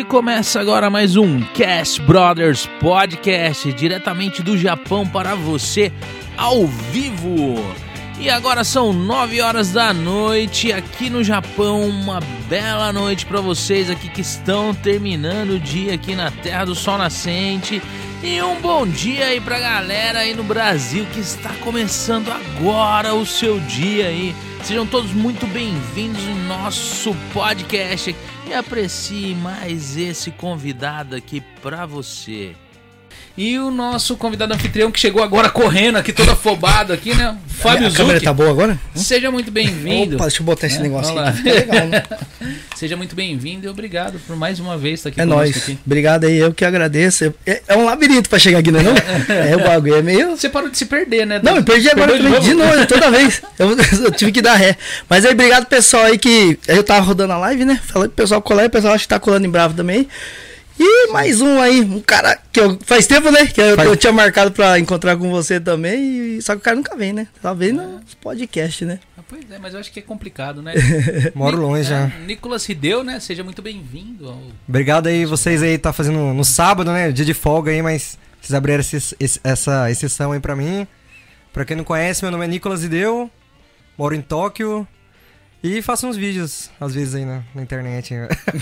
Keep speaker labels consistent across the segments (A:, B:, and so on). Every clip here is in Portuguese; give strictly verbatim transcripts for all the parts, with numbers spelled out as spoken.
A: E começa agora mais um Cast Brothers Podcast, diretamente do Japão para você, ao vivo. E agora são nove horas da noite aqui no Japão, uma bela noite para vocês aqui que estão terminando o dia aqui na Terra do Sol Nascente. E um bom dia aí pra galera aí no Brasil que está começando agora o seu dia aí. Sejam todos muito bem-vindos em nosso podcast e aprecie mais esse convidado aqui pra você. E o nosso convidado anfitrião que chegou agora correndo aqui, todo afobado aqui, né? Fábio Zucchi.
B: A câmera tá boa agora?
A: Seja muito bem-vindo.
B: Opa, deixa eu botar esse
A: é,
B: negócio aqui, tá legal, né?
A: Seja muito bem-vindo e obrigado por mais uma vez estar aqui
B: é
A: conosco.
B: É nóis.
A: Aqui.
B: Obrigado aí, eu que agradeço. É, é um labirinto pra chegar aqui, não é não? É, o bagulho é meio...
A: Você parou de se perder, né?
B: Não, eu perdi agora de novo, de novo toda vez. Eu, eu tive que dar ré. Mas aí, obrigado pessoal aí que... Eu tava rodando a live, né? Falei pro pessoal colar, o pessoal acho que tá colando em bravo também. E mais um aí, um cara que eu, faz tempo, né? Que eu, eu tinha marcado pra encontrar com você também, e, só que o cara nunca vem, né? Só vem no podcast, né?
A: Ah, pois é, mas eu acho que é complicado, né?
C: Moro longe já.
A: É, Nicolas Hideo, né? Seja muito bem-vindo. Ao...
C: Obrigado aí, vocês aí tá fazendo no sábado, né? Dia de folga aí, mas vocês abriram esse, esse, essa exceção aí pra mim. Pra quem não conhece, meu nome é Nicolas Hideo, moro em Tóquio. E faço uns vídeos, às vezes, aí na, na internet.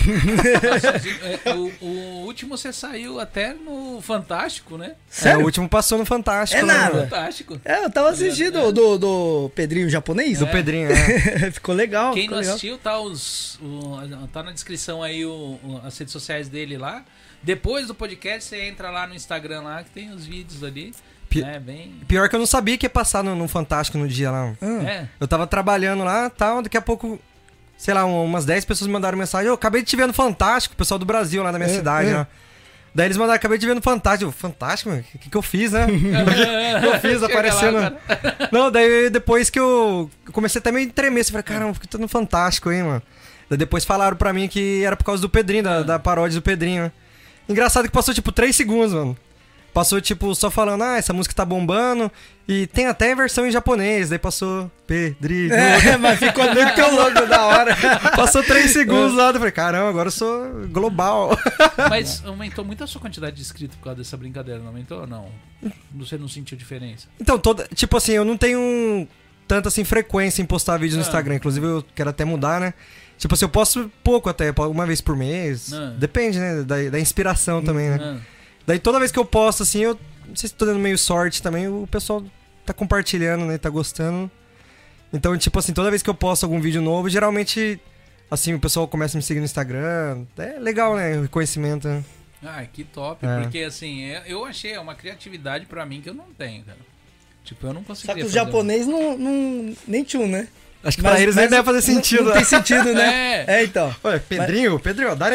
A: o, o último você saiu até no Fantástico, né?
C: É, o último passou no Fantástico.
B: É
C: né?
B: nada.
A: Fantástico.
B: É, eu tava assistindo é. do, do Pedrinho japonês.
C: Do é. Pedrinho, é.
B: Ficou legal.
A: Quem
B: ficou
A: não
B: legal.
A: assistiu, tá, os, o, tá na descrição aí o, o, as redes sociais dele lá. Depois do podcast, você entra lá no Instagram lá, que tem os vídeos ali.
C: Pi-
A: é, bem...
C: Pior que eu não sabia que ia passar no, no Fantástico no dia lá.
B: Hum.
A: É.
C: Eu tava trabalhando lá e tal, daqui a pouco, sei lá, umas dez pessoas me mandaram mensagem. Eu acabei de te ver no Fantástico, o pessoal do Brasil lá na minha
B: é,
C: cidade,
B: é.
C: né? Daí eles mandaram, acabei de ver no Fantástico. Eu, Fantástico, mano? O que, que eu fiz, né? O que, que eu fiz aparecendo?
A: Lá,
C: não, daí depois que eu, eu comecei até meio a tremer, assim, falei, caramba, por que tô no Fantástico aí, mano? Daí depois falaram pra mim que era por causa do Pedrinho, da, da paródia do Pedrinho, né? Engraçado que passou tipo três segundos, mano. Passou, tipo, só falando, ah, essa música tá bombando. E tem até versão em japonês. Daí passou Pedrinho.
B: É, mas ficou muito louco da hora.
C: Passou três segundos lá. Eu falei, caramba, agora eu sou global.
A: Mas aumentou muito a sua quantidade de inscritos por causa dessa brincadeira, não aumentou ou não? Você não sentiu diferença?
C: Então, toda, tipo assim, eu não tenho tanta assim, frequência em postar vídeos no
A: ah.
C: Instagram. Inclusive, eu quero até mudar, né? Tipo assim, eu posto pouco até, uma vez por mês.
A: Ah.
C: Depende, né? Da, da inspiração também, né?
A: Ah.
C: Daí toda vez que eu posto, assim, eu não sei se tô dando meio sorte também, o pessoal tá compartilhando, né, tá gostando. Então, tipo assim, toda vez que eu posto algum vídeo novo, geralmente, assim, o pessoal começa a me seguir no Instagram. É legal, né, o reconhecimento, né?
A: Ah, que top,
C: É.
A: porque assim, eu achei uma criatividade pra mim que eu não tenho, cara. Tipo, eu não
B: Só
A: conseguiria
B: que os
A: fazer.
B: japonês não, não... Nem tchum, né?
C: Acho que pra eles nem deve fazer sentido.
B: Não, não tem sentido, né?
A: É.
B: É, então.
C: Ué, Pedrinho, mas... Pedrinho, dá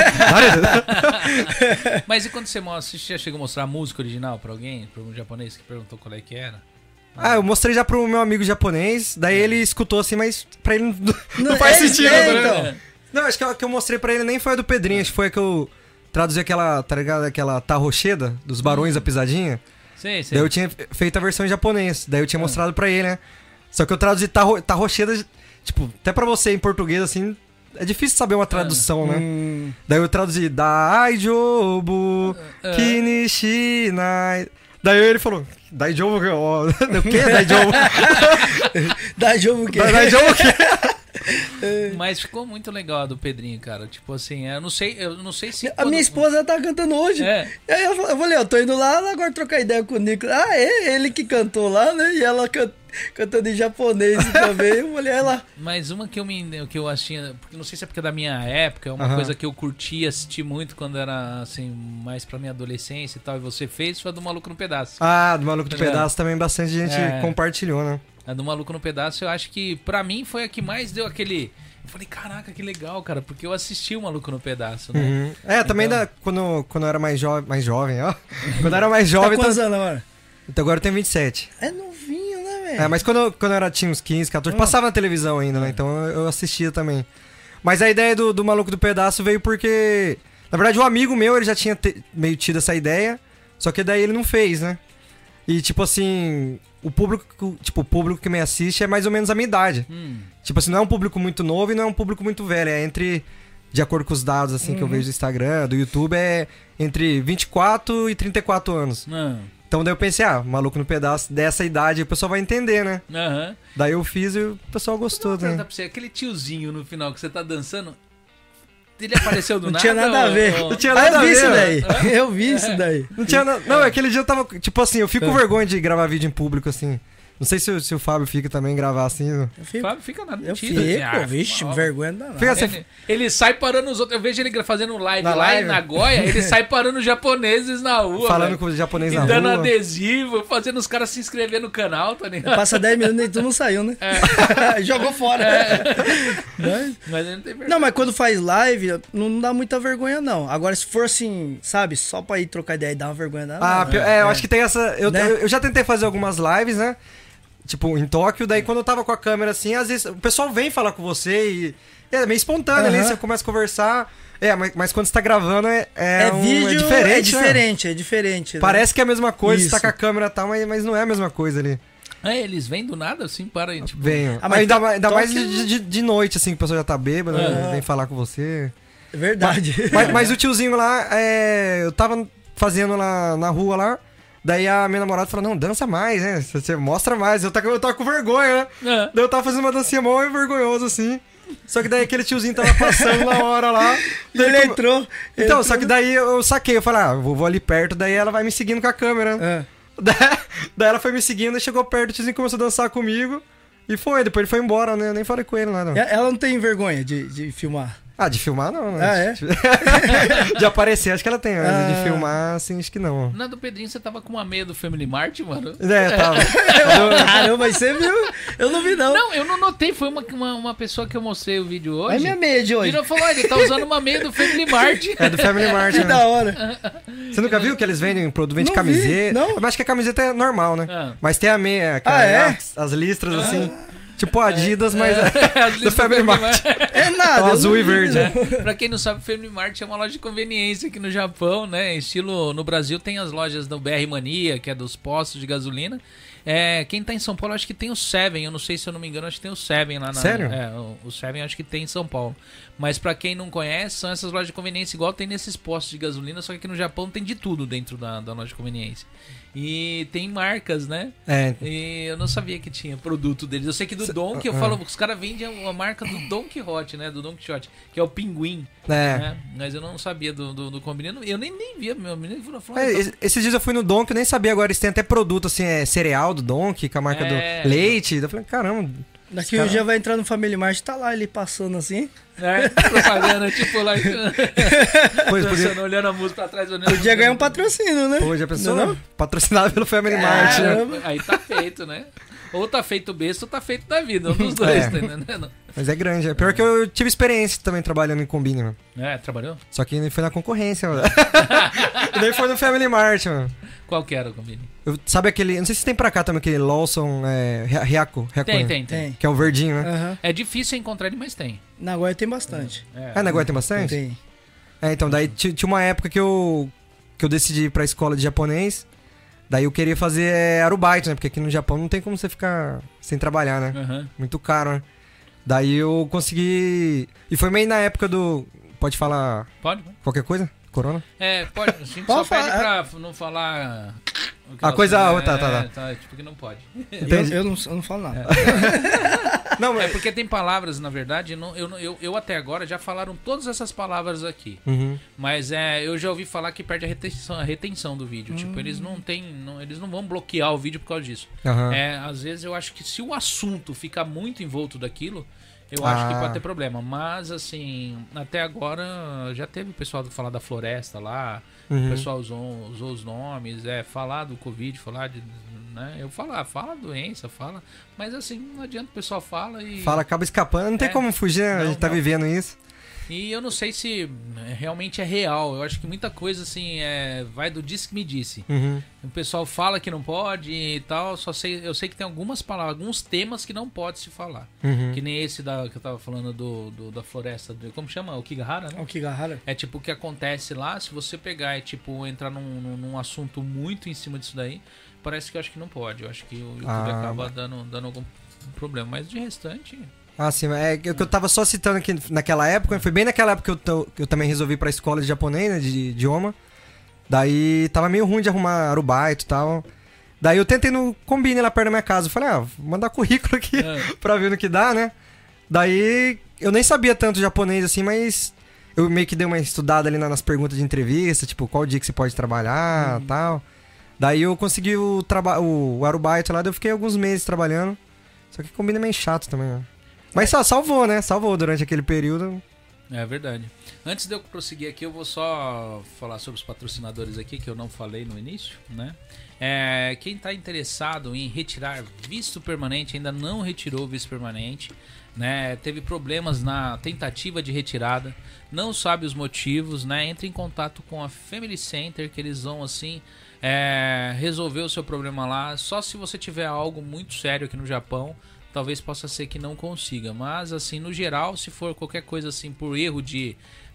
A: Mas e quando você mostra, você já chegou a mostrar a música original pra alguém? Pra um japonês que perguntou qual é que era?
C: Ah, eu mostrei já pro meu amigo japonês, daí ele escutou assim, mas pra ele não, não,
B: Não,
C: faz
B: é,
C: sentido,
B: é,
C: né?
B: então.
C: Não, acho que a que eu mostrei pra ele nem foi a do Pedrinho, acho que foi a que eu traduzi aquela, tá ligado? Aquela Tarrocheda, dos Barões da Pisadinha.
A: Sim, sim.
C: Daí eu tinha feito a versão em japonês, daí eu tinha mostrado pra ele, né? Só que eu traduzi tarro, Tarrocheda, tipo, até pra você em português, assim, é difícil saber uma tradução, né?
B: Hum.
C: Daí eu traduzi Daijobu Kinishinai. Daí ele falou, Daijobu, ó, o quê? Daijobu?
B: Daijobu o quê?
C: Daijobu o quê?
A: Mas ficou muito legal a do Pedrinho, cara. Tipo assim, eu não sei, eu não sei se.
B: A
A: quando...
B: minha esposa tá cantando hoje.
A: É.
B: E aí eu falei, eu falei, eu tô indo lá, agora trocar ideia com o Nico. Ah, é ele que cantou lá, né? E ela can... cantando em japonês também. Eu falei, ela.
A: Mas uma que eu me que eu achei, porque não sei se é porque é da minha época, é uma
C: Aham.
A: coisa que eu curti assistir muito quando era assim, mais pra minha adolescência e tal, e você fez, foi a do Maluco no Pedaço.
C: Ah, do Maluco do
A: Tá ligado?
C: Pedaço também bastante gente
A: É.
C: compartilhou, né?
A: A do Maluco no Pedaço, eu acho que pra mim foi a que mais deu aquele. Eu falei, caraca, que legal, cara, porque eu assisti o Maluco no Pedaço, né?
C: Uhum. É, também
A: Então-
C: da, quando, quando eu era mais jovem, mais jovem, ó. Quando eu era mais jovem,
B: Tá quantos
C: então,
B: anos agora?
C: então agora eu tenho vinte e sete.
B: É novinho, né, velho?
C: É, mas quando eu, quando eu era, tinha uns quinze, catorze,
B: Ah.
C: passava na televisão ainda, né? Então eu, eu assistia também. Mas a ideia do, do Maluco do Pedaço veio porque... Na verdade, um amigo meu, ele já tinha te- meio tido essa ideia, só que daí ele não fez, né? E, tipo assim, o público, tipo, o público que me assiste é mais ou menos a minha idade.
A: Hum.
C: Tipo assim, não é um público muito novo e não é um público muito velho. É entre de acordo com os dados assim, uhum. que eu vejo do Instagram, do YouTube, é entre vinte e quatro e trinta e quatro anos.
A: Não.
C: Então daí eu pensei, ah, Maluco no Pedaço, dessa idade o pessoal vai entender, né?
A: Uhum.
C: Daí eu fiz e o pessoal gostou, né?
A: Pra você, aquele tiozinho no final que você tá dançando, ele apareceu do
B: não
A: nada?
B: Tinha nada
A: ou...
B: a ver.
A: Ou...
B: Não tinha nada ah, a ver. Isso daí. Eu vi isso daí.
C: Não tinha nada. Não, aquele dia eu tava. Tipo assim, eu fico com vergonha de gravar vídeo em público, assim. Não sei se, se o Fábio fica também gravar assim.
A: O Fábio fica nada.
B: Eu fico, ah, vixe, vergonha não.
C: Fica assim,
A: ele, ele sai parando os outros. Eu vejo ele fazendo live
C: na
A: lá
C: live?
A: em Nagoya, ele sai parando os japoneses na rua.
C: Falando
A: véio.
C: com os japoneses
A: na
C: rua.
A: E dando adesivo, fazendo os caras se inscrever no canal, tá ligado?
B: Passa dez minutos e tu não saiu, né? É. Jogou fora. É.
A: Mas, mas ele não tem vergonha.
B: Não, mas quando faz live, não dá muita vergonha, não. Agora, se for assim, sabe, só pra ir trocar ideia e dar uma vergonha, não.
C: Ah,
B: não,
C: é, é, eu acho que tem essa. Eu,
B: né?
C: eu, eu já tentei fazer algumas lives, né? Tipo, em Tóquio, daí quando eu tava com a câmera assim, às vezes o pessoal vem falar com você e é meio espontâneo, uhum. ali, você começa a conversar. É, mas, mas quando você tá gravando é, é,
B: é
C: um,
B: vídeo,
C: é diferente.
B: É diferente,
C: né?
B: é diferente. Né?
C: Parece que é a mesma coisa,
B: Isso.
C: você tá com a câmera e tal, mas, mas não é a mesma coisa ali.
A: É, eles vêm do nada assim, para aí, tipo...
C: Vem.
B: Ah, mas
C: ainda
B: to,
C: ainda mais
B: toque...
C: de, de, de noite, assim, que o pessoal já tá bêbado,
B: uhum.
C: né? Vem falar com você.
B: É verdade.
C: Mas, mas, mas o tiozinho lá, é, eu tava fazendo lá na rua lá. Daí a minha namorada falou, não, dança mais, né? Você mostra mais. Eu tava, eu tava com vergonha, né? É. Daí eu tava fazendo uma dancinha mó vergonhosa, assim. Só que daí aquele tiozinho tava passando na hora lá.
B: Daí ele como... entrou.
C: Então, entrou. Só que daí eu saquei. Eu falei, ah, vou, vou ali perto. Daí ela vai me seguindo com a câmera. É. Daí, daí ela foi me seguindo e chegou perto. O tiozinho começou a dançar comigo. E foi. Depois ele foi embora, né? Eu nem falei com ele lá, não.
B: Ela não tem vergonha de, de filmar?
C: Ah, de filmar não, né?
B: Ah, é?
C: De aparecer, acho que ela tem, mas ah. de filmar, assim, acho que não.
A: Na do Pedrinho, você tava com uma meia do Family Mart, mano?
C: É, tava.
B: Caramba, mas você viu? Eu não vi, não.
A: Não, eu não notei, foi uma, uma, uma pessoa que eu mostrei o vídeo hoje.
B: É minha meia de hoje.
A: E falou, ele tá usando uma meia do Family Mart.
C: É do Family Mart,
B: que
C: né?
B: da hora.
C: Você nunca viu que eles vendem produto, vendem
B: não
C: camiseta?
B: Vi, não.
C: Eu acho que a camiseta é normal, né? Ah. Mas tem a meia,
B: ah, é?
C: as, as listras, ah. assim... Tipo Adidas, é, mas
A: é,
C: do Family Mart.
B: É nada.
C: É azul e verde.
A: É. Pra quem não sabe, Family Mart é uma loja de conveniência aqui no Japão, né? Estilo, no Brasil tem as lojas do B R Mania, que é dos postos de gasolina. É, quem tá em São Paulo, acho que tem o Seven. Eu não sei se eu não me engano, acho que tem o Seven lá na...
C: Sério?
A: É, o, o Seven acho que tem em São Paulo. Mas pra quem não conhece, são essas lojas de conveniência igual tem nesses postos de gasolina, só que aqui no Japão tem de tudo dentro da, da loja de conveniência. E tem marcas, né?
C: É.
A: E eu não sabia que tinha produto deles. Eu sei que do Don, que eu falo, os caras vendem a marca do Don Quixote, né? Do Don Quixote, que é o Pinguim.
C: É.
A: Né? Mas eu não sabia do, do, do combinado. Eu nem, nem via, meu menino falou.
C: É,
A: então...
C: Esses dias eu fui no Donk, eu nem sabia, agora eles têm até produto, assim, é cereal do Donk, com a marca é. do leite. Eu falei, caramba.
B: Daqui um dia vai entrar no Family Mart, tá lá ele passando assim.
A: É, propaganda, tipo lá.
C: Pois,
A: dançando,
C: podia...
A: olhando a música pra trás, olhando.
B: Podia ganhar um patrocínio, né?
C: Podia, pessoa
B: não, não?
C: Patrocinado pelo Family Mart, né?
A: Aí tá feito, né? Ou tá feito besta ou tá feito da vida, um dos dois,
C: é.
A: tá entendendo?
C: Mas é grande, é pior que eu tive experiência também trabalhando em Combine, mano.
A: É, trabalhou?
C: Só que foi na concorrência, mano. E daí foi no Family Mart, mano.
A: Qual que era o Combine?
C: Eu, sabe aquele, não sei se tem pra cá também, aquele Lawson, é, Riaco, Riaco.
A: Tem, tem, tem.
C: Que é o verdinho, né?
B: Uhum.
A: É difícil encontrar ele, mas tem.
B: Na Nagoya tem bastante.
A: É,
C: ah, na Nagoya tem bastante?
B: Tem.
C: É, então, daí tinha uma época que eu, que eu decidi ir pra escola de japonês. Daí eu queria fazer é, arubaito, né? Porque aqui no Japão não tem como você ficar sem trabalhar, né?
A: Uhum.
C: Muito caro, né? Daí eu consegui... E foi meio na época do... Pode falar...
A: Pode.
C: Qualquer coisa? Corona?
A: É, pode. A gente só pede pra não falar...
C: A coisa...
A: É,
C: tá, tá, tá.
A: tá. Tipo que não pode.
B: Eu, eu, não, eu não falo nada.
A: É. Não, é porque tem palavras, na verdade, não, eu, eu, eu até agora já falaram todas essas palavras aqui.
C: Uhum.
A: Mas é, eu já ouvi falar que perde a retenção, a retenção do vídeo. Hum. Tipo, eles não tem, não, eles não vão bloquear o vídeo por causa disso.
C: Uhum.
A: É, às vezes eu acho que se o assunto ficar muito envolto daquilo, eu
C: ah.
A: acho que pode ter problema. Mas, assim, até agora já teve o pessoal falar da floresta lá, uhum. o pessoal usou, usou os nomes, é, falar do Covid, falar de... Né? Eu falo, ah, fala a doença, fala. Mas assim, não adianta, o pessoal fala e...
C: Fala, acaba escapando, não tem é, como fugir, não, a gente tá não. vivendo isso.
A: E eu não sei se realmente é real. Eu acho que muita coisa assim é, vai do disse que me disse.
C: Uhum.
A: O pessoal fala que não pode e tal. Só sei, eu sei que tem algumas palavras, alguns temas que não pode se falar.
C: Uhum.
A: Que nem esse da, que eu tava falando do, do da floresta. Do, como chama? O Kigahara, né?
B: O Kigahara.
A: É tipo o que acontece lá. Se você pegar e tipo entrar num, num, num assunto muito em cima disso daí, parece que eu acho que não pode. Eu acho que o YouTube ah, acaba dando, dando algum problema. Mas de restante.
C: Ah, sim, é que eu tava só citando aqui naquela época, foi bem naquela época que eu, tô, que eu também resolvi ir pra escola de japonês, né, de idioma. Daí tava meio ruim de arrumar arubaito e tal. Daí eu tentei no Combine lá perto da minha casa. Eu falei, ah, vou mandar currículo aqui é. pra ver no que dá, né? Daí eu nem sabia tanto japonês assim, mas eu meio que dei uma estudada ali nas perguntas de entrevista, tipo, qual dia que você pode trabalhar e uhum. tal. Daí eu consegui o, traba- o arubaito lá, daí eu fiquei alguns meses trabalhando. Só que Combine é meio chato também, né? Mas só salvou, né? Salvou durante aquele período.
A: É verdade. Antes de eu prosseguir aqui, eu vou só falar sobre os patrocinadores aqui, que eu não falei no início, né? É, quem está interessado em retirar visto permanente, ainda não retirou o visto permanente, né? Teve problemas na tentativa de retirada, não sabe os motivos, né? Entre em contato com a Family Center, que eles vão, assim, é, resolver o seu problema lá. Só se você tiver algo muito sério aqui no Japão, talvez possa ser que não consiga, mas assim, no geral, se for qualquer coisa assim, por erro de,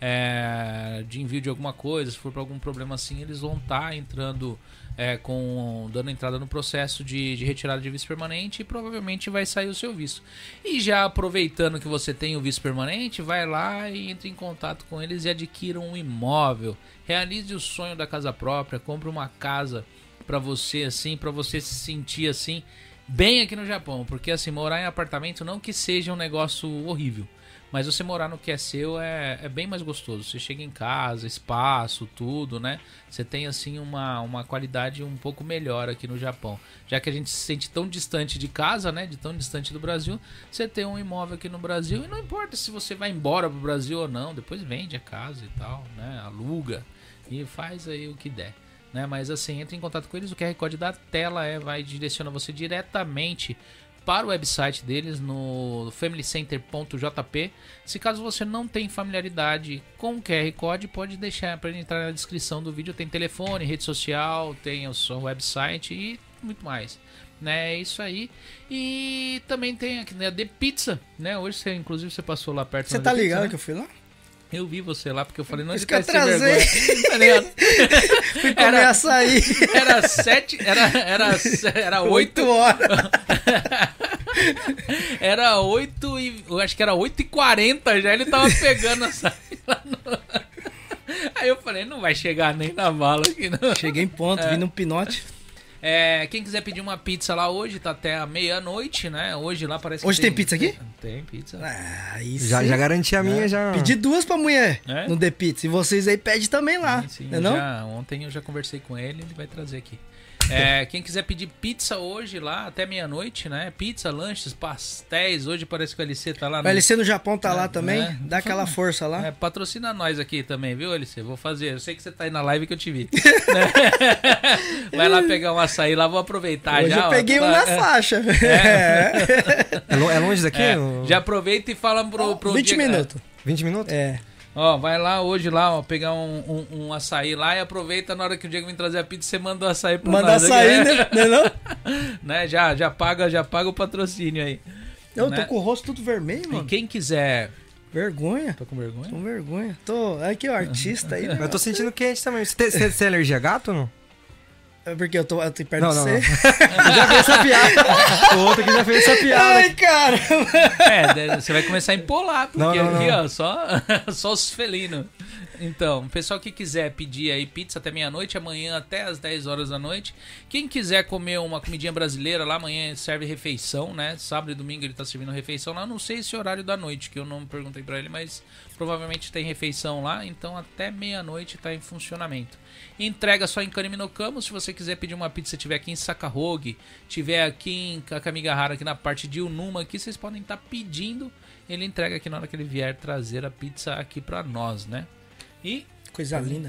A: é, de envio de alguma coisa, se for por algum problema assim, eles vão estar tá entrando, é, com, dando entrada no processo de, de retirada de visto permanente e provavelmente vai sair o seu visto. E já aproveitando que você tem o visto permanente, vai lá e entre em contato com eles e adquira um imóvel, realize o sonho da casa própria, compre uma casa para você assim, para você se sentir assim, bem aqui no Japão, porque assim, morar em apartamento não que seja um negócio horrível, mas você morar no que é seu é, é bem mais gostoso. Você chega em casa, espaço, tudo, né? Você tem assim uma, uma qualidade um pouco melhor aqui no Japão. Já que a gente se sente tão distante de casa, né? De tão distante do Brasil, você tem um imóvel aqui no Brasil e não importa se você vai embora pro Brasil ou não, depois vende a casa e tal, né? Aluga e faz aí o que der. Né, mas assim, entre em contato com eles, o Q R Code da tela é, vai direcionar você diretamente para o website deles no family center ponto j p. Se caso você não tem familiaridade com o Q R Code, pode deixar para ele entrar na descrição do vídeo. Tem telefone, rede social, tem o seu website e muito mais. Né, é isso aí. E também tem aqui, né, a The Pizza, né? Hoje você, inclusive, você passou lá perto.
B: Você tá
A: The
B: ligado
A: Pizza, né?
B: Que eu fui lá?
A: Eu vi você lá, porque eu falei, não
B: Isso que eu trazei.
A: vergonha.
B: Fui comer
A: era,
B: açaí.
A: Era sete, era, era, era oito.
B: Oito horas.
A: Era oito e, eu acho que era oito e quarenta já, ele tava pegando açaí lá no... Aí eu falei, não vai chegar nem na bala aqui não.
B: Cheguei em ponto, é. Vim num pinote.
A: É, quem quiser pedir uma pizza lá hoje, tá até a meia-noite, né? Hoje lá parece que
B: Hoje tem, tem pizza aqui?
A: Tem pizza.
B: Ah, isso.
C: Já, já garanti a minha, é. já.
B: Pedi duas pra mulher
A: é?
B: no The Pizza. E vocês aí pedem também lá.
A: Sim, sim.
B: Não é não?
A: Já, ontem eu já conversei com ele, ele vai trazer aqui. É, quem quiser pedir pizza hoje lá, até meia-noite, né? Pizza, lanches, pastéis. Hoje parece que o L C tá lá.
B: No... O L C no Japão tá
A: é,
B: lá também.
A: É.
B: Dá aquela força lá.
A: É, patrocina nós aqui também, viu, L C? Vou fazer. Eu sei que você tá aí na live que eu te vi. Vai lá pegar um açaí lá, vou aproveitar
B: hoje
A: já.
B: Eu peguei
A: ó,
B: um na
A: é,
B: faixa.
C: É, é longe daqui?
A: É,
C: ou...
A: Já aproveita e fala pro, pro
B: vinte
A: dia...
B: minutos.
C: vinte minutos?
B: É.
A: Ó, vai lá hoje lá, ó, pegar um, um, um açaí lá e aproveita na hora que o Diego vem trazer a pizza, você manda o açaí pra
B: manda
A: nós.
B: Manda açaí,
A: aqui,
B: né? Não é não?
A: né? Já, já, paga, já paga o patrocínio aí.
B: Eu
A: né?
B: Tô com o rosto tudo vermelho, mano.
A: E quem quiser...
B: Vergonha.
A: Tô com vergonha?
B: Tô com vergonha. Tô... Aqui, ó, artista aí.
C: Eu tô sentindo quente também. Você tem, você tem alergia a gato ou não?
B: É porque eu tô, eu tô perto
C: não,
B: de
C: não,
B: você.
C: Não. Já fez essa piada. O outro que já fez essa piada.
B: Ai, cara.
A: É, você vai começar a empolar, porque
C: não, não,
A: aqui,
C: não.
A: ó, só, só os felinos. Então, o pessoal que quiser pedir aí pizza até meia-noite, amanhã até as dez horas da noite. Quem quiser comer uma comidinha brasileira, lá amanhã serve refeição, né? Sábado e domingo ele tá servindo refeição lá. Não sei esse horário da noite, que eu não perguntei pra ele, mas provavelmente tem refeição lá. Então até meia-noite tá em funcionamento. Entrega só em Kariminokamo. Se você quiser pedir uma pizza, tiver aqui em Sakahogi, tiver aqui em Kakamigahara, aqui na parte de Unuma, aqui vocês podem estar tá pedindo. Ele entrega aqui na hora que ele vier trazer a pizza aqui pra nós, né? E...
B: Coisa linda.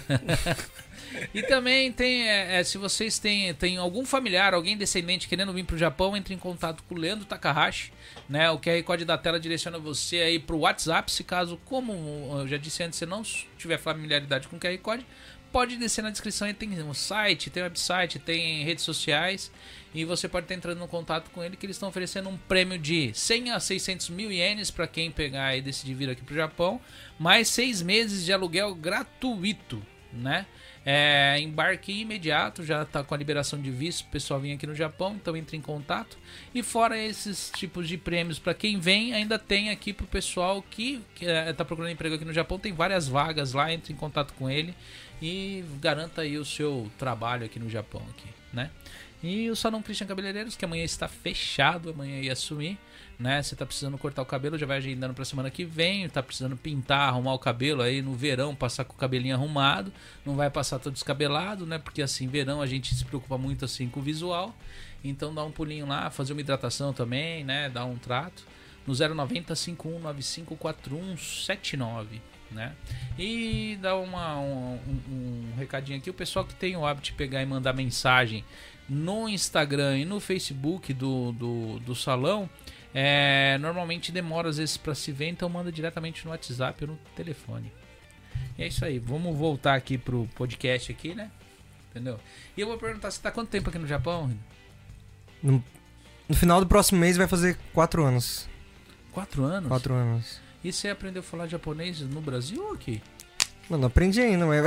A: E também tem, é, é, se vocês têm, têm algum familiar, alguém descendente querendo vir pro Japão, entre em contato com o Leandro Takahashi, né? O Q R Code da tela direciona você aí pro WhatsApp, se caso, como eu já disse antes, você não tiver familiaridade com o Q R Code, pode descer na descrição e tem um site, tem website, tem redes sociais e você pode estar entrando em contato com ele, que eles estão oferecendo um prêmio de cem a seiscentos mil ienes para quem pegar e decidir vir aqui pro Japão, mais seis meses de aluguel gratuito, né? É, embarque imediato, já tá com a liberação de visto, o pessoal vem aqui no Japão, então entre em contato. E fora esses tipos de prêmios para quem vem, ainda tem aqui pro pessoal que, que é, tá procurando emprego aqui no Japão, tem várias vagas lá, entre em contato com ele e garanta aí o seu trabalho aqui no Japão, aqui, né? E o Salão Christian Cabeleireiros, que amanhã está fechado, amanhã ia assumir, né? Você tá precisando cortar o cabelo, já vai agendando pra semana que vem. Tá precisando pintar, arrumar o cabelo aí no verão, passar com o cabelinho arrumado. Não vai passar todo descabelado, né? Porque assim, verão a gente se preocupa muito assim com o visual. Então dá um pulinho lá, fazer uma hidratação também, né? Dá um trato. No zero noventa, cinco um nove cinco, quatro um sete nove, né? E dá uma, um, um, um recadinho aqui. O pessoal que tem o hábito de pegar e mandar mensagem no Instagram e no Facebook do, do, do salão, é, normalmente demora às vezes para se ver, então manda diretamente no WhatsApp ou no telefone. E é isso aí, vamos voltar aqui pro podcast aqui, né? Entendeu? E eu vou perguntar, você tá quanto tempo aqui no Japão?
C: No, no final do próximo mês vai fazer quatro anos.
A: Quatro anos?
C: Quatro anos.
A: E você aprendeu a falar japonês no Brasil ou aqui?
C: Mano, não aprendi ainda, mas...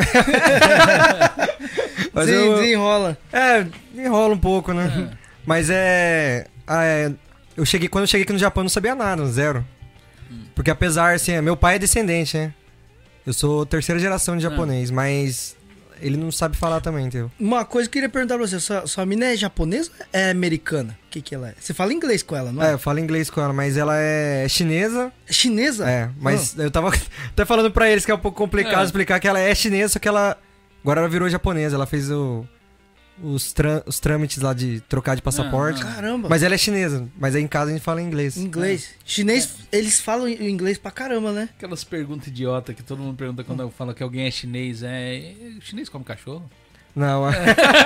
B: mas eu... Desenrola.
C: É, enrola um pouco, né? É. Mas é... é eu cheguei, quando eu cheguei aqui no Japão, eu não sabia nada, zero. Hum. Porque apesar, assim, meu pai é descendente, né? Eu sou terceira geração de japonês, ah. mas ele não sabe falar também, entendeu?
B: Uma coisa que eu queria perguntar pra você, sua, sua mina é japonesa ou é americana? O que que ela é? Você fala inglês com ela, não é?
C: É, eu falo inglês com ela, mas ela é chinesa.
B: É chinesa?
C: É, mas ah. eu tava até falando pra eles que é um pouco complicado é. explicar que ela é chinesa, só que ela... Agora ela virou japonesa, ela fez o... Os, trâ os trâmites lá de trocar de passaporte.
B: Ah, caramba.
C: Mas ela é chinesa. Mas aí em casa a gente fala inglês.
B: Inglês. É. Chinês, é. eles falam inglês pra caramba, né?
A: Aquelas perguntas idiota que todo mundo pergunta quando eu falo que alguém é chinês. É... Chinês come cachorro?
C: Não. É.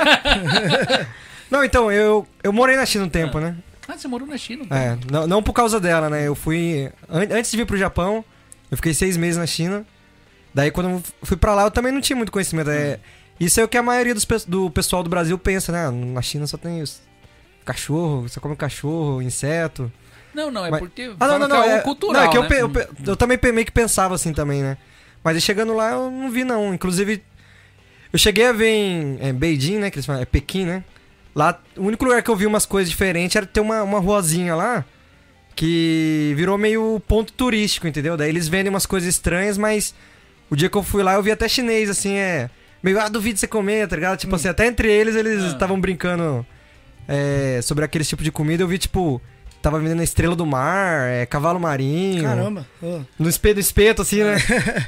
C: Não, então, eu, eu morei na China um tempo,
A: ah.
C: né?
A: Ah, você morou na China?
C: Então. É, não, não por causa dela, né? Eu fui... An antes de vir pro Japão, eu fiquei seis meses na China. Daí quando eu fui pra lá, eu também não tinha muito conhecimento. É... Isso é o que a maioria dos, do pessoal do Brasil pensa, né? Na China só tem isso. Cachorro, você come cachorro, inseto.
A: Não, não, é
C: mas...
A: porque
C: ah, não, não, não,
A: é
C: é...
A: cultural,
C: não, é que
A: né?
C: eu, eu, eu, eu também meio que pensava assim também, né? Mas chegando lá eu não vi não. Inclusive, eu cheguei a ver em é, Beijing, né? Que eles falam, é Pequim, né? Lá, o único lugar que eu vi umas coisas diferentes era ter uma, uma ruazinha lá que virou meio ponto turístico, entendeu? Daí eles vendem umas coisas estranhas, mas o dia que eu fui lá eu vi até chinês, assim, é... Meio, ah, duvido você comer, tá ligado? Tipo hum. assim, até entre eles, eles estavam ah. brincando é, sobre aquele tipo de comida. Eu vi, tipo, tava vendendo estrela do mar, é, cavalo marinho.
B: Caramba. Oh.
C: No espeto, espeto assim, né?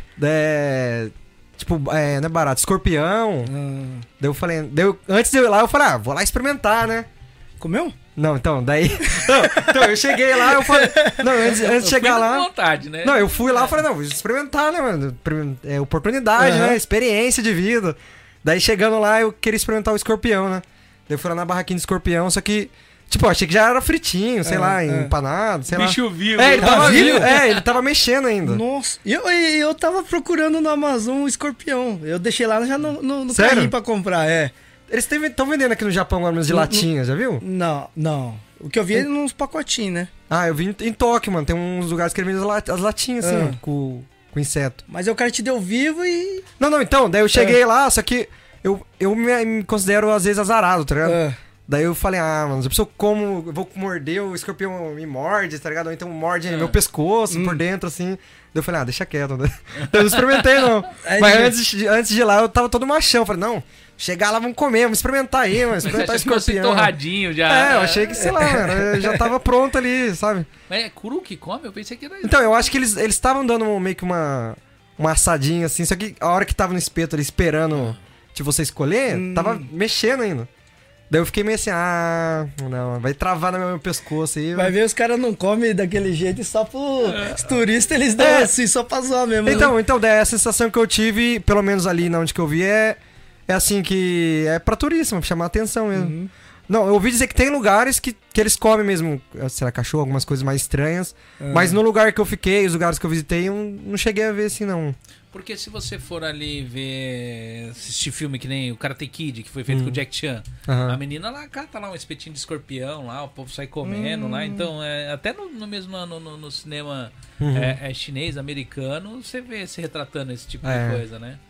C: é, tipo, é, não é barato, escorpião. Ah. Daí eu falei, daí eu, antes de eu ir lá, eu falei, ah, vou lá experimentar, né?
B: Comeu?
C: Não, então, daí... Não, então, eu cheguei lá, eu falei... Não, antes, antes de chegar lá...
A: Com vontade, né?
C: Não, eu fui lá e falei, não, vou experimentar, né, mano? É oportunidade, uhum. né? Experiência de vida. Daí, chegando lá, eu queria experimentar o escorpião, né? Daí eu fui lá na barraquinha de escorpião, só que... Tipo, eu achei que já era fritinho, sei é, lá, é. empanado, sei
A: Bicho
C: lá.
A: Bicho vivo.
C: É, ele tava vivo. É, ele tava mexendo ainda.
B: Nossa. E eu, eu tava procurando no Amazon um escorpião. Eu deixei lá já no, no, no carrinho pra comprar, é.
C: Eles estão vendendo aqui no Japão agora de latinha, já viu?
B: Não, não. O que eu vi é nos pacotinhos, né?
C: Ah, eu vi em, em Tóquio, mano. Tem uns lugares que eles vendem as, as latinhas, assim, ah. com, com inseto.
B: Mas o cara te deu vivo e...
C: Não, não, então. Daí eu cheguei é. lá, só que eu, eu me, me considero, às vezes, azarado, tá ligado? É. Daí eu falei, ah, mano, se a pessoa como... Eu vou morder, o escorpião me morde, tá ligado? Ou então morde é. meu pescoço hum. por dentro, assim... Daí eu falei, ah, deixa quieto, né? Eu não experimentei, não. Aí, mas antes de, antes de ir lá, eu tava todo machão. Eu falei, não... Chegar lá, vamos comer, vamos experimentar aí, mano. Experimentar
A: você achou
C: escorpião.
A: Que torradinho já.
C: É, eu achei que, sei lá, mano, eu já tava pronto ali, sabe?
A: Mas é cru que come? Eu pensei que era...
C: Então, eu acho que eles eles estavam dando meio que uma, uma assadinha, assim, só que a hora que tava no espeto ali esperando de você escolher, hum. tava mexendo ainda. Daí eu fiquei meio assim, ah, não, vai travar no meu pescoço aí.
B: Vai ver, os caras não comem daquele jeito e só pros turistas eles dão é. assim, só pra zoar mesmo.
C: Então, né? então, daí a sensação que eu tive, pelo menos ali na onde que eu vi, é... É assim que... É pra turista, pra chamar a atenção mesmo. Uhum. Não, eu ouvi dizer que tem lugares que, que eles comem mesmo, sei lá, cachorro, algumas coisas mais estranhas. Uhum. Mas no lugar que eu fiquei, os lugares que eu visitei, eu não cheguei a ver assim, não.
A: Porque se você for ali ver... Assistir filme que nem o Karate Kid, que foi feito uhum. com o Jack Chan. Uhum. A menina lá cata lá um espetinho de escorpião lá, o povo sai comendo uhum. lá. Então, é, até no, no mesmo no, no, no cinema uhum. é, é chinês, americano, você vê se retratando esse tipo é. de coisa, né?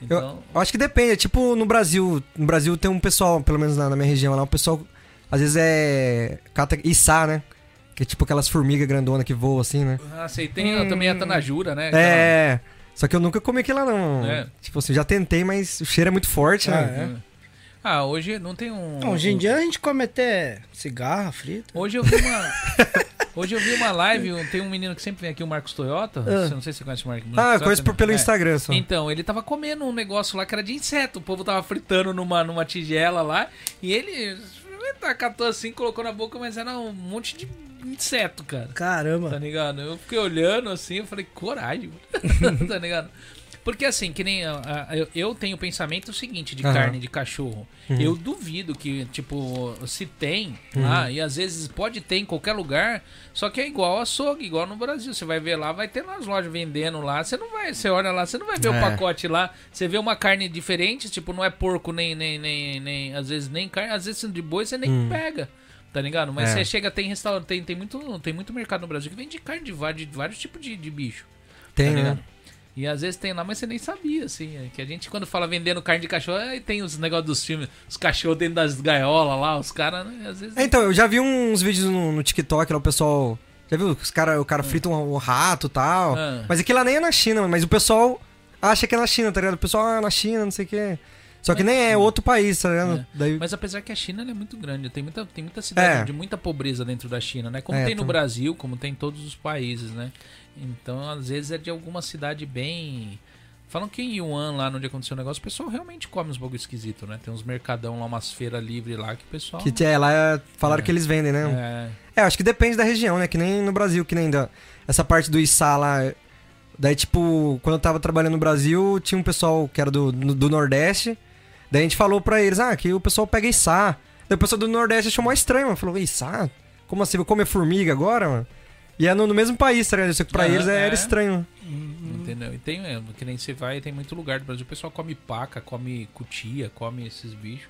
A: Então...
C: Eu, eu acho que depende. Tipo, no Brasil, no Brasil tem um pessoal, pelo menos na, na minha região lá, o pessoal, às vezes é... cata içá, né? Que é tipo aquelas formigas grandonas que voam assim, né?
A: Ah, sei, tem hum... também a tanajura, né?
C: É... Aquela... Só que eu nunca comi aquilo lá, não.
A: É.
C: Tipo assim, já tentei, mas o cheiro é muito forte,
B: ah,
C: né?
B: É.
A: Ah, hoje não tem um...
B: Não, hoje em dia a gente come até cigarra frita.
A: Hoje eu vi uma... Hoje eu vi uma live, tem um menino que sempre vem aqui, o Marcos Toyota.
B: Ah.
A: Não sei se você conhece o Marcos.
C: Ah, eu conheço por, pelo
A: é.
C: Instagram só.
A: Então, ele tava comendo um negócio lá que era de inseto. O povo tava fritando numa, numa tigela lá. E ele catou assim, colocou na boca, mas era um monte de inseto, cara.
B: Caramba.
A: Tá ligado? Eu fiquei olhando assim, eu falei, coragem. Tá ligado? Porque assim, que nem uh, eu, eu tenho o pensamento seguinte de uhum. carne de cachorro. Uhum. Eu duvido que, tipo, se tem uhum. lá, e às vezes pode ter em qualquer lugar, só que é igual açougue, igual no Brasil. Você vai ver lá, vai ter nas lojas vendendo lá, você não vai, você olha lá, você não vai ver é. o pacote lá, você vê uma carne diferente, tipo, não é porco, nem, nem, nem, nem às vezes nem carne, às vezes de boi você nem uhum. pega. Tá ligado? Mas é. você chega, tem restaurante, tem, tem, muito, tem muito mercado no Brasil que vende carne de vários, de vários tipos de, de bicho.
C: Tem,
A: tá ligado?
C: Né?
A: E às vezes tem lá, mas você nem sabia, assim. É que a gente, quando fala vendendo carne de cachorro, aí tem os negócios dos filmes, os cachorros dentro das gaiolas lá, os caras, né? Às vezes...
C: É, então, eu já vi uns vídeos no, no TikTok lá, o pessoal. Já viu? Os cara, o cara frita um, um rato e tal. Ah. Mas aquilo lá nem é na China, mas o pessoal acha que é na China, tá ligado? O pessoal, ah, na China, não sei o quê. Só que mas, nem é outro país, tá ligado?
A: É.
C: Daí...
A: Mas apesar que a China ela é muito grande, tem muita, tem muita cidade é. de muita pobreza dentro da China, né? Como é, tem no tô... Brasil, como tem em todos os países, né? Então, às vezes é de alguma cidade bem... Falam que em Yuan, lá onde aconteceu o negócio, o pessoal realmente come uns bagulho esquisito, né? Tem uns mercadão lá, umas feiras livres lá que o pessoal...
C: Que é, lá falaram é. que eles vendem, né? É. é, acho que depende da região, né? Que nem no Brasil, que nem da... Essa parte do içá lá... Daí, tipo, quando eu tava trabalhando no Brasil, tinha um pessoal que era do, do, do Nordeste. Daí a gente falou pra eles, ah, que o pessoal pega içá. Daí o pessoal do Nordeste achou mais estranho, mano. Falou, içá? Como assim? Vou comer formiga agora, mano? E é no, no mesmo país, tá ligado? Só que pra uhum, eles é, era estranho.
A: Uhum. Entendeu? E tem mesmo, que nem você vai, tem muito lugar do Brasil. O pessoal come paca, come cutia, come esses bichos.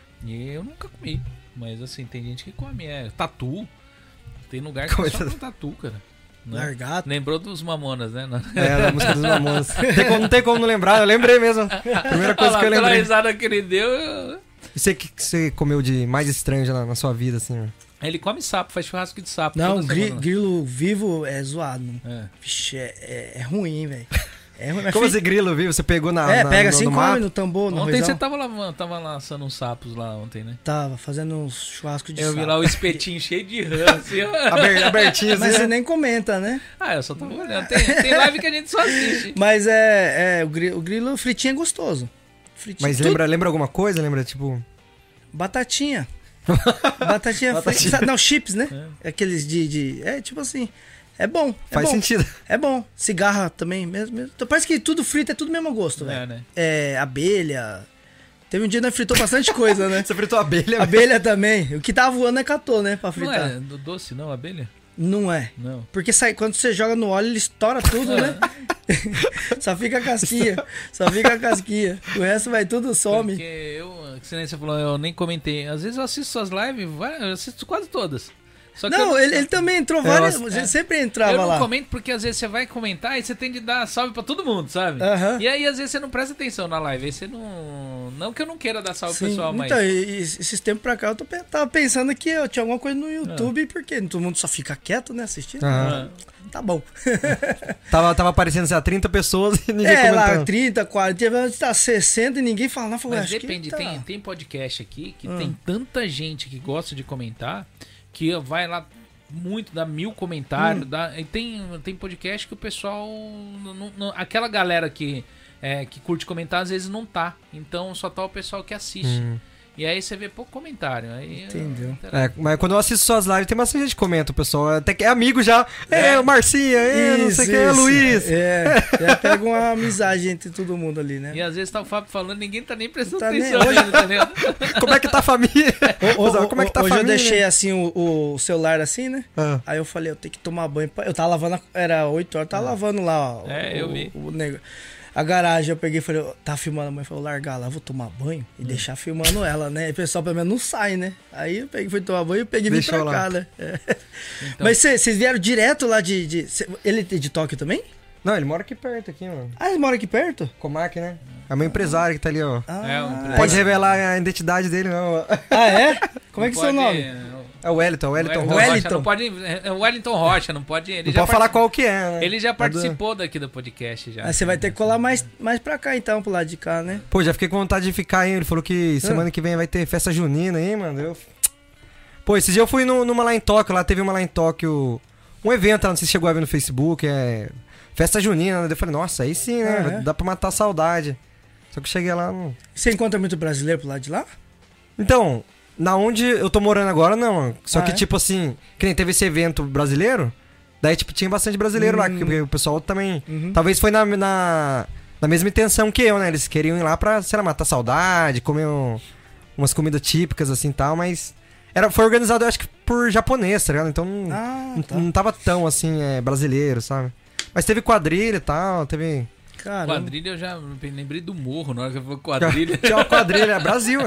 A: E eu nunca comi. Mas assim, tem gente que come, é tatu. Tem lugar que o pessoal come tatu, cara.
B: Largado.
A: Lembrou dos Mamonas, né?
C: É, da música dos Mamonas. tem como, não tem como não lembrar, eu lembrei mesmo. Primeira coisa lá, que eu lembrei.
A: Aquela risada que ele deu... Eu...
C: E você que você comeu de mais estranho já na, na sua vida, assim, né?
A: Ele come sapo, faz churrasco de sapo.
B: Não, gri, grilo vivo é zoado.
A: É.
B: Vixe, é, é, é ruim, velho. É ruim.
C: Como esse grilo vivo? Você pegou na
B: É,
C: na,
B: pega
C: no,
B: assim,
C: no
B: come
C: mato?
B: no tambor, no
A: Ontem
B: arrozão.
A: você tava, lá, tava lá assando uns sapos lá ontem, né?
B: Tava, fazendo uns churrascos de
A: Eu
B: sapo.
A: vi lá o espetinho cheio de rã, assim,
C: Aber, abertinho, assim.
B: Mas você nem comenta, né?
A: Ah, eu só tava olhando. Tem, tem live que a gente só assiste.
B: Mas é, é o, grilo, o grilo fritinho é gostoso. Fritinho,
C: Mas
B: tudo...
C: lembra, lembra alguma coisa? Lembra, tipo...
B: Batatinha. Batatinha frita. Não, chips, né? É. Aqueles de, de... É, tipo assim... É bom. É
C: Faz
B: bom.
C: sentido.
B: É bom. Cigarra também, mesmo. mesmo. Então, parece que tudo frito é tudo mesmo gosto, velho.
A: É, né?
B: É, abelha. Teve um dia que nós fritou bastante coisa, né?
C: Você fritou abelha?
B: Abelha também. O que tava voando é catou, né? Pra fritar.
A: Não é do doce, não, abelha?
B: Não é.
A: Não.
B: Porque sai, quando você joga no óleo, ele estoura tudo, né? Só fica a casquinha. Só fica a casquinha. O resto vai tudo, some.
A: Porque eu, que você falou, eu nem comentei. Às vezes eu assisto suas lives, eu assisto quase todas. Só que
B: não,
A: eu...
B: ele, ele também entrou várias.
A: Eu,
B: ele
A: é.
B: sempre entrava lá.
A: Eu não
B: lá.
A: comento porque às vezes você vai comentar e você tem de dar salve pra todo mundo, sabe?
B: Uh-huh.
A: E aí às vezes você não presta atenção na live. Aí você não. Não que eu não queira dar salve pro pessoal, mas.
B: Então, e, esses tempos pra cá eu tô, tava pensando que eu tinha alguma coisa no YouTube, ah. porque todo mundo só fica quieto, né? Assistindo.
C: Ah.
B: Tá bom.
C: tava, tava aparecendo assim, trinta pessoas e ninguém
B: é,
C: comentando.
B: lá, trinta, quarenta, tá sessenta e ninguém fala. Não, falou,
A: mas
B: acho
A: depende,
B: que tá...
A: tem, tem podcast aqui que
B: hum.
A: tem tanta gente que gosta de comentar que vai lá. Muito, dá mil comentários, hum. dá, e tem, tem podcast que o pessoal, não, não, aquela galera que, é, que curte comentar às vezes não tá, então só tá o pessoal que assiste. Hum. E aí você vê pouco comentário. Aí
B: Entendeu?
A: Eu,
C: é, mas quando eu assisto suas lives, tem bastante gente que comenta, o pessoal até que é amigo já. É, é o Marcinha, é, não sei quem, é o Luiz.
B: É, já pega uma amizade entre todo mundo ali, né?
A: E às vezes tá o Fábio falando, ninguém tá nem prestando
B: tá
A: atenção.
B: Nem...
A: Ainda, tá ligado?
C: Como é que tá a família?
B: O, o,
C: Como é que tá a
B: hoje
C: família?
B: eu deixei assim o, o celular assim, né?
C: Ah.
B: Aí eu falei, eu tenho que tomar banho. Eu tava lavando, a... era oito horas, eu tava ah. lavando lá, ó.
A: É,
B: o,
A: eu vi.
B: O, o negócio. A garagem, eu peguei e falei, tá filmando a mãe, falou, largar lá, vou tomar banho e hum. deixar filmando ela, né? E o pessoal pelo menos não sai, né? Aí eu peguei, fui tomar banho e peguei e vim pra lá. cá, né? É. Então. Mas vocês vieram direto lá de, de... Ele é de Tóquio também?
C: Não, ele mora aqui perto, aqui, mano.
B: Ah, ele mora aqui perto?
C: Comac, né? É o meu empresário que tá ali, ó.
B: Ah,
A: É, um empresário.
C: Pode revelar a identidade dele, não.
B: ah, é? Como é que é o seu
A: Pode-
B: nome?
C: É o Wellington, o Wellington
A: Wellington
C: Rocha.
A: Rocha. Não pode, é o Wellington Rocha, não pode. Ele
C: Não
A: já
C: pode falar
A: participou-
C: qual que é, né?
A: Ele já
C: É do-
A: participou daqui do podcast já.
B: Ah, você vai ter que colar mais, mais pra cá então, pro lado de cá, né?
C: Pô, já fiquei com vontade de ficar aí. Ele falou que semana que vem vai ter festa junina aí, mano. Eu... Pô, esse dia eu fui no- numa lá em Tóquio, lá teve uma lá em Tóquio, um evento, não sei se chegou a ver no Facebook, é festa junina, né? Eu falei, nossa, aí sim, né?
B: Ah, é?
C: Dá pra matar a saudade. Só que eu cheguei lá, não...
B: Você encontra muito brasileiro pro lado de lá?
C: Então, na onde eu tô morando agora, não, mano. Só
B: Ah,
C: que,
B: é?
C: tipo assim, que nem teve esse evento brasileiro, daí, tipo, tinha bastante brasileiro lá,
B: Hum.
C: porque o pessoal também...
B: Uhum.
C: Talvez foi na, na, na mesma intenção que eu, né? Eles queriam ir lá pra, sei lá, matar saudade, comer um- umas comidas típicas, assim, tal, mas... Era, foi organizado, eu acho que por japonês, tá ligado? Então não,
B: Ah,
C: não,
B: tá.
C: não tava tão, assim, é, brasileiro, sabe? Mas teve quadrilha e tal, teve...
B: Caramba.
A: Quadrilha eu já lembrei do morro na hora que eu falei quadrilha,
C: Tinha uma quadrilha, Brasil.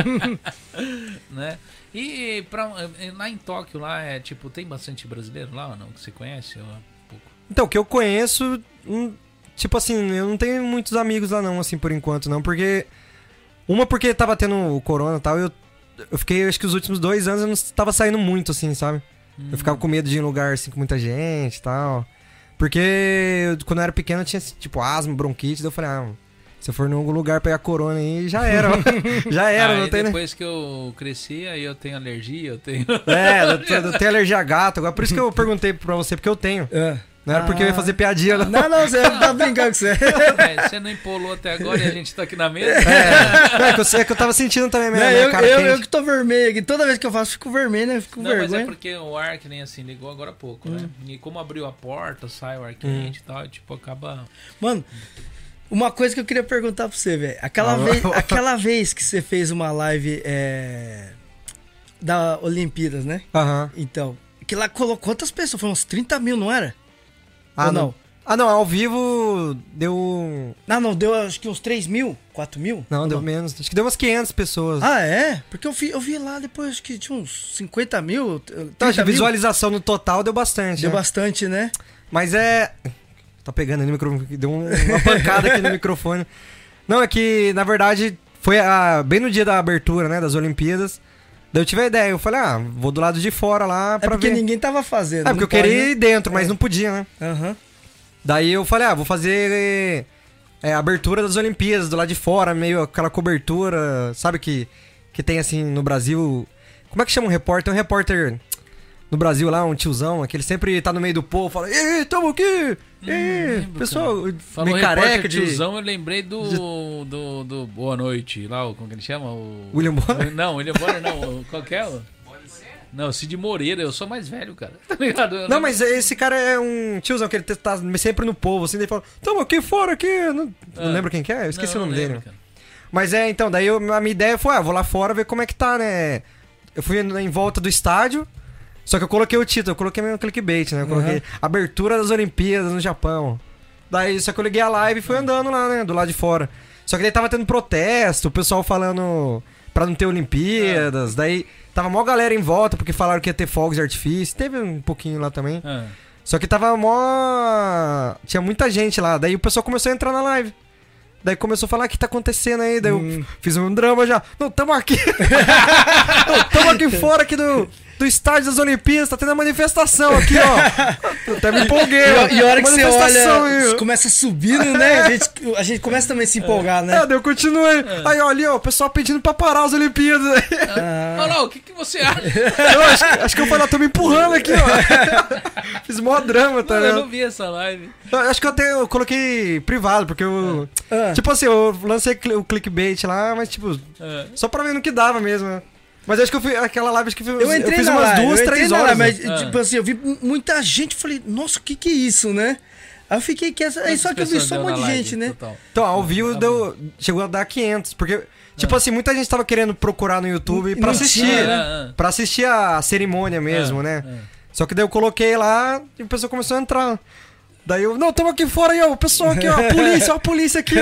A: né? E pra, lá em Tóquio, lá é tipo, tem bastante brasileiro lá ou não? Que você conhece? Ou é pouco?
C: Então, o que eu conheço, hum, tipo assim, eu não tenho muitos amigos lá não, assim, por enquanto, não, porque... Uma porque tava tendo o corona e tal, e eu, eu fiquei, acho que os últimos dois anos eu não tava saindo muito, assim, sabe?
A: Hum.
C: Eu ficava com medo de ir em lugar, assim, com muita gente e tal. Porque eu, quando eu era pequeno eu tinha, tipo, asma, bronquite, daí eu falei, ah, se eu for em algum lugar pegar corona aí, já era, já era,
A: Aí
C: não tem, né?
A: depois que eu cresci, aí eu tenho alergia, eu tenho...
C: É, eu, tenho- eu tenho alergia a gato, agora por isso que eu perguntei pra você, porque eu tenho.
B: Ah.
C: Não era porque eu ia fazer piadinha, não.
B: Não, não, você tá brincando com você.
A: É, você não empolou até agora e a gente tá aqui na mesa?
C: É, não, é que eu sei que eu tava sentindo também minha,
B: Não,
C: minha
B: eu,
C: cara
B: eu,
C: quente.
B: eu que tô vermelho aqui. Toda vez que eu faço, fico vermelho, né? Fico
A: Não, mas
B: vergonha.
A: é porque o ar que nem assim ligou agora há pouco, né? E como abriu a porta, sai o ar quente e tal, e, tipo, acaba...
B: Mano, uma coisa que eu queria perguntar pra você, velho. Aquela,
C: Ah,
B: vez,
C: vai.
B: aquela vez que você fez uma live é, da Olimpíadas, né?
C: Aham.
B: Então, que lá colocou quantas pessoas? Foram uns trinta mil, não era?
C: Ah,
B: Ou
C: não.
B: não?
C: Ah, não, ao vivo deu...
B: Não, não, deu acho que uns três mil? quatro mil?
C: Não,
B: Ou
C: deu menos. Acho que deu umas quinhentas pessoas.
B: Ah, é? Porque eu vi, eu vi lá depois, acho que tinha uns cinquenta mil,
C: Então, acho
B: trinta
C: que a
B: mil.
C: visualização no total deu bastante.
B: Deu
C: né?
B: bastante, né?
C: Mas é... Tá pegando aí no microfone. Deu um- uma pancada aqui no microfone. Não, é que, na verdade, foi a- bem no dia da abertura, né, das Olimpíadas. Daí eu tive a ideia. Eu falei, ah, vou do lado de fora lá
B: É
C: pra
B: porque
C: ver.
B: ninguém tava fazendo.
C: É, porque
B: não
C: eu queria
B: pode,
C: ir dentro, mas
B: É.
C: não podia, né?
B: né? Aham.
C: Daí eu falei, ah, vou fazer é, a abertura das Olimpíadas do lado de fora, meio aquela cobertura, sabe que, que tem assim no Brasil. Como é que chama um repórter? Tem um repórter no Brasil lá, um tiozão, que ele sempre tá no meio do povo, fala, ei, tamo aqui! Ei,
A: lembro,
C: pessoal,
A: Falou
C: meio
A: repórter
C: careca de...
A: tiozão, eu lembrei do, do, do Boa Noite, lá, o- como que ele chama? O...
C: William Bonner?
A: Não, William Bonner não, o- qual que é? o- Não, Cid Moreira, eu sou mais velho, cara, tá ligado? Eu
C: Não, mas esse cara é um tiozão que ele tá sempre no povo, assim, daí ele fala, tamo aqui fora, aqui, não,
A: Ah.
C: não lembro quem que é, eu esqueci
A: Não,
C: o nome
A: não
C: dele.
A: lembro, cara.
C: Mas é, então, daí eu- a minha ideia foi, ah, vou lá fora ver como é que tá, né? Eu fui em volta do estádio, só que eu coloquei o título, eu coloquei meu clickbait, né? Eu coloquei
B: Uhum.
C: Abertura das Olimpíadas no Japão. Daí, só que eu liguei a live e fui andando lá, né? Do lado de fora. Só que daí tava tendo protesto, o pessoal falando pra não ter Olimpíadas. Daí tava mó galera em volta, porque falaram que ia ter fogos de artifício. Teve um pouquinho lá também.
A: Ah.
C: Só que tava mó... Tinha muita gente lá. Daí o pessoal começou a entrar na live. Daí começou a falar o que tá acontecendo aí. Daí
B: Hum.
C: eu fiz um drama já. Não, tamo aqui. Não, tamo aqui fora aqui do, do estádio das Olimpíadas. Tá tendo a manifestação aqui, ó. Eu até me empolguei. ó.
B: E, e a hora que você
C: Manifestação
B: olha,
C: aí, ó.
B: começa subindo, né? A gente, a gente começa também a se empolgar, né?
C: É, daí eu continuei. Aí, ó, ali, ó, o pessoal pedindo pra parar as Olimpíadas.
B: Ah,
A: Olha lá, o que, que você acha?
C: Eu acho, que- acho que eu falei, ó, tô me empurrando aqui, ó. Fiz mó drama, tá
A: Mano, eu
C: ligado?
A: não vi essa live.
C: Eu acho que eu até eu coloquei privado, porque eu.
B: ah.
C: Tipo assim, eu lancei cli- o clickbait lá, mas tipo,
A: Ah.
C: só pra ver no que dava mesmo, né? Mas acho que eu fiz aquela live, acho que eu,
B: Eu entrei
C: fiz
B: na
C: umas
B: live,
C: duas,
B: eu entrei
C: três
B: na
C: horas.
B: live,
C: né?
B: mas,
A: Ah.
B: tipo assim, eu vi m- muita gente, falei, nossa, o que que é isso, né? Aí eu fiquei quieto, aí só que eu vi só um monte de gente, né?
A: Total.
C: Então, ao vivo deu, chegou a dar quinhentos, porque, tipo assim, muita gente tava querendo procurar no YouTube pra
B: Não
C: assistir,
B: tinha,
C: né?
A: né?
C: Pra assistir a cerimônia mesmo,
A: Ah,
C: né?
A: ah.
C: Só que daí eu coloquei lá e o pessoal começou a entrar. Daí eu, não, tamo aqui fora aí, ó, o pessoal aqui, ó, a polícia, ó, a polícia aqui,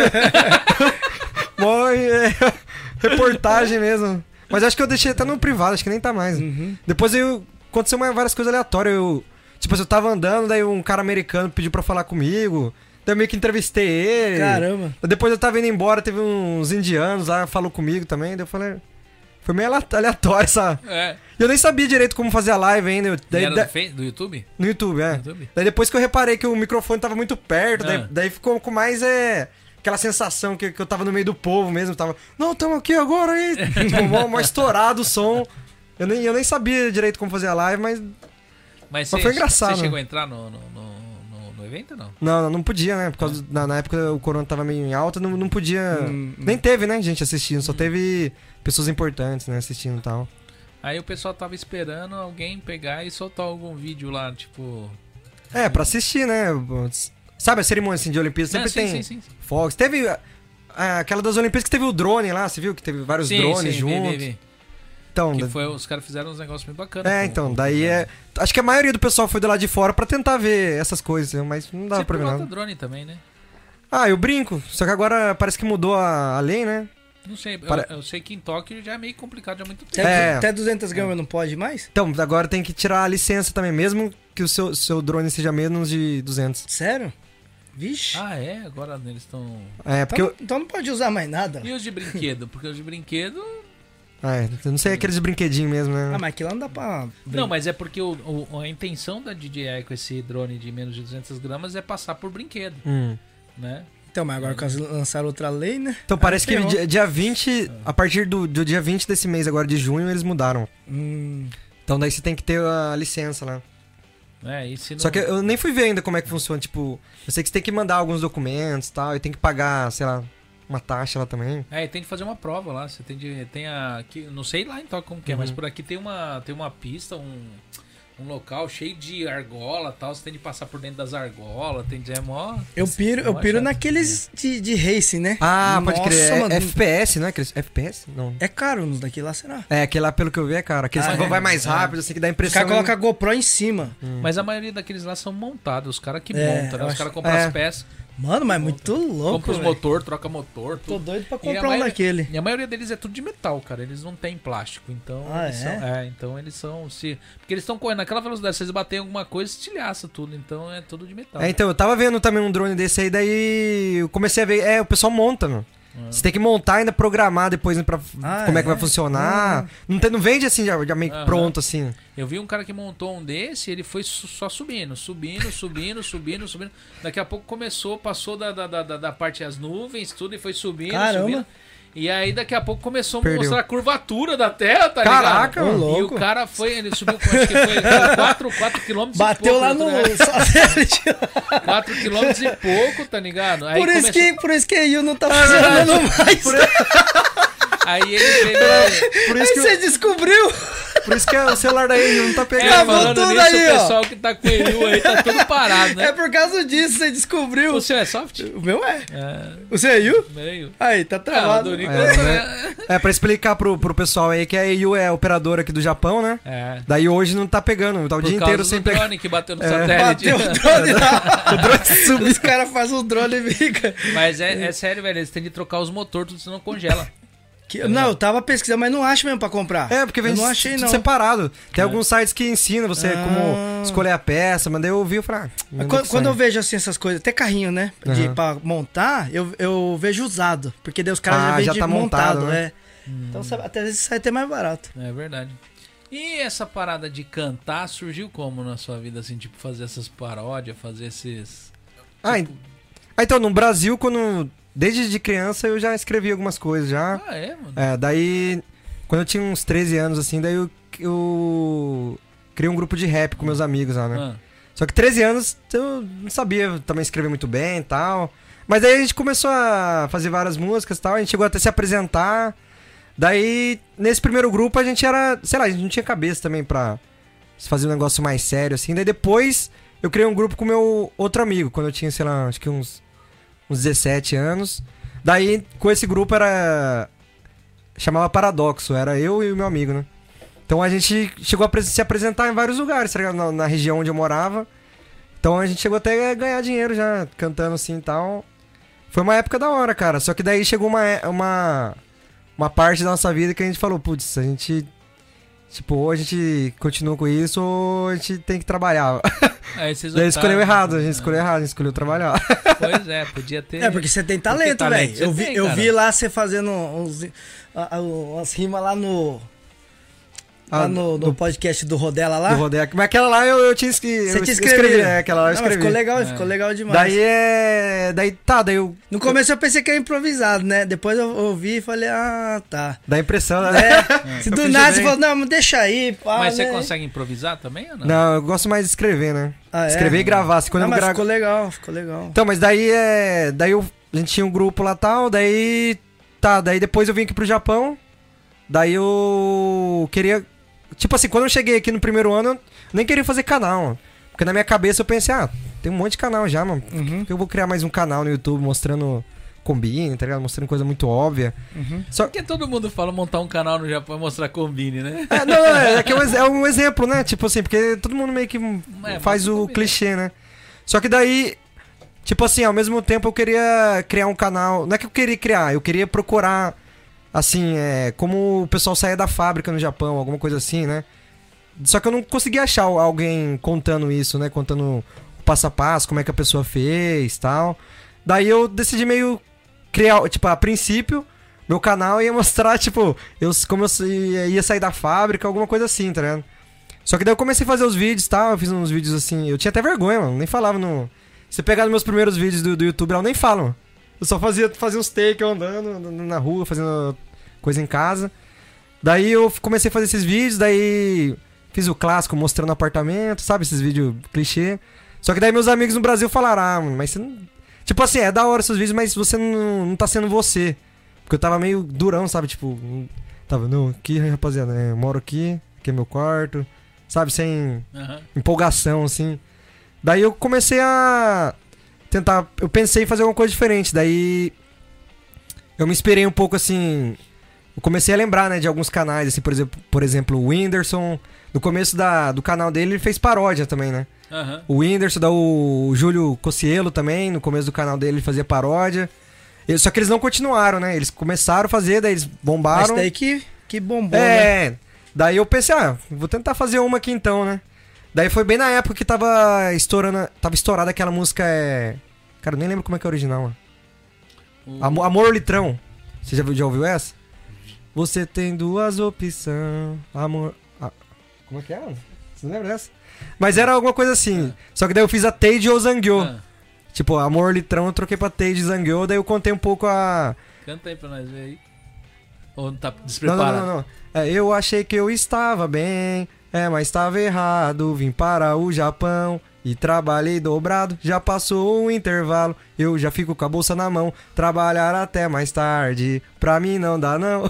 C: ó. Mó, é, reportagem mesmo. Mas acho que eu deixei até no privado, acho que nem tá mais.
B: Uhum.
C: Depois eu, aconteceu uma- várias coisas aleatórias, eu, tipo assim, eu tava andando, daí um cara americano pediu pra falar comigo, Daí eu meio que entrevistei ele.
B: Caramba.
C: Depois eu tava indo embora, teve uns indianos lá, falou comigo também. Daí eu falei... Foi meio aleatório essa...
A: É.
C: E eu nem sabia direito como fazer a live ainda. Eu-
A: E
C: Daí,
A: era
C: da-
A: do, Face- do YouTube?
C: No YouTube, é.
A: No YouTube?
C: Daí depois que eu reparei que o microfone tava muito perto,
A: Ah.
C: daí, daí ficou com mais é, aquela sensação que, que eu tava no meio do povo mesmo. Tava, não, tamo aqui agora aí. Tipo, mó, mó estourado o som. Eu nem, eu nem sabia direito como fazer a live, mas.
A: Mas,
C: Mas
A: você,
C: foi engraçado,
A: Você
C: né?
A: chegou a entrar no, no, no, no- no evento ou não?
C: Não, não, não podia, né? Por causa do- na, na época o corona tava meio em alta, não, não podia.
B: Hum,
C: Nem teve, né, gente assistindo, só teve pessoas importantes, né, assistindo e tal.
A: Aí o pessoal tava esperando alguém pegar e soltar algum vídeo lá, tipo...
C: É, pra assistir, né? Sabe a cerimônia assim, de Olimpíadas sempre
A: Ah, sim,
C: tem
A: sim, sim, sim.
C: fogos. Teve ah, aquela das Olimpíadas que teve o drone lá, você viu? Que teve vários
A: Sim,
C: drones
A: sim, vi,
C: juntos.
A: vi, vi.
C: Então,
A: Que
C: da-
A: foi, os caras fizeram uns negócios bem bacanas.
C: é,
A: com-
C: então,
A: com-
C: daí
A: com-
C: é. Acho que a maioria do pessoal foi do lado de fora pra tentar ver essas coisas, mas não dava
A: Você
C: pra ver
A: pilota
C: nada.
A: drone também, né?
C: Ah, eu brinco, só que agora parece que mudou a, a lei, né?
A: Não sei, eu-
C: Para-
A: eu, sei que em Tóquio já é meio complicado já há muito
B: Até,
A: tempo.
C: É.
B: até duzentas gramas não pode mais?
C: Então, agora tem que tirar a licença também, mesmo que o seu, seu drone seja menos de duzentos.
B: Sério? Vixe.
A: Ah, é? Agora eles estão...
C: É, porque
B: então,
C: eu.
B: então não pode usar mais nada.
A: E os de brinquedo? Porque os de brinquedo...
C: É, eu não sei aqueles brinquedinhos mesmo, né?
B: Ah, mas aquilo não dá pra...
A: Não, mas é porque o, o- a intenção da D J I com esse drone de menos de duzentas gramas é passar por brinquedo,
C: Hum.
A: né?
B: Então, mas agora que eles lançaram outra lei, né?
C: Então parece
B: Aí
C: que
B: ferrou.
C: dia, dia vinte, a partir do, do dia vinte desse mês agora de junho, eles mudaram.
B: Hum,
C: Então daí você tem que ter a licença lá.
A: É, e se não...
C: Só que eu nem fui ver ainda como é que funciona, tipo, eu sei que você tem que mandar alguns documentos e tal, e tem que pagar, sei lá, uma taxa lá também.
A: É, e tem que fazer uma prova lá. Você tem de. Tem a. Aqui, não sei lá em Tóquio como que é,
C: Uhum.
A: mas por aqui tem uma, tem uma pista, um, um local cheio de argola e tal. Você tem de passar por dentro das argolas, tem de. É mó.
B: eu piro, eu
A: mó
B: piro
A: chato.
B: naqueles de, de racing, né?
C: Ah, pode
B: Nossa,
C: crer. É
B: mano.
C: F P S, não é? Aqueles F P S? Não.
B: É caro nos daqui lá, será?
C: É, aquele lá, pelo que eu vi, é cara. Aqueles
B: Ah,
C: que
B: é?
C: vai mais
A: É.
C: rápido, assim, que dá
B: Os
C: impressão.
B: caras colocam a GoPro em cima.
A: Mas a maioria daqueles lá são montados, os caras que
B: É,
A: montam, né?
B: eu
A: Os
B: acho-
A: caras compram
C: é.
A: as peças,
B: Mano, mas muito louco,
A: compram os
B: velho.
A: motor, troca motor,
B: Tô
A: tudo.
B: doido pra
A: E a
B: comprar um
A: maioria-
B: daquele.
A: E a maioria deles é tudo de metal, cara. Eles não têm plástico. Então,
B: Ah,
A: eles
B: é?
A: são, é, então eles são. Se, porque eles estão correndo naquela velocidade. Se eles baterem alguma coisa, estilhaça tudo. Então é tudo de metal.
C: É, então, eu tava vendo também um drone desse aí, daí eu comecei a ver, é, o pessoal monta, mano. Você tem que montar e ainda programar depois pra
B: Ah,
C: como é que
B: é?
C: vai funcionar. Não, tem, não vende assim, já, já meio que
A: Aham.
C: pronto, assim.
A: Eu vi um cara que montou um desse, ele foi su- só subindo, subindo, subindo, subindo, subindo. Daqui a pouco começou, passou da, da, da, da parte das nuvens, tudo, e foi subindo,
B: Caramba.
A: subindo. E aí daqui a pouco começou a
C: Perdeu.
A: mostrar a curvatura da Terra, tá
C: Caraca,
A: ligado?
B: mano.
A: E
B: Louco.
A: o cara foi, ele subiu, acho que foi quatro quilômetros
B: Bateu
A: e pouco.
B: lá no
A: né?
B: satélite.
A: quatro quilômetros e pouco, tá ligado? Aí
B: Por isso,
A: começou-
B: que, por isso que a Yu não tá funcionando mais.
A: Aí ele veio...
C: Por
B: Aí
C: isso que,
B: você descobriu.
C: por isso que o celular daí não tá
A: É,
C: pegando.
B: Acabou
A: falando
B: tudo
A: nisso,
B: aí,
A: o
B: ó.
A: pessoal que tá com o Elu aí tá tudo parado, né?
B: É por causa disso você descobriu.
A: O seu é soft?
B: O meu é.
A: É,
B: O seu é Yu?
A: meio.
B: Aí, tá
A: Ah, o
B: travado.
A: do Nicolas
C: É,
A: é,
C: É, pra explicar pro, pro pessoal aí que a E U é operadora aqui do Japão, né?
A: é.
C: Daí hoje não tá pegando, tá o
A: Por
C: dia
A: causa
C: inteiro
A: do
C: sem pegar.
A: drone que bateu no
C: É.
A: satélite.
B: Bateu o drone lá. O drone subiu. Os caras fazem o drone e fica.
A: Mas é, é sério, velho. Eles têm de trocar os motores, tudo senão congela.
B: Que- não, eu tava pesquisando, mas não acho mesmo pra comprar.
C: É, porque vem
B: eu não achei,
C: tudo
B: não.
C: separado. Tem alguns sites que ensinam você
B: Ah.
C: como escolher a peça, mas daí eu vi e falei, ah, não
B: Mas
C: é
B: Quando,
C: muito
B: quando eu
C: estranho.
B: vejo assim essas coisas, até carrinho, né? De,
C: Aham.
B: pra montar, eu, eu vejo usado. Porque daí os caras
C: Ah,
B: já vêm
C: já
B: de
C: tá
B: montado,
C: montado, né?
B: né? Então sabe, até às vezes sai até mais barato.
A: É verdade. E essa parada de cantar surgiu como na sua vida, assim, tipo, fazer essas paródias, fazer esses...
C: Ah,
A: tipo-
C: ah, então, no Brasil, quando. Desde de criança eu já escrevi algumas coisas já.
A: Ah, é, mano?
C: É, daí. Quando eu tinha uns treze anos, assim, daí eu, eu criei um grupo de rap com meus amigos lá, né?
A: Ah,
C: Só que treze anos eu não sabia também escrever muito bem e tal. Mas daí a gente começou a fazer várias músicas e tal, a gente chegou até se apresentar. Daí, nesse primeiro grupo, a gente era, sei lá, a gente não tinha cabeça também pra fazer um negócio mais sério, assim. Daí depois eu criei um grupo com meu outro amigo, quando eu tinha, sei lá, acho que uns, uns dezessete anos. Daí, com esse grupo era... chamava Paradoxo, era eu e o meu amigo, né? Então a gente chegou a apre- se apresentar em vários lugares, tá ligado? Na, na região onde eu morava. Então a gente chegou até a ganhar dinheiro já, cantando assim e tal. Foi uma época da hora, cara. Só que daí chegou uma, uma, uma parte da nossa vida que a gente falou, putz, a gente Tipo, ou a gente continua com isso, ou a gente tem que trabalhar.
A: Aí vocês
C: Daí
A: optaram,
C: escolheu errado, a gente
A: né?
C: escolheu errado, a gente escolheu trabalhar.
A: Pois é, podia ter.
B: É, porque você tem
A: Porque
B: talento,
A: talento
B: velho.
A: você
B: Eu, vi,
A: tem,
B: eu
A: cara.
B: vi lá você fazendo uns, a- a- umas rimas lá no. Lá
C: Ah,
B: no, no
C: do-
B: podcast do Rodela lá.
C: Do rodeio. Mas aquela lá eu, eu tinha escrito.
B: Você
C: eu
B: tinha
C: escrevi,
B: escrevido.
C: É, aquela lá eu
B: Não, mas
C: escrevi.
B: ficou legal,
A: É.
B: ficou legal demais.
C: Daí é. Daí tá, daí eu.
B: No começo eu pensei que era improvisado, né? Depois eu ouvi e falei, ah, tá.
C: Dá a impressão, né?
B: É, se
C: Eu
B: do
C: fingi
B: nada você
C: bem.
B: falou, não, mas deixa aí, pá,
A: Mas você
B: né?
A: consegue improvisar também ou não?
C: Não, eu gosto mais de escrever, né?
B: Ah, é?
C: Escrever e gravar. Assim, quando
B: Não,
C: eu
B: mas
C: gravo.
B: ficou legal, ficou legal.
C: Então, mas daí é. Daí eu, a gente tinha um grupo lá tal, daí. Tá, daí depois eu vim aqui pro Japão. Daí eu queria. Tipo assim, quando eu cheguei aqui no primeiro ano, eu nem queria fazer canal, mano. Porque na minha cabeça eu pensei, ah, tem um monte de canal já, mano.
B: Uhum.
C: Por que eu vou criar mais um canal no YouTube mostrando Combine, tá ligado? Mostrando coisa muito óbvia.
B: Uhum.
C: Só
A: Porque todo mundo fala montar um canal no Japão e mostrar Combine, né?
C: É, não, é, é que é um, ex- é um exemplo, né? Tipo assim, porque todo mundo meio que
A: É,
C: faz
A: mostra
C: o
A: Combine.
C: clichê, né? Só que daí, tipo assim, ao mesmo tempo eu queria criar um canal. Não é que eu queria criar, eu queria procurar, assim, é, como o pessoal saía da fábrica no Japão, alguma coisa assim, né? Só que eu não conseguia achar alguém contando isso, né? Contando o passo a passo, como é que a pessoa fez e tal. Daí eu decidi meio criar, tipo, a princípio, meu canal ia mostrar, tipo, eu, como eu ia ia sair da fábrica, alguma coisa assim, tá ligado? Só que daí eu comecei a fazer os vídeos e tal, eu fiz uns vídeos assim, eu tinha até vergonha, mano, nem falava no... Se você pegar nos meus primeiros vídeos do, do YouTube, eu nem falo, mano. Eu só fazia, fazia uns takes eu andando na rua, fazendo coisa em casa. Daí eu comecei a fazer esses vídeos, daí fiz o clássico mostrando apartamento, sabe? Esses vídeos clichê. Só que daí meus amigos no Brasil falaram, ah, mano, mas você não... Tipo assim, é da hora esses vídeos, mas você não, não tá sendo você. Porque eu tava meio durão, sabe? Tipo, tava, não, aqui, rapaziada, né? Eu moro aqui, aqui é meu quarto, sabe? Sem
A: Aham.
C: empolgação, assim. Daí eu comecei a tentar... Eu pensei em fazer alguma coisa diferente. Daí eu me inspirei um pouco, assim... Eu comecei a lembrar, né, de alguns canais, assim, por exemplo, por exemplo o Whindersson. No começo da, do canal dele, ele fez paródia também, né?
A: Aham.
C: O Whindersson, da, o Júlio Cocielo também, no começo do canal dele, ele fazia paródia. E- Só que eles não continuaram, né? Eles começaram a fazer, daí eles
B: Mas
C: bombaram.
B: daí que, que bombou, né?
C: É, daí eu pensei, ah, vou tentar fazer uma aqui então, né? Daí foi bem na época que tava estourando, tava estourada aquela música, é... Cara, eu nem lembro como é que é a original, mano.
A: O-
C: Amor, Amor ou Litrão. Você já, viu- já ouviu essa? Você tem duas opções, amor... ah, como é que é, mano? Você não lembra dessa? Mas era alguma coisa assim. Só que daí eu fiz a Teide ou Zangueô.
A: Ah,
C: Tipo, Amor Litrão eu troquei pra Teide Zangueô, daí eu contei um pouco a...
A: canta aí pra nós ver aí. Ou tá
C: Não,
A: despreparado?
C: não, não, não. É, eu achei que eu estava bem, é, mas estava errado. Vim para o Japão e trabalhei dobrado. Já passou o intervalo, eu já fico com a bolsa na mão. Trabalhar até mais tarde, pra mim não dá não.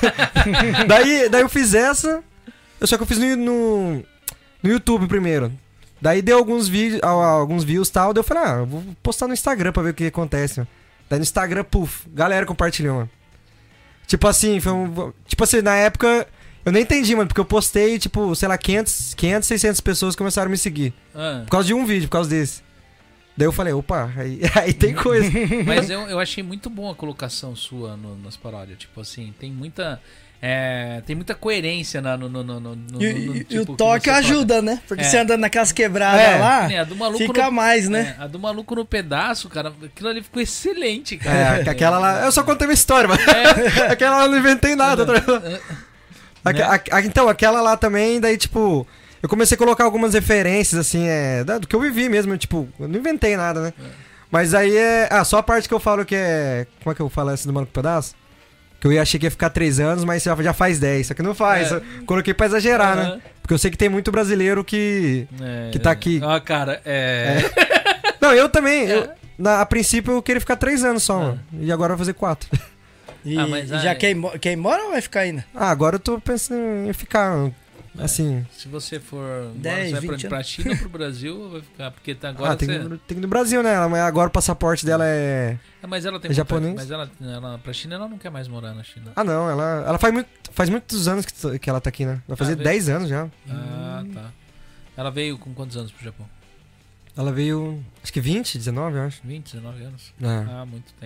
C: daí, daí eu fiz essa, só que eu fiz no, no, no YouTube primeiro. Daí deu alguns vídeos, alguns views e tal. Daí eu falei, ah, eu vou postar no Instagram pra ver o que acontece. Mano. Daí no Instagram, puf, galera compartilhou, mano. Tipo assim, foi um. Tipo assim, na época eu nem entendi, mano, porque eu postei, tipo, sei lá, quinhentas, quinhentas, seiscentas pessoas começaram a me seguir.
A: Ah,
C: Por causa de um vídeo, por causa desse. Daí eu falei, opa, aí, aí tem coisa.
A: mas eu, eu achei muito boa a colocação sua no- nas paródias. Tipo assim, tem muita. é, tem muita coerência na, no, no, no, no, no-
B: E,
A: no
B: e- e
A: tipo
B: o
A: que
B: toque
A: você toca.
B: ajuda, né? Porque
A: É.
B: você anda naquelas quebradas
C: É.
B: lá,
A: É, a do maluco
B: fica
A: no-
B: mais, né?
A: É, a do maluco no pedaço, cara, aquilo ali ficou excelente, cara.
C: É, aquela lá. Eu só contei uma história, mano.
A: É.
C: Aquela lá eu não inventei nada. tá ligado?
A: É,
C: Aque-
A: né?
C: a- a- então, aquela lá também, daí, tipo, eu comecei a colocar algumas referências, assim, é, da- do que eu vivi mesmo, tipo, eu não inventei nada, né? Mas aí é. Ah, só a parte que eu falo que é. Como é que eu falo essa do Mano com Pedaço? Que eu ia- achei que ia ficar três anos, mas já, já faz dez. Só que não faz.
A: É.
C: Eu coloquei pra exagerar,
A: Aham.
C: né? Porque eu sei que tem muito brasileiro que.
A: É,
C: Que tá aqui.
A: Ó, cara, é.
C: Não, eu também.
A: É.
C: Eu, na, a princípio eu queria ficar três anos só, mano. E agora eu vou fazer quatro.
B: E,
A: Ah, mas,
B: e já
A: ah,
B: quem, mo- quem mora ou vai ficar ainda?
C: Ah, agora eu tô pensando em ficar. Assim.
A: Se você for.
B: dez,
A: agora você vai
B: vinte
A: pra, pra China ou pro Brasil, vai ficar. Porque tá agora
C: ah, tem,
A: você.
C: que- tem que ir no Brasil, né? Mas agora o passaporte dela é.
A: É, mas ela tem
C: É
A: vontade-
C: japonês?
A: Mas ela, ela pra China ela não quer mais morar na China.
C: Ah, não. Ela, ela faz, muito, faz muitos anos que, que ela tá aqui, né? Vai fazer
A: Ah, veio?
C: dez anos já.
A: Ah, tá. Ela veio com quantos anos pro Japão?
C: Ela veio. Acho que vinte, dezenove, eu acho.
A: vinte, dezenove anos?
C: É.
A: Ah, muito tempo. Tipo,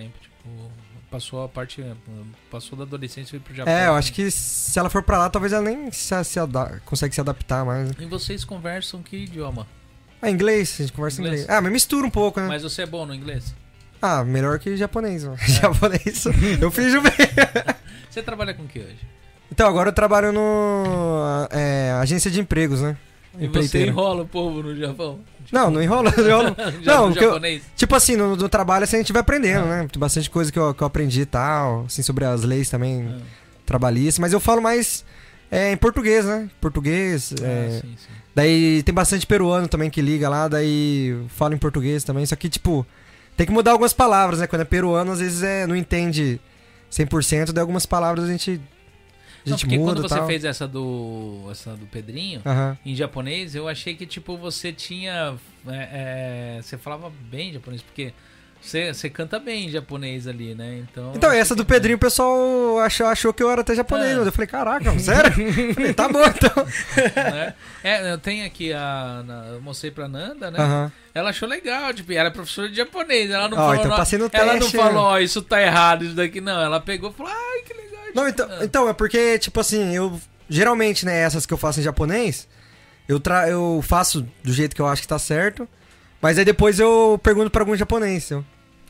A: passou a parte, passou da adolescência e foi pro Japão.
C: É, eu acho que se ela for pra lá, talvez ela nem se, se ada- consegue se adaptar mais. Né?
A: E vocês conversam que idioma?
C: Ah, inglês, a gente conversa em
A: Inglês.
C: inglês. Ah, mas mistura um pouco, né?
A: Mas você é bom no inglês?
C: Ah, melhor que japonês, mano. Japonês, eu fiz bem.
A: Você trabalha com o que hoje?
C: Então, agora eu trabalho no é, agência de empregos, né?
A: E você enrola o povo no Japão?
C: Não, não enrola. Não, enrola.
A: Já
C: não
A: no
C: porque eu,
A: japonês?
C: tipo assim, no, no trabalho assim, a gente vai aprendendo, ah. né? Tem bastante coisa que eu, que eu aprendi e tal, assim, sobre as leis também ah. trabalhistas, mas eu falo mais é, em português, né? Português.
A: Ah,
C: é,
A: sim, sim.
C: Daí tem bastante peruano também que liga lá, daí eu falo em português também, só que, tipo, tem que mudar algumas palavras, né? Quando é peruano, às vezes é, não entende cem por cento, daí algumas palavras a gente... A gente
A: não, porque
C: muda,
A: quando você
C: tal.
A: fez essa do essa do Pedrinho,
C: uhum.
A: em japonês, eu achei que, tipo, você tinha... É, é, você falava bem japonês, porque você, você canta bem em japonês ali, né? Então,
C: então essa do Pedrinho, o pessoal achou, achou que eu era até japonês. É. Eu falei, caraca, sério? falei, tá bom, então.
A: Né? É, eu tenho aqui a... Na, eu mostrei pra Nanda, né?
C: Uhum.
A: Ela achou legal, tipo, ela é professora de japonês. Ela não
C: oh,
A: falou...
C: Então,
A: não,
C: passei no
A: ela
C: teste,
A: não falou, ó,
C: né?
A: oh, isso tá errado, isso daqui. Não, ela pegou e falou, ai, que legal.
C: Não, então, então, é porque, tipo assim, eu... Geralmente, né, essas que eu faço em japonês, eu, tra eu faço do jeito que eu acho que tá certo, mas aí depois eu pergunto pra algum japonês, eu.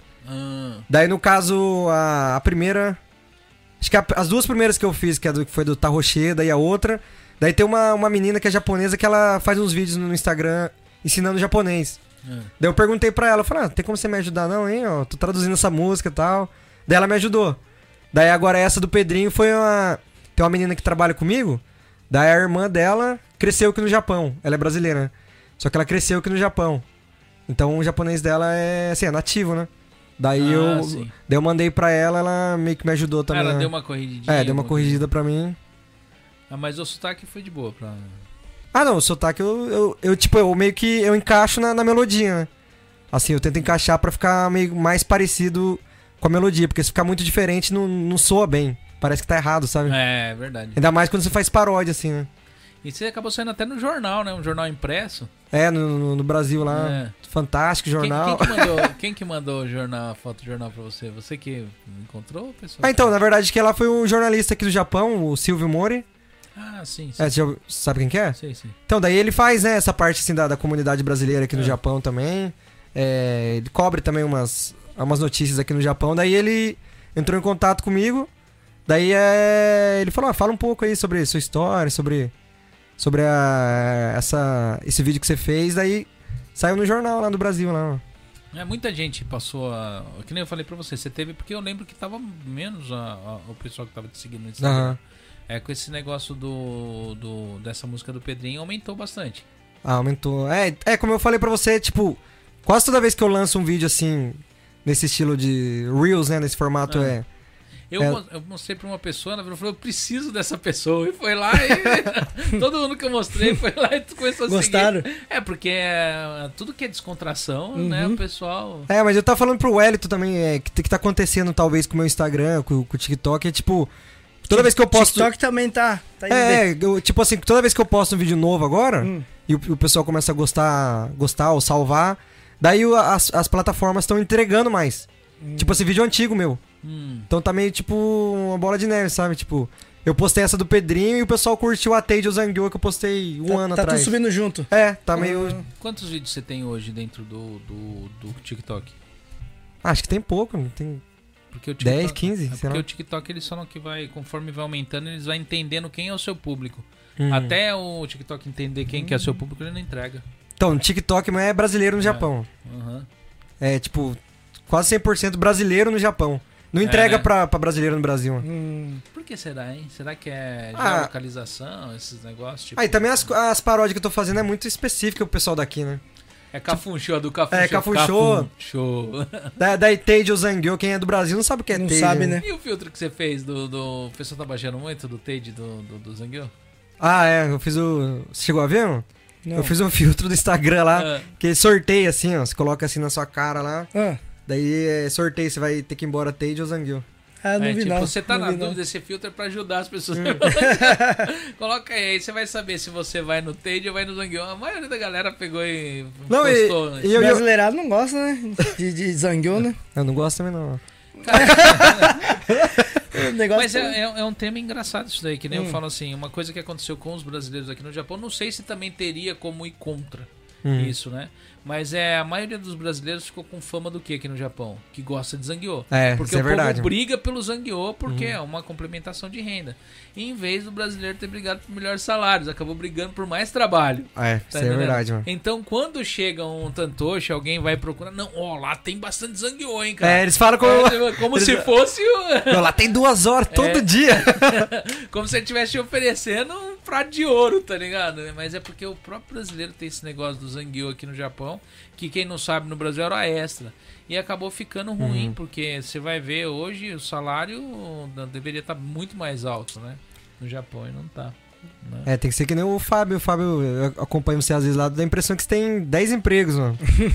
A: Ah.
C: Daí, no caso, a, a primeira... Acho que a, as duas primeiras que eu fiz, que, é do, que foi do Taroshi, daí a outra... Daí tem uma, uma menina que é japonesa que ela faz uns vídeos no Instagram ensinando japonês. Ah. Daí eu perguntei pra ela, eu falei, ah, tem como você me ajudar não, hein? Ó, tô traduzindo essa música e tal. Daí ela me ajudou. Daí agora essa do Pedrinho foi uma... Tem uma menina que trabalha comigo, daí a irmã dela cresceu aqui no Japão. Ela é brasileira, né? Só que ela cresceu aqui no Japão. Então o japonês dela é, assim, é nativo, né? Daí,
A: ah,
C: eu,
A: sim.
C: daí eu mandei pra ela, ela meio que me ajudou também.
A: Ela
C: né?
A: deu uma corrigidinha.
C: É, deu uma corrigida pra mim.
A: Ah, mas o sotaque foi de boa pra...
C: Ah, não, o sotaque eu, eu, eu tipo, eu meio que eu encaixo na, na melodia, né? Assim, eu tento encaixar pra ficar meio mais parecido com a melodia, porque se ficar muito diferente não, não soa bem. Parece que tá errado, sabe?
A: É, verdade.
C: Ainda mais quando você faz paródia, assim, né?
A: E você acabou saindo até no jornal, né? Um jornal impresso.
C: É, no, no, no Brasil lá.
A: É.
C: Fantástico, jornal.
A: Quem, quem, que mandou, quem que mandou o jornal, a foto do jornal pra você? Você que encontrou, pessoal?
C: Ah, então, na verdade, que lá foi um jornalista aqui do Japão, o Silvio Mori.
A: Ah, sim, sim.
C: É, você já sabe quem que é?
A: Sim, sim.
C: Então, daí ele faz, né, essa parte, assim, da, da comunidade brasileira aqui no
A: é.
C: Japão também. É, ele cobre também umas, umas notícias aqui no Japão. Daí ele entrou em contato comigo. Daí é, ele falou, ah, fala um pouco aí sobre sua história, sobre, sobre a, essa, esse vídeo que você fez. Daí saiu no jornal lá do Brasil. Lá.
A: É, muita gente passou a... Que nem eu falei pra você, você teve... Porque eu lembro que tava menos a, a, o pessoal que tava te seguindo no Instagram. Uhum. É, com esse negócio do, do, dessa música do Pedrinho, aumentou bastante.
C: Ah, aumentou. É, é, como eu falei pra você, tipo... Quase toda vez que eu lanço um vídeo assim, nesse estilo de Reels, né, nesse formato ah. é...
A: Eu, é... eu mostrei pra uma pessoa, ela falou, eu preciso dessa pessoa. E foi lá e... todo mundo que eu mostrei foi lá e começou a
B: Gostaram?
A: seguir. É, porque é, tudo que é descontração, uhum. né, o pessoal...
C: É, mas eu tava falando pro Wellington também, é, que, que tá acontecendo talvez com o meu Instagram, com, com o TikTok, é tipo... Toda vez que eu posto...
B: TikTok também tá... tá
C: é, eu, tipo assim, toda vez que eu posto um vídeo novo agora, hum. e o, o pessoal começa a gostar, gostar ou salvar, daí o, as, as plataformas estão entregando mais. Hum. Tipo assim, vídeo antigo meu. Hum. Então tá meio tipo uma bola de neve, sabe? Tipo, eu postei essa do Pedrinho e o pessoal curtiu a Teide Zangyo que eu postei um
B: tá,
C: ano
B: tá
C: atrás.
B: Tá tudo subindo junto.
C: É, tá uhum. meio...
A: Quantos vídeos você tem hoje dentro do, do, do TikTok?
C: Acho que tem pouco, tem
A: porque o TikTok,
C: dez, quinze,
A: é
C: sei
A: porque
C: lá.
A: o TikTok ele só não que vai, conforme vai aumentando, eles vão entendendo quem é o seu público. Uhum. Até o TikTok entender quem uhum. que é o seu público, ele não entrega.
C: Então, o TikTok é brasileiro no é. Japão.
A: Uhum.
C: É, tipo, quase cem por cento brasileiro no Japão. Não entrega é, né? pra, pra brasileiro no Brasil.
A: Hum. Por que será, hein? Será que é ah. localização, esses negócios? Tipo...
C: Ah, e também as, as paródias que eu tô fazendo é muito específica pro pessoal daqui, né?
A: É Cafunchô, a do Cafunchô.
C: É, Cafunchô. Da, da Teide Zangyo, quem é do Brasil não sabe o que é
B: não
C: Teide.
B: Não sabe, né?
A: E o filtro que você fez do... do... O pessoal tá baixando muito do Teide do, do, do Zangyo?
C: Ah, é. Eu fiz o... Você chegou a ver, não? Não. Eu fiz um filtro do Instagram lá, ah. que sorteia assim, ó. Você coloca assim na sua cara lá. Ah. Daí é sorteio, você vai ter que ir embora Teide ou Zangyo.
B: Ah, não
A: é,
B: vi
A: tipo,
B: não.
A: Você tá
B: não
A: na
B: vi
A: dúvida,
B: não.
A: esse filtro é pra ajudar as pessoas. Coloca aí, aí você vai saber se você vai no Teide ou vai no Zangyo. A maioria da galera pegou e
C: não,
A: postou.
C: E,
A: né?
B: e o brasileirado não gosta, né? De, de Zangyo, né?
C: Eu não gosto também não.
B: O negócio
A: Mas
B: tá-
A: é, é, é um tema engraçado isso daí, que nem
B: Hum.
A: eu falo assim, uma coisa que aconteceu com os brasileiros aqui no Japão, não sei se também teria como ir contra
C: Hum.
A: isso, né? Mas é, a maioria dos brasileiros ficou com fama do que aqui no Japão? Que gosta de zangueô.
C: É,
A: Porque
C: isso é
A: o
C: verdade.
A: povo briga pelo zangueô porque é uma complementação de renda. E em vez do brasileiro ter brigado por melhores salários, acabou brigando por mais trabalho.
C: É, isso
A: Tá
C: é
A: entendendo?
C: verdade, mano.
A: Então, quando chega um tantoshi, alguém vai procurar. Não, ó, lá tem bastante zangueô, hein, cara.
C: É, eles falam como...
A: É, como
C: eles-
A: se fosse o...
C: Não, lá tem duas horas todo
A: É.
C: dia.
A: Como se ele estivesse te oferecendo um prato de ouro, tá ligado? Mas é porque o próprio brasileiro tem esse negócio do zangueô aqui no Japão, que quem não sabe no Brasil era extra. E acabou ficando ruim,
C: Uhum.
A: porque você vai ver hoje o salário deveria estar muito mais alto, né? No Japão e não tá. Né?
C: É, tem que ser que nem o Fábio. O Fábio, eu acompanho você às vezes lá, dá a impressão que você tem dez empregos, mano.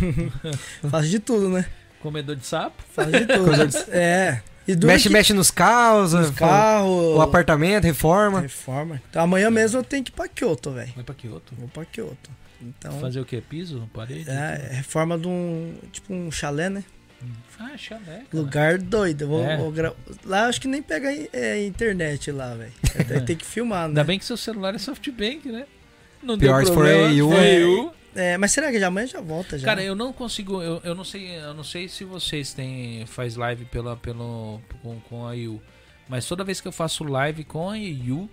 B: Faz de tudo, né?
A: Comedor de sapo?
B: Faz de tudo. é. E dura
C: Mexe,
B: que-
C: mexe nos carros,
B: nos
C: fala-
B: carros.
C: o apartamento, reforma.
B: Reforma. Então amanhã mesmo eu tenho que ir pra Kyoto, velho.
A: Vai pra Kyoto.
B: Vou pra Kyoto. Então.
A: Fazer o quê? Piso? Parede?
B: É, reforma de um. Tipo um chalé, né?
A: Ah, chalé, cara.
B: Lugar doido. Eu Vou,
A: É.
B: vou gra... Lá acho que nem pega é, internet lá, velho. Tem que filmar, né?
A: Ainda bem que seu celular é SoftBank, né? Não
C: Pior
A: deu
C: se for
A: problema.
C: E U.
A: Foi E U.
B: É, mas será que já amanhã já volta já?
A: Cara, eu não consigo, eu, eu não sei, eu não sei se vocês têm faz live pela pelo com, com a I U, mas toda vez que eu faço live com a I U,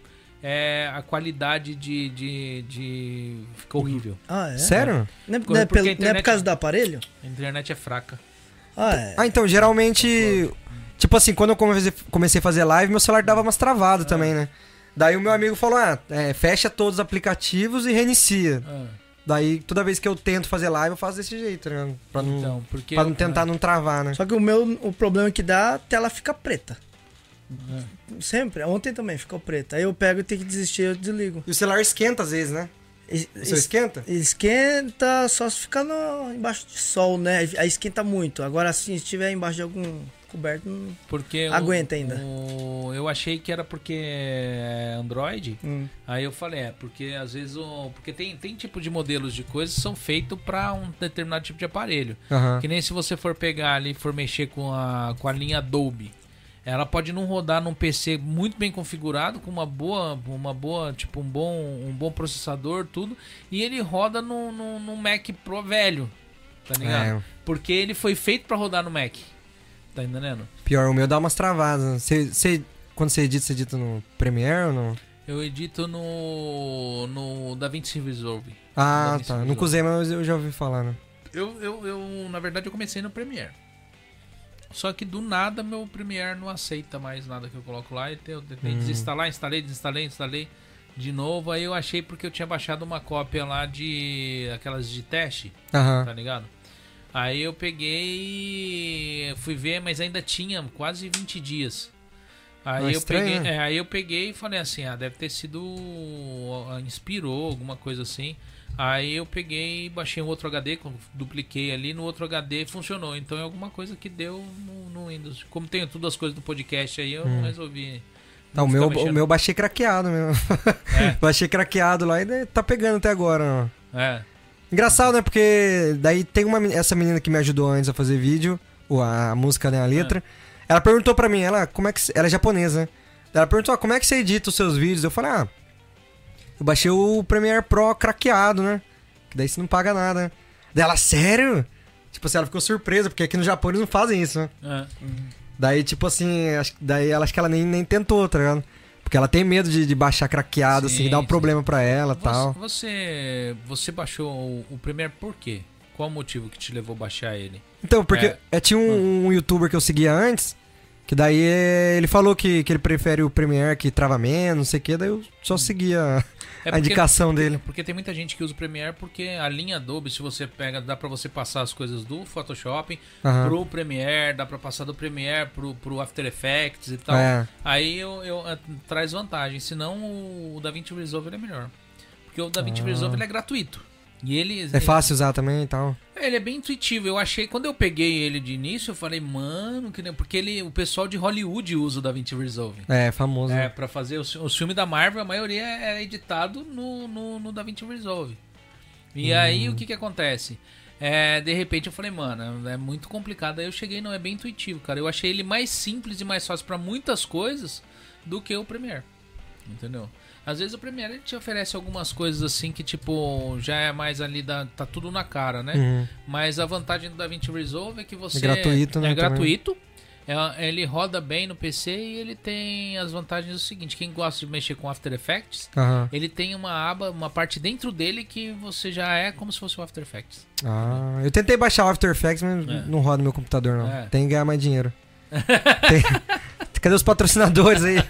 A: é a qualidade de de, de... fica horrível.
B: Ah, é?
C: Sério?
B: Não é,
A: Porque
B: não é
A: a
B: pelo- não é
A: internet-
B: por causa do aparelho?
A: A internet é fraca.
B: Ah, é.
C: Ah, então, geralmente... Tipo assim, quando eu comecei, comecei a fazer live, meu celular dava umas travadas também, né? Daí o meu amigo falou, ah, é, fecha todos os aplicativos e reinicia.
A: Ah,
C: Daí, toda vez que eu tento fazer live, eu faço desse jeito, né? Pra não,
A: então, porque
C: pra não tentar não travar, né?
B: Só que o meu, o problema é que dá, a tela fica preta.
A: É.
B: Sempre. Ontem também ficou preta. Aí eu pego e tenho que desistir, eu desligo.
C: E o celular esquenta às vezes, né?
B: E-
C: O seu
B: es-
C: esquenta?
B: Esquenta só se ficar no, embaixo de sol, né? Aí esquenta muito. Agora, assim, se estiver embaixo de algum coberto, não...
A: porque o-
B: Aguenta ainda.
A: o- eu achei que era porque é Android.
B: Hum.
A: Aí eu falei, é, porque às vezes o. Porque tem, tem tipo de modelos de coisas que são feitos para um determinado tipo de aparelho.
C: Aham.
A: Que nem se você for pegar ali e for mexer com a, com a linha Adobe. Ela pode não rodar num P C muito bem configurado, com uma boa, uma boa, tipo um bom, um bom processador, tudo, e ele roda no, no, no Mac Pro velho, tá ligado?
C: É.
A: Porque ele foi feito para rodar no Mac, tá entendendo?
C: Pior, o meu dá umas travadas. Você, você, quando você edita, você edita no Premiere ou não?
A: Eu edito no, no DaVinci Resolve.
C: Ah,
A: DaVinci
C: tá.
A: Resolve.
C: Nunca usei, mas eu já ouvi falar, né?
A: Eu, eu, eu, na verdade, eu comecei no Premiere. Só que do nada meu Premiere não aceita mais nada que eu coloco lá. Eu tenho que
C: Hum.
A: desinstalar, instalei, desinstalei, instalei de novo. Aí eu achei porque eu tinha baixado uma cópia lá de aquelas de teste,
C: Aham.
A: tá ligado? Aí eu peguei, fui ver, mas ainda tinha quase vinte dias. Aí
C: Ah,
A: eu
C: estranho,
A: peguei,
C: né?
A: é, aí eu peguei e falei assim, ah, deve ter sido ah, inspirou alguma coisa assim. Aí eu peguei e baixei um outro H D, dupliquei ali, no outro H D funcionou. Então é alguma coisa que deu no, no Windows. Como tenho todas as coisas do podcast aí, eu não resolvi.
C: Tá, o
A: não
C: meu,
A: ficar
C: o
A: mexendo.
C: meu baixei craqueado mesmo.
A: É.
C: Baixei craqueado lá e daí tá pegando até agora, ó.
A: É.
C: Engraçado, né? Porque daí tem uma men- essa menina que me ajudou antes a fazer vídeo, o- a, a música, né? A letra. Ela perguntou pra mim, ela, como é que. c- Ela é japonesa, né? Ela perguntou, ah, como é que você edita os seus vídeos? Eu falei, ah, eu baixei o Premiere Pro craqueado, né? Que daí você não paga nada, né? Daí ela, sério? Tipo assim, ela ficou surpresa, porque aqui no Japão eles não fazem isso, né?
A: É.
C: Daí, tipo assim, acho, daí ela acho que ela nem, nem tentou, tá ligado? Porque ela tem medo de, de baixar craqueado,
A: Sim,
C: assim, dar um
A: sim.
C: problema pra ela e
A: Você,
C: tal.
A: você, você baixou o, o Premiere por quê? Qual o motivo que te levou a baixar ele?
C: Então, porque
A: É.
C: é, tinha um, um youtuber que eu seguia antes, que daí é, ele falou que, que ele prefere o Premiere, que trava menos, não sei o que, daí eu só seguia
A: É
C: a
A: porque-
C: indicação dele.
A: Porque tem muita gente que usa o Premiere porque a linha Adobe, se você pega, dá pra você passar as coisas do Photoshop
C: Aham.
A: pro Premiere, dá pra passar do Premiere pro, pro After Effects e tal.
C: É.
A: Aí eu, eu, eh, traz vantagem, senão o, o DaVinci Resolve ele é melhor. Porque o DaVinci
C: Ah.
A: Resolve ele é gratuito. E ele
C: É fácil usar também e tal.
A: Ele é bem intuitivo. Eu achei, quando eu peguei ele de início, eu falei, mano, que nem... porque ele, o pessoal de Hollywood usa o DaVinci Resolve.
C: É, famoso.
A: É, pra fazer os, os filmes da Marvel, a maioria é editado no, no, no DaVinci Resolve. E aí, o que que acontece? É, de repente eu falei, mano, é muito complicado. Aí eu cheguei, não, é bem intuitivo, cara. Eu achei ele mais simples e mais fácil pra muitas coisas do que o Premiere. Entendeu? Às vezes o Premiere ele te oferece algumas coisas assim que, tipo, já é mais ali, da, tá tudo na cara, né?
C: Uhum.
A: Mas a vantagem do DaVinci Resolve é que você...
C: É gratuito, né?
A: É gratuito. É, ele roda bem no P C e ele tem as vantagens do seguinte: quem gosta de mexer com After Effects,
C: Aham.
A: ele tem uma aba, uma parte dentro dele que você já é como se fosse o After Effects.
C: Ah, eu tentei baixar o After Effects, mas
A: É.
C: não roda no meu computador, não.
A: É.
C: Tem que ganhar mais dinheiro. Tem... Cadê os patrocinadores aí?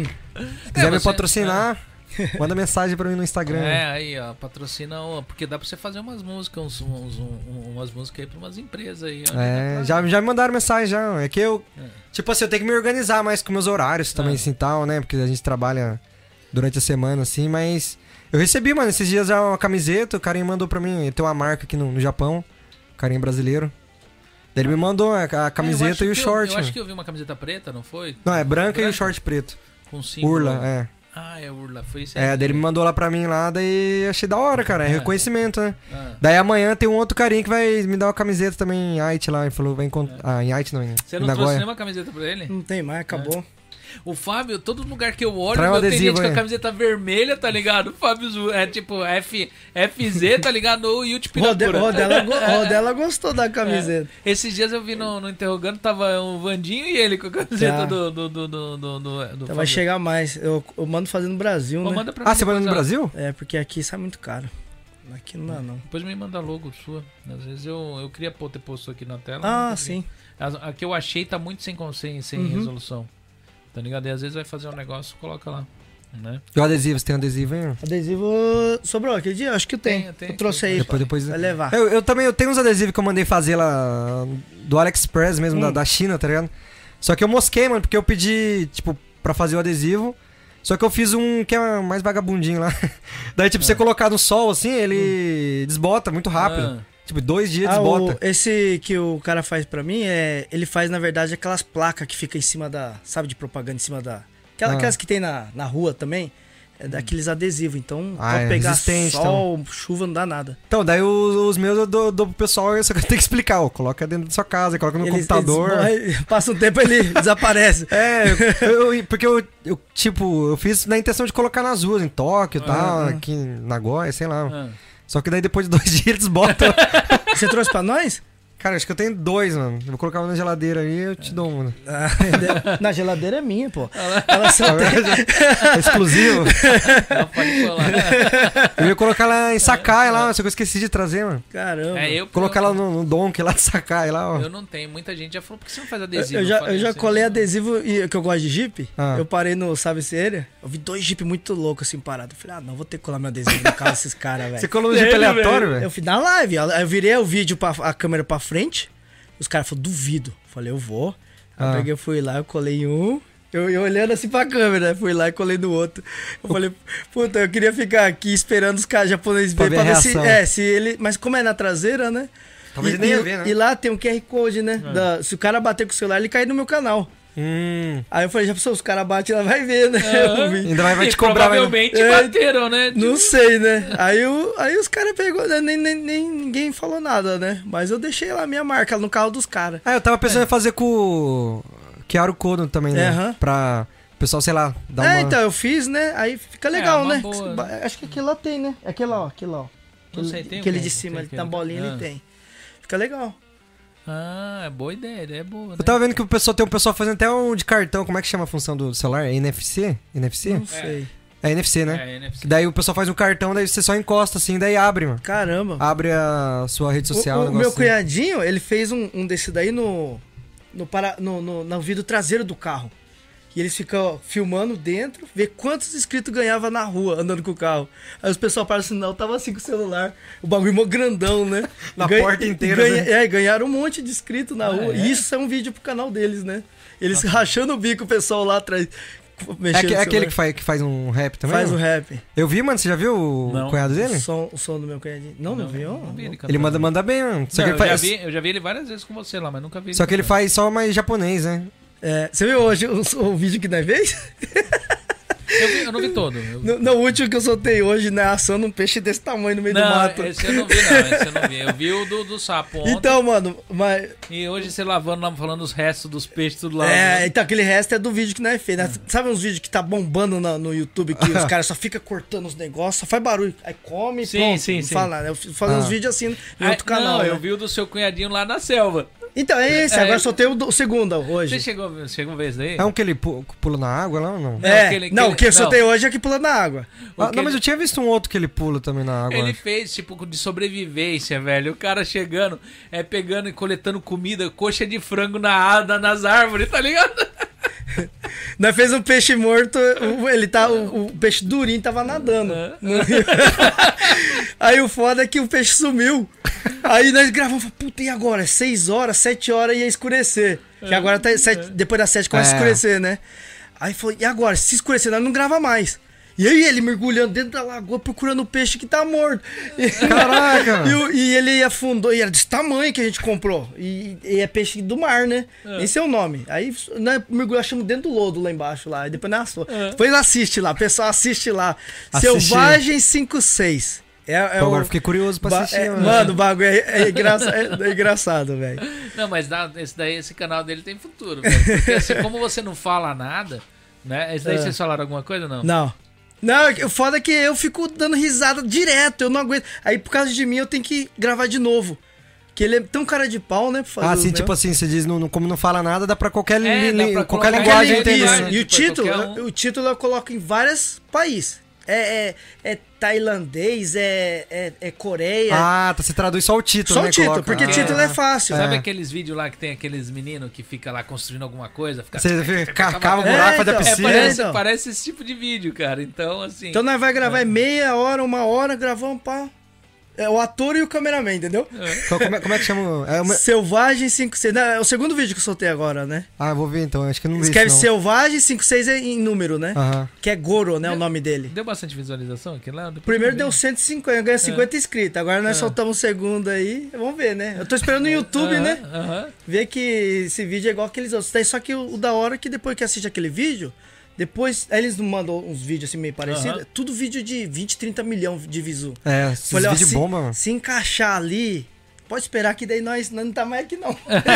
C: Se quiser
A: É,
C: me
A: você-
C: patrocinar, manda mensagem pra mim no Instagram.
A: É, aí, ó, patrocina, ó, porque dá pra você fazer umas músicas, uns, uns- um- umas músicas aí pra umas empresas aí. ó.
C: É,
A: Dá pra-
C: já, já me mandaram mensagem já. É que eu.
A: É.
C: Tipo assim, eu tenho que me organizar mais com meus horários também,
A: Ah.
C: assim tal, né? Porque a gente trabalha durante a semana, assim, mas. Eu recebi, mano, esses dias já uma camiseta, o carinha mandou pra mim. Tem uma marca aqui no, no Japão, o carinha brasileiro. Daí ele me mandou a, a
A: Ah, eu acho
C: camiseta e o
A: que eu-
C: short.
A: Eu, acho
C: mano.
A: que eu vi uma camiseta preta, não foi?
C: Não, é branca, e o
A: Branca?
C: short preto.
A: Com símbolo.
C: Urla, é.
A: Ah, é Urla, foi isso aí.
C: É, daí ele me mandou lá pra mim lá, daí achei da hora, cara. É
A: É.
C: reconhecimento, né?
A: Ah.
C: Daí amanhã tem um outro carinha que vai me dar uma camiseta também em Haiti lá. Ele falou, vai encontrar. Ah, em Haiti não, em
A: Você
C: em
A: não trouxe
C: Nagoya.
A: nenhuma camiseta pra ele?
B: Não tem mais, acabou.
A: O Fábio, todo lugar que eu olho,
C: Traz um
A: meu, tem
C: adesivo
A: gente com a
C: aí.
A: camiseta vermelha, tá ligado? O Fábio Zu- é tipo F, F Z, tá ligado? Ou Yuti
B: Rode-
A: Pirapura.
B: Rodela, go- Rodela gostou da camiseta.
A: É. Esses dias eu vi no, no Interrogando, tava o Vandinho e ele com a camiseta
B: Tá.
A: do, do, do, do, do, do, do
B: Então
A: Fábio.
B: vai chegar mais. Eu, eu mando fazer no Brasil,
A: Pô,
B: né?
A: manda pra
C: Ah,
A: mim
C: você manda no
A: depois, ó.
C: Brasil?
B: É, porque aqui sai muito caro. Aqui não dá, não.
A: Depois me manda logo sua. Às vezes eu, eu queria pô, ter posto aqui na tela.
B: Ah,
A: mas não
B: sim.
A: consegui. A, a que eu achei tá muito sem, con- sem, sem
B: Uhum.
A: resolução. Tá ligado? E às vezes vai fazer um negócio, coloca lá. Né?
C: E o adesivo, você tem um adesivo aí?
B: Adesivo sobrou aquele dia? Acho que tem.
A: Tem, tem.
B: Eu trouxe aí.
C: Depois, depois...
B: Vai levar.
C: Eu, eu também eu tenho uns adesivos que eu mandei fazer lá do AliExpress mesmo, da,
B: Hum.
C: da China, tá ligado? Só que eu mosquei, mano, porque eu pedi, tipo, pra fazer o adesivo. Só que eu fiz um que é mais vagabundinho lá. Daí, tipo, você colocar no sol assim, ele desbota muito rápido.
A: Ah.
C: Tipo, dois dias
B: Ah, o-
C: desbota.
B: esse que o cara faz pra mim, é, ele faz, na verdade, aquelas placas que fica em cima da... Sabe, de propaganda em cima da... Aquela,
C: Ah.
B: Aquelas que tem na, na rua também. É daqueles adesivos. Então,
C: Ah,
B: pode
C: é
B: pegar
C: resistente,
B: sol, chuva, não dá nada.
C: Então, daí os, os meus eu dou, dou pro pessoal, só que eu tenho que explicar, ó. Coloca dentro da sua casa, coloca no
B: Ele-
C: computador.
B: ele desmorre, passa um tempo, ele desaparece.
C: É, eu- eu- porque eu, eu, tipo, eu fiz na intenção de colocar nas ruas, em Tóquio e
A: Ah,
C: tal,
B: ah.
C: aqui em Nagoya, sei lá.
A: Ah.
C: Só que daí depois de dois dias eles botam.
B: Você trouxe pra nós?
C: Cara, acho que eu tenho dois, mano. Eu vou colocar um na geladeira aí e eu te dou um, mano.
B: Ah, na geladeira é minha, pô. Ela só tem...
C: É exclusivo.
A: Não, pode falar.
C: Eu ia colocar lá em Sakai lá, só que eu esqueci de trazer, mano.
B: Caramba.
A: É, eu,
C: Colocar
A: eu,
C: lá no, no Donk lá de Sakai lá, ó.
A: Eu não tenho. Muita gente já falou, por que você não faz
B: Eu,
A: adesivo?
B: eu já,
A: falei
B: eu já
A: assim,
B: colei
A: não.
B: adesivo e, que eu gosto de Jeep.
C: Ah.
B: Eu parei no Sabe-se-Ele. Eu vi dois Jeep muito loucos assim parados. Eu falei, ah, não, vou ter que colar meu adesivo no carro desses caras,
C: Você
B: velho.
C: colou um Jeep
A: Sério,
C: aleatório,
B: Eu
C: velho?
B: fui na live. Aí eu virei o vídeo, pra, a câmera pra frente. Os caras falaram, duvido. Eu falei, eu vou. Aí
C: Ah.
B: eu peguei, eu fui lá, eu colei em um. Eu, eu olhando assim pra câmera, fui lá e colei no outro. Eu falei, puta, eu queria ficar aqui esperando os caras japoneses
C: Pra
B: verem
C: ver a
B: pra ver se.
C: reação.
B: É, se ele. Mas como é na traseira, né?
C: Talvez
B: e,
C: nem ia
B: e-
C: ver, né?
B: e lá tem um Q R Code, né? Da- se o cara bater com o celular, ele cai no meu canal.
C: Hum.
B: Aí eu falei, já pensou, os caras batem, ela vai ver, né?
A: Aham.
B: Eu vi.
C: Ainda vai, vai
A: E
C: te cobrar, vai...
A: provavelmente
B: É.
A: bateram, né?
B: Não sei, né? Aí, o, aí os caras pegou, né? nem, nem, nem ninguém falou nada, né? Mas eu deixei lá a minha marca no carro dos caras.
C: Ah, eu tava pensando em fazer com o Chiaro Kodo também, né?
B: É, aham.
C: Pra o pessoal, sei lá, dar
B: É,
C: uma...
B: então, eu fiz, né? Aí fica legal,
A: uma
B: né?
A: boa,
B: Ba- Acho que aquele lá tem, né? Aquele lá, ó, aquele lá, ó.
A: Não sei, tem
B: Aquele
A: um-
B: de cima,
A: tem
B: ali,
A: aquele-
B: na bolinha,
A: ah.
B: ele tem. Fica legal.
A: Ah, é boa ideia, a ideia é boa, né?
C: Eu tava vendo que o pessoal tem um pessoal fazendo até um de cartão, como é que chama a função do celular? É N F C? N F C?
B: Não sei.
C: É N F C, né?
A: É, N F C.
C: Que daí o pessoal faz um cartão, daí você só encosta assim, daí abre, mano.
B: Caramba.
C: Abre a sua rede social.
B: o,
C: um
B: o meu
C: negócio assim.
B: cunhadinho, ele fez um, um desse daí no, no, para, no, no, no vidro traseiro do carro. E eles ficam filmando dentro, ver quantos inscritos ganhava na rua, andando com o carro. Aí os pessoal param assim, não, tava assim com o celular, o bagulho mó grandão, né?
C: Na
B: Ganha-
C: porta inteira,
B: ganha-
C: né?
B: É, ganharam um monte de inscritos na
A: Ah,
B: rua.
A: é?
B: E isso é um vídeo pro canal deles, né? Eles rachando o bico, o pessoal lá atrás,
C: É,
B: mexendo
C: aque- é
B: no
C: aquele
B: celular.
C: que faz, que faz um rap também?
B: Faz o
C: não?
B: rap.
C: Eu vi, mano, você já viu o
A: Não.
C: cunhado
B: O
C: dele?
B: som, o som do meu cunhadinho. Não, não, viu?
A: Não vi ele
C: Ele
A: cantando.
C: manda, manda bem, mano. Só,
A: Não,
C: que,
A: eu,
C: ele
A: já
C: faz,
A: vi, eu já vi ele várias vezes com você lá, mas nunca vi
C: só que ele
A: cantando.
C: faz só mais japonês, né?
B: É, você viu hoje o, o vídeo que nós fez?
A: Eu, vi, eu não vi todo. Eu...
B: No, no último que eu soltei hoje, né? Assando um peixe desse tamanho no meio
A: não,
B: do mato.
A: Esse eu não vi, não. Esse eu não vi. Eu vi o do, do sapo ontem.
B: Então, mano, mas.
A: E hoje você lavando lá, falando os restos dos peixes, tudo lá.
B: É,
A: né?
B: então aquele resto é do vídeo que nós fez, né? Hum. Sabe uns vídeos que tá bombando no, no YouTube que os caras só ficam cortando os negócios, só faz barulho. Aí come,
A: sim,
B: pronto,
A: sim,
B: não
A: sim.
B: fala nada. Eu faço ah. uns vídeos assim no
A: Aí,
B: outro canal.
A: Não,
B: né?
A: eu vi o do seu cunhadinho lá na selva.
B: Então, é esse,
A: é,
B: agora só tem o, o segundo hoje.
A: Você chegou, chegou a ver isso daí?
C: É um que ele pula na água lá ou não?
B: Não, é,
A: aquele,
B: não
A: aquele,
B: o que eu soltei
A: não.
B: hoje é que pula na água.
C: Ah, não, mas eu tinha visto um outro que ele pula também na água.
A: Ele fez, tipo, de sobrevivência, velho. O cara chegando, é pegando e coletando comida, coxa de frango na, na, nas árvores, tá ligado?
B: Nós fez um peixe morto, ele tá, o, o peixe durinho tava nadando. No rio. Aí o foda é que o peixe sumiu. Aí nós gravamos, puta, e agora? É seis horas, sete horas ia escurecer. Que agora tá sete, depois das sete começa é. a escurecer, né? Aí falou, e agora? Se escurecer, nós não grava mais. E aí ele mergulhando dentro da lagoa procurando o peixe que tá morto.
C: Caraca!
B: e, e ele afundou, e era desse tamanho que a gente comprou. E, e é peixe do mar, né? É. Esse é o nome. Aí nós mergulhamos dentro do lodo lá embaixo, lá. E depois nós assou. É. Depois assiste lá, o pessoal assiste lá. Assistir. Selvagem cinco seis. É, é
C: Pô, agora
B: o...
C: fiquei curioso pra assistir.
B: É, mano, o bagulho é, é, engraçado, é, é engraçado, velho.
A: Não, mas dá, esse, daí, esse canal dele tem futuro, velho. Porque assim, como você não fala nada, né? Esse daí é. vocês falaram alguma coisa, não?
B: Não. Não, o foda é que eu fico dando risada direto, eu não aguento. Aí por causa de mim eu tenho que gravar de novo. Que ele é tão cara de pau, né? Pra fazer
C: ah, sim, tipo assim, você diz, não, como não fala nada, dá pra qualquer,
A: é,
C: li,
A: dá pra
C: qualquer linguagem entender.
B: Isso. E o
A: tipo,
B: título,
A: um...
B: o título eu coloco em vários países. É, é, é tailandês, é, é, é Coreia.
C: Ah, tá, você traduz só o título,
B: só
C: né?
B: o título,
C: Coloca.
B: porque
C: ah,
B: título é fácil.
A: Sabe
B: é.
A: aqueles vídeos lá que tem aqueles meninos que fica lá construindo alguma coisa? Fica...
C: Você fica, cava o buraco,
B: é,
C: faz a
B: então,
C: piscina.
A: É, parece,
B: então.
A: parece esse tipo de vídeo, cara. Então, assim...
B: Então nós vai gravar é. meia hora, uma hora, gravamos, pá... É o ator e o cameraman, entendeu?
C: É. Como, é, como é que chama? É uma...
B: Selvagem cinco seis. Não, é o segundo vídeo que eu soltei agora, né?
C: Ah, vou ver então. Acho que não vi.
B: Escreve
C: isso, não.
B: Selvagem cinco seis em número, né?
C: Uh-huh.
B: Que é Goro, né?
A: Deu,
B: o nome dele.
A: Deu bastante visualização aqui lá?
B: Primeiro deu cento e cinquenta, ganhou cinquenta é. inscritos. Agora nós é. soltamos o segundo aí. Vamos ver, né? Eu tô esperando no YouTube, uh-huh, né?
A: Uh-huh.
B: Ver que esse vídeo é igual aqueles outros. Daí só que o, o da hora é que depois que assiste aquele vídeo. Depois, aí eles mandam uns vídeos assim meio parecidos. Uhum. Tudo vídeo de vinte, trinta milhões de visu.
C: É, esses
B: Falei,
C: vídeos
B: se,
C: bomba, mano.
B: Se encaixar ali, pode esperar que daí nós, nós não tá mais aqui, não.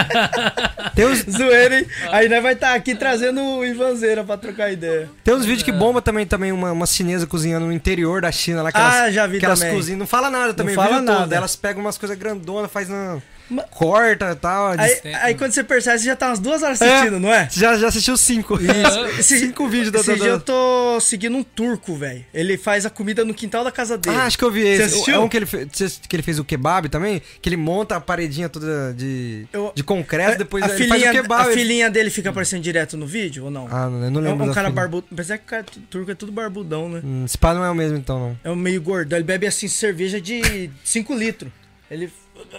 C: Tem uns...
B: Zoeira, hein? Aí nós vai estar tá aqui trazendo o Ivanzeira pra trocar ideia.
C: Tem uns vídeos que bomba também, também uma, uma chinesa cozinhando no interior da China. Lá, que
B: ah,
C: elas,
B: já vi
C: que
B: também.
C: Elas cozinham, não fala nada também.
B: Não fala nada.
C: Todo. Elas pegam umas coisas grandonas, faz na... corta e tal.
B: Aí, aí quando você percebe, você já tá umas duas horas assistindo, é, não é?
C: Já, já assistiu cinco.
B: Isso. Esse,
C: cinco vídeos da
B: Esse dia eu tô seguindo um turco, velho. Ele faz a comida no quintal da casa dele.
C: Ah, acho que eu vi esse.
B: Você assistiu?
C: É um que ele, fez, que ele fez o kebab também, que ele monta a paredinha toda de, eu, de concreto, depois
B: a
C: ele
B: filhinha,
C: faz o kebab.
B: A
C: ele...
B: filhinha dele fica aparecendo direto no vídeo ou não?
C: Ah, não, eu não lembro.
B: É um, um cara barbudo. Apesar que o cara turco é tudo barbudão, né?
C: Hum, esse pá não é o mesmo então, não.
B: É um meio gordão. Ele bebe assim cerveja de cinco litros. Ele...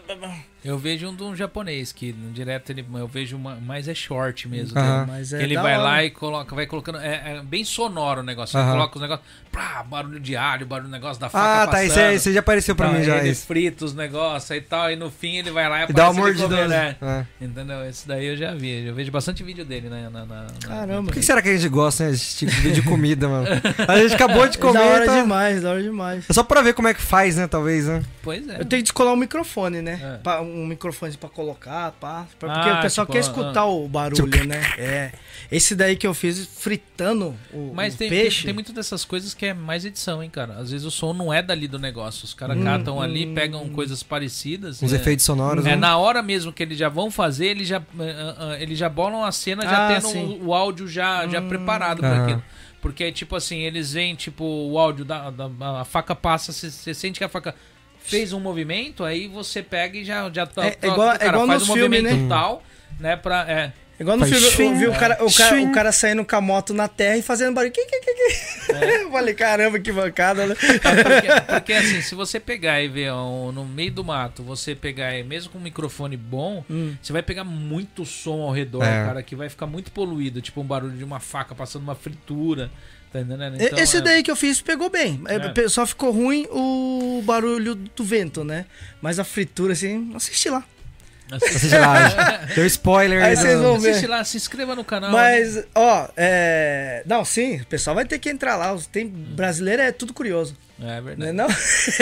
A: Eu vejo um de um japonês que no direto ele, eu vejo uma, mais é short mesmo.
C: Uh-huh.
B: Mas é
A: ele vai
B: hora.
A: lá e coloca, vai colocando. É, é bem sonoro o negócio. Uh-huh. Ele coloca os negócios. Pá, barulho de alho, barulho do negócio da faca.
C: Ah,
A: passando,
C: tá. Esse, esse já apareceu pra
A: então,
C: mim já.
A: Ele
C: esse.
A: frita os negócios e tal. E no fim ele vai lá e,
C: e dá uma mordida.
A: Né?
C: É.
A: Entendeu? Esse daí eu já vi. Eu vejo bastante vídeo dele, né? Na, na,
B: Caramba.
C: Por que será que a gente gosta, né? Esse tipo de vídeo de comida, mano? A gente acabou de comer.
B: Da hora
C: tá...
B: demais, da hora demais.
C: É só pra ver como é que faz, né? Talvez, né?
A: Pois é.
B: Eu tenho que descolar um microfone, né?
A: É.
B: Pra, um microfone pra colocar, pá. Porque
A: Ah,
B: o pessoal
A: tipo,
B: quer escutar
A: ah.
B: o barulho, né? É. Esse daí que eu fiz fritando o,
A: Mas
B: o
A: tem,
B: peixe.
A: tem, tem muito dessas coisas que é mais edição, hein, cara? Às vezes o som não é dali do negócio. Os caras
B: Hum,
A: catam
B: hum.
A: ali, pegam coisas parecidas.
C: Uns
A: é,
C: efeitos sonoros,
A: É,
C: né?
A: na hora mesmo que eles já vão fazer, eles já, uh, uh, eles já bolam a cena já
B: Ah,
A: tendo
B: sim.
A: o, o áudio já, já
B: Hum.
A: preparado pra
C: Aham.
A: aquilo. Porque, tipo assim, eles veem, tipo, o áudio da, da a faca passa, você sente que a faca fez um movimento, aí você pega e já, já
B: É,
A: toca,
B: igual- é
A: cara,
B: igual
A: faz
B: nos
A: um
B: filmes,
A: movimento
B: né?
A: tal, né, pra... É,
B: Igual no
C: Faz
B: filme, eu
C: swing,
B: vi o cara, o, cara,
C: swing.
B: o cara saindo com a moto na terra e fazendo barulho. Que, que, que, que?
A: É.
B: Eu falei, caramba, que bancada, né?
A: É porque, porque, assim, se você pegar e ver ó, no meio do mato, você pegar, e mesmo com um microfone bom,
B: Hum.
A: você vai pegar muito som ao redor,
C: É.
A: cara, que vai ficar muito poluído, tipo um barulho de uma faca passando uma fritura, tá entendendo?
B: E-
A: Então,
B: Esse
A: é-
B: daí que eu fiz pegou bem. É,
A: É.
B: Só ficou ruim o barulho do vento, né? Mas a fritura, assim, assisti lá.
C: Assiste lá. Tem um spoiler
B: Aí
C: aí.
B: vocês
C: do-
B: vão ver.
A: Assiste lá, se inscreva no canal.
B: Mas, ó, é... Não, sim, o pessoal vai ter que entrar lá. Tem... Brasileiro é tudo curioso.
A: É
B: Não é
A: verdade.
B: não?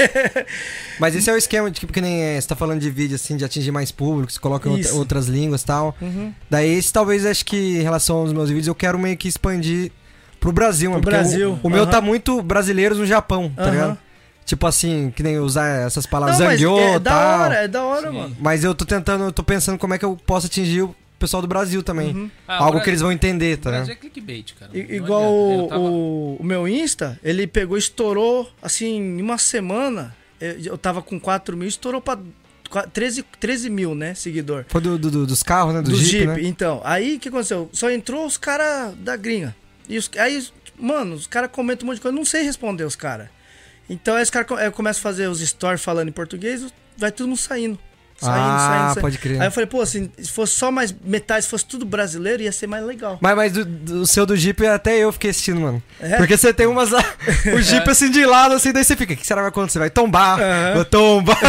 C: Mas esse é o esquema, tipo, que nem é, você tá falando de vídeo, assim, de atingir mais público, você coloca em outra-
B: Isso.
C: outras línguas e tal.
B: Uhum.
C: Daí esse talvez, acho que em relação aos meus vídeos, eu quero meio que expandir pro Brasil, mano.
B: Pro
C: porque
B: Brasil,
C: O, o meu
B: aham.
C: tá muito brasileiros no Japão, tá
B: Aham.
C: ligado? Tipo assim, que nem usar essas palavras
B: Não, mas
C: zangyo
B: é
C: e
B: da
C: tal.
B: hora, é da hora,
A: Sim.
B: mano.
C: Mas eu tô tentando, eu tô pensando como é que eu posso atingir o pessoal do Brasil também.
B: Uhum.
A: Ah, o
C: Algo
A: Brasil-
C: que eles vão entender,
A: O
C: tá
A: Brasil
C: ligado?
A: é clickbait, cara.
B: I-
A: Não
B: igual
A: adianta. Eu
B: o,
A: tava-
B: o, o meu Insta, ele pegou e estourou, assim, em uma semana, eu, eu tava com quatro mil, estourou pra qua- treze, treze mil, né, seguidor.
C: Foi do, do- do- dos carros, né? Do,
B: Do
C: Jeep,
B: Jeep,
C: né?
B: então. Aí, o que aconteceu? Só entrou os caras da gringa. E os, aí, mano, os caras comentam um monte de coisa, eu não sei responder os caras. Então, aí os caras co- eh, começam a fazer os stories falando em português, vai todo mundo saindo. Saindo,
C: Ah,
B: saindo, saindo.
C: pode crer.
B: Aí eu falei, pô, assim, se fosse só mais metade, se fosse tudo brasileiro, ia ser mais legal.
C: Mas, mas do, do seu do Jeep, até eu fiquei assistindo, mano.
B: É?
C: Porque você tem umas lá, o Jeep assim de lado, assim, daí você fica, o que será que vai acontecer? Vai tombar,
B: Aham.
C: vai tombar,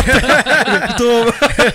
C: tomba.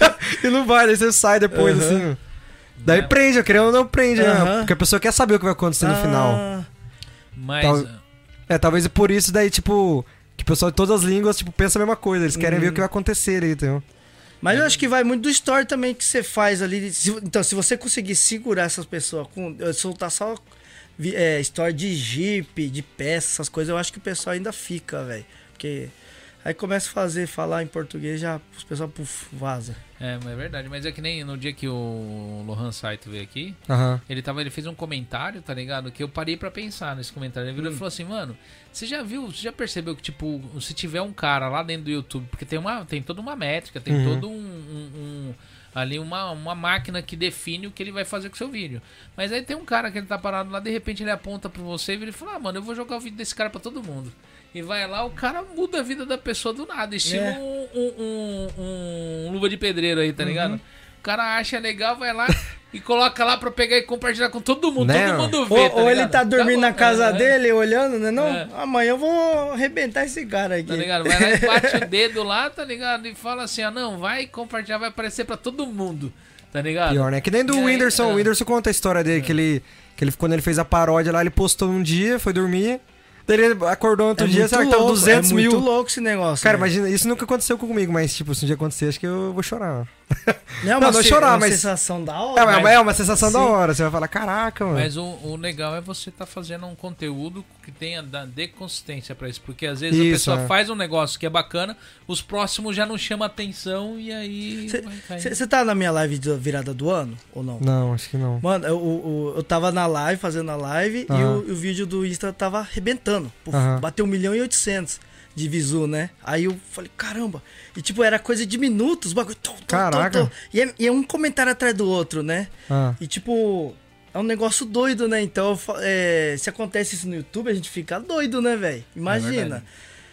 C: E não vai, daí você sai depois,
B: Aham.
C: assim. Daí
A: É.
C: prende, eu querendo ou não prende, né?
B: Aham.
C: Porque a pessoa quer saber o que vai acontecer no final.
B: Ah,
A: Mas.
C: Tal- É, talvez é por isso daí, tipo, que o pessoal de todas as línguas, tipo, pensa a mesma coisa. Eles querem
B: Uhum.
C: ver o que vai acontecer ali, entendeu?
B: Mas eu acho que vai muito do story também que você faz ali. Se- então, se você conseguir segurar essas pessoas, com, eu soltar só vi- é, story de Jeep, de peça, essas coisas, eu acho que o pessoal ainda fica, velho. Porque aí começa a fazer, falar em português, já os pessoal puf, vaza.
A: É, mas é verdade. Mas é que nem no dia que o Lohan Saito veio aqui,
C: Aham.
A: ele, tava, ele fez um comentário, tá ligado? Que eu parei pra pensar nesse comentário. Ele virou e falou assim, mano, você já viu, você já percebeu que, tipo, se tiver um cara lá dentro do YouTube, porque tem, uma, tem toda uma métrica, tem
C: Uhum.
A: todo um, um- um- ali uma, uma máquina que define o que ele vai fazer com o seu vídeo. Mas aí tem um cara que ele tá parado lá, de repente ele aponta pra você e ele fala, ah, mano, eu vou jogar o vídeo desse cara pra todo mundo. E vai lá, o cara muda a vida da pessoa do nada, estilo
B: É.
A: um, um, um- um luva de pedreiro aí, tá ligado? O cara acha legal, vai lá e coloca lá pra pegar e compartilhar com todo mundo,
C: Né,
A: todo mundo vê,
B: Ou,
A: tá
B: ou ele
A: ligado?
B: tá dormindo
A: Tá
B: na
A: bom,
B: casa
A: é,
B: dele, olhando, né? Não,
A: É.
B: amanhã eu vou arrebentar esse cara aqui.
A: Tá ligado? Vai lá e bate o dedo lá, tá ligado? E fala assim, ah, não, vai compartilhar, vai aparecer pra todo mundo, tá ligado?
C: Pior, né? Que nem do
A: E aí,
C: Whindersson.
A: é.
C: O Whindersson conta a história dele, que ele, que ele, quando ele fez a paródia lá, ele postou um dia, foi dormir, daí ele acordou outro
B: É
C: dia,
B: muito
C: será que tá
B: louco,
C: duzentos
B: é
C: mil?
B: muito louco esse negócio.
C: Cara,
B: né?
C: imagina, isso nunca aconteceu comigo, mas, tipo, se um dia acontecer, acho que eu vou chorar.
B: Não,
C: Não,
B: uma
C: não
B: se-
C: chorar,
B: uma
C: mas-
B: sensação da
C: É,
B: hora.
C: mas
A: mas-
C: é uma sensação da
B: Sim.
C: hora, você vai falar, caraca, mano.
A: Mas o, o legal é você tá fazendo um conteúdo que tenha da- de consistência pra isso. Porque às vezes a
C: Isso,
A: pessoa
C: é.
A: faz um negócio que é bacana, os próximos já não chamam atenção e aí vai cair.
B: Você tá na minha live de virada do ano ou não?
C: Não, acho que não.
B: Mano, eu, eu, eu tava na live, fazendo a live, e
C: Aham.
B: o, o vídeo do Insta tava arrebentando. Puf,
C: Aham.
B: bateu um milhão e oitocentos de visu, né? Aí eu falei, caramba. E tipo, era coisa de minutos, o bagulho. Tom, tom,
C: Caraca.
B: tom, tom. E, é, e é um comentário atrás do outro, né?
C: Ah.
B: E tipo, é um negócio doido, né? Então, eu fa- é, se acontece isso no YouTube, a gente fica doido, né, velho? Imagina.
A: verdade.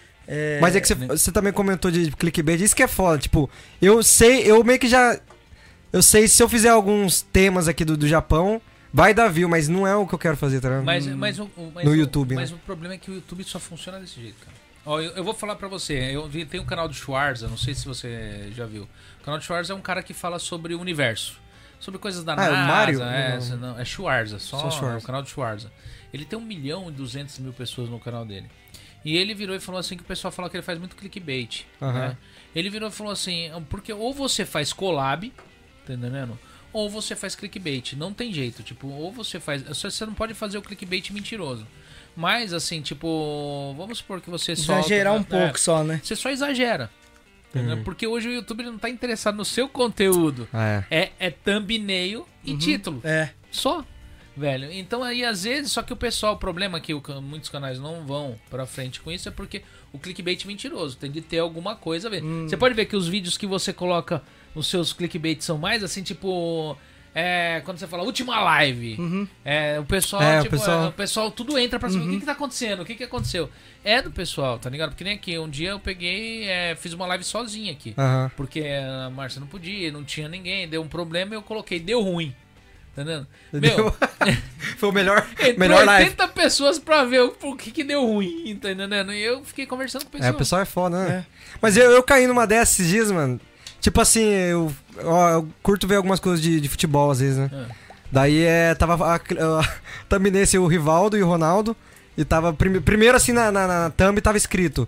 B: É,
C: Mas é que você, você também comentou de clickbait, isso que é foda, tipo, eu sei, eu meio que já, eu sei se eu fizer alguns temas aqui do, do Japão, vai dar view, mas não é o que eu quero fazer, tá ligado?
A: Mas, mas, o, o- mas
C: No
A: o-
C: YouTube,
A: Mas
C: né?
A: o problema é que o YouTube só funciona desse jeito, cara. Ó, eu, eu vou falar pra você, eu vi, tem um canal do Schwarza, não sei se você já viu. O canal do Schwarza é um cara que fala sobre o universo. Sobre coisas da
C: Ah, é o
A: NASA.
C: Mario?
A: É,
C: Não.
A: não, é Schwarza, só,
C: Só Schwarza.
A: é o canal do Schwarza. Ele tem um milhão e duzentos mil pessoas no canal dele. E ele virou e falou assim que o pessoal fala que ele faz muito clickbait.
C: Aham.
A: Né? Ele virou e falou assim, porque ou você faz collab, tá entendendo? Ou você faz clickbait. Não tem jeito, tipo, ou você faz... Você não pode fazer o clickbait mentiroso. Mas, assim, tipo, vamos supor que você só...
B: exagerar um pouco só, né?
A: Você só exagera. Entendeu?
C: Uhum.
A: Porque hoje o YouTube não tá interessado no seu conteúdo.
C: É.
A: É, é thumbnail e título.
B: É.
A: Só. Velho. Então aí às vezes, só que o pessoal, o problema é que o ca- muitos canais não vão pra frente com isso é porque o clickbait é mentiroso. Tem de ter alguma coisa a ver.
B: Hum.
A: Você pode ver que os vídeos que você coloca nos seus clickbaits são mais assim, tipo. É, quando você fala última live,
B: Uhum.
A: é, o pessoal,
C: É, o
A: tipo,
C: pessoal-
A: é, o pessoal tudo entra pra saber
B: Uhum.
A: o que, que tá acontecendo, o que, que aconteceu. É do pessoal, tá ligado? Porque nem aqui, um dia eu peguei, é, fiz uma live sozinha aqui.
C: Aham.
A: Porque a Márcia não podia, não tinha ninguém, deu um problema e eu coloquei, deu ruim. Tá entendendo? Meu,
C: Deu- Foi o melhor,
A: entrou
C: melhor live.
A: oitenta pessoas pra ver o, o que que deu ruim, tá entendendo? E eu fiquei conversando com o
C: É,
A: pessoal.
C: o pessoal é foda, né?
B: É.
C: Mas eu, eu caí numa dessas esses dias, mano. Tipo assim, eu, ó, eu curto ver algumas coisas de, de futebol às vezes, né?
A: É.
C: Daí é, tava a, a, a thumbnail, o Rivaldo e o Ronaldo. E tava, prime, primeiro assim na, na, na thumb tava escrito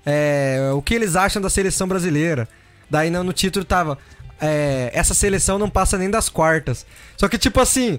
C: é, o que eles acham da seleção brasileira. Daí no, no título tava é, essa seleção não passa nem das quartas. Só que tipo assim,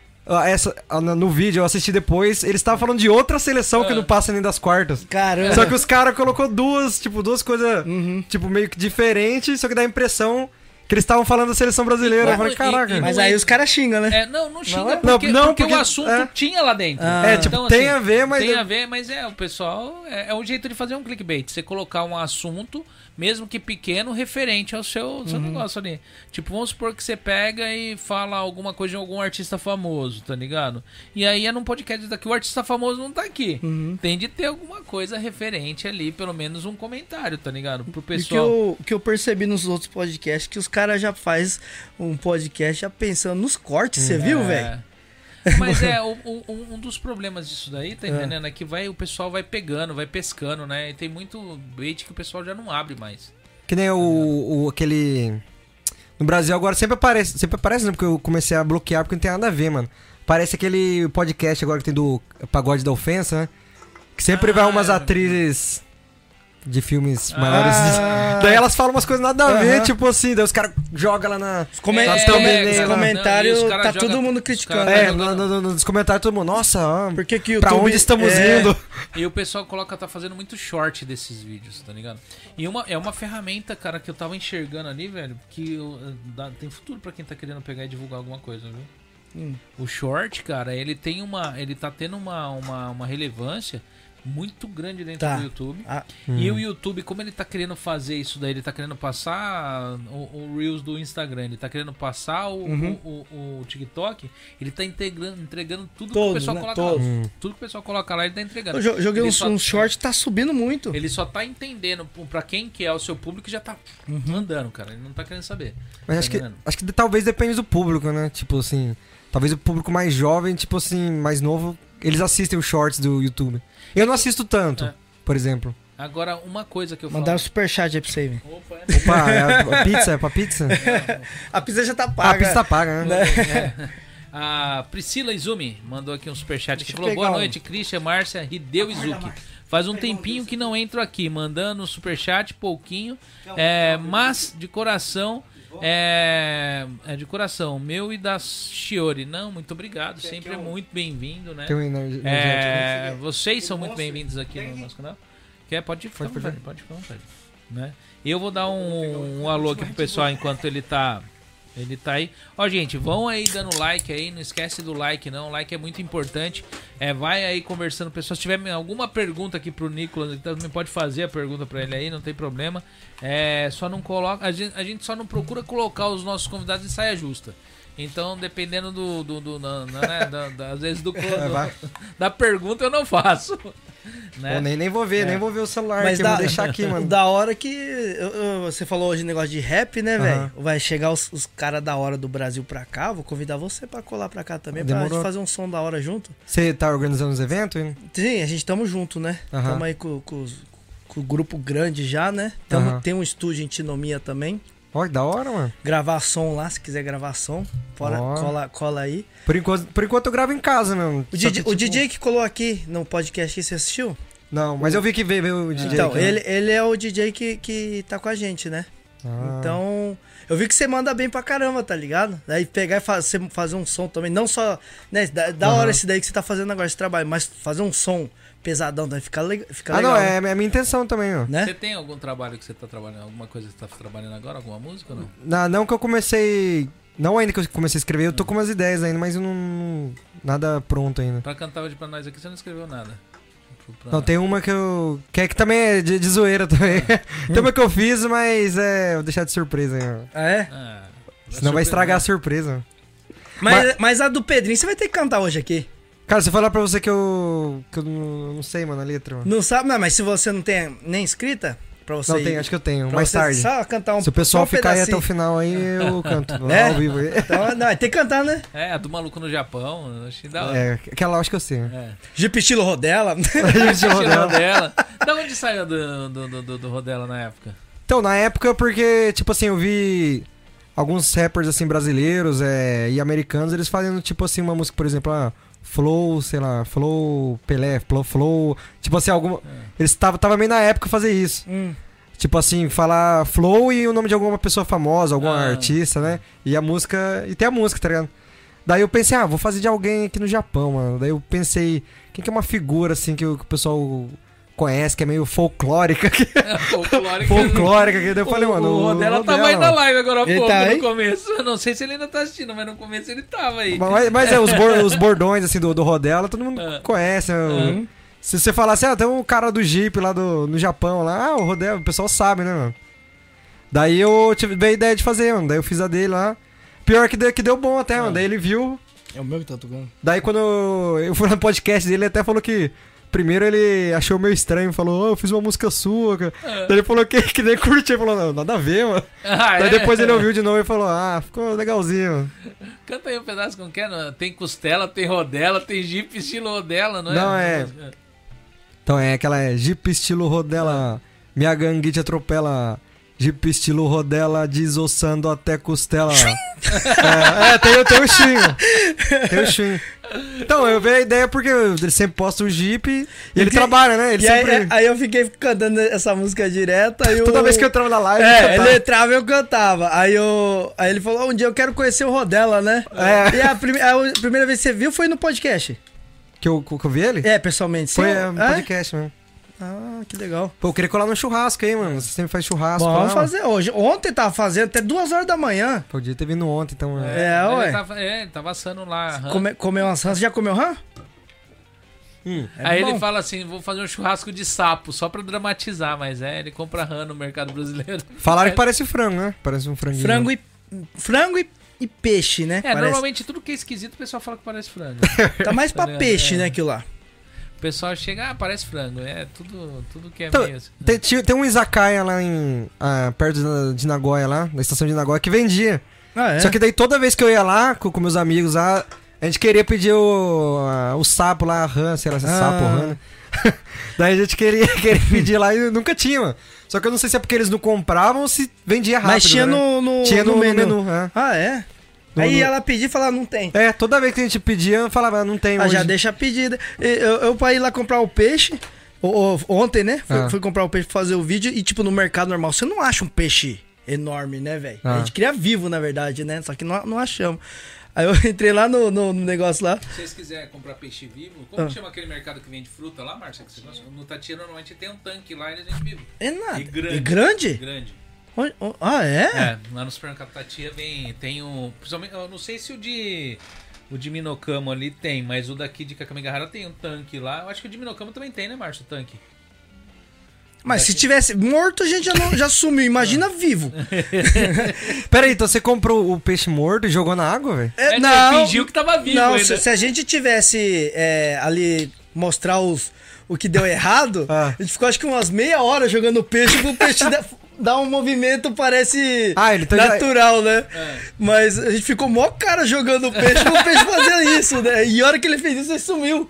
C: essa, no vídeo eu assisti depois, eles estavam falando de outra seleção é. que não passa nem das quartas.
B: Caramba.
C: Só que os caras colocou duas, tipo, duas coisas
B: Uhum.
C: tipo, meio que diferentes, só que dá a impressão que eles estavam falando da seleção brasileira.
A: Mas,
C: eu falei, caraca.
A: e, e,
B: Mas aí os caras xingam, né?
A: É, não, não xinga
B: Não,
A: porque,
C: não,
A: porque,
C: porque-
A: o assunto
C: é.
A: tinha lá dentro.
B: Ah.
C: É, tipo,
A: Então,
C: tem
A: assim,
C: a ver, mas...
A: Tem a ver, mas é, o pessoal... É, é um jeito de fazer um clickbait. Você colocar um assunto, mesmo que pequeno, referente ao seu, seu negócio ali. Tipo, vamos supor que você pega e fala alguma coisa de algum artista famoso, tá ligado? E aí é num podcast daqui, o artista famoso não tá aqui. Tem de ter alguma coisa referente ali, pelo menos um comentário, tá ligado? Pro
B: E que
A: pessoal...
B: eu, que eu percebi nos outros podcasts que os caras já faz um podcast já pensando nos cortes, você viu,
A: É.
B: velho?
A: Mas é, o, o- um dos problemas disso daí, tá entendendo? É que vai, o pessoal vai pegando, vai pescando, né? E tem muito bait que o pessoal já não abre mais.
C: Que nem o, o aquele... No Brasil agora sempre aparece, sempre aparece, né? Porque eu comecei a bloquear porque não tem nada a ver, mano. Parece aquele podcast agora que tem do Pagode da Ofensa, né? Que sempre
A: Ah,
C: vai umas
A: é.
C: atrizes de filmes
A: Ah.
C: maiores. Daí elas falam umas coisas nada a ver,
B: Aham.
C: tipo assim, daí os caras jogam lá na...
B: Comen-
C: Nós
A: É,
C: tamo
A: é,
C: bem,
B: os
C: né?
B: comentários,
A: Não, e os caras
B: tá
A: jogam-
B: todo mundo
A: os
B: criticando.
A: caras
C: É,
A: jogando-
C: no- no- no- nos comentários todo mundo, nossa, ó,
B: Por que que o
C: pra
B: YouTube-
C: onde estamos
B: é,
C: indo?
A: E o pessoal coloca, tá fazendo muito short desses vídeos, tá ligado? E uma, é uma ferramenta, cara, que eu tava enxergando ali, velho, que eu- dá- tem futuro pra quem tá querendo pegar e divulgar alguma coisa, viu?
B: Hum.
A: O short, cara, ele tem uma. Ele tá tendo uma, uma, uma relevância muito grande dentro
B: Tá.
A: do YouTube.
B: Ah,
A: E o YouTube, como ele tá querendo fazer isso daí, ele tá querendo passar o, o Reels do Instagram, ele tá querendo passar o,
B: Uhum.
A: o, o, o TikTok, ele tá integrando, entregando tudo que
B: Todos,
A: o pessoal
B: né?
A: coloca
B: Todos.
A: lá.
C: Hum.
A: Tudo que o pessoal coloca lá, ele tá entregando.
B: eu jo- joguei
A: Ele
B: um,
A: só-
B: um short, tá subindo muito.
A: Ele só tá entendendo pra quem que é o seu público e já tá mandando, cara. Ele não tá querendo saber.
C: Mas
A: Tá
C: acho que,
A: entendendo?
C: acho que talvez depende do público, né? Tipo assim, talvez o público mais jovem, tipo assim, mais novo, eles assistem os shorts do YouTube. Eu não assisto tanto,
A: É.
C: por exemplo.
A: Agora, uma coisa que eu
B: Mandaram um
A: falo...
B: superchat aí pra você, velho.
A: Opa, é.
C: Opa, é a, a pizza? É pra pizza?
B: A pizza já tá
C: Ah,
B: paga.
C: a pizza tá paga, né?
A: É. A Priscila Izumi mandou aqui um superchat que
B: Deixa eu
A: falou:
B: pegar
A: Boa
B: um.
A: noite, Christian, Márcia, Hideu e Zuki. Faz um tempinho que não entro aqui, mandando um superchat, pouquinho, é, mas de coração, é, é de coração, meu e da Shiori. Não, muito obrigado, sempre é muito bem-vindo, né?
C: Tem um energia.
A: É, vocês são muito bem-vindos aqui no nosso canal. Quer? Pode ficar à
C: Pode,
A: vontade, pode ficar à vontade. Né? E eu vou dar um, um alô aqui pro pessoal enquanto ele tá, ele tá aí. Ó, gente, vão aí dando like aí, não esquece do like não, o like é muito importante. É, vai aí conversando, pessoal. Se tiver alguma pergunta aqui pro Nicolas, ele também pode fazer a pergunta pra ele aí, não tem problema. É, só não coloca, a gente, a gente só não procura colocar os nossos convidados em saia justa. Então, dependendo do, do, do na- na- né, da, da- às vezes do,
C: vai.
A: do da pergunta eu não faço. Né?
C: Pô, nem, nem vou ver,
A: É.
C: nem vou ver o celular,
B: Mas
C: que eu
B: da,
C: vou deixar aqui, mano.
B: da hora que eu- eu- você falou hoje negócio de rap, né, velho?
C: Aham.
B: Vai chegar os, os caras da hora do Brasil pra cá. Vou convidar você pra colar pra cá também, pra
C: Demorou.
B: gente fazer um som da hora junto.
C: Você tá organizando os eventos? hein?
B: Sim, a gente tamo junto, né?
C: Aham.
B: Tamo aí com, com, os- com o grupo grande já, né? Tamo-
C: Aham.
B: Tem um estúdio em Tinomia também.
C: Ó, que da hora, mano.
B: Gravar som lá, se quiser gravar som. Fora,
C: Ó.
B: cola, cola aí.
C: Por enquanto, por enquanto eu gravo em casa mesmo.
B: O,
C: Só
B: DJ,
C: que,
B: o
C: tipo,
B: D J que colou aqui no podcast, você assistiu?
C: Não, mas eu vi que veio, veio o D J.
B: Então,
C: aqui, né?
B: ele, ele é o D J que, que tá com a gente, né?
C: Ah.
B: Então, eu vi que você manda bem pra caramba, tá ligado? Daí pegar e fazer, fazer um som também, não só, né, da, da
C: Aham.
B: hora esse daí que você tá fazendo agora, esse trabalho, mas fazer um som pesadão, daí fica, le fica
C: Ah,
B: legal,
C: não,
B: né?
C: é, é a minha intenção também, ó.
B: Né?
A: Você tem algum trabalho que você tá trabalhando, alguma coisa que você tá trabalhando agora, alguma música ou não?
C: Na, não que eu comecei. Não ainda que eu comecei a escrever, eu tô com umas ideias ainda, mas eu não. Nada pronto ainda.
A: Pra cantar hoje pra nós aqui, você não escreveu nada. Pra-
C: Não, tem uma que eu. Que é que também é de, de zoeira também. tem uma que eu fiz, mas é. Vou deixar de surpresa aí, ó.
B: Ah, é?
A: Ah,
C: Senão vai estragar a surpresa.
B: Mas, mas a do Pedrinho você vai ter que cantar hoje aqui.
C: Cara, se eu falar pra você que eu. que eu não, não sei, mano, a letra, mano.
B: Não sabe? Não, mas se você não tem nem escrita, pra você
C: Não
B: ir-
C: tem, acho que eu tenho.
B: pra
C: Mais
B: você
C: tarde.
B: Só cantar um
C: Se o pessoal
B: só um
C: ficar aí até o
B: pedacinho.
C: final aí, eu canto.
B: É?
C: Ao vivo aí.
B: Então, não, tem que cantar, né?
A: É, a do maluco no Japão, achei da hora.
C: É, aquela eu acho que eu sei.
A: É.
B: Jeep estilo Rodela.
C: Gente,
A: Tirou
C: Rodel.
A: dela. Da onde saiu do, do, do, do, do Rodela na época?
C: Então, na época, porque, tipo assim, eu vi alguns rappers, assim, brasileiros é, e americanos, eles fazendo, tipo assim, uma música, por exemplo, ah, Flow, sei lá, Flow Pelé, Flow, Flow, tipo assim, alguma... É. Eles estavam tava meio na época fazer isso. Hum. Tipo assim, falar Flow e o nome de alguma pessoa famosa, alguma ah. artista, né? E a música, e tem a música, tá ligado? Daí eu pensei, ah, vou fazer de alguém aqui no Japão, mano. Daí eu pensei, quem que é uma figura, assim, que o, que o pessoal... conhece, que é meio folclórica.
A: É, folclórica.
C: folclórica. Que eu falei,
A: o,
C: mano...
A: O Rodela tava aí na live agora há pouco,
B: tá
A: no começo. Eu não sei se ele ainda tá assistindo, mas no começo ele tava aí.
C: Mas, mas é, os, bor, os bordões, assim, do, do Rodela, todo mundo é. conhece. Né? Uhum. Se você falar assim, ah, tem um cara do Jeep lá do, no Japão, lá, ah, o Rodela, o pessoal sabe, né, mano? Daí eu tive a ideia de fazer, mano. Daí eu fiz a dele lá. Pior que deu, que deu bom até, é. mano. Daí ele viu...
B: É o meu que tá tocando.
C: Daí quando eu, eu fui no podcast dele, ele até falou que... Primeiro ele achou meio estranho, falou, oh, eu fiz uma música sua, cara. É. Daí ele falou que, que nem curtiu, ele falou, não, nada a ver, mano. Ah, Daí é? depois ele ouviu de novo e falou, ah, ficou legalzinho, mano.
A: Canta aí um pedaço como que é, tem costela, tem rodela, tem Jeep estilo rodela, não é?
C: Não, é... Então é aquela é, Jeep estilo rodela, minha gangue te atropela... Jeep estilo rodela, desossando até costela. é, é, tem, tem o Shin. Tem o Shin. Então, eu vi a ideia porque ele sempre posta o Jeep e ele que, trabalha, né? Ele
B: e
C: sempre...
B: aí, aí eu fiquei cantando essa música direto. Aí
C: Toda
B: eu...
C: vez que eu entrava na live,
B: é, ele entrava e eu cantava. Aí, eu... aí ele falou, um dia eu quero conhecer o Rodela, né? É. E a, prime... a primeira vez que você viu foi no podcast.
C: Que eu, que eu vi ele?
B: É, pessoalmente.
C: Foi é, no podcast mesmo.
B: Ah, que legal.
C: Pô, eu queria colar no churrasco aí, mano. Você sempre faz churrasco.
B: Bom, vamos fazer hoje. Ontem tava fazendo até duas horas da manhã.
C: Podia ter vindo ontem, então.
A: É, é ué. Ele tava, é, ele tava assando lá.
B: Come, comeu umas rãs. Você já comeu rã?
A: Hum, é aí bom. Ele fala assim, vou fazer um churrasco de sapo, só pra dramatizar, mas é, ele compra rã no mercado brasileiro.
C: Falaram que parece frango, né? Parece um franguinho.
B: Frango e, frango e, e peixe, né?
A: É, parece. Normalmente tudo que é esquisito o pessoal fala que parece frango.
B: Tá mais pra tá peixe, é. né, aquilo lá.
A: O pessoal chega, ah, parece frango. É tudo, tudo que é
C: então,
A: meio assim.
C: Tem, tem um izakaya lá em, ah, perto de Nagoya, lá, na estação de Nagoya, que vendia. Ah, é? Só que daí toda vez que eu ia lá com, com meus amigos lá, a gente queria pedir o, a, o sapo lá, a rã, sei lá, se é ah. sapo ou rã. Daí a gente queria, queria pedir lá e nunca tinha, mano. Só que eu não sei se é porque eles não compravam ou se vendia rápido.
B: Mas tinha, né? no, no,
C: tinha no,
B: no
C: menu.
B: menu. É. Ah, é? No, Aí no... ela pedia e falava, não tem.
C: É, toda vez que a gente pedia, eu falava, não tem.
B: Ah,
C: hoje.
B: Já deixa a pedida. Eu, eu pra ir lá comprar o peixe, ontem, né? Fui, ah. fui comprar o peixe pra fazer o vídeo e, tipo, no mercado normal, você não acha um peixe enorme, né, velho? Ah. A gente queria vivo, na verdade, né? Só que não, não achamos. Aí eu entrei lá no, no, no negócio lá.
A: Se vocês quiserem comprar peixe vivo, como ah. chama aquele mercado que vende fruta lá, Márcia? No Tatiana, normalmente tem um tanque lá e eles vendem vivo.
B: É nada.
A: E grande.
B: E grande?
A: Grande.
B: Ah, é?
A: É, lá no supermercado Tatia vem, tem um... Principalmente, eu não sei se o de... O de Minocamo ali tem, mas o daqui de Kakamegahara tem um tanque lá. Eu acho que o de Minocamo também tem, né, Márcio, o tanque?
B: Mas daqui... se tivesse morto, a gente já, não, já sumiu. Imagina vivo.
C: Pera aí, então você comprou o peixe morto e jogou na água, velho?
B: É, não, fingiu que tava vivo não, ainda. Se, se a gente tivesse é, ali mostrar os, o que deu errado, ah. a gente ficou acho que umas meia hora jogando peixe pro peixe... Dá um movimento, parece ah, ele tá natural, já... né? É. Mas a gente ficou mó cara jogando o peixe pro peixe fazer isso, né? E a hora que ele fez isso, ele sumiu.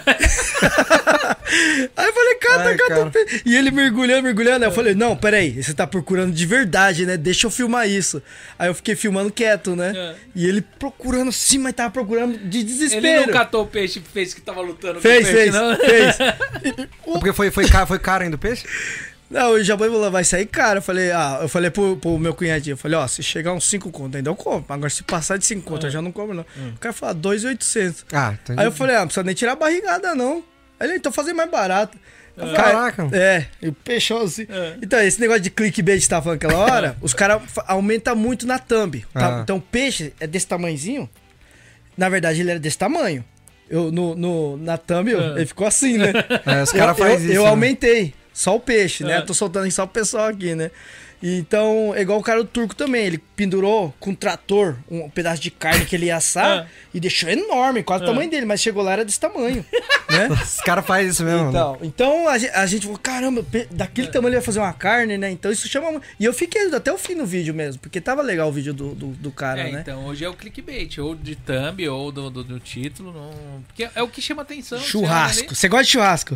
B: Aí eu falei, cata, cata o peixe. E ele mergulhando, mergulhando. Aí eu falei, não, peraí, você tá procurando de verdade, né? Deixa eu filmar isso. Aí eu fiquei filmando quieto, né? É. E ele procurando sim, mas tava procurando de desespero.
A: Ele não catou o peixe e fez que tava lutando
B: fez,
A: com o peixe,
B: fez,
A: não?
B: Fez,
C: fez. Porque foi, foi, foi caro ainda o peixe?
B: Não, o Jaboi falou, vai sair caro. Eu falei, ah, eu falei pro, pro meu cunhadinho, eu falei, ó, se chegar uns cinco conto, ainda eu compro. Agora se passar de cinco conto, eu já não compro, não. Hum. O cara falou, dois mil e oitocentos. Ah, entendi. Aí eu falei, ah, não precisa nem tirar a barrigada, não. Aí ele, então fazer mais barato.
C: É. Falei, caraca.
B: É, e peixão assim. É. Então, esse negócio de clickbait que você tava falando aquela hora, os caras aumentam muito na thumb. Tá? Ah. Então, o peixe é desse tamanhozinho. Na verdade, ele era desse tamanho. Eu, no, no, na thumb, é. ele ficou assim, né?
C: É, os caras fazem isso.
B: Eu
C: né?
B: aumentei. Só o peixe, né?
A: É.
B: Eu tô soltando só o pessoal aqui, né? Então, é igual o cara do turco também. Ele pendurou com um trator um pedaço de carne que ele ia assar é. e deixou enorme, quase é. o tamanho dele. Mas chegou lá, era desse tamanho, né?
C: Os caras fazem isso mesmo.
B: Então,
C: né?
B: então a, gente, a gente falou, caramba, daquele é. tamanho ele vai fazer uma carne, né? Então isso chama... E eu fiquei até o fim no vídeo mesmo, porque tava legal o vídeo do, do, do cara,
A: é,
B: né?
A: Então, hoje é o clickbait, ou de thumb, ou do, do, do título. Não... Porque é o que chama atenção.
B: Churrasco. Você gosta de churrasco?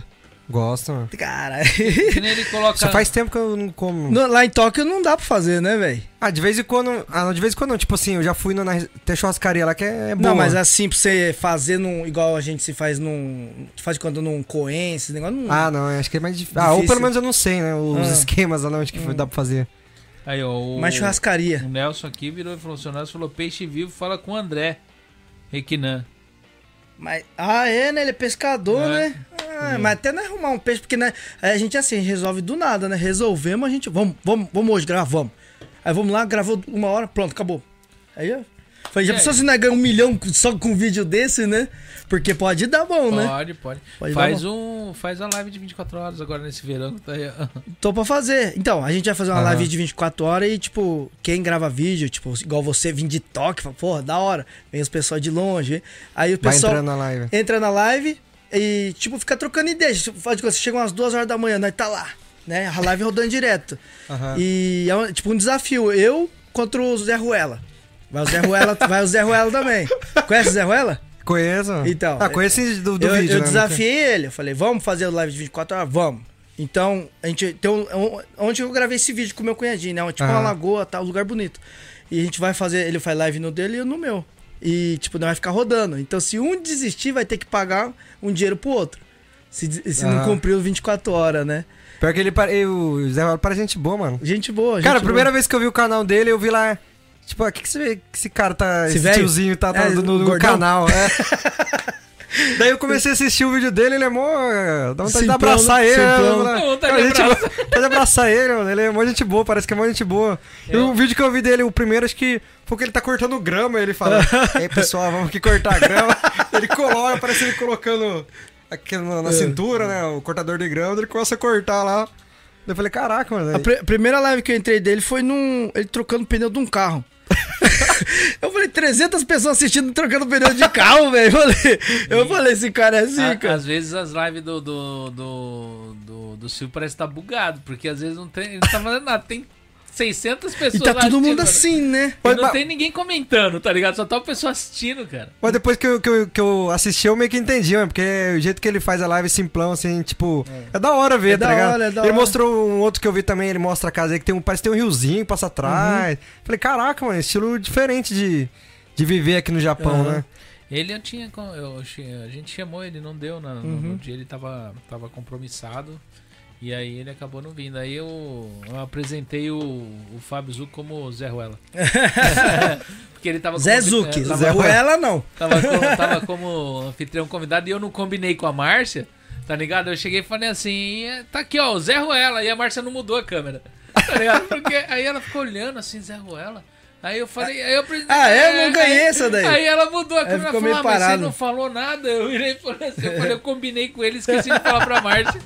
C: Gosto, mano.
B: Cara,
A: Que nem ele coloca...
C: Só faz tempo que eu não como.
B: no- lá em Tóquio não dá pra fazer, né, velho?
C: Ah, de vez em quando. Ah, de vez em quando não. Tipo assim, eu já fui no, na tem churrascaria lá que é boa.
B: Não, mas assim, pra você fazer num, igual a gente se faz num. Faz quando num Coen, esse negócio não.
C: Ah, não, acho que é mais difícil. Ah, ou
B: Difícil.
C: pelo menos eu não sei, né? Os
B: Ah.
C: esquemas lá não, acho que
B: Hum.
C: dá pra fazer.
A: Aí, ó, o...
B: mais churrascaria.
A: O Nelson aqui virou e falou, o seu Nelson falou, peixe vivo, fala com o André Requinan.
B: Mas, ah, é, né? Ele é pescador,
A: É.
B: né? Ah, mas até não arrumar um peixe, porque né, a gente assim, a gente resolve do nada, né? Resolvemos, a gente. Vamos, vamos, vamos hoje gravar, vamos. Aí vamos lá, gravou uma hora, pronto, acabou. Aí eu. Falei, já
A: E
B: pensou
A: aí?
B: se nós ganhamos um milhão só com um vídeo desse, né? Porque pode dar bom, né?
A: Pode, pode.
B: Pode
A: faz
B: dar
A: um, faz uma live de vinte e quatro horas agora nesse verão que tá aí. ó.
B: Tô pra fazer. Então, a gente vai fazer uma
C: Aham.
B: live de vinte e quatro horas e, tipo, quem grava vídeo, tipo, igual você, vir de toque, fala, porra, da hora. Vem os pessoal de longe. Aí o
C: Vai
B: pessoal
C: entrando na live.
B: entra na live e, tipo, fica trocando ideia. Tipo, faz de conta, você chega umas duas horas da manhã, nós tá lá, né? A live rodando direto.
C: Aham.
B: E é um- tipo um desafio. Eu contra o Zé Ruela. Vai o Zé Ruela, vai o Zé Ruela também. Conhece o Zé Ruela?
C: Conheço?
B: Então,
C: Ah, conheço do, do
B: eu,
C: vídeo,
B: eu
C: né?
B: desafiei ele. Eu falei, vamos fazer o live de vinte e quatro horas? Vamos. Então, a gente tem um, um- onde eu gravei esse vídeo com o meu cunhadinho, né? Tipo uma
C: Aham.
B: lagoa, tá? Um lugar bonito. E a gente vai fazer, ele faz live no dele e eu no meu. E, tipo, não vai ficar rodando. Então, se um desistir, vai ter que pagar um dinheiro pro outro. Se, se não
C: Aham.
B: cumpriu vinte e quatro horas, né?
C: Pior que ele pare... o Zé Raul parece gente boa, mano.
B: Gente boa, gente
C: Cara, a
B: boa.
C: primeira vez que eu vi o canal dele, eu vi lá. Tipo, o que, que você vê que esse cara tá.
B: Esse
C: Esse,
B: velho?
C: tiozinho tá, tá
B: É,
C: no, no- no
B: gordão?
C: canal. É. Daí eu comecei a assistir o vídeo dele, ele é mó. Dá vontade de
B: Simplão,
C: abraçar
B: né?
C: ele. né?
B: Simplão,
C: Eu
B: né?
C: falei,
A: Dá vontade
C: cara,
A: de
C: gente,
A: abraçar.
C: vontade de abraçar ele, mano. Ele é mó gente boa, parece que é mó gente boa. E
A: Eu-
C: o vídeo que eu vi dele, o primeiro, acho que foi que ele tá cortando grama. Ele fala: Ei, pessoal, vamos aqui cortar grama. Ele coloca, parece ele colocando aqui na, na
B: É.
C: cintura, né? O cortador de grama, ele começa a cortar lá. Daí eu falei: caraca, mano.
B: A pri- primeira live que eu entrei dele foi num. Ele trocando pneu de um carro. Eu falei, trezentas pessoas assistindo trocando pneu de carro, velho. Eu falei, eu falei, esse cara é
A: A-
B: assim, cara.
A: Às vezes as lives do, do, do, do, do Silvio parece que tá bugado, porque às vezes não tem, ele não tá fazendo nada. Tem seiscentas pessoas
B: E tá todo mundo
A: assistindo,
B: assim, né?
A: E
C: Mas-
A: não
C: mas-
A: tem ninguém comentando, tá ligado? Só tá o pessoal assistindo, cara.
C: Mas depois que eu, que, eu, que eu assisti, eu meio que entendi, mano. Porque o jeito que ele faz a live simplão, assim, tipo. É, da hora ver,
B: É
C: tá
B: da
C: ligado?
B: hora, é da
C: ele
B: hora.
C: mostrou um outro que eu vi também, ele mostra a casa aí que tem um. Parece que tem um riozinho que passa atrás.
B: Uhum.
C: Falei, caraca, mano, estilo diferente de, de viver aqui no Japão,
B: Uhum.
C: né?
A: Ele eu tinha. com- Eu, che- a gente chamou ele, não deu. Na, no,
B: Uhum.
A: no dia ele tava, tava compromissado. E aí ele acabou não vindo. Aí eu, eu apresentei o, o Fábio Zuc como Zé Ruela. Porque ele tava
B: Zé
A: como-
B: Zuc,
A: é, tava,
B: Zé Ruela não.
A: Tava como, tava como anfitrião convidado e eu não combinei com a Márcia, tá ligado? Eu cheguei e falei assim, "É, tá aqui ó, o Zé Ruela", e a Márcia não mudou a câmera, tá ligado? Porque aí ela ficou olhando assim, Zé Ruela. Aí eu falei, aí eu apresentei.
B: Ah, é? Eu não ganhei essa daí.
A: Aí ela mudou a
B: Aí
A: câmera e
B: ficou
A: falou,
B: meio
A: ah, mas você
B: parado.
A: não falou nada. Eu virei e falei assim, eu, falei, eu combinei com ele, esqueci de falar pra Márcia.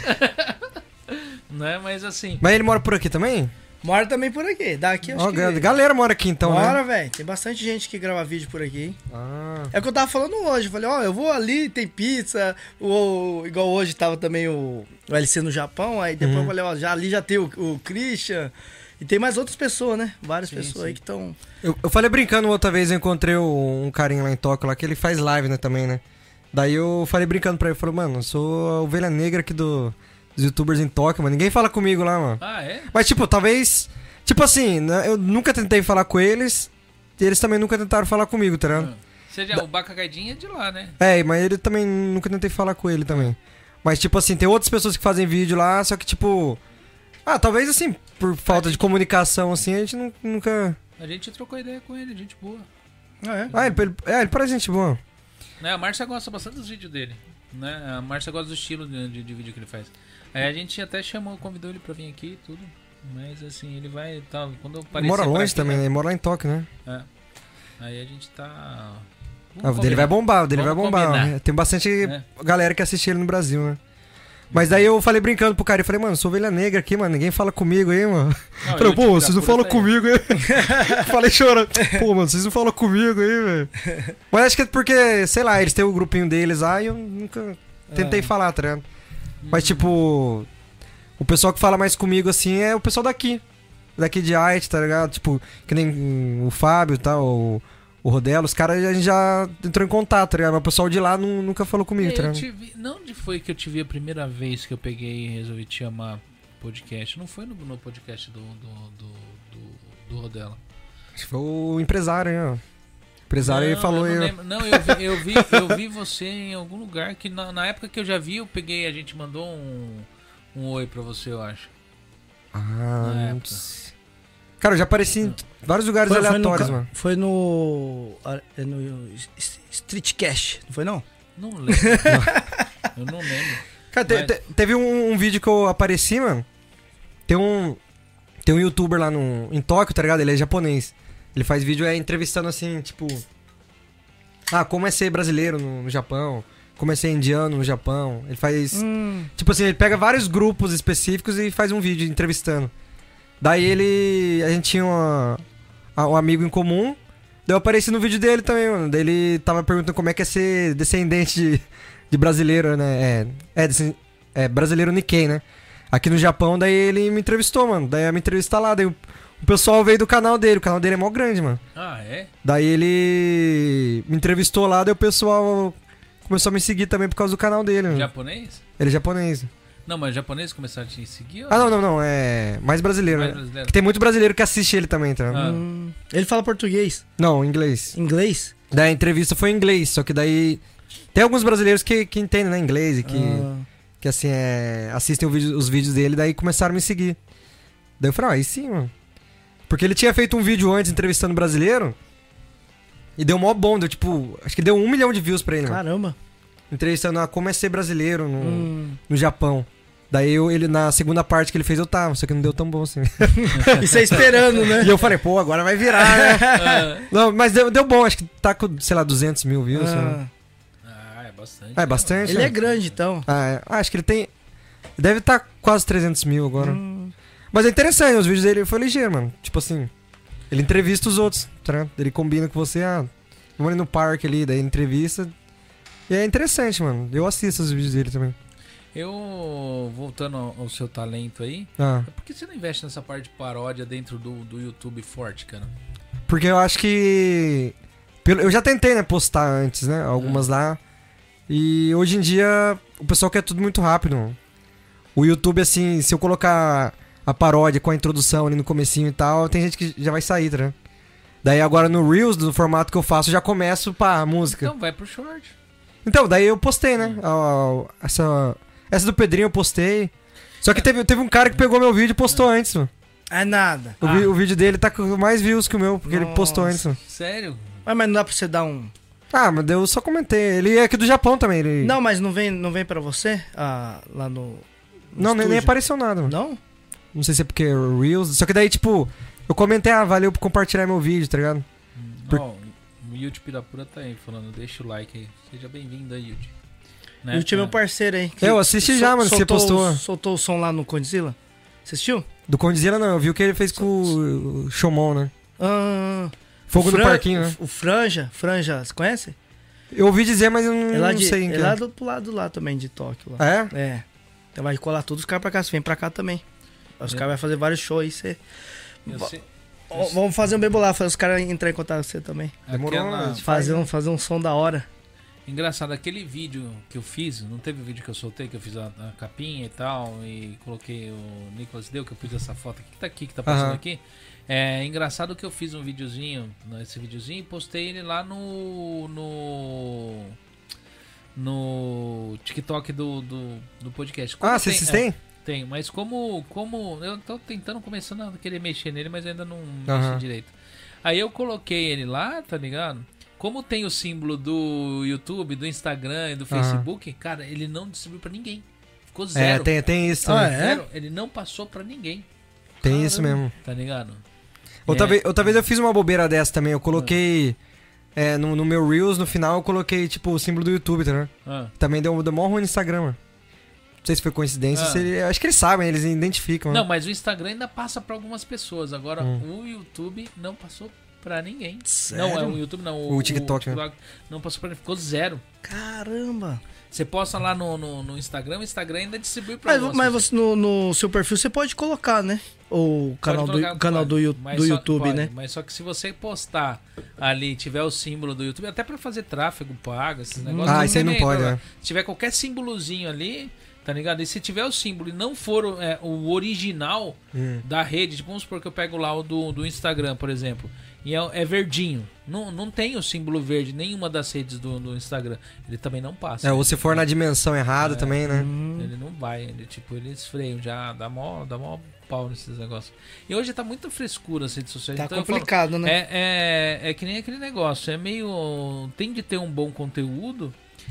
A: Né, mas assim.
C: Mas ele mora por aqui também?
B: Mora também por aqui. Daqui acho
C: Ó,
B: que...
C: ga- galera mora aqui então,
B: Mora,
C: né?
B: velho. Tem bastante gente que grava vídeo por aqui.
C: Ah.
B: É o que eu tava falando hoje. Eu falei, ó, eu vou ali, tem pizza. O, igual hoje tava também o, o L C no Japão. Aí depois
C: Uhum.
B: eu falei, ó, já, ali já tem o, o Christian. E tem mais outras pessoas, né? Várias
A: Sim,
B: pessoas
A: sim.
B: aí que estão...
C: Eu, eu falei brincando outra vez, eu encontrei um carinha lá em Tóquio lá que ele faz live, né, também, né? Daí eu falei brincando pra ele, falei, mano, eu sou a ovelha negra aqui do, dos youtubers em Tóquio, mano. Ninguém fala comigo lá, mano.
A: Ah, é?
C: Mas, tipo, talvez. Tipo assim, né, eu nunca tentei falar com eles, e eles também nunca tentaram falar comigo, tá ligado?
A: Seja, o Bacacaidinho é de lá, né?
C: É, mas ele também nunca tentei falar com ele também. Mas, tipo assim, tem outras pessoas que fazem vídeo lá, só que, tipo. Ah, talvez assim, por falta de comunicação, assim, a gente nu- nunca.
A: A gente trocou ideia com ele, gente boa.
B: Ah, é?
C: Ah, ele, ele, é, ele parece gente boa.
A: Né, a Márcia gosta bastante dos vídeos dele. Né? A Márcia gosta do estilo de, de, de vídeo que ele faz. Aí a gente até chamou, convidou ele pra vir aqui e tudo. Mas assim, ele vai. Tá, quando eu
C: Ele
A: aparecer
C: mora
A: por
C: longe
A: aqui,
C: também,
A: né?
C: né? Ele mora lá em Tóquio, né?
A: É. Aí a gente tá.
C: Ah,
A: Vamos
C: o dele vai
A: combinar.
C: bombar, o dele
A: Vamos
C: vai bombar.
A: combinar.
C: Né? Tem bastante
A: É.
C: galera que assiste ele no Brasil, né? Mas daí eu falei brincando pro cara, eu falei, mano, sou ovelha negra aqui, mano, ninguém fala comigo aí, mano.
A: Não,
C: Falei,
A: eu,
C: pô,
A: tipo,
C: vocês não
A: da
C: falam
A: puta aí.
C: comigo aí. Falei chorando. Pô, mano, vocês não falam comigo aí, velho. Mas acho que é porque, sei lá, eles têm o grupinho deles lá e eu nunca tentei
B: É.
C: falar, tá ligado? Mas tipo, o pessoal que fala mais comigo assim é o pessoal daqui. Daqui de arte, tá ligado? Tipo, que nem o Fábio e tal, o, o Rodelo, os caras a gente já entrou em contato, tá ligado? Mas o pessoal de lá nu- nunca falou comigo, tá
A: Eu
C: ligado?
A: te vi, não, onde foi que eu te vi a primeira vez que eu peguei e resolvi te chamar podcast? Não foi no, no podcast do, do, do, do, do Rodela.
C: Acho que foi o empresário, né? O empresário aí
A: Não,
C: falou
A: eu não,
C: aí.
A: lembro. Não, eu vi, eu, vi, eu vi você em algum lugar que na, na época que eu já vi, eu peguei, a gente mandou um, um oi pra você, eu acho.
C: Ah,
A: Na
C: não
A: época.
C: sei. Cara, eu já apareci em vários lugares
B: Foi, foi, no,
C: aleatórios,
B: ca-
C: mano.
B: foi no. ah, é no S- Streetcast, não foi não?
A: Não lembro. Eu não lembro.
C: Cara, te-
A: Mas-
C: te- teve um, um vídeo que eu apareci, mano. Tem um. Tem um youtuber lá no, em Tóquio, tá ligado? Ele é japonês. Ele faz vídeo é, entrevistando assim, tipo. Ah, como é ser brasileiro no, no Japão. Como é ser indiano no Japão. Ele faz.
B: Hum.
C: Tipo assim, ele pega vários grupos específicos e faz um vídeo entrevistando. Daí ele. A gente tinha uma, a- um amigo em comum. Daí eu apareci no vídeo dele também, mano. Daí ele tava perguntando como é que é ser descendente de, de brasileiro, né? É, é, descend- é brasileiro Nikkei, né? Aqui no Japão, daí ele me entrevistou, mano. Daí a minha entrevista tá lá. Daí o, o pessoal veio do canal dele. O canal dele é mó grande, mano.
A: Ah, é?
C: Daí ele me entrevistou lá, daí o pessoal começou a me seguir também por causa do canal dele. mano.
A: Japonês?
C: Ele é japonês.
A: Não, mas japonês começaram a te seguir? ou
C: Ah, não, não, não. É mais brasileiro,
A: Mais
C: né?
A: brasileiro?
C: Que tem muito brasileiro que assiste ele também, tá?
A: Ah.
B: Hum. Ele fala português,
C: Não, em inglês.
B: inglês.
C: Daí a entrevista foi em inglês, só que daí tem alguns brasileiros que, que entendem, né, inglês e que,
B: Ah.
C: que assim, é, assistem o vídeo- os vídeos dele, daí começaram a me seguir. Daí eu falei, ah, aí sim, mano. Porque ele tinha feito um vídeo antes entrevistando brasileiro e deu mó bom, deu tipo, acho que deu um milhão de views pra ele, mano.
B: Caramba.
C: Entrevistando a como é ser brasileiro no,
B: Hum.
C: no Japão. Daí eu, ele, na segunda parte que ele fez, eu tava, só que não deu tão bom assim.
B: E você esperando, né?
C: E eu falei, pô, agora vai virar, né?
A: Ah,
C: Não, mas deu, deu bom, acho que tá com, sei lá, duzentos mil views. sei lá.
B: Ah,
A: ah, é bastante.
C: Ah, é bastante?
B: ele
C: né?
B: é grande, então.
C: Ah, é. Ah, acho que ele tem. Deve estar quase trezentos mil agora.
B: Hum.
C: Mas é interessante, os vídeos dele foi ligeiro, mano. Tipo assim, ele entrevista os outros, tá ligado? Ele combina com você, ah, vamos ali no parque ali, daí entrevista. E é interessante, mano. Eu assisto os vídeos dele também.
A: Eu, voltando ao, ao seu talento aí,
C: Ah,
A: por que você não investe nessa parte de paródia dentro do, do YouTube forte, cara?
C: porque eu acho que. pelo- Eu já tentei, né, postar antes, né? Algumas lá. E hoje em dia o pessoal quer tudo muito rápido, mano. O YouTube, assim, se eu colocar a paródia com a introdução ali no comecinho e tal, tem gente que já vai sair, tá ligado? Daí agora no Reels, no formato que eu faço, eu já começo pá, a música.
A: Então vai pro short.
C: Então, daí eu postei, né? A- a- essa, essa do Pedrinho eu postei. Só que teve, teve um cara que pegou meu vídeo e postou antes, mano.
B: É nada.
C: O, vi- o vídeo dele tá com mais views que o meu, porque ele
B: Nossa.
C: postou antes, mano.
A: Sério?
B: Mas, mas não dá pra você dar um.
C: Ah, mas eu só comentei. Ele é aqui do Japão também. Ele...
B: Não, mas não vem, não vem pra você? Ah, lá no. no
C: Não, nem, nem
B: estúdio?
C: apareceu nada, mano.
B: Não?
C: Não sei se é porque é Reels. Só que daí, tipo, eu comentei, ah, valeu por compartilhar meu vídeo, tá ligado? Por-
A: Ó, o Yudi Pirapura tá aí falando, deixa o like aí. Seja bem-vindo aí, Yudi. Né?
B: E o time é meu parceiro aí. que
C: Eu assisti já, mano, que você
B: soltou
C: postou.
B: o- Soltou o som lá no Condzilla. Você assistiu?
C: Do Condzilla não, eu vi o que ele fez com o Shomon, né?
B: Ah,
C: Fogo
B: o
C: no
B: Fran-
C: parquinho, né?
B: O, o Franja, Franja, você conhece?
C: Eu ouvi dizer, mas eu não,
B: É lá,
C: não
B: de,
C: sei. em
B: é
C: que
B: lá do pro lado lá também, de Tóquio. Lá.
C: Ah, é?
B: É. Então vai colar todos os caras pra cá. Você vem pra cá também. Os
A: É.
B: caras vão fazer vários shows aí. Você...
A: Eu sei-
B: Ó, vamos fazer um bebo lá, fazer os caras entrar em contato com você também.
C: Demorou,
A: Aquela-
C: né?
B: Fazer um, fazer um som da hora.
A: Engraçado, aquele vídeo que eu fiz, não teve o vídeo que eu soltei, que eu fiz a, a capinha e tal, e coloquei o Nicolas Deu, que eu fiz essa foto aqui, que tá aqui, que tá passando
C: Aham.
A: aqui. É engraçado que eu fiz um videozinho, esse videozinho, e postei ele lá no. no. no TikTok do, do, do podcast. Como
C: Ah,
A: tem-
C: vocês
A: é,
C: têm?
A: Tem, mas como, como. Eu tô tentando, começando a querer mexer nele, mas ainda não
C: Aham.
A: mexi direito. Aí eu coloquei ele lá, tá ligado? Como tem o símbolo do YouTube, do Instagram e do
C: Aham.
A: Facebook, cara, ele não distribuiu pra ninguém. Ficou
C: É,
A: zero.
C: tem, tem isso
B: Ah,
C: também.
B: é?
A: Zero. Ele não passou pra ninguém,
C: Tem isso
B: Caramba.
C: mesmo.
A: tá ligado?
C: Outra,
A: É.
C: vez, outra vez eu fiz uma bobeira dessa também. Eu coloquei. É, no, no meu Reels, no final, eu coloquei, tipo, o símbolo do YouTube, tá ligado?
A: Ah,
C: Também deu, deu mó ruim no Instagram, mano. Não sei se foi coincidência.
A: Ah.
C: Se ele- acho que eles sabem, eles identificam.
A: Não,
C: Né?
A: mas o Instagram ainda passa pra algumas pessoas. Agora,
C: Hum.
A: o YouTube não passou pra ninguém.
B: Sério?
A: Não, é o YouTube não. O,
C: O TikTok,
A: o TikTok não passou pra ninguém, ficou zero.
B: Caramba.
A: Você posta lá no, no, no Instagram, o Instagram ainda distribui pra
B: Mas,
A: você.
B: mas você, no, no seu perfil você pode colocar, né? O canal,
A: Pode colocar,
B: do, canal
A: pode,
B: do, Yu-
A: mas
B: do
A: só-
B: YouTube,
A: pode,
B: né?
A: Mas só que se você postar ali, tiver o símbolo do YouTube, até pra fazer tráfego pago, esses negócios.
C: Ah, isso aí
A: tem
C: não
A: nem
C: pode,
A: problema.
C: né?
A: Se tiver qualquer símbolozinho ali, tá ligado? E se tiver o símbolo e não for o, é, o original
C: Hum.
A: da rede, tipo, vamos supor que eu pego lá o do, do Instagram, por exemplo, e é, é verdinho. Não, não tem o símbolo verde em nenhuma das redes do, do Instagram. Ele também não passa.
C: É, ou se for na dimensão errada
A: É.
C: também, né?
A: Ele não vai, ele, tipo, eles freiam já, dá mó, dá mó pau nesses negócios. E hoje tá muita frescura as redes sociais.
B: Tá
A: então eu falo,
B: complicado, né?
A: é, é, é que nem aquele negócio, é meio. Tem de ter um bom conteúdo,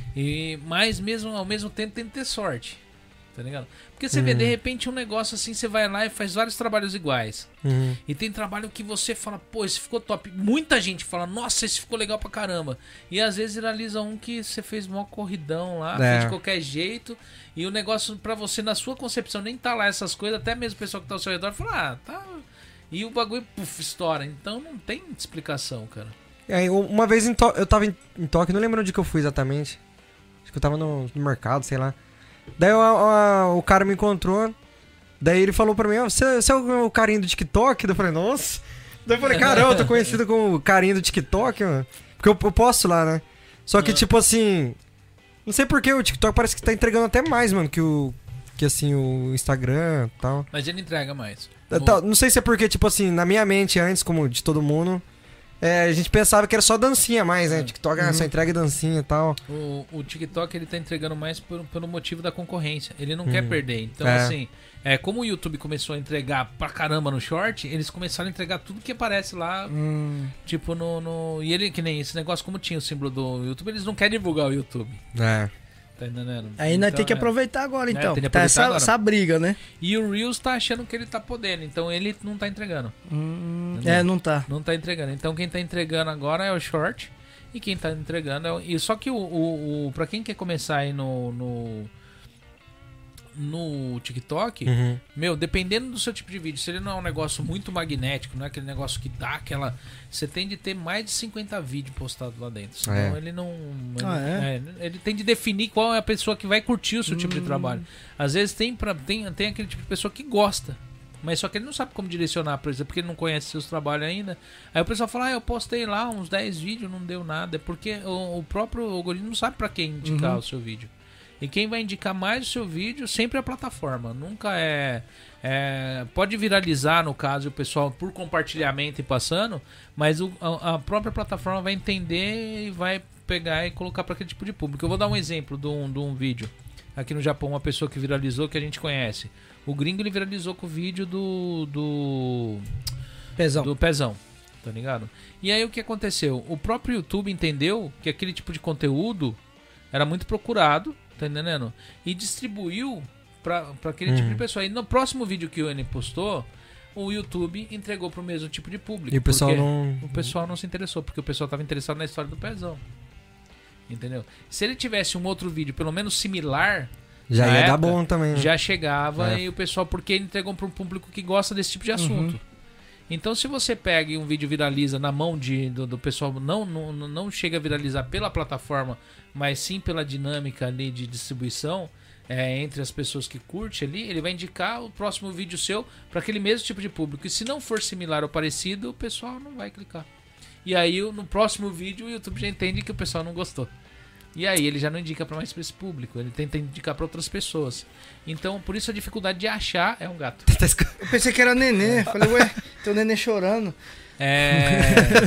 A: e, mas mesmo, ao mesmo tempo tem que ter sorte. Tá ligado? Porque você vê, de repente, um negócio assim, você vai lá e faz vários trabalhos iguais.
C: Uhum.
A: E tem trabalho que você fala, pô, esse ficou top. Muita gente fala, nossa, esse ficou legal pra caramba. E às vezes realiza um que você fez mó corridão lá,
C: É.
A: fez de qualquer jeito. E o negócio pra você, na sua concepção, nem tá lá essas coisas. Até mesmo o pessoal que tá ao seu redor fala, ah, tá. E o bagulho, puf, estoura. Então não tem explicação, cara.
C: E aí, uma vez em to... eu tava em, em Tóquio, não lembro onde que eu fui exatamente. Acho que eu tava no, no mercado, sei lá. Daí o, o, o cara me encontrou. Daí ele falou pra mim, ó, você, você é o, o carinho do TikTok? Daí eu falei, nossa. Daí eu falei, caramba, eu tô conhecido como o carinho do TikTok, mano. Porque eu, eu posto lá, né? Só que,
A: Ah.
C: tipo assim... Não sei porquê, o TikTok parece que tá entregando até mais, mano, que o... Que, assim, o Instagram e tal.
A: Mas ele entrega mais.
C: Tá, não sei se é porque, tipo assim, na minha mente antes, como de todo mundo... É, a gente pensava que era só dancinha mais, né? TikTok ah, só entrega dancinha e tal.
A: O, o TikTok ele tá entregando mais por, pelo motivo da concorrência. Ele não quer perder. Então,
C: É.
A: assim, é, como o YouTube começou a entregar pra caramba no short, eles começaram a entregar tudo que aparece lá,
B: Hum,
A: tipo, no, no. E ele, que nem esse negócio, como tinha o símbolo do YouTube, eles não querem divulgar o YouTube.
C: É.
A: Tá entendendo?
B: aí nós
A: Então,
B: temos que
A: é.
B: aproveitar agora,
A: É,
B: então.
A: tem que
B: Tá
A: aproveitar
B: essa,
A: agora.
B: essa briga, né?
A: E o Reels tá achando que ele tá podendo, então ele não tá entregando.
B: Hum,
A: Entendeu?
B: é, não tá.
A: Não tá entregando. Então quem tá entregando agora é o short. E quem tá entregando é o. E só que o. o, o pra quem quer começar aí no. no no TikTok,
C: Uhum.
A: meu, dependendo do seu tipo de vídeo, se ele não é um negócio muito magnético, não é aquele negócio que dá aquela. Você tem de ter mais de cinquenta vídeos postados lá dentro. Senão
C: É.
A: ele não. Ele,
B: Ah, é?
A: é, ele tem de definir qual é a pessoa que vai curtir o seu tipo de trabalho. Às vezes tem, pra, tem, tem aquele tipo de pessoa que gosta. Mas só que ele não sabe como direcionar, por exemplo, porque ele não conhece seus trabalhos ainda. Aí o pessoal fala, ah, eu postei lá uns dez vídeos, não deu nada. É porque o, o próprio algoritmo não sabe pra quem indicar o seu vídeo. E quem vai indicar mais o seu vídeo sempre é a plataforma. Nunca é, é... Pode viralizar, no caso, o pessoal por compartilhamento e passando, mas o, a, a própria plataforma vai entender e vai pegar e colocar para aquele tipo de público. Eu vou dar um exemplo de um, de um vídeo. Aqui no Japão, uma pessoa que viralizou, que a gente conhece. O gringo, ele viralizou com o vídeo do... do
B: Pesão.
A: do Pezão, tá ligado? E aí o que aconteceu? O próprio YouTube entendeu que aquele tipo de conteúdo era muito procurado, tá entendendo? E distribuiu pra, pra aquele tipo de pessoa. E no próximo vídeo que o N postou, o YouTube entregou pro mesmo tipo de público.
C: E o pessoal
A: porque
C: não...
A: O pessoal não se interessou, porque o pessoal tava interessado na história do Pezão. Entendeu? Se ele tivesse um outro vídeo, pelo menos similar,
C: Já
A: na
C: ia dar
A: época,
C: bom também, né?
A: já chegava
C: É.
A: e o pessoal, porque ele entregou para um público que gosta desse tipo de assunto. Então, se você pega e um vídeo viraliza na mão de, do, do pessoal, não, não, não chega a viralizar pela plataforma, mas sim pela dinâmica ali de distribuição é, entre as pessoas que curte ali, ele vai indicar o próximo vídeo seu para aquele mesmo tipo de público. E se não for similar ou parecido, o pessoal não vai clicar. E aí, no próximo vídeo, o YouTube já entende que o pessoal não gostou. E aí ele já não indica para mais pra esse público, ele tenta indicar para outras pessoas. Então, por isso a dificuldade de achar é um gato.
B: Eu pensei que era nenê. Falei, ué, tem o nenê chorando.
A: É.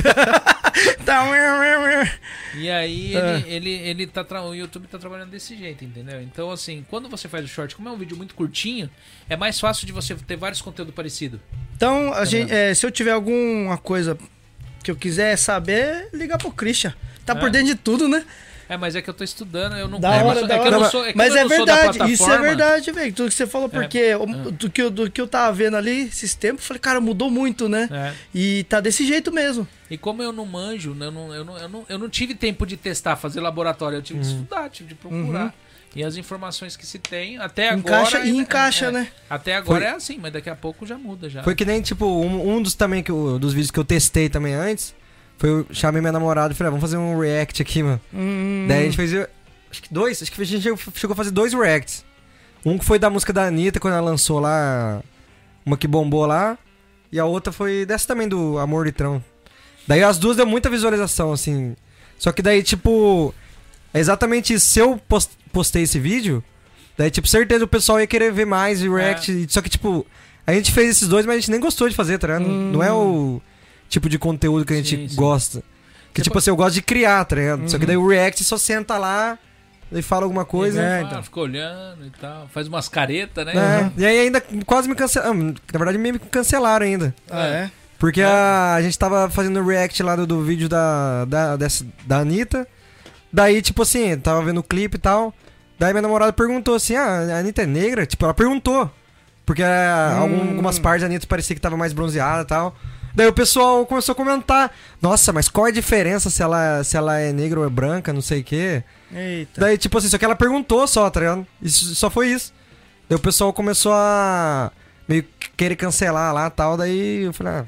B: Tá, ué, ué, ué.
A: E aí
B: É.
A: ele, ele, ele tá tra... o YouTube tá trabalhando desse jeito, entendeu? Então, assim, quando você faz o short, como é um vídeo muito curtinho, é mais fácil de você ter vários conteúdos parecidos.
B: Então, a
A: Tá
B: gente,
A: vendo?
B: é, se eu tiver alguma coisa que eu quiser saber, ligar pro Christian. Tá
A: É.
B: por dentro de tudo, né?
A: É, mas é que eu tô estudando, eu não
B: Da
A: é,
B: hora,
A: mas,
B: da
A: é que eu
B: hora.
A: não sou, é que
B: Mas
A: eu
B: é
A: não sou da
B: verdade, isso é
A: plataforma.
B: verdade, velho. Tudo que você falou, porque
A: É.
B: o- do, que, eu- do que eu tava vendo ali esses tempos, eu falei, cara, mudou muito, né?
A: É.
B: E tá desse jeito mesmo.
A: E como eu não manjo, eu não, eu, não, eu, não, eu não tive tempo de testar, fazer laboratório, eu tive de estudar, tive de procurar. E as informações que se tem, até
B: Encaixa
A: agora...
B: e encaixa,
A: é,
B: né?
A: Até agora
C: Foi-
A: é assim, mas daqui a pouco já muda. Já.
C: Foi que nem, tipo, um, um dos também que eu- dos vídeos que eu testei também antes, foi eu chamei minha namorada e falei, ah, vamos fazer um react aqui, mano.
B: Hum,
C: Daí a gente fez, acho que dois, acho que a gente chegou- chegou a fazer dois reacts. Um que foi da música da Anitta, quando ela lançou lá, uma que bombou lá, e a outra foi dessa também, do Amor Litrão. Daí as duas deu muita visualização, assim. Só que daí, tipo, é exatamente isso. Se eu post- postei esse vídeo, daí, tipo, certeza o pessoal ia querer ver mais e react.
A: É.
C: Só que, tipo, a gente fez esses dois, mas a gente nem gostou de fazer, tá ligado?
B: Hum.
C: Não é o tipo de conteúdo que a gente
A: Sim, sim.
C: gosta. Que,
A: Você
C: tipo
A: pode-
C: assim, eu gosto de criar, tá ligado? Só que
B: Uhum.
C: daí o react só senta lá e fala alguma coisa.
B: É,
A: É,
B: então.
A: Fica olhando e tal. Faz umas caretas, né?
C: É, e aí ainda quase me cancelaram. Na verdade, me cancelaram ainda.
B: Ah, é?
C: Porque
A: É.
C: a, a gente tava fazendo o react lá do, do vídeo da, da, dessa, da Anitta. Daí, tipo assim, tava vendo o clipe e tal. Daí minha namorada perguntou assim, ah, a Anitta é negra? Tipo, ela perguntou. Porque é,
B: Hum.
C: algum- algumas partes da Anitta parecia que tava mais bronzeada e tal. Daí o pessoal começou a comentar. Nossa, mas qual é a diferença se ela, se ela é negra ou é branca, não sei o quê.
B: Eita.
C: Daí, tipo assim, só que ela perguntou só, tá ligado? Isso, só foi isso. Daí o pessoal começou a meio que querer cancelar lá e tal. Daí eu falei, ah,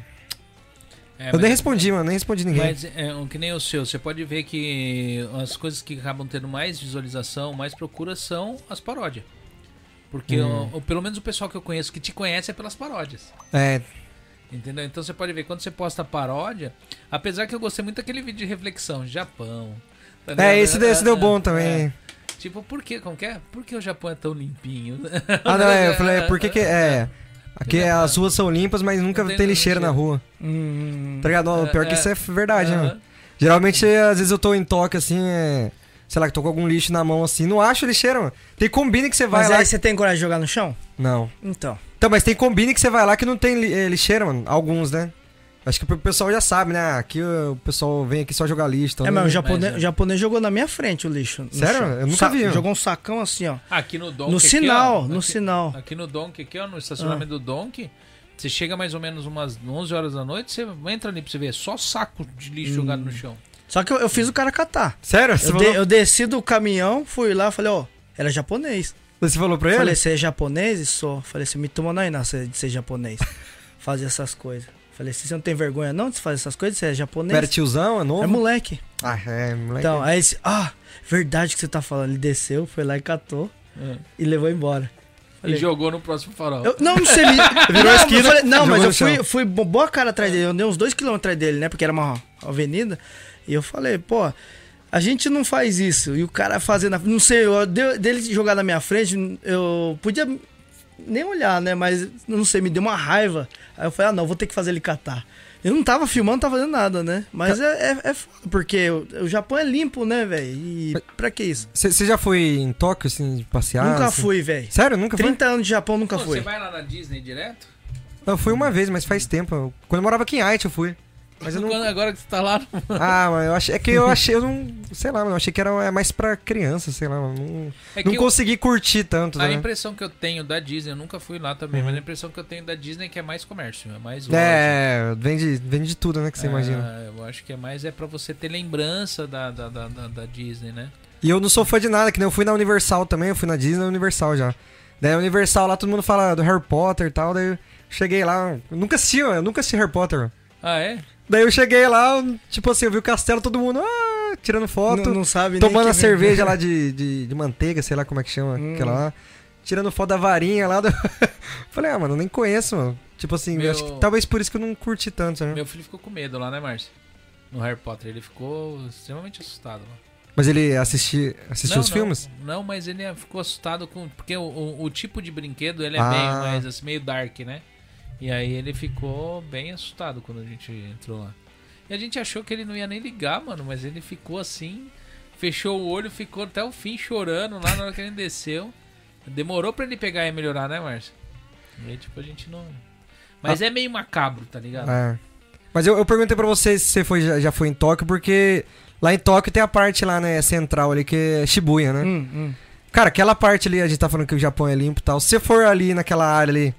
A: É,
C: eu
A: mas-
C: nem respondi, mano, nem respondi ninguém.
A: Mas é um que nem o seu, você pode ver que as coisas que acabam tendo mais visualização, mais procura são as paródias. Porque
C: Hum.
A: o- o- pelo menos o pessoal que eu conheço que te conhece é pelas paródias.
C: É,
A: Entendeu? Então você pode ver, quando você posta paródia, apesar que eu gostei muito daquele vídeo de reflexão, Japão. tá
C: é
A: ligado?
C: esse, esse deu bom
A: É.
C: também.
A: Tipo, por que? Como que é? Por que o Japão é tão limpinho?
C: Ah, não, é, eu falei, por que que é... Aqui as ruas são limpas, mas nunca
A: Não tem
C: tem lixeira na
A: lixeira.
C: rua.
B: Hum,
C: Tá ligado? Não, pior
A: É,
C: que
A: é.
C: isso é verdade, né?
A: Aham.
C: mano? Geralmente, às vezes eu tô em toque, assim, é... Sei lá, que tô com algum lixo na mão, assim, não acho lixeira, mano. Tem combine que você vai
B: Mas
C: lá...
B: aí você tem coragem de jogar no chão?
C: Não.
B: Então.
C: Então, mas tem combine que você vai lá que não tem li- eh, lixeira, mano. Alguns, né? Acho que o pessoal já sabe, né? Aqui o pessoal vem aqui só jogar lixo. Então
B: É, mas
C: não-
B: o japonês,
A: mas é.
B: o japonês jogou na minha frente o lixo. no
C: Sério?
B: chão.
C: Eu nunca vi, ó.
B: Jogou um sacão assim, ó.
A: Aqui no Donkey.
B: No
A: aqui,
B: sinal,
A: ó,
B: no
A: aqui-
B: sinal.
A: Aqui no Donkey, aqui, ó, no estacionamento do Donkey, você chega mais ou menos umas onze horas da noite, você entra ali pra você ver, é só saco de lixo jogado no chão.
B: Só que eu, eu fiz o cara catar.
C: Sério? Você
B: Eu,
C: falou,
B: de- eu desci do caminhão, fui lá, falei, ó, era japonês.
C: você falou pra ele?
B: Falei, você é japonês? E sou. Falei, você me tomou na Iná de ser japonês. Fazer essas coisas. Falei, você não tem vergonha não de fazer essas coisas? Você é japonês?
C: Era tiozão, é novo?
B: É moleque.
C: Ah, é, moleque.
B: Então, aí esse, ah, verdade que você tá falando. Ele desceu, foi lá e catou
A: É.
B: e levou embora.
A: E
B: Falei,
A: jogou no próximo farol.
B: Eu, não, não sei. Me...
C: Virou
B: não,
C: a esquina,
B: eu falei- não,
C: jogou
B: mas
C: no
B: eu fui,
C: chão.
B: fui bo- boa cara atrás dele. Eu andei uns dois quilômetros atrás dele, né? Porque era uma avenida. E eu falei, pô, a gente não faz isso. E o cara fazendo. a- Não sei, eu, de- dele jogar na minha frente, eu podia nem olhar, né? Mas não sei, me deu uma raiva. Aí eu falei, ah, não, vou ter que fazer ele catar. Eu não tava filmando, não tava fazendo nada, né? Mas é, é, é foda, porque o, o Japão é limpo, né, velho? E pra que isso?
C: Você já foi em Tóquio, assim, de passear?
B: nunca
C: assim?
B: fui, velho.
C: Sério? Nunca foi?
B: trinta anos de Japão, nunca
A: Pô,
B: fui.
A: você vai lá na Disney direto?
C: Eu fui uma vez, mas faz tempo. Quando eu morava aqui em Haiti, eu fui. Mas eu não...
A: Quando- agora que você tá lá... não-
C: Ah, mas eu achei... É que eu achei... Eu não... Sei lá, mano. Eu achei que era é mais pra criança, sei lá. Mano. Não,
A: É
C: não
A: que eu-
C: consegui curtir tanto,
A: A
C: né?
A: impressão que eu tenho da Disney, eu nunca fui lá também,
C: Uhum.
A: mas a impressão que eu tenho da Disney é que é mais comércio, é mais loja.
C: É, vende, vende de tudo, né? Que você
A: É,
C: imagina.
A: Eu acho que é mais é pra você ter lembrança da, da, da, da, da Disney, né?
C: E eu não sou fã de nada, que nem eu fui na Universal também. Eu fui na Disney e na Universal já. Daí a Universal lá todo mundo fala do Harry Potter e tal. Daí eu cheguei lá... Eu nunca assisti, eu nunca assisti Harry Potter. Mano.
A: Ah, é?
C: Daí eu cheguei lá, tipo assim, eu vi o castelo, todo mundo ah, tirando foto.
B: Não, não sabe nem
C: Tomando
B: que
C: a
B: vem.
C: cerveja lá de, de, de manteiga, sei lá como é que chama
B: Hum.
C: aquela lá. Tirando foto da varinha lá. Do... Falei, ah, mano, eu nem conheço, mano. Tipo assim,
A: Meu-
C: acho que talvez por isso que eu não curti tanto, sabe?
A: Meu filho ficou com medo lá, né, Márcio? No Harry Potter, ele ficou extremamente assustado lá.
C: Mas ele assisti, assistiu
A: Não,
C: os
A: não,
C: filmes?
A: Não, mas ele ficou assustado com... Porque o, o, o tipo de brinquedo, ele é
C: Ah.
A: bem mais, assim, meio dark, né? E aí ele ficou bem assustado quando a gente entrou lá. E a gente achou que ele não ia nem ligar, mano, mas ele ficou assim, fechou o olho, ficou até o fim chorando lá na hora que ele desceu. Demorou pra ele pegar e melhorar, né, Márcio? E aí, tipo, a gente não... Mas é meio macabro, tá ligado?
C: É. Mas eu, eu perguntei pra você se você foi, já, já foi em Tóquio, porque lá em Tóquio tem a parte lá, né, central ali, que é Shibuya, né?
B: Hum, hum.
C: Cara, aquela parte ali, a gente tá falando que o Japão é limpo e tal. Se você for ali naquela área ali,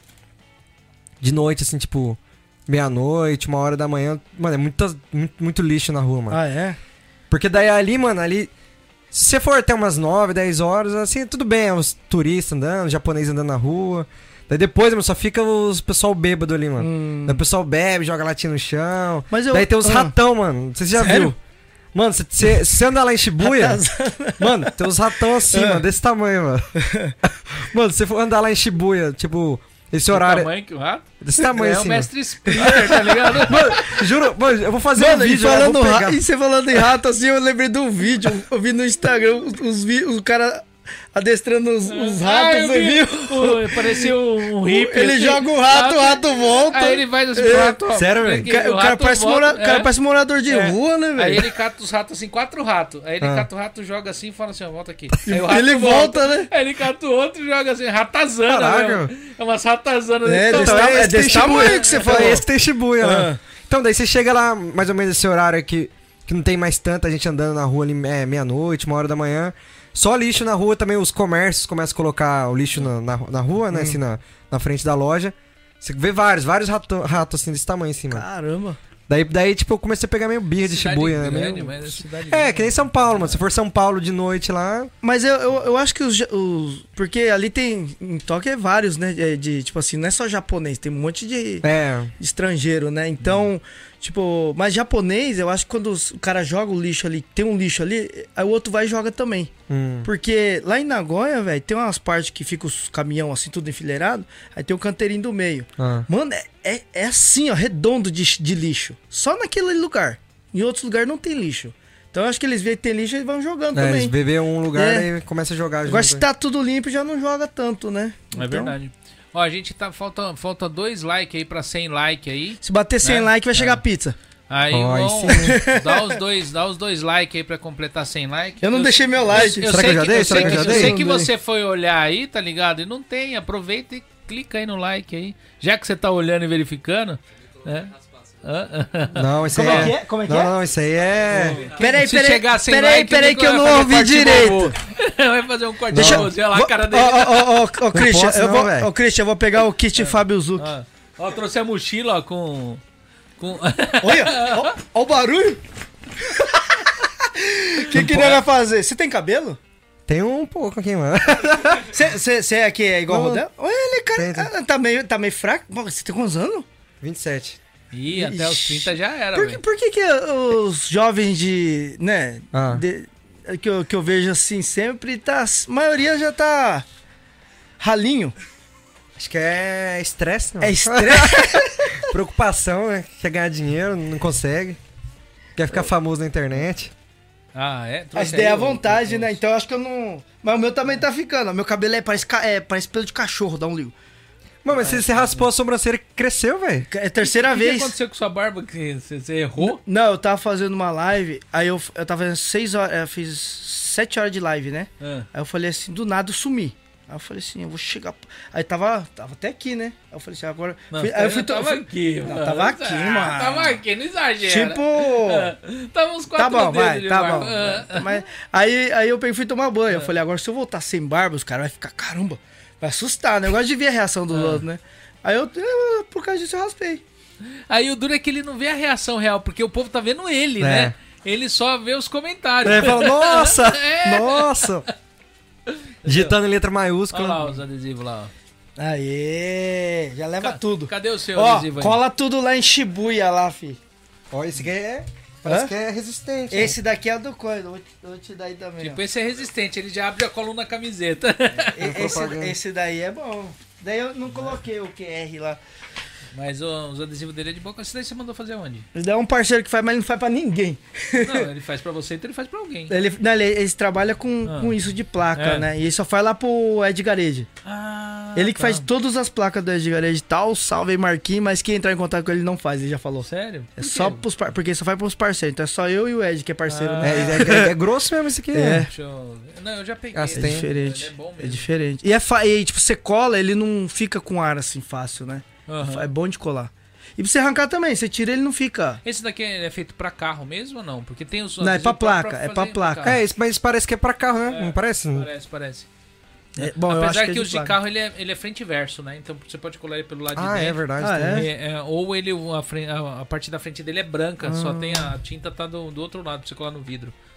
C: de noite, assim, tipo, meia-noite, uma hora da manhã, mano, é muita, muito, muito lixo na rua, mano.
B: Ah, é?
C: Porque daí ali, mano, ali... Se você for até umas nove, dez horas, assim, tudo bem, é os turistas andando, os japoneses andando na rua. Daí depois, mano, só fica os pessoal bêbado ali, mano.
B: Hum.
C: Daí o pessoal bebe, joga latinha no chão.
B: Mas eu-
C: Daí tem os
B: ah.
C: ratão, mano. Você já
B: Sério?
C: viu? Mano, se você se andar lá em Shibuya, mano, tem uns ratão assim,
B: Ah.
C: mano, desse tamanho, mano. Mano, se você for andar lá em Shibuya, tipo, esse
A: O
C: horário.
A: tamanho que o rato?
C: Desse tamanho
A: É
C: assim.
A: o mestre Splinter, tá ligado?
C: Mano. Mano, juro, mano, eu vou fazer
B: Mano,
C: um
B: e,
C: vídeo, eu
B: falando
C: vou
B: ra-
C: pegar.
B: e você falando em rato, assim, eu lembrei de um vídeo. Eu vi no Instagram os, os, vi- o cara adestrando os, os
A: Ah,
B: ratos,
A: eu
B: você
A: vi.
B: viu?
A: O- parecia um, um hippie.
B: Ele
A: assim.
B: joga o rato, o rato volta.
A: Aí ele vai nos
B: É.
A: ratos. ó,
C: Sério, velho?
A: porque
B: O cara, o cara
A: rato
B: parece,
A: volta,
B: mora- o cara
A: é.
B: parece morador de
A: É.
B: rua, né,
A: Aí
B: velho?
A: ele cata os ratos assim, quatro ratos. Aí ele
C: Ah.
A: cata o rato, joga assim e fala assim, ó, volta aqui.
B: E
A: Aí o rato
B: ele volta, né?
A: Aí ele cata o outro e joga assim, ratazana,
C: Caraca.
A: mesmo. É umas ratazanas.
B: É,
A: desse
B: desse
A: tamanho.
B: tamanho.
C: esse
B: desse
C: tem Shibuya.
B: tamanho que você
C: É,
B: falou.
C: esse que tem Shibuya,
B: Ah.
C: né? Então, daí você chega lá, mais ou menos esse horário aqui, que não tem mais tanta gente andando na rua ali, é, meia-noite, uma hora da manhã. Só lixo na rua, também os comércios começam a colocar o lixo na, na, na rua, né?
B: Hum.
C: Assim, na, na frente da loja. Você vê vários, vários ratos rato, assim, desse tamanho, assim, mano.
B: Caramba.
C: Daí, daí, tipo, eu comecei a pegar meio birra de
A: Cidade
C: Shibuya, né?
A: grande,
C: Meio...
A: mas é cidade
C: É,
A: grande.
C: que nem São Paulo, mano. Se for São Paulo de noite lá...
B: Mas eu, eu, eu acho que os, ja- os. Porque ali tem. Em Tóquio é vários, né? De, de, tipo assim, não é só japonês, tem um monte de,
C: É...
B: de estrangeiro, né? Então, tipo. Mas japonês, eu acho que quando os- o cara joga o lixo ali, tem um lixo ali, aí o outro vai e joga também.
C: Hum.
B: Porque lá em Nagoya, velho, tem umas partes que fica os caminhão assim, tudo enfileirado, aí tem um canteirinho do meio.
C: Ah.
B: Mano, é, é, é assim, ó, redondo de, de lixo. Só naquele lugar. Em outros lugares não tem lixo. Então eu acho que eles veem que tem lixo e vão jogando
C: É, eles
B: também.
C: bebem um lugar
B: É.
C: e começa a jogar
B: Agora,
C: junto.
B: se tá tudo limpo, já não joga tanto, né?
A: É
B: Então,
A: verdade. Ó, a gente tá. Falta, falta dois likes aí pra cem likes aí.
B: Se bater cem
A: Né?
B: likes, vai
A: É.
B: chegar pizza.
A: Aí
C: Ó, aí
A: vão. Dá os dois, dá os dois likes aí pra completar cem likes.
B: Eu não deixei meu like.
A: Eu
C: Será
A: sei
C: que eu já dei?
A: eu
C: Será
A: sei
C: que eu já
A: eu
C: dei?
A: sei que
B: Não dei.
A: você foi olhar aí, tá ligado? E não tem, aproveita e clica aí no like aí. Já que você tá olhando e verificando, né? Hã?
C: Não, isso
B: Como
C: aí
B: é que é? Como é que
C: não,
B: é?
C: não, isso aí é...
B: Peraí,
A: Se
B: peraí,
A: chegar a cem
B: peraí,
A: like,
B: peraí
A: o
B: que eu
A: Nico
B: não
A: vai
B: ouvi
A: fazer um corte
B: direito.
A: no vovô. Vai fazer um corte
B: Deixa
A: no
B: eu...
A: vovô, olha lá a cara
B: Ó,
A: dele.
B: ó, ó, ó, ó, Christian,
C: posso
B: eu
C: não,
B: vou...
C: velho.
B: Ó, Christian, eu vou pegar o kit Fábio Zucchi.
A: Ó, ó, trouxe a mochila, ó, com... com...
B: Olha, ó, ó o barulho. O que que ele vai fazer? Você tem cabelo?
C: Tem um pouco aqui, mano.
B: Você é aqui, é igual o
C: Não.
B: Rodel? Olha ele, cara,
C: Tem, tem.
B: ah, tá meio, tá meio fraco. Pô, você tem quantos anos?
C: vinte e sete.
A: Ih, até os trinta já era,
B: Por, que-
A: velho.
B: por que que os jovens de, né,
C: Ah.
B: de- que, eu, que eu vejo assim sempre, tá, a maioria já tá ralinho.
C: Acho que é estresse, não?
B: É estresse.
C: Preocupação, né? Quer ganhar dinheiro, não consegue. Quer ficar famoso na internet.
A: Ah, é?
B: As
A: Trouxe
B: ideias
A: aí
B: à
A: o-
B: vontade,
A: o-
B: né? Então eu acho que eu não... Mas o meu também tá ficando. O meu cabelo é, parece, ca- é, parece pelo de cachorro, dá um ligo.
C: Mano, mas você, você raspou a sobrancelha e cresceu, velho.
B: É a terceira
A: O que que
B: vez.
A: aconteceu com sua barba? Que você, você errou?
B: Não, eu tava fazendo uma live, aí eu, eu tava fazendo seis horas, eu fiz sete horas de live, né?
A: Ah.
B: Aí eu falei assim, do nada eu sumi. Aí eu falei assim, eu vou chegar. Aí tava, tava até aqui, né? Aí eu falei assim, agora.
A: Não,
B: fui- aí eu fui.
A: tava
B: fui-
A: aqui,
B: Não,
A: mano.
B: tava aqui,
A: Ah,
B: mano.
A: Tava aqui, não exagera.
B: Tipo.
A: Ah, tava uns quatro
B: Tá bom,
A: dedos
B: vai,
A: de
B: tá
A: barba.
B: bom.
A: Ah.
B: Mas, aí, aí eu peguei e fui tomar banho. Eu falei, agora se eu voltar sem barba, os caras vão ficar, caramba, vai assustar, né? Eu gosto de ver a reação dos outros, né? Aí eu, eu, por causa disso, eu raspei.
A: Aí o duro é que ele não vê a reação real, porque o povo tá vendo ele,
C: É.
A: né? Ele só vê os comentários.
C: Aí fala, nossa,
A: É.
C: nossa. Digitando em letra
A: Olha lá
C: maiúscula.
A: os adesivos lá, ó.
B: Aê, já leva
A: Ca-
B: tudo.
A: Cadê o seu
B: Ó,
A: adesivo aí?
B: cola tudo lá em Shibuya lá, fi.
C: Ó, esse aqui é... Parece
B: Hã?
C: que é resistente.
B: Esse daqui é o do coisa, eu vou te, eu vou te dar aí também.
A: Tipo, esse é resistente, ele já abre a coluna na camiseta.
B: ó. E- esse,
C: propaganda.
B: esse daí é bom. Daí eu não coloquei o Q R lá.
A: Mas ó, os adesivos dele é de boa. Esse daí você mandou fazer onde?
B: Ele é um parceiro que faz, mas ele não faz pra ninguém.
A: Não, ele faz pra você, então ele faz pra alguém.
B: Ele, não, ele, ele trabalha com,
A: Ah.
B: com isso de placa,
A: É.
B: né? E ele só faz lá pro Ed Garage.
A: Ah,
B: Ele que
A: tá.
B: faz todas as placas do Ed Garage e tal, salve aí Marquinhos, mas quem entrar em contato com ele não faz, ele já falou.
A: Sério?
B: É
A: Por
B: só
A: quê?
B: pros par... porque só faz pros parceiros. Então é só eu e o Ed que é parceiro,
A: Ah.
B: né?
C: É, é, é grosso mesmo esse aqui.
B: É.
C: né?
A: Deixa eu... Não, eu já peguei.
C: Ah,
B: É
C: você tem?
B: diferente.
A: Ele é bom
B: É,
A: mesmo.
B: diferente. E, é fa... e tipo, você cola, ele não fica com ar assim fácil, né?
A: Aham.
B: É bom de colar. E pra você arrancar também, você tira ele não fica.
A: Esse daqui é feito pra carro mesmo ou não? Porque tem os
B: Não, é
A: adesivos
B: pra placa, é
A: fazer
B: pra
A: no
B: placa.
A: carro.
C: É, isso, mas parece que é pra carro, né?
A: É,
C: Não parece?
A: Parece, parece.
B: É, bom, eu
A: Apesar
B: acho que,
A: que,
B: é
A: os de
B: placa.
A: carro ele é, ele é frente e verso, né? Então você pode colar ele pelo lado
C: Ah,
A: de
C: é
A: dentro.
C: verdade.
B: Ah,
C: tem.
B: é?
A: É, é, ou ele, a, fren- a, a parte da frente dele é branca,
B: Ah.
A: só tem a tinta tá do, do outro lado pra você colar no vidro.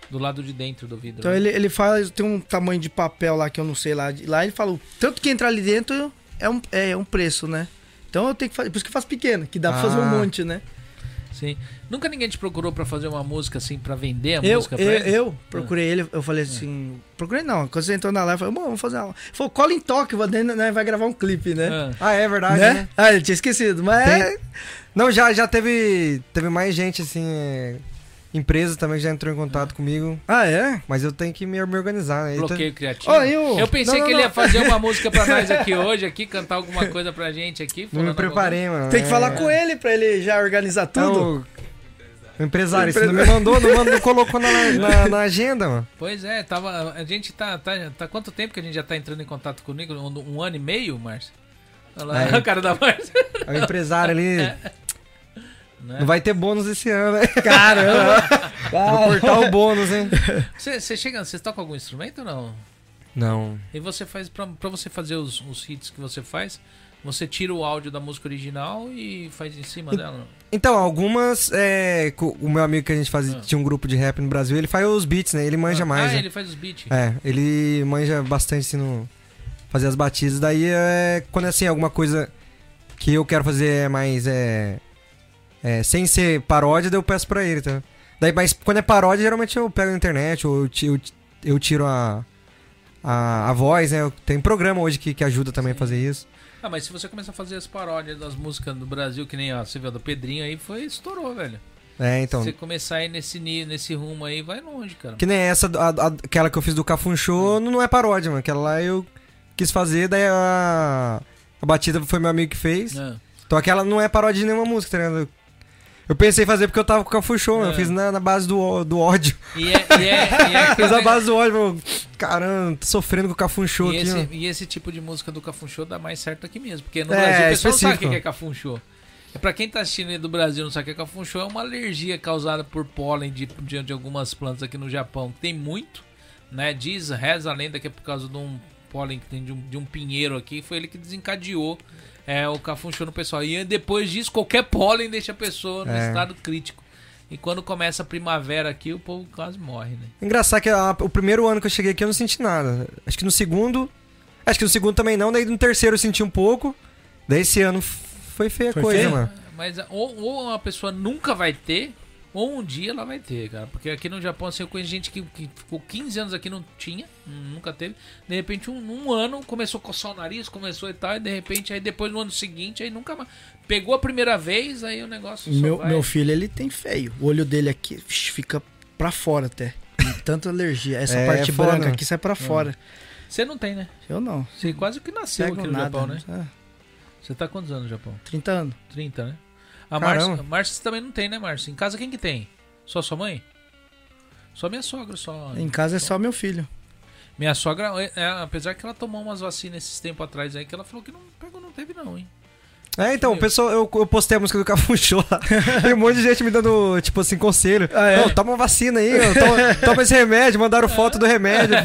A: Do lado de dentro do vidro.
B: Então
A: né?
B: ele, ele fala, tem um tamanho de papel lá que eu não sei lá. Lá ele fala, tanto que entrar ali dentro é um, é um preço, né? Então eu tenho que fazer, por isso que eu faço pequeno, que dá pra
C: Ah.
B: fazer um monte, né?
A: Sim. Nunca ninguém te procurou pra fazer uma música assim, pra vender a
B: Eu,
A: música pra
B: eu,
A: ele?
B: eu procurei ele, eu falei assim, procurei não, quando você entrou na live, eu falei, bom, vamos fazer uma. Ele falou, cola em toque, né, vai gravar um clipe, né?
A: Ah.
C: Ah, é verdade,
B: né?
C: né?
B: Ah, ele tinha esquecido, mas
C: Tem-
B: é.
C: Não, já, já teve, teve mais gente, assim, é, empresa também que já entrou em contato comigo,
B: Ah, é?
C: mas eu tenho que me, me organizar, né? Então-
A: Bloqueio criativo.
B: Ó, eu-
A: Eu pensei
B: não, não,
A: que ele ia
B: não.
A: fazer uma música pra nós aqui hoje, aqui, cantar alguma coisa pra gente aqui.
C: Não
A: falando
C: me preparei, mano.
B: Tem que
C: é...
B: falar com ele pra ele já organizar tudo.
C: Então, o empresário, você não me mandou, não, mandou, não colocou na, na, na agenda, mano.
A: Pois é, tava, a gente tá, tá, tá... Quanto tempo que a gente já tá entrando em contato comigo? Um, um ano e meio, Márcio? Olha lá,
C: É.
A: a cara da Márcia.
C: O empresário ali,
A: Né?
C: não vai ter bônus esse ano, né?
B: Caramba!
C: Vou cortar o bônus, hein?
A: Você você chega, você toca algum instrumento ou não?
C: Não.
A: E você faz, pra, pra você fazer os, os hits que você faz, você tira o áudio da música original e faz em cima dela? Não?
C: Então, algumas, é, co- o meu amigo que a gente fazia,
A: Ah.
C: tinha um grupo de rap no Brasil, ele faz os beats, né? Ele manja
A: ah,
C: mais,
A: Ah,
C: né?
A: ele faz os beats.
C: É, ele manja bastante, assim, no... fazer as batidas. Daí, é, quando é, assim, alguma coisa que eu quero fazer é mais, é... é, sem ser paródia, daí eu peço pra ele, tá? Daí, mas quando é paródia, geralmente eu pego na internet, ou eu, ti- eu, ti- eu tiro a, a, a voz, né? Tem programa hoje que, que ajuda também a fazer isso.
A: Ah, mas se você começar a fazer as paródias das músicas do Brasil, que nem ó, você viu a do Pedrinho aí, foi, estourou, velho.
C: É, então...
A: Se você começar a ir nesse, ni- nesse rumo aí, vai longe, cara.
C: Que nem essa, a- a- aquela que eu fiz do Cafun Show, não é paródia, mano. Aquela lá eu quis fazer, daí a, a batida foi meu amigo que fez.
A: Ah.
C: Então aquela não é paródia de nenhuma música, tá ligado? Eu pensei em fazer porque eu tava com o Cafun Show, mano.
A: É.
C: Eu fiz na, na base do, ó- do ódio.
A: E é, e é, e é
C: Fiz a base do ódio, mano. Caramba, tô sofrendo com o Cafun Show
A: e,
C: aqui,
A: esse,
C: mano.
A: e esse tipo de música do Cafun Show dá mais certo aqui mesmo. Porque no
C: É,
A: Brasil o pessoal não sabe o
C: específico.
A: que é Cafun Show. É pra quem tá assistindo aí do Brasil não sabe o que é Cafun Show, é uma alergia causada por pólen de, de, de algumas plantas aqui no Japão. Tem muito, né? Diz, reza a lenda que é por causa de um pólen que tem de um, de um pinheiro aqui. Foi ele que desencadeou é, o Cafun Show no pessoal. E depois disso, qualquer pólen deixa a pessoa no
C: É.
A: estado crítico. E quando começa a primavera aqui, o povo quase morre, né?
C: Engraçado que a- o primeiro ano que eu cheguei aqui eu não senti nada. Acho que no segundo. Acho que no segundo também não, daí no terceiro eu senti um pouco. Daí esse ano f- foi feia a
B: Foi
C: coisa,
B: feio?
C: mano.
A: Mas ou, ou uma pessoa nunca vai ter, ou um dia ela vai ter, cara. Porque aqui no Japão, assim, eu conheço gente que, que ficou quinze anos aqui, não tinha, nunca teve. De repente, um, um ano, começou a coçar o nariz, começou e tal, e de repente, aí depois no ano seguinte, aí nunca mais. Pegou a primeira vez, aí o negócio só
B: Meu,
A: vai.
B: meu filho, ele tem feio. O olho dele aqui vix, fica pra fora até. Tem tanta alergia. Essa
C: É,
B: parte
C: é foda.
B: branca aqui sai pra fora.
A: Você não tem, né?
B: Eu não.
A: Você quase que nasceu
B: Pego
A: aqui no
B: nada.
A: Japão, né?
B: Ah,
A: Você tá há quantos anos no Japão?
B: trinta anos.
A: trinta, né? A
C: Caramba.
A: Márcia, a Márcia também não tem, né, Márcia? Em casa quem que tem? Só sua mãe? Só minha sogra, só.
B: Em casa é só meu filho.
A: Minha sogra, é, apesar que ela tomou umas vacinas esses tempos atrás aí, que ela falou que não pegou, não teve não, hein?
C: É, então, o pessoal, eu, eu postei a música do Cafun Show lá. Tem um monte de gente me dando, tipo assim, conselho.
B: Ah, é?
C: Não, toma uma vacina aí, ó, toma, toma esse remédio, mandaram foto do remédio.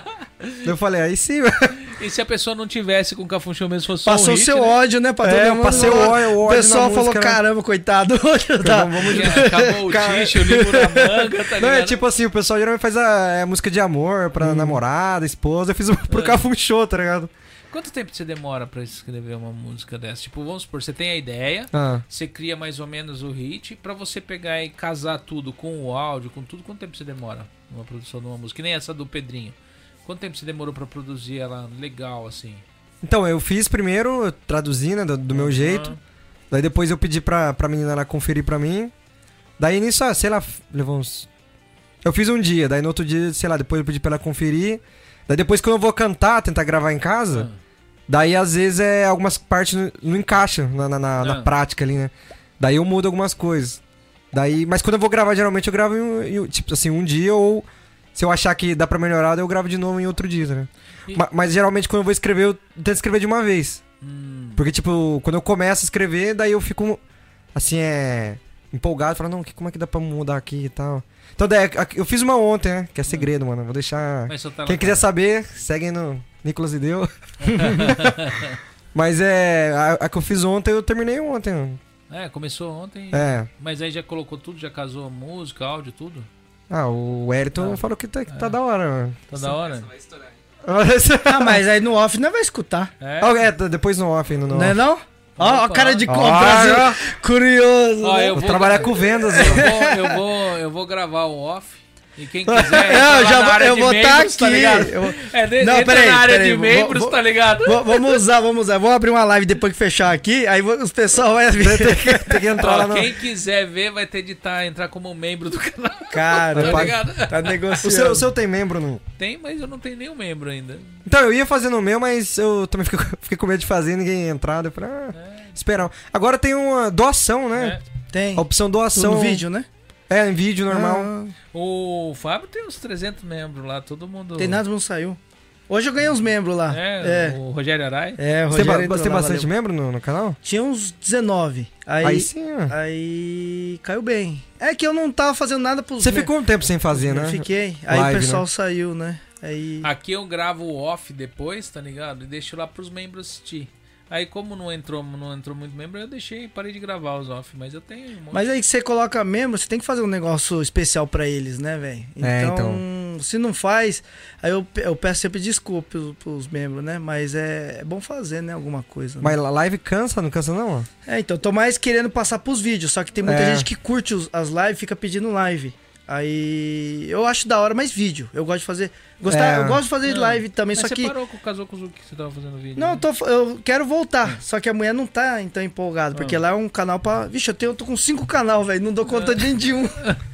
C: Eu falei, aí sim, velho.
A: E se a pessoa não tivesse com o Cafun Show mesmo, fosse só
B: Passou
A: um hit,
B: seu
A: né?
B: ódio, né? Pra
C: É,
B: todo
C: eu
B: mundo.
C: passei o ódio- o
B: O
C: ódio
B: pessoal
C: na
B: falou,
C: música, né?
B: caramba, coitado. Hoje tá.
C: Vamos de...
A: Que acabou o
C: Cara-
A: ticho, o livro na manga, tá
C: Não, é
A: ligado?
C: tipo assim, o pessoal geralmente faz a, é, música de amor pra namorada, esposa. Eu fiz pro
A: É.
C: Cafun Show, tá ligado?
A: Quanto tempo você demora pra escrever uma música dessa? Tipo, vamos supor, você tem a ideia,
C: Ah.
A: você cria mais ou menos o hit, pra você pegar e casar tudo com o áudio, com tudo, quanto tempo você demora numa produção de uma música? Que nem essa do Pedrinho. Quanto tempo você demorou pra produzir ela legal, assim?
C: Então, eu fiz primeiro, eu traduzi, né, do, do meu jeito. Daí depois eu pedi pra, pra menina lá conferir pra mim. Daí nisso, ah, sei lá, levou uns... Eu fiz um dia, daí no outro dia, sei lá, depois eu pedi pra ela conferir. Daí depois quando eu vou cantar, tentar gravar em casa,
A: Ah.
C: daí às vezes é, algumas partes não, não encaixam na, na, na- na
A: Ah.
C: prática ali, né? Daí eu mudo algumas coisas. Daí, mas quando eu vou gravar, geralmente eu gravo em, um- em um- tipo assim, um dia ou... Se eu achar que dá pra melhorar, daí eu gravo de novo em outro dia, né?
A: E-
C: Ma- Mas geralmente quando eu vou escrever, eu tento escrever de uma vez.
A: Hum.
C: Porque, tipo, quando eu começo a escrever, daí eu fico, assim, é... empolgado, falando, não, que- como é que dá pra mudar aqui e tal. Então, daí, a- eu fiz uma ontem, né? Que é segredo, mano. Vou deixar...
A: Mas só tá lá
C: Quem quiser
A: pra-
C: saber, segue no Nicolas Ideu. Mas é... A, a que eu fiz ontem, eu terminei ontem, mano.
A: É, começou ontem.
C: É.
A: Mas aí já colocou tudo, já casou a música, áudio, tudo?
C: Ah, o Wellington
A: Ah.
C: falou que tá, que tá da hora, mano.
A: Tá da hora?
B: Ah, mas aí no off não vai escutar.
A: É.
C: Ah, é, depois no off ainda no
B: Não é
C: off.
B: não? Ó, ó a cara de
C: Ó,
B: compra,
C: ó.
B: curioso.
A: Ó,
B: né?
A: eu
C: Vou
A: vou
C: trabalhar com vendas,
A: Eu
C: mano.
A: vou, eu vou, eu vou gravar o off. E quem quiser, entra
B: Não,
A: lá
B: já
A: na
B: vou-
A: área
B: eu
A: de
B: vou tá
A: membros, tá
B: aqui.
A: ligado?
B: Eu vou-
A: É, de,
B: Não,
A: entra
B: peraí,
A: na área
B: peraí,
A: de
B: vou-
A: membros,
B: vou-
A: tá ligado?
B: V- Vamos usar, vamos usar. Vamos abrir uma live depois que fechar aqui. Aí vo- os pessoal vai ver.
C: Tem que entrar lá
A: Ó,
C: no...
A: quem quiser ver vai ter de tá, entrar como membro do canal.
B: Cara,
A: Tá ligado?
B: tá negociando.
C: O seu, o seu tem membro, não?
A: Tem, mas eu não tenho nenhum membro ainda.
C: Então, eu ia fazer no meu, mas eu também fiquei, fiquei com medo de fazer e ninguém entrar. Eu falei, ah,
A: É.
C: esperar. Agora tem uma doação, né?
A: É.
B: Tem.
C: A opção doação.
B: No vídeo, né?
C: É, em vídeo normal.
B: Ah,
A: O Fábio tem uns trezentos membros lá, todo mundo.
B: tem nada, não saiu. Hoje eu ganhei uns membros lá.
A: É,
B: É.
A: o Rogério Arai.
B: É, o
C: Você tem, ba-
B: Rogério entrou
C: você tem
B: lá,
C: bastante
B: valeu.
C: membro no, no canal?
B: Tinha uns dezenove. Aí,
C: Aí
B: aí,
C: sim, ó.
B: caiu bem. É que eu não tava fazendo nada pros
C: Você
B: me-
C: ficou um tempo sem fazer, né?
B: Fiquei. Aí
C: Live,
B: o pessoal
C: né?
B: saiu, né? Aí.
A: Aqui eu gravo o off depois, tá ligado? E deixo lá pros membros assistir. Aí como não entrou, não entrou muito membro, eu deixei, parei de gravar os off, mas eu tenho um monte.
B: Mas aí que você coloca membro, você tem que fazer um negócio especial pra eles, né, velho?
C: É,
B: Então, se não faz, aí eu, pe- eu peço sempre desculpa pros, pros membros, né? Mas é, é bom fazer, né? Alguma coisa. né?
C: Mas a live cansa, não cansa não? Ó?
B: É, então, eu tô mais querendo passar pros vídeos, só que tem muita
C: É.
B: gente que curte os- as lives e fica pedindo live. Aí eu acho da hora mais vídeo. Eu gosto de fazer. Gostar,
C: É.
B: Eu gosto de fazer
A: Não,
B: live também,
A: Mas
B: só
A: você
B: que.
A: parou com o casou com o que você tava fazendo vídeo.
B: Não, eu,
A: né?
B: tô, eu quero voltar. Só que a mulher não tá então empolgada. Porque
A: Ah.
B: lá é um canal pra. Vixe, eu, tenho, eu tô com cinco canal, velho. Não dou conta de de um.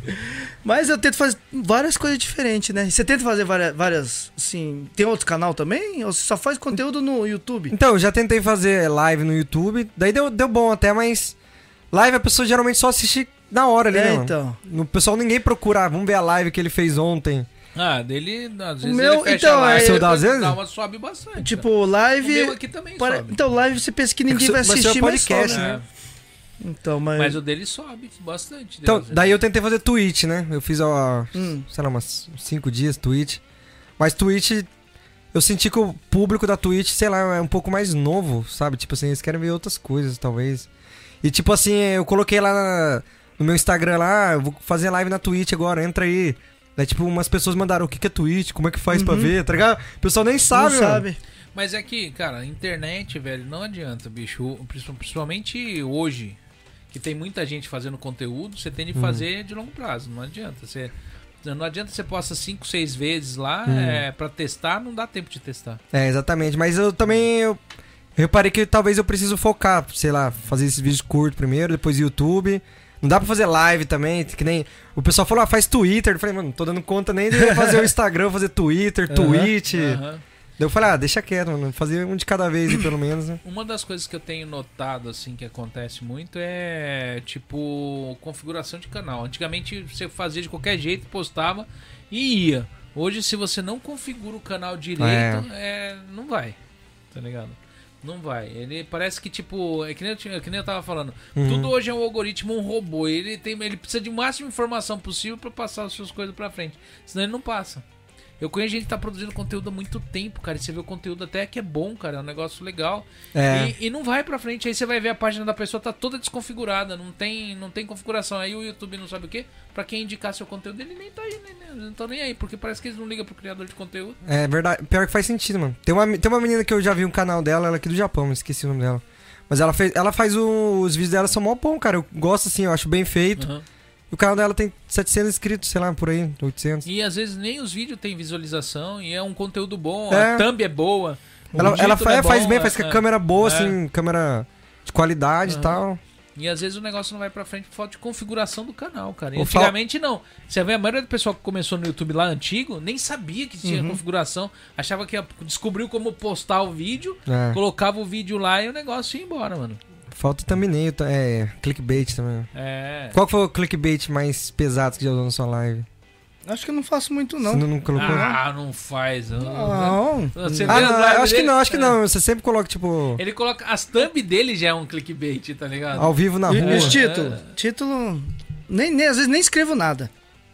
B: Mas eu tento fazer várias coisas diferentes, né? Você tenta fazer várias. várias assim. Tem outro canal também? Ou você só faz conteúdo no YouTube?
C: Então, eu já tentei fazer live no YouTube, daí deu, deu bom até, mas live a pessoa geralmente só assiste na hora ali,
B: É,
C: né? mano?
B: então.
C: No pessoal ninguém procura, ah, vamos ver a live que ele fez ontem.
A: Ah, dele, às vezes
B: meu-
A: ele fecha
B: então,
A: a live,
B: é-
C: Seu dá às
A: depois
C: vezes?
A: dá uma, sobe bastante.
B: Tipo,
A: O
B: live.
A: meu aqui também
B: para-
A: sobe.
B: Então, live você pensa que ninguém
C: É que
B: vai
C: seu- mas seu
B: assistir, mas
C: podcast,
B: sobe.
A: É,
B: Então, mas.
A: mas o dele sobe bastante.
C: Então,
A: Deus,
C: daí eu tentei fazer Twitch, né? Eu fiz, ó,
B: Hum.
C: sei lá, umas cinco dias Twitch. Mas Twitch, eu senti que o público da Twitch, sei lá, é um pouco mais novo, sabe? Tipo assim, eles querem ver outras coisas, talvez. E tipo assim, eu coloquei lá na- no meu Instagram lá, eu vou fazer live na Twitch agora, entra aí. Daí tipo, umas pessoas mandaram, o que que é Twitch? Como é que faz pra
B: Uhum.
C: ver, tá ligado? O pessoal nem sabe,
B: não
C: mano.
B: sabe.
A: Mas é que, cara, internet, velho, não adianta, bicho. Principalmente hoje, que tem muita gente fazendo conteúdo, você tem de fazer de longo prazo. Não adianta. Você, não adianta você posta cinco, seis vezes lá
C: Hum.
A: é, pra testar, não dá tempo de testar.
C: É, exatamente. Mas eu também eu reparei que talvez eu preciso focar, sei lá, fazer esses vídeos curtos primeiro, depois YouTube. Não dá pra fazer live também, que nem... O pessoal falou, ah, faz Twitter. Eu falei, mano, não tô dando conta nem de fazer o Instagram, fazer Twitter, Twitch.
A: Aham.
C: Daí eu falei, ah, deixa quieto, mano, fazer um de cada vez aí, pelo menos, né?
A: Uma das coisas que eu tenho notado, assim, que acontece muito é, tipo, configuração de canal. Antigamente você fazia de qualquer jeito, postava e ia. Hoje, se você não configura o canal direito, é, não vai, tá ligado? Não vai. Ele parece que, tipo, é que nem eu, tinha- que nem eu tava falando,
C: Uhum.
A: tudo hoje é um algoritmo, um robô. Ele, tem, ele precisa de máxima informação possível pra passar as suas coisas pra frente. Senão ele não passa. Eu conheço gente que tá produzindo conteúdo há muito tempo, cara. E você vê o conteúdo até que é bom, cara. É um negócio legal.
C: É.
A: E, e não vai pra frente. Aí você vai ver a página da pessoa tá toda desconfigurada. Não tem, não tem configuração. Aí o YouTube não sabe o quê. Pra quem indicar seu conteúdo, ele nem tá aí, né? Não tô nem aí. Porque parece que eles não ligam pro criador de conteúdo.
C: É verdade. Pior que faz sentido, mano. Tem uma, tem uma menina que eu já vi um canal dela, ela é aqui do Japão, mas esqueci o nome dela. Mas ela, fez, ela faz o- os vídeos dela, são mó bom, cara. Eu gosto assim, eu acho bem feito.
A: Aham.
C: E o canal dela tem setecentos inscritos, sei lá, por aí, oitocentos.
A: E às vezes nem os vídeos tem visualização. E é um conteúdo bom.
C: É.
A: A thumb é boa. o
C: Ela, ela
A: título
C: fa-
A: é
C: faz
A: bom,
C: bem, faz
A: é-
C: com a câmera boa,
A: é.
C: assim, câmera de qualidade e
A: Aham.
C: tal.
A: E às vezes o negócio não vai pra frente por falta de configuração do canal, cara. E
C: O
A: antigamente não. Você vê a maioria do pessoal que começou no YouTube lá antigo, nem sabia que tinha
B: Uhum.
A: configuração. Achava que ia- descobriu como postar o vídeo,
C: É.
A: colocava o vídeo lá e o negócio ia embora, mano.
C: Falta thumbnail, tá- é, clickbait também.
A: É.
C: Qual que foi o clickbait mais pesado que já usou na sua live?
B: Acho que eu não faço muito,
C: Você
B: não.
C: não, não colocou?
A: Ah, não faz. não.
B: Não.
A: Você
C: Ah,
A: vê
C: não,
A: as lives
C: eu acho que
A: dele?
C: não, acho que
A: É.
C: não. Você sempre coloca, tipo,
A: Ele coloca. As thumb dele já é um clickbait, tá ligado?
C: ao vivo na
B: E,
C: rua.
B: e os títulos?
A: É.
B: Título. Nem, nem, às vezes nem escrevo nada.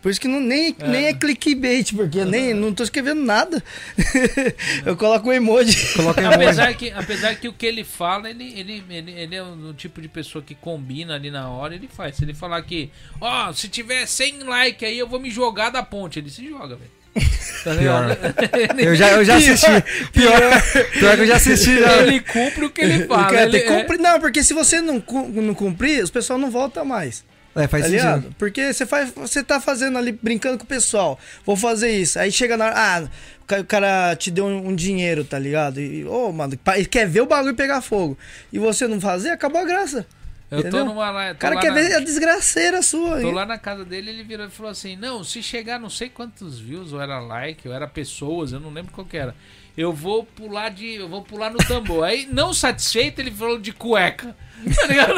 B: Por isso que não, nem, é. nem é clickbait, porque eu nem, não tô escrevendo nada. Eu coloco um emoji.
A: Coloco emoji. Apesar, que, apesar que o que ele fala, ele, ele, ele, ele é o tipo de pessoa que combina ali na hora, ele faz. Se ele falar que, ó, oh, se tiver cem likes aí, eu vou me jogar da ponte. Ele se joga, velho. Tá
C: pior. Eu já, eu já assisti. Pior. Pior. Pior que eu já assisti. Já.
A: Ele cumpre o que ele fala.
B: Ele
A: ele,
B: cumpre, é... Não, porque se você não, não cumprir, os pessoal não volta mais.
C: É, faz sentido.
B: Aliado? Porque você, faz, você tá fazendo ali, brincando com o pessoal. Vou fazer isso. Aí chega na hora. Ah, o cara te deu um, um dinheiro, tá ligado? E, ô, oh, mano, ele quer ver o bagulho pegar fogo. E você não fazer, acabou a graça.
A: Eu entendeu? tô numa lá.
B: O cara quer na... ver a desgraceira sua.
A: Tô
B: aí.
A: lá na casa dele, ele virou e falou assim: não, se chegar não sei quantos views, ou era like, ou era pessoas, eu não lembro qual que era. Eu vou pular de. Eu vou pular no tambor. Aí, não satisfeito, ele falou de cueca. Tá ligado?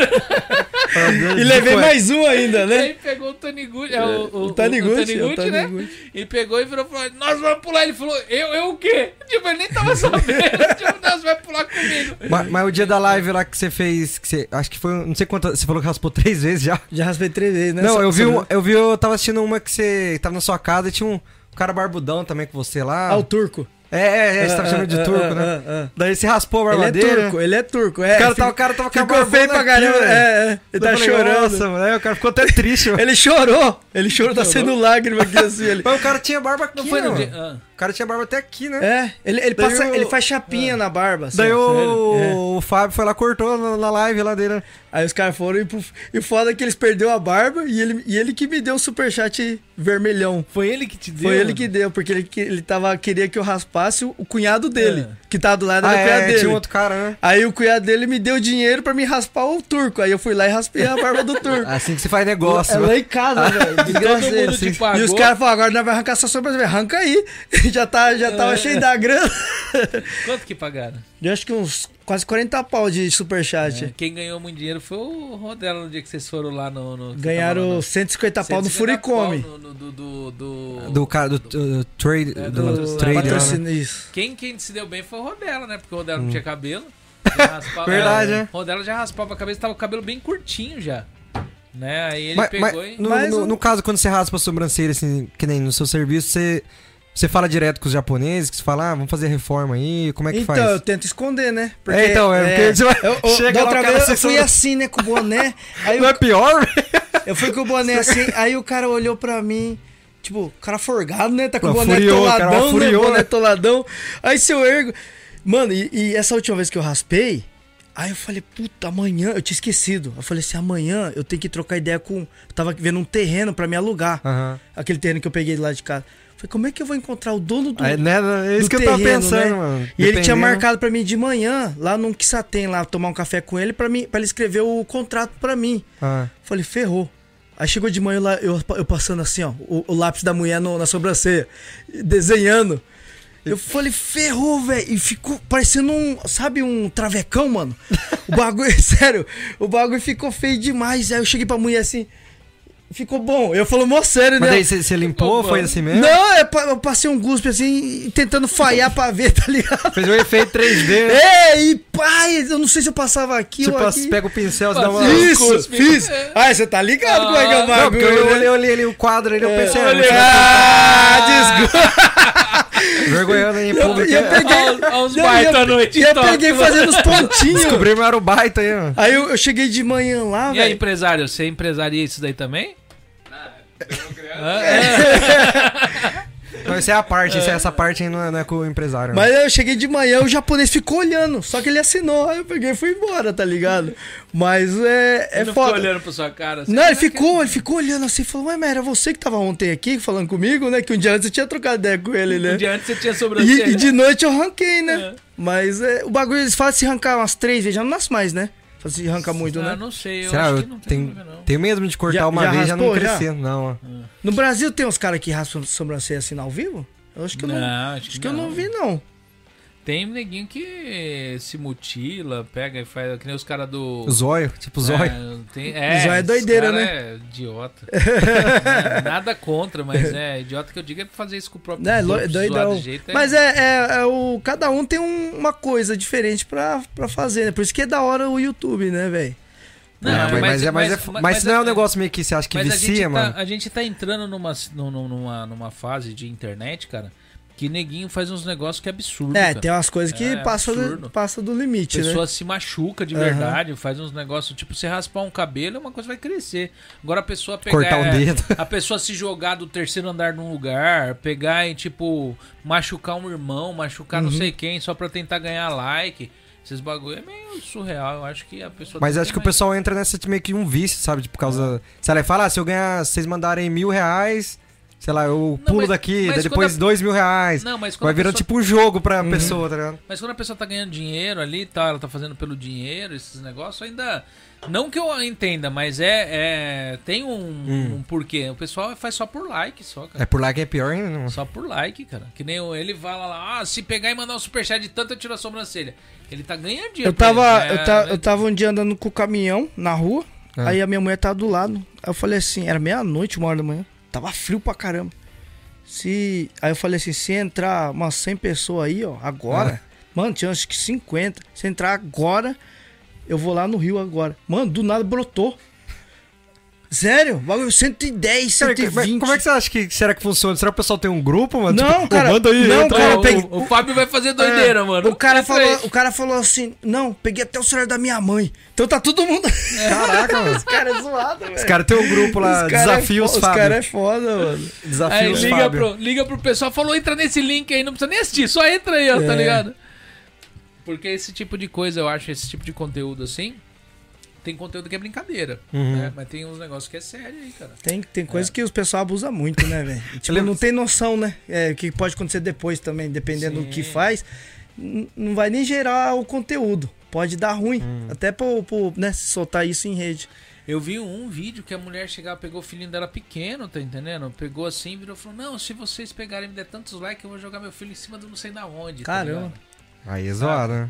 B: E levei mais um ainda, né?
A: Aí pegou o Taniguchi, é, o, o,
B: o Taniguchi,
A: o Taniguchi, né? E pegou e virou e falou: nós vamos pular. Ele falou: eu, eu o quê? Tipo, ele nem tava sabendo. Tipo, nós vamos pular comigo.
C: Mas, mas o dia da live lá que você fez, que você, acho que foi, não sei quanto, você falou que raspou três vezes já?
B: Já raspei três vezes, né?
C: Não,
B: Só,
C: eu vi, um, eu vi, eu tava assistindo uma que você tava na sua casa e tinha um cara barbudão também com você lá.
B: Ah, o turco.
C: É, é, é, você tava chamando de turco,
B: ah,
C: né?
B: Ah, ah.
C: Daí você raspou a barbadeira.
B: Ele é turco, ele é turco. É,
C: o, cara
B: fica,
C: tava, o cara tava com a
B: ficou feio pra caramba.
C: Aqui,
B: é, é, ele tá falei, chorando.
C: Nossa, mano, é, o cara ficou até triste, mano.
B: Ele chorou. Ele chorou, tá sendo lágrima aqui assim. Ele...
C: Mas o cara tinha barba aqui,
A: não foi no dia.
C: Ah. O cara tinha barba até aqui, né?
B: É, ele, ele, passa,
C: o...
B: ele faz chapinha é. na barba. Assim,
C: daí
B: ó,
C: o...
B: É.
C: o Fábio foi lá, cortou na, na live lá dele.
B: Aí os caras foram e, e foda é que eles perderam a barba e ele, e ele que me deu o superchat vermelhão.
A: Foi ele que te deu?
B: Foi ele que deu, porque ele, ele tava, queria que eu raspasse o, o cunhado dele, é. que tava do lado
C: ah,
B: do
C: é,
B: cunhado dele.
C: Tinha um outro cara, né?
B: Aí o cunhado dele me deu dinheiro pra me raspar o turco. Aí eu fui lá e raspei a barba do turco.
C: Assim que você faz negócio.
B: É lá em casa, velho. Desgraceiro. Assim. E os caras falaram, agora nós vamos arrancar essa sobrancelha. Arranca aí. já, tá, já tava é. cheio da grana.
A: Quanto que pagaram?
B: Eu acho que uns quase quarenta pau de superchat.
A: É, quem ganhou muito dinheiro foi o Rodela no dia que vocês foram lá no... no
B: Ganharam no, cento e cinquenta pau no Furicome.
A: No, no, do, do, do...
C: do cara do uh, trade...
B: É,
C: do,
B: do, do
C: trade,
B: né? Isso.
A: Quem, quem se deu bem foi o Rodela, né? Porque o Rodela hum. não tinha cabelo. Raspava,
C: verdade, né?
A: O Rodela já raspava a cabeça, tava com o cabelo bem curtinho já. Né? Aí ele
C: mas,
A: pegou
C: mas,
A: e...
C: No,
B: mas
C: no,
B: o...
C: no caso, quando você raspa a sobrancelha, assim, que nem no seu serviço, você... Você fala direto com os japoneses, que você fala, ah, vamos fazer reforma aí, como é que
B: então,
C: faz?
B: Então, eu tento esconder, né?
C: Porque, é, então, é,
B: é
C: porque você vai...
B: eu, eu,
C: chega
B: da
C: lá,
B: outra
C: o cara
B: vez eu fui
C: sobre...
B: assim, né, com o boné. Aí
C: não
B: eu,
C: é pior?
B: Eu fui com o boné assim, aí o cara olhou pra mim, tipo, o cara forgado, né? Tá com o boné
C: furiou,
B: toladão,
C: cara,
B: né?
C: furiou,
B: Boné
C: né?
B: toladão. Aí se eu ergo... Mano, e, e essa última vez que eu raspei, aí eu falei, puta, amanhã... Eu tinha esquecido. Eu falei assim, amanhã eu tenho que trocar ideia com... Eu tava vendo um terreno pra me alugar.
C: Uhum.
B: Aquele terreno que eu peguei lá de casa. Falei, como é que eu vou encontrar o dono do,
C: aí, né, é isso
B: do
C: que
B: terreno,
C: eu tava pensando,
B: né?
C: mano.
B: E
C: Dependendo...
B: ele tinha marcado pra mim de manhã, lá num Quissatem, lá, tomar um café com ele, pra, mim, pra ele escrever o contrato pra mim.
C: Ah.
B: Falei, ferrou. Aí chegou de manhã, lá, eu, eu passando assim, ó, o, o lápis da mulher no, na sobrancelha, desenhando. Eu falei, ferrou, velho. E ficou parecendo um, sabe, um travecão, mano. O bagulho, sério, o bagulho ficou feio demais. Aí eu cheguei pra mulher assim... Ficou bom. Eu falo, mó sério, né?
C: Mas daí você limpou, foi assim mesmo?
B: Não, eu passei um guspe assim, tentando falhar pra ver, tá ligado?
C: Fez um efeito três D.
B: É, e pai, eu não sei se eu passava aqui
C: tipo,
B: ou aqui.
C: Pega o pincel, você dá uma...
B: Isso, fiz. Ah, você tá ligado
C: ah,
B: como é que é o bagulho,
C: não, porque eu
B: né?
C: olhei, olhei ali o quadro, ali, eu pensei...
B: É, olhei, ah, desculpa.
C: Vergonhando em público.
B: E eu peguei...
A: Olha os baita à noite.
B: E eu peguei fazendo os pontinhos.
C: Descobri que era o baita aí, mano.
B: Aí eu, eu cheguei de manhã lá, velho.
A: E aí, empresário, você empresaria isso daí também?
C: Não, isso é a parte, isso é essa parte aí não é, não é com o empresário.
B: Mas eu cheguei de manhã, o japonês ficou olhando, só que ele assinou, aí eu peguei e fui embora, tá ligado? Mas é, é
A: ele não
B: foda.
A: ficou olhando pra sua cara assim?
B: Não, ele ficou, ele ficou olhando assim, falou, ué, mas era você que tava ontem aqui falando comigo, né? Que um dia antes eu tinha trocado ideia com ele, né?
A: Um dia antes você tinha sobrancelha.
B: E, e de noite eu ranquei, né?
A: É.
B: Mas é, o bagulho, eles falam se arrancar umas três vezes, já não nasce mais, né? Se arranca muito,
A: ah,
B: né?
A: Não sei, eu
C: Será?
A: acho
C: Eu
A: que não tem
C: tenho,
A: problema, não.
C: tenho mesmo de cortar
B: Já-
C: uma
B: já
C: vez e já não
B: raspou, já?
C: crescer, não.
B: No Brasil tem uns caras que raspam sobrancelha assim ao vivo? Eu acho que eu não,
A: Não,
B: acho que, eu não vi, não.
A: Tem um neguinho que se mutila, pega e faz, que nem os caras do...
C: O zóio, tipo zóio.
A: É, tem, é,
B: Zóio é
A: esse
B: doideira,
A: cara
B: né?
A: É idiota. É, nada contra, mas é idiota que eu digo é pra fazer isso com o próprio
B: É, lo-
A: corpo,
B: doidão.
A: zoar do jeito, é-
B: Mas é, é, é o, cada um tem um- uma coisa diferente pra, pra fazer, né? Por isso que é da hora o YouTube, né, velho?
A: Não,
C: É, mas,
A: mas-
C: mas, é- mas,
A: mas-
C: é-
A: mas-
C: mas
A: mas
C: não é um
A: é-
C: negócio meio que você acha que
A: Mas a
C: vicia,
A: gente,
C: mano?
A: tá, a gente tá entrando numa, numa, numa, numa fase de internet, cara, que neguinho faz uns negócios que é absurdo.
B: É,
A: cara.
B: tem umas coisas que
A: É,
B: passam
A: absurdo.
B: do, passa do limite,
A: A pessoa
B: né?
A: se machuca de
B: Aham.
A: verdade, faz uns negócios, tipo, você raspar um cabelo, uma coisa vai crescer. Agora a pessoa pegar.
C: Cortar um
A: é,
C: dedo.
A: A pessoa se jogar do terceiro andar num lugar, pegar e, tipo, machucar um irmão, machucar
B: Uhum.
A: não sei quem, só pra tentar ganhar like. Esses bagulho é meio surreal. Eu acho que a pessoa.
C: Mas
A: tem
C: acho que o
A: mais-
C: pessoal entra nessa meio que um vício, sabe? De, por causa. Se ela fala, ah, se eu ganhar, se vocês mandarem mil reais, sei lá, eu pulo
A: mas-
C: daqui,
A: mas
C: daí depois
A: quando a-
C: dois mil reais.
A: Não, mas quando
C: Vai
A: a
C: virando
A: pessoa-
C: tipo um jogo pra pessoa, tá ligado?
A: Mas quando a pessoa tá ganhando dinheiro ali, tá, ela tá fazendo pelo dinheiro, esses negócios, ainda. Não que eu entenda, mas é. é tem um,
C: Hum.
A: um porquê. O pessoal faz só por like, só, cara.
C: É por lá que é pior ainda. Não.
A: Só por like, cara. Que nem o- ele fala lá, ah, se pegar e mandar um superchat de tanto eu tiro a sobrancelha. Ele tá ganhando dinheiro.
B: Eu tava,
A: pra ele,
B: eu,
A: né?
B: ta, eu tava um dia andando com o caminhão na rua,
C: Ah.
B: aí a minha mulher tava do lado. Aí eu falei assim, era meia-noite, uma hora da manhã. Tava frio pra caramba. Se, aí eu falei assim, se entrar umas cem pessoas aí, ó, agora, mano, tinha acho que cinquenta. Se entrar agora, eu vou lá no Rio agora. Mano, do nada brotou. Sério? Bagulho cento e dez,
C: Cara,
B: cento e
C: como é-
B: vinte.
C: como é que você acha que será que funciona? Será que o pessoal tem um grupo, mano?
B: Não,
C: Tipo, pô,
B: cara,
C: manda aí,
B: não,
C: entra
B: cara,
C: aí.
B: eu peguei-
A: O, o Fábio vai fazer doideira,
B: É,
A: mano.
B: O cara,
A: Entra aí.
B: falou, o cara falou assim, não, peguei até o celular da minha mãe. Então tá todo mundo...
C: Caraca, mano.
B: Os caras é zoado, velho.
C: Os caras têm um grupo lá,
B: Os cara
C: Desafios
B: é fo-
C: Fábio.
B: Os caras é foda, mano.
A: Aí
C: Desafios
A: liga
C: Fábio.
A: pro, liga pro pessoal, falou, entra nesse link aí, não precisa nem assistir, só entra aí, ó, tá
B: É.
A: ligado? Porque esse tipo de coisa, eu acho, esse tipo de conteúdo assim, tem conteúdo que é brincadeira,
C: Uhum.
A: né? Mas tem uns negócios que é sério aí, cara.
B: Tem, tem coisa que os pessoal abusa muito, né, velho? Tipo,
C: lembro-
B: não tem noção, né? É, o que pode acontecer depois também, dependendo
A: Sim.
B: do que faz. N- Não vai nem gerar o conteúdo. Pode dar ruim.
C: Hum.
B: Até pro, pro, né, soltar isso em rede.
A: Eu vi um vídeo que a mulher chegava, pegou o filhinho dela pequeno, tá entendendo? Pegou assim, virou e falou, não, se vocês pegarem e me der tantos likes, eu vou jogar meu filho em cima do não sei da onde, tá
B: Caramba.
A: ligado?
C: Aí é zoado, né?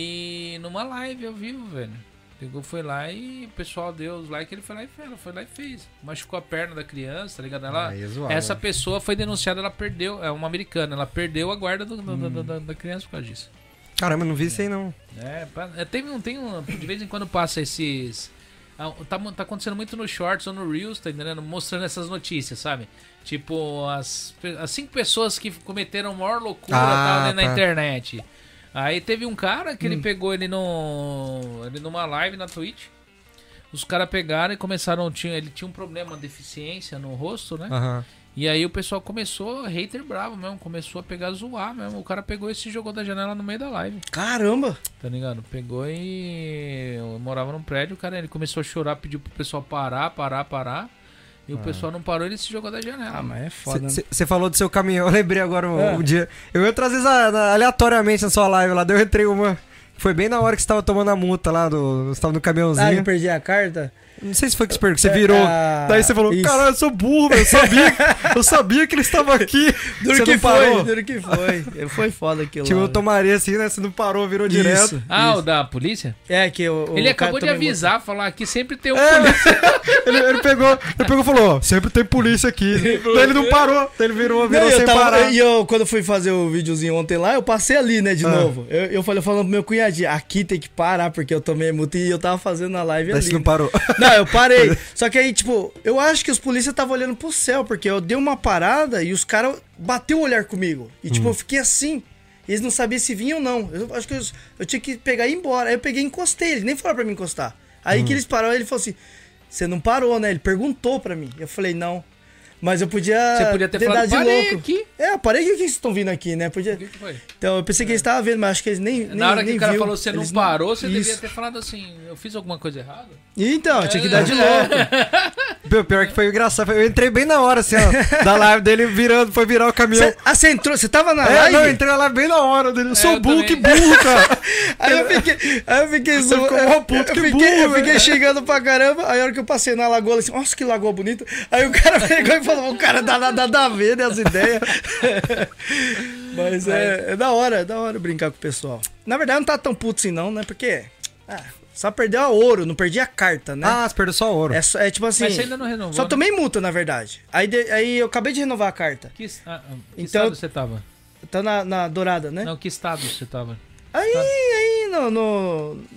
A: E numa live ao vivo, velho. Pegou, foi lá e o pessoal deu os likes, ele foi lá e fez, ela foi lá e fez. Machucou a perna da criança, tá ligado? Ela,
C: Aí é zoado.
A: essa pessoa foi denunciada, ela perdeu, é uma americana, ela perdeu a guarda do- do- do- da, da criança por causa disso.
C: Caramba, não vi isso aí não.
A: É, pa- é, tem, um, tem um, de vez em quando passa esses... ah, Tá, tá acontecendo muito no Shorts ou no Reels, tá entendendo? Mostrando essas notícias, sabe? Tipo, as, pe- as cinco pessoas que cometeram a maior loucura
C: Ah,
A: tal, né, na
C: tá.
A: internet. Aí teve um cara que ele pegou ele no ele numa live na Twitch. Os caras pegaram e começaram, tinha, ele tinha um problema, uma deficiência no rosto, né?
C: Aham.
A: E aí o pessoal começou, hater bravo mesmo, começou a pegar, zoar mesmo. O cara pegou e se jogou da janela no meio da live.
B: Caramba!
A: Tá ligado? Pegou e eu morava num prédio, cara, ele começou a chorar, pediu pro pessoal parar, parar, parar. E o pessoal não parou, ele se jogou da janela.
B: Ah, mas é foda, né?
C: Você falou do seu caminhão, eu lembrei agora um,
B: É.
C: um dia. Eu entro às vezes a- na- aleatoriamente na sua live lá, daí eu entrei uma. Foi bem na hora que você tava tomando a multa lá, do, você tava no
B: Ah,
C: caminhãozinho.
B: eu perdi a carta?
C: Não sei se foi que você você virou.
B: Ah,
C: Daí você falou,
B: isso.
C: caralho, eu sou burro, velho. Eu sabia, eu sabia que ele estava aqui.
B: Duro
C: Você
B: que
C: não parou.
B: foi, duro que foi. Foi foda aquilo
C: Tipo,
B: lá.
C: eu tomaria assim, né? Você não parou, virou
B: Isso,
C: direto.
A: Ah,
B: isso.
A: o da polícia?
B: É, que o, o
A: Ele
B: cara
A: acabou de
B: também
A: avisar, falar que sempre tem um
C: É,
A: polícia.
C: ele, ele pegou, ele pegou e falou, ó, sempre tem polícia aqui. Daí ele não parou, daí ele virou,
B: Não,
C: virou
B: eu
C: sem
B: tava-
C: parar.
B: E eu, quando fui fazer o videozinho ontem lá, eu passei ali, né, de
C: Ah.
B: novo. Eu, eu falei, falando pro meu cunhadinho, aqui tem que parar, porque eu tomei multa e eu tava fazendo a live
C: Daí
B: ali.
C: você não parou.
B: Não, eu parei. Só que aí, tipo, eu acho que os polícias estavam olhando pro céu, porque eu dei uma parada e os caras bateu o olhar comigo. E, tipo, eu fiquei assim. E eles não sabiam se vinham ou não. Eu acho que eu, eu tinha que pegar e ir embora. Aí eu peguei e encostei. Eles nem falaram pra mim encostar. Aí que eles pararam, ele falou assim: você não parou, né? Ele perguntou pra mim. Eu falei, não. Mas eu podia.
A: Você podia ter
B: dar
A: falado,
B: de
A: parei
B: louco.
A: aqui.
B: É, eu parei. O que que vocês estão vindo aqui, né? Podia...
A: O que que foi?
B: Então, eu pensei que eles estavam vendo, mas acho que eles nem. nem
A: Na hora que
B: nem
A: o cara
B: viu.
A: falou você não
B: Eles
A: parou, você devia
B: Isso.
A: ter falado assim, eu fiz alguma coisa errada?
B: Então, eu tinha que dar de
A: É.
B: louco.
C: Pior, pior que foi engraçado. Eu entrei bem na hora, assim, ó. Da live dele virando, foi virar o caminhão.
B: Cê, ah, você entrou? Você tava na
C: É,
B: live?
C: não, eu entrei na live bem na hora dele. Eu sou
A: eu
C: burro, que
A: também.
C: burro, cara.
B: Aí eu fiquei, aí eu fiquei
C: Você ficou
B: eu,
C: mó puto,
B: eu
C: que
B: fiquei,
C: burro,
B: eu fiquei
C: velho.
B: xingando pra caramba. Aí a hora que eu passei na lagoa, assim, nossa, que lagoa bonita. Aí o cara pegou e falou, o cara dá nada a ver, né, as ideias. Mas é, é da hora, é da hora brincar com o pessoal. Na verdade, não tá tão puto assim não, né, porque ah, só perdeu a ouro, não perdi a carta, né.
C: Ah, você perdeu só ouro.
B: é, só- é tipo assim,
A: Mas você ainda não renovou,
B: só
A: né?
B: tomei multa, na verdade. Aí, de- aí eu acabei de renovar a carta.
A: Que, ah, ah, que
B: Então-
A: estado você tava?
B: Tá na, na dourada, né.
A: Não, que estado você tava?
B: Aí, aí, no, no,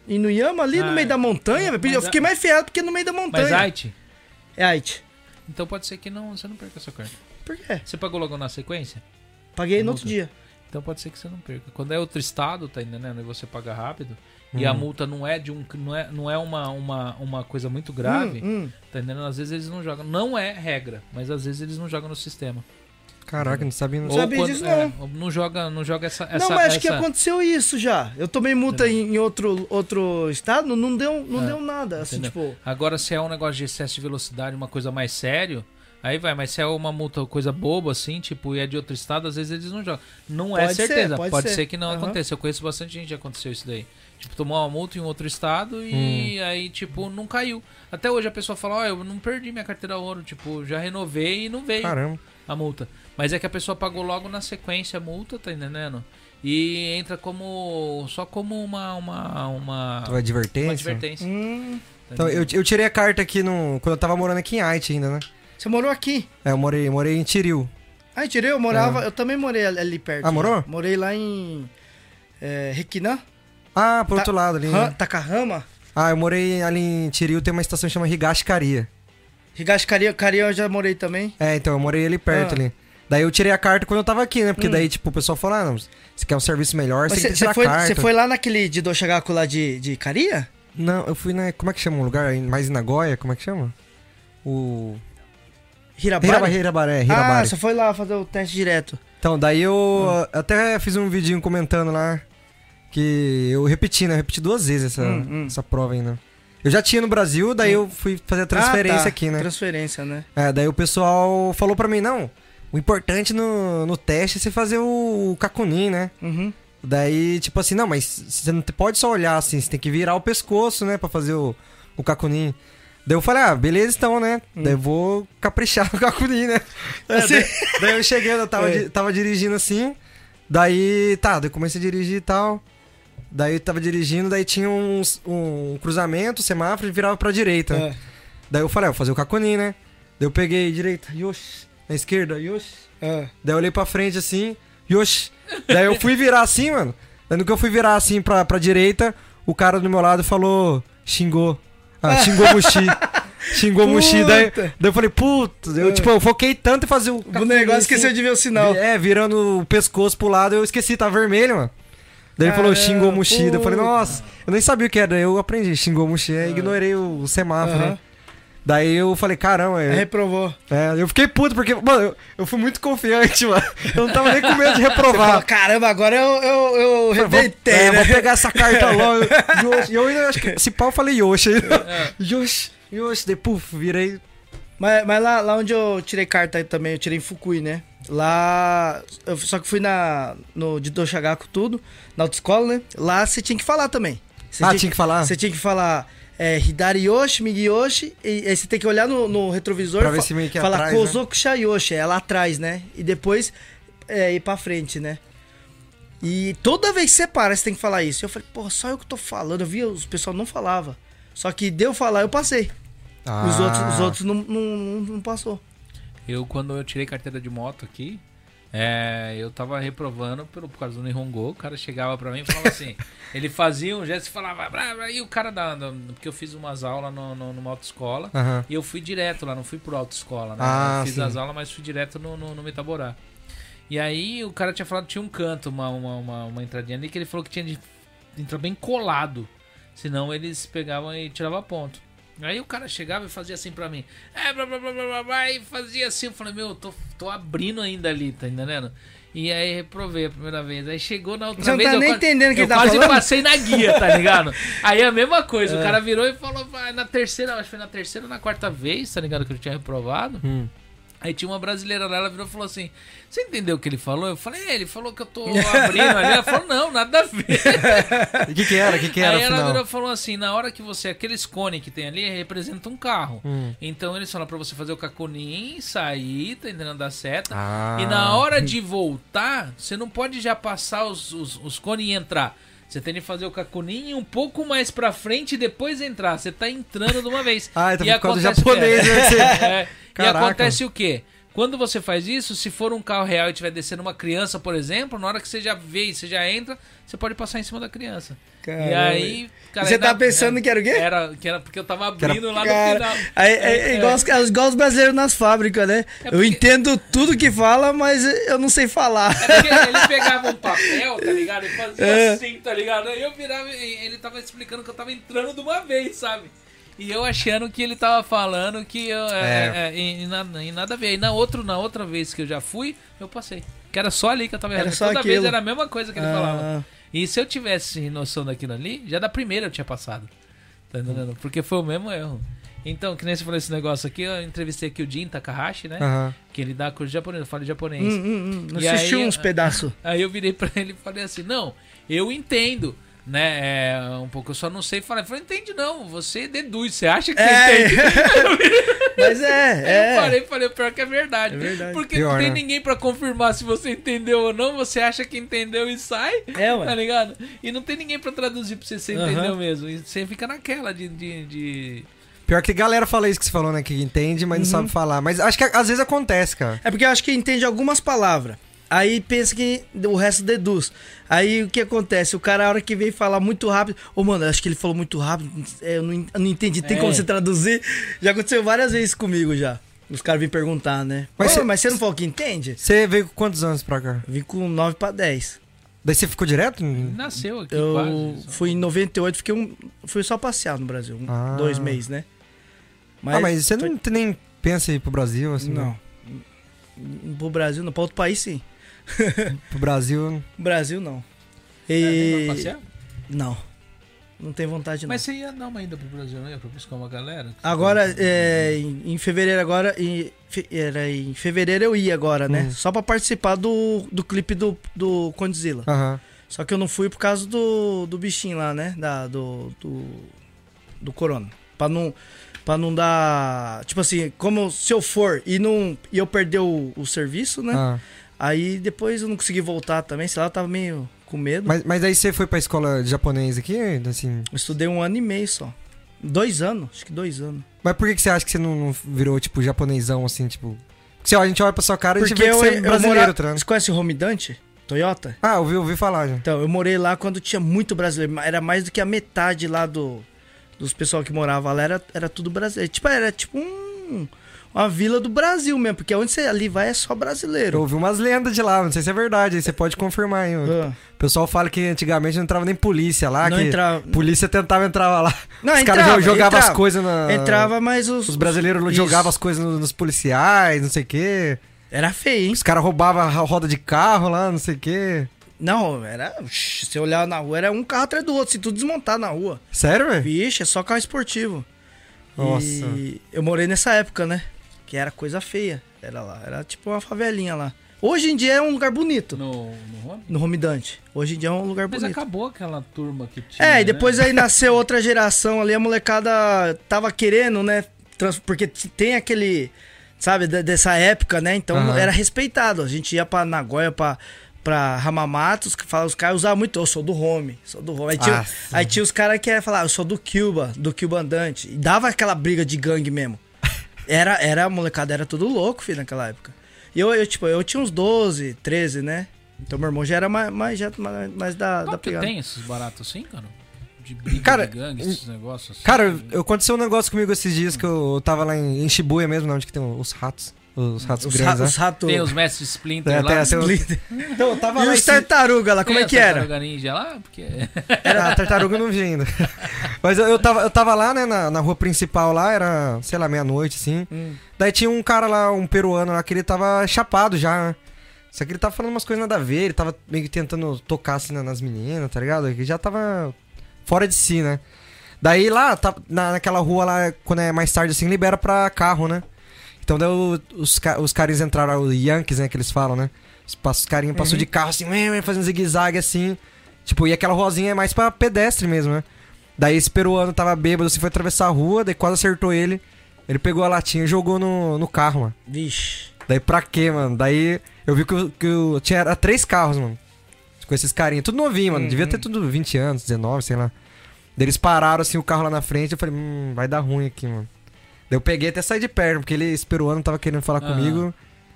B: Inuyama ali
A: Ah,
B: no meio da montanha, velho. Eu
A: mas
B: fiquei
A: a-
B: mais ferrado porque é no meio da montanha.
A: Mas Aite?
B: É Aite.
A: Então pode ser que não, você não perca a sua carta.
B: Por quê?
A: Você pagou logo na sequência?
B: Paguei no
A: multa.
B: outro dia.
A: Então pode ser que você não perca. Quando é outro estado, tá entendendo? E você paga rápido, e a multa não é de um. Não é, não é uma, uma, uma coisa muito grave,
B: Hum, hum.
A: tá entendendo? Às vezes eles não jogam. Não é regra, mas às vezes eles não jogam no sistema.
C: Caraca, não sabia. Não
B: Ou- sabia disso, não.
A: é, ou não joga, não joga essa. essa
B: Não, mas acho que
A: essa-
B: aconteceu isso já. Eu tomei multa em, em outro, outro estado, não deu, não
A: É,
B: deu nada. Assim,
A: entendeu?
B: tipo.
A: Agora, se é um negócio de excesso de velocidade, uma coisa mais sério, aí vai. Mas se é uma multa, coisa boba, assim, tipo, e é de outro estado, às vezes eles não jogam. Não é
B: Pode ser,
A: certeza.
B: pode
A: Pode,
B: ser.
A: ser. que não
B: Aham.
A: aconteça. Eu conheço bastante gente que já aconteceu isso daí. Tipo, tomou uma multa em outro estado e aí, tipo, não caiu. Até hoje a pessoa fala, ó, eu não perdi minha carteira ouro, tipo, já renovei e não veio
C: Caramba.
A: a multa. Mas é que a pessoa pagou logo na sequência a multa, tá entendendo? E entra como. Só como uma. Uma, uma,
C: Tua advertência?
A: uma advertência.
B: Hum,
A: tá
C: Então, eu,
A: entendendo?
C: eu tirei a carta aqui no, quando eu tava morando aqui em Haiti ainda, né?
B: você morou aqui?
C: É, eu morei, morei em Tiril.
B: Ah, tirei, eu morava. Eu também morei ali- ali perto.
C: Ah, morou?
B: Morei lá em. É, Requinã?
C: Ah, pro
B: Ta-
C: outro lado ali.
B: Han-
C: né?
B: Takahama?
C: Ah, eu morei ali em Tiril, tem uma estação que chama Higashi Karia.
B: Higashi Karia, Karia eu já morei também.
C: É, então, eu morei ali perto
B: Ah.
C: ali. Daí eu tirei a carta quando eu tava aqui, né? Porque
B: Hum.
C: daí, tipo, o pessoal falou, ah, não, você quer um serviço melhor,
B: Mas
C: você tem que
B: você
C: tirar
B: foi,
C: a carta.
B: você foi lá naquele de Doshagaku lá de, de Karia?
C: Não, eu fui na... Como é que chama o lugar? Mais em Nagoya? Como é que chama? O...
B: Hirabari?
C: Hirabari, Hirabari, é,
B: Ah,
C: Hirabari.
B: você foi lá fazer o teste direto.
C: Então, daí eu
B: Hum.
C: até fiz um vidinho comentando lá que eu repeti, né? Eu repeti duas vezes essa,
B: Hum, hum.
C: essa prova ainda. Eu já tinha no Brasil, daí eu fui fazer a transferência
B: Ah, tá.
C: aqui, né?
B: Transferência, né?
C: É, daí o pessoal falou pra mim, não, o importante no, no teste é você fazer o, o Kakunin, né?
B: Uhum.
C: Daí, tipo assim, não, mas você não te- pode só olhar assim, você tem que virar o pescoço, né, pra fazer o, o Kakunin. Daí eu falei, ah, beleza então, né? Daí eu vou caprichar no Kakunin, né? É,
B: Assim?
C: daí, daí eu cheguei, eu tava,
B: É.
C: di- tava dirigindo assim, daí, tá, daí eu comecei a dirigir e tal. Daí eu tava dirigindo, daí tinha uns, um cruzamento, semáforo, e virava pra direita.
B: É.
C: Daí eu falei, ah, vou fazer o Kakunin, né? Daí eu peguei direita, yoshi, na esquerda, yoshi.
B: É.
C: Daí eu olhei pra frente assim, yoshi. Daí eu fui virar assim, mano. Daí no que eu fui virar assim pra, pra direita, o cara do meu lado falou, xingou. Ah, xingou Mushi. Xingou Mushi. Daí,
B: Puta.
C: daí eu falei, puta. Eu,
B: É.
C: tipo, eu foquei tanto em fazer o.
B: O negócio esqueceu de ver o sinal.
C: É, virando o pescoço pro lado, eu esqueci, tá vermelho, mano. Daí ele falou,
B: Caramba,
C: xingou Mushi. Daí eu falei,
B: puta.
C: nossa, eu nem sabia o que era. Daí eu aprendi, xingou Mushi. Aí ignorei o, o semáforo,
B: Aham.
C: né? Daí eu falei, caramba,
B: Aí
C: eu,
B: reprovou.
C: é, eu fiquei puto porque, mano, eu, eu fui muito confiante, mano. Eu não tava nem com medo de
B: Você
C: reprovar.
B: falou, caramba, agora eu, eu, eu
C: Falei, vou,
B: rebentei,
C: é,
B: né?
C: vou pegar essa carta logo. Yoshi. E eu ainda acho que. Se pau, eu falei Yoshi. Yoshi, Yoshi. Daí, puf, virei.
B: Mas, mas lá, lá onde eu tirei carta aí também, eu tirei em Fukui, né? Lá. Eu só que fui na. No de Doshagaku tudo, na autoescola, né? Lá você tinha que falar também. Você
C: Ah, tinha que falar?
B: Você tinha que falar. É, Hidari Yoshi, Migi Yoshi, e aí você tem que olhar no, no retrovisor
C: Pra ver
B: fa-
C: se meio que é
B: falar
C: atrás, né?
B: Kozoku Shayoshi, é lá atrás, né? E depois é, ir pra frente, né? E toda vez que você para, você tem que falar isso. Eu falei, pô, só eu que tô falando. Eu via, os pessoal não falava. Só que deu falar, eu passei.
C: Ah.
B: Os outros, os outros não, não, não, não passou.
A: Eu, quando eu tirei carteira de moto aqui, é, eu tava reprovando pelo, por causa do Nihongo. O cara chegava pra mim e falava assim, ele fazia um gesto e falava, blá, blá, e o cara da, da- porque eu fiz umas aulas no, no, numa autoescola
C: Aham.
A: e eu fui direto lá, não fui pro autoescola, né?
C: Ah,
A: eu fiz
C: sim.
A: as aulas, mas fui direto no, no, no Metaborá. E aí o cara tinha falado que tinha um canto, uma, uma, uma, uma entradinha ali, que ele falou que tinha de entrar bem colado, senão eles pegavam e tiravam ponto. Aí o cara chegava e fazia assim pra mim, é, blá, blá, blá, blá, blá, blá, e fazia assim, eu falei, meu, eu tô, tô abrindo ainda ali, tá entendendo? E aí reprovei a primeira vez, aí chegou na outra
B: Você não
A: vez,
B: tá
A: eu
B: nem
A: qua-
B: entendendo o que
A: eu
B: ele tá
A: quase
B: falando?
A: passei na guia, tá ligado? Aí a mesma coisa,
B: É.
A: o cara virou e falou, vai, na terceira, acho que foi na terceira ou na quarta vez, tá ligado, que eu tinha reprovado.
C: Hum.
A: Aí tinha uma brasileira lá, ela virou e falou assim, você entendeu o que ele falou? Eu falei, é, ele falou que eu tô abrindo ali. Ela falou, não, nada a ver.
C: O que que era? O que que era
A: Aí ela
C: afinal?
A: virou e falou assim, na hora que você, aqueles cones que tem ali, representa um carro.
C: Hum.
A: Então eles falam pra você fazer o cacunim, sair, tá entendendo, da seta.
C: Ah.
A: E na hora de voltar, você não pode já passar os, os, os cones e entrar. Você tem que fazer o cacunim um pouco mais pra frente e depois entrar. Você tá entrando de uma vez.
C: Ah, então
A: E
C: por causa do
A: acontece o quê?
C: japonês, né? Você-
A: É, e
C: Caraca.
A: acontece o quê? Quando você faz isso, se for um carro real e estiver descendo uma criança, por exemplo, na hora que você já vê e você já entra, você pode passar em cima da criança.
B: Caramba.
A: E aí... Cara,
B: você
A: ainda-
B: tá pensando
A: é,
B: que era o quê?
A: Era, que era porque eu tava abrindo lá no
B: Cara,
A: final.
B: aí, é, é igual, os, é igual os brasileiros nas fábricas, né?
A: É
B: Eu
A: porque-
B: entendo tudo que fala, mas eu não sei falar.
A: É porque ele pegava um papel, tá ligado? E fazia
B: É.
A: assim, tá ligado? Aí eu virava e ele tava explicando que eu tava entrando de uma vez, sabe? E eu achando que ele tava falando que eu. É, é, e, e nada, e nada a ver. E na, outro, na outra vez que eu já fui, eu passei. Que era só ali que eu tava errando.
B: Era só
A: Toda
B: aquilo.
A: vez era a mesma coisa que ele
B: Ah.
A: falava. E se eu tivesse noção daquilo ali, já da primeira eu tinha passado. Tá entendendo? Porque foi o mesmo erro. Então, que nem você falou esse negócio aqui, eu entrevistei aqui o Jin Takahashi, né?
C: Aham.
A: Que ele dá curso de japonês, eu falo japonês.
B: Hum, hum, hum.
A: E
B: Assisti
A: aí-
B: uns pedaços.
A: Aí eu virei pra ele e falei assim, não, eu entendo, né, é, um pouco, eu só não sei falar. Eu falei, entende não, você deduz, você acha que
B: É.
A: você entende?
B: Mas é,
A: Aí
B: é.
A: eu parei e falei, pior que é verdade.
B: É verdade.
A: Porque
C: Pior,
A: não tem
C: né?
A: ninguém pra confirmar se você entendeu ou não, você acha que entendeu e sai,
B: É, ué.
A: tá ligado? E não tem ninguém pra traduzir pra você se
B: Aham.
A: entendeu mesmo. E você fica naquela de... de, de...
C: Pior que galera fala isso que você falou, né? Que entende, mas não sabe falar. Mas acho que às vezes acontece, cara.
B: É porque eu acho que entende algumas palavras. Aí pensa que o resto deduz. Aí o que acontece? O cara, a hora que vem falar muito rápido. Ô, mano, eu acho que ele falou muito rápido. é, Eu não, eu não entendi. Tem
A: É.
B: como você traduzir? Já aconteceu várias vezes comigo já. Os caras vêm perguntar, né?
C: Mas
B: Mas,
C: cê-
B: mas você não falou que entende?
C: Você veio com quantos anos pra cá?
B: Eu vim com nove pra dez.
C: Daí você ficou direto?
A: Nasceu aqui
B: Eu
A: quase.
B: fui em noventa e oito, fiquei um, fui só passear no Brasil. um-
C: Ah.
B: Dois meses, né?
C: ah, mas você não nem pensa em ir pro Brasil, assim?
B: Não. Pro Brasil não. Pra outro país, sim.
C: Pro Brasil...
B: Brasil, não.
A: É,
B: E...
A: nem pra passear?
B: Não. Não tem vontade, não.
A: Mas você ia dar uma ida pro Brasil, não ia pra buscar uma galera?
B: Agora, é, em, em fevereiro agora, em, fe- era em fevereiro eu ia agora, né?
C: Hum.
B: Só pra participar do, do clipe do, do Condzilla.
C: Aham.
B: Só que eu não fui por causa do, do bichinho lá, né? Da, do, do, do corona. Pra não, pra não dar... Tipo assim, como se eu for e, não, e eu perder o, o serviço, né?
C: Ah.
B: Aí depois eu não consegui voltar também, sei lá, eu tava meio com medo.
C: Mas, mas aí você foi pra escola de japonês aqui, assim...
B: Eu estudei um ano e meio só. Dois anos, acho que dois anos.
C: Mas por que, que você acha que você não, não virou, tipo, japonesão, assim, tipo... Porque se a gente olha pra sua cara, a gente
B: Porque
C: vê que
B: eu,
C: você é
B: eu
C: brasileiro,
B: mora...
C: tá ligado?
B: Você conhece o Home Dante? Toyota?
C: Ah, ouvi, ouvi falar já.
B: Então, eu morei lá quando tinha muito brasileiro. Era mais do que a metade lá do, dos pessoal que morava lá. Era, era tudo brasileiro. Tipo, era tipo um, uma vila do Brasil mesmo. Porque onde você ali vai é só
C: Eu
B: brasileiro.
C: ouvi umas lendas de lá, não sei se é verdade, aí você pode confirmar aí.
B: Ah.
C: O pessoal fala que antigamente não entrava nem polícia lá,
B: Não
C: que
B: entrava.
C: polícia tentava entrar lá.
B: Não,
C: Os
B: entrava,
C: caras jogavam
B: entrava.
C: as coisas na...
B: Entrava, mas os...
C: Os brasileiros
B: Isso.
C: jogavam as coisas no- nos policiais, não sei o quê.
B: Era feio, hein?
C: Os caras roubavam a roda de carro lá, não sei o quê.
B: Não, era... Se você olhar na rua, era um carro atrás do outro. Se tudo desmontar na rua.
C: Sério, velho?
B: Vixe, é só carro esportivo.
C: Nossa.
B: E eu morei nessa época, né? Que era coisa feia. Era lá. Era tipo uma favelinha lá. Hoje em dia é um lugar bonito.
A: No, no Home?
B: No Home Dante. Hoje em dia é um lugar
A: Mas
B: bonito.
A: acabou aquela turma que tinha.
B: É, e depois
A: né?
B: aí nasceu outra geração ali. A molecada tava querendo, né? trans- Porque t- tem aquele... Sabe, de- dessa época, né? Então
C: Aham.
B: era respeitado. A gente ia pra Nagoya, pra... Pra Hamamatsu, que fala, os caras usavam muito, eu sou do Home, sou do Home. Aí tinha,
C: Nossa.
B: aí tinha os caras que iam falar, eu sou do Cuba, do Cuba Andante. E dava aquela briga de gangue mesmo. Era, era, a molecada era tudo louco, filho, naquela época. E eu, eu, tipo, eu tinha uns doze, treze, né? Então meu irmão já era mais, mais, já, mais, mais da, da
A: Quanto que
B: pegada.
A: tem esses baratos assim, cara? De briga
C: Cara,
A: de gangue, esses negócios assim.
C: Cara, eu- aconteceu um negócio comigo esses dias que eu tava lá em, em Shibuya mesmo, né, onde que tem os ratos. Os ratos
B: Os,
C: grandes,
B: ra
C: né?
B: os ratos...
A: Tem os mestres Splinter
C: É,
A: lá.
C: tem essa-
B: Splinter.
C: Então, eu tava
B: E
C: lá
B: os
C: esse-
B: tartaruga lá, como
A: Tem
B: é que
A: a
B: era?
A: Tartaruga Ninja lá? Porque...
C: Era a tartaruga, eu não vi ainda. Mas eu, eu, tava, eu tava lá, né, na, na rua principal lá, era, sei lá, meia-noite, assim.
B: Hum.
C: Daí tinha um cara lá, um peruano lá, que ele tava chapado já, né? Só que ele tava falando umas coisas nada a ver, ele tava meio que tentando tocar assim na- nas meninas, tá ligado? Ele já tava fora de si, né? Daí lá, tá, na, naquela rua lá, quando é mais tarde assim, libera pra carro, né? Então daí o- os, ca- os caras entraram, os Yankees, né, que eles falam, né? Os, pass- os carinhas passou de carro assim, ué, ué, fazendo zigue-zague assim. Tipo, e aquela ruazinha é mais pra pedestre mesmo, né? Daí esse peruano tava bêbado, assim, foi atravessar a rua, daí quase acertou ele. Ele pegou a latinha e jogou no, no carro, mano.
B: Vixe.
C: Daí pra quê, mano? Daí eu vi que, eu- que eu tinha era três carros, mano. Com esses carinhas, tudo novinho, mano.
B: Uhum.
C: Devia ter tudo vinte anos, dezenove, sei lá. Daí eles pararam assim o carro lá na frente, eu falei, hum, vai dar ruim aqui, mano. Daí eu peguei até sair de perto, porque ele, esse peruano, tava querendo falar
A: Ah.
C: comigo.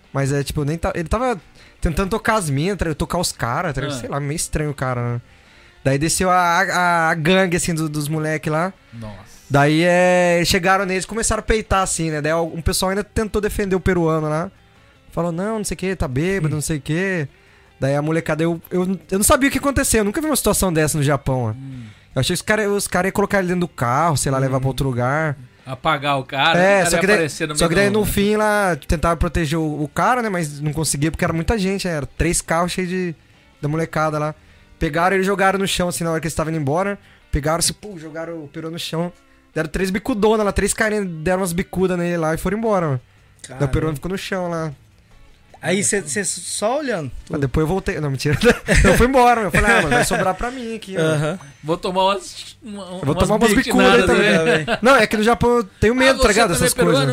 C: Mas é, tipo, nem tá, ele tava tentando tocar as minas, tocar os caras,
A: Ah.
C: sei lá, meio estranho o cara, né? Daí desceu a, a, a gangue, assim, do, dos moleques lá.
A: Nossa.
C: Daí é, chegaram neles e começaram a peitar, assim, né? Daí um pessoal ainda tentou defender o peruano lá. Falou, não, não sei o que, tá bêbado, não sei o que. Daí a molecada, eu, eu, eu não sabia o que aconteceu, eu nunca vi uma situação dessa no Japão, ó.
A: Hum.
C: Eu achei que os caras os cara iam colocar ele dentro do carro, sei lá,
A: Hum.
C: levar pra outro lugar.
A: Apagar o cara,
C: É,
A: o cara
C: só
A: ia
C: que daí,
A: aparecer no
C: só
A: meio
C: que daí
A: do-
C: no fim lá tentaram proteger o, o cara, né? Mas não conseguia porque era muita gente, né? Era três carros cheios de da molecada lá. Pegaram ele e jogaram no chão, assim, na hora que eles estavam indo embora. Pegaram assim, pô, jogaram o peru no chão. Deram três bicudonas lá, três carinhas deram umas bicudas nele lá e foram embora, mano. Daí o peruano ficou no chão lá.
B: Aí você só olhando.
C: Mas depois eu voltei. Não, mentira. Eu fui embora, eu falei, ah, mano, vai sobrar pra mim aqui, ó.
B: Aham.
A: Vou tomar umas. Uma,
C: Eu vou tomar umas
A: biquinadas
C: bicudas aí
A: dele.
C: também. Não, é que no Japão eu tenho medo,
A: Ah,
C: tá ligado?
A: você
C: Essas
A: também é
C: coisas.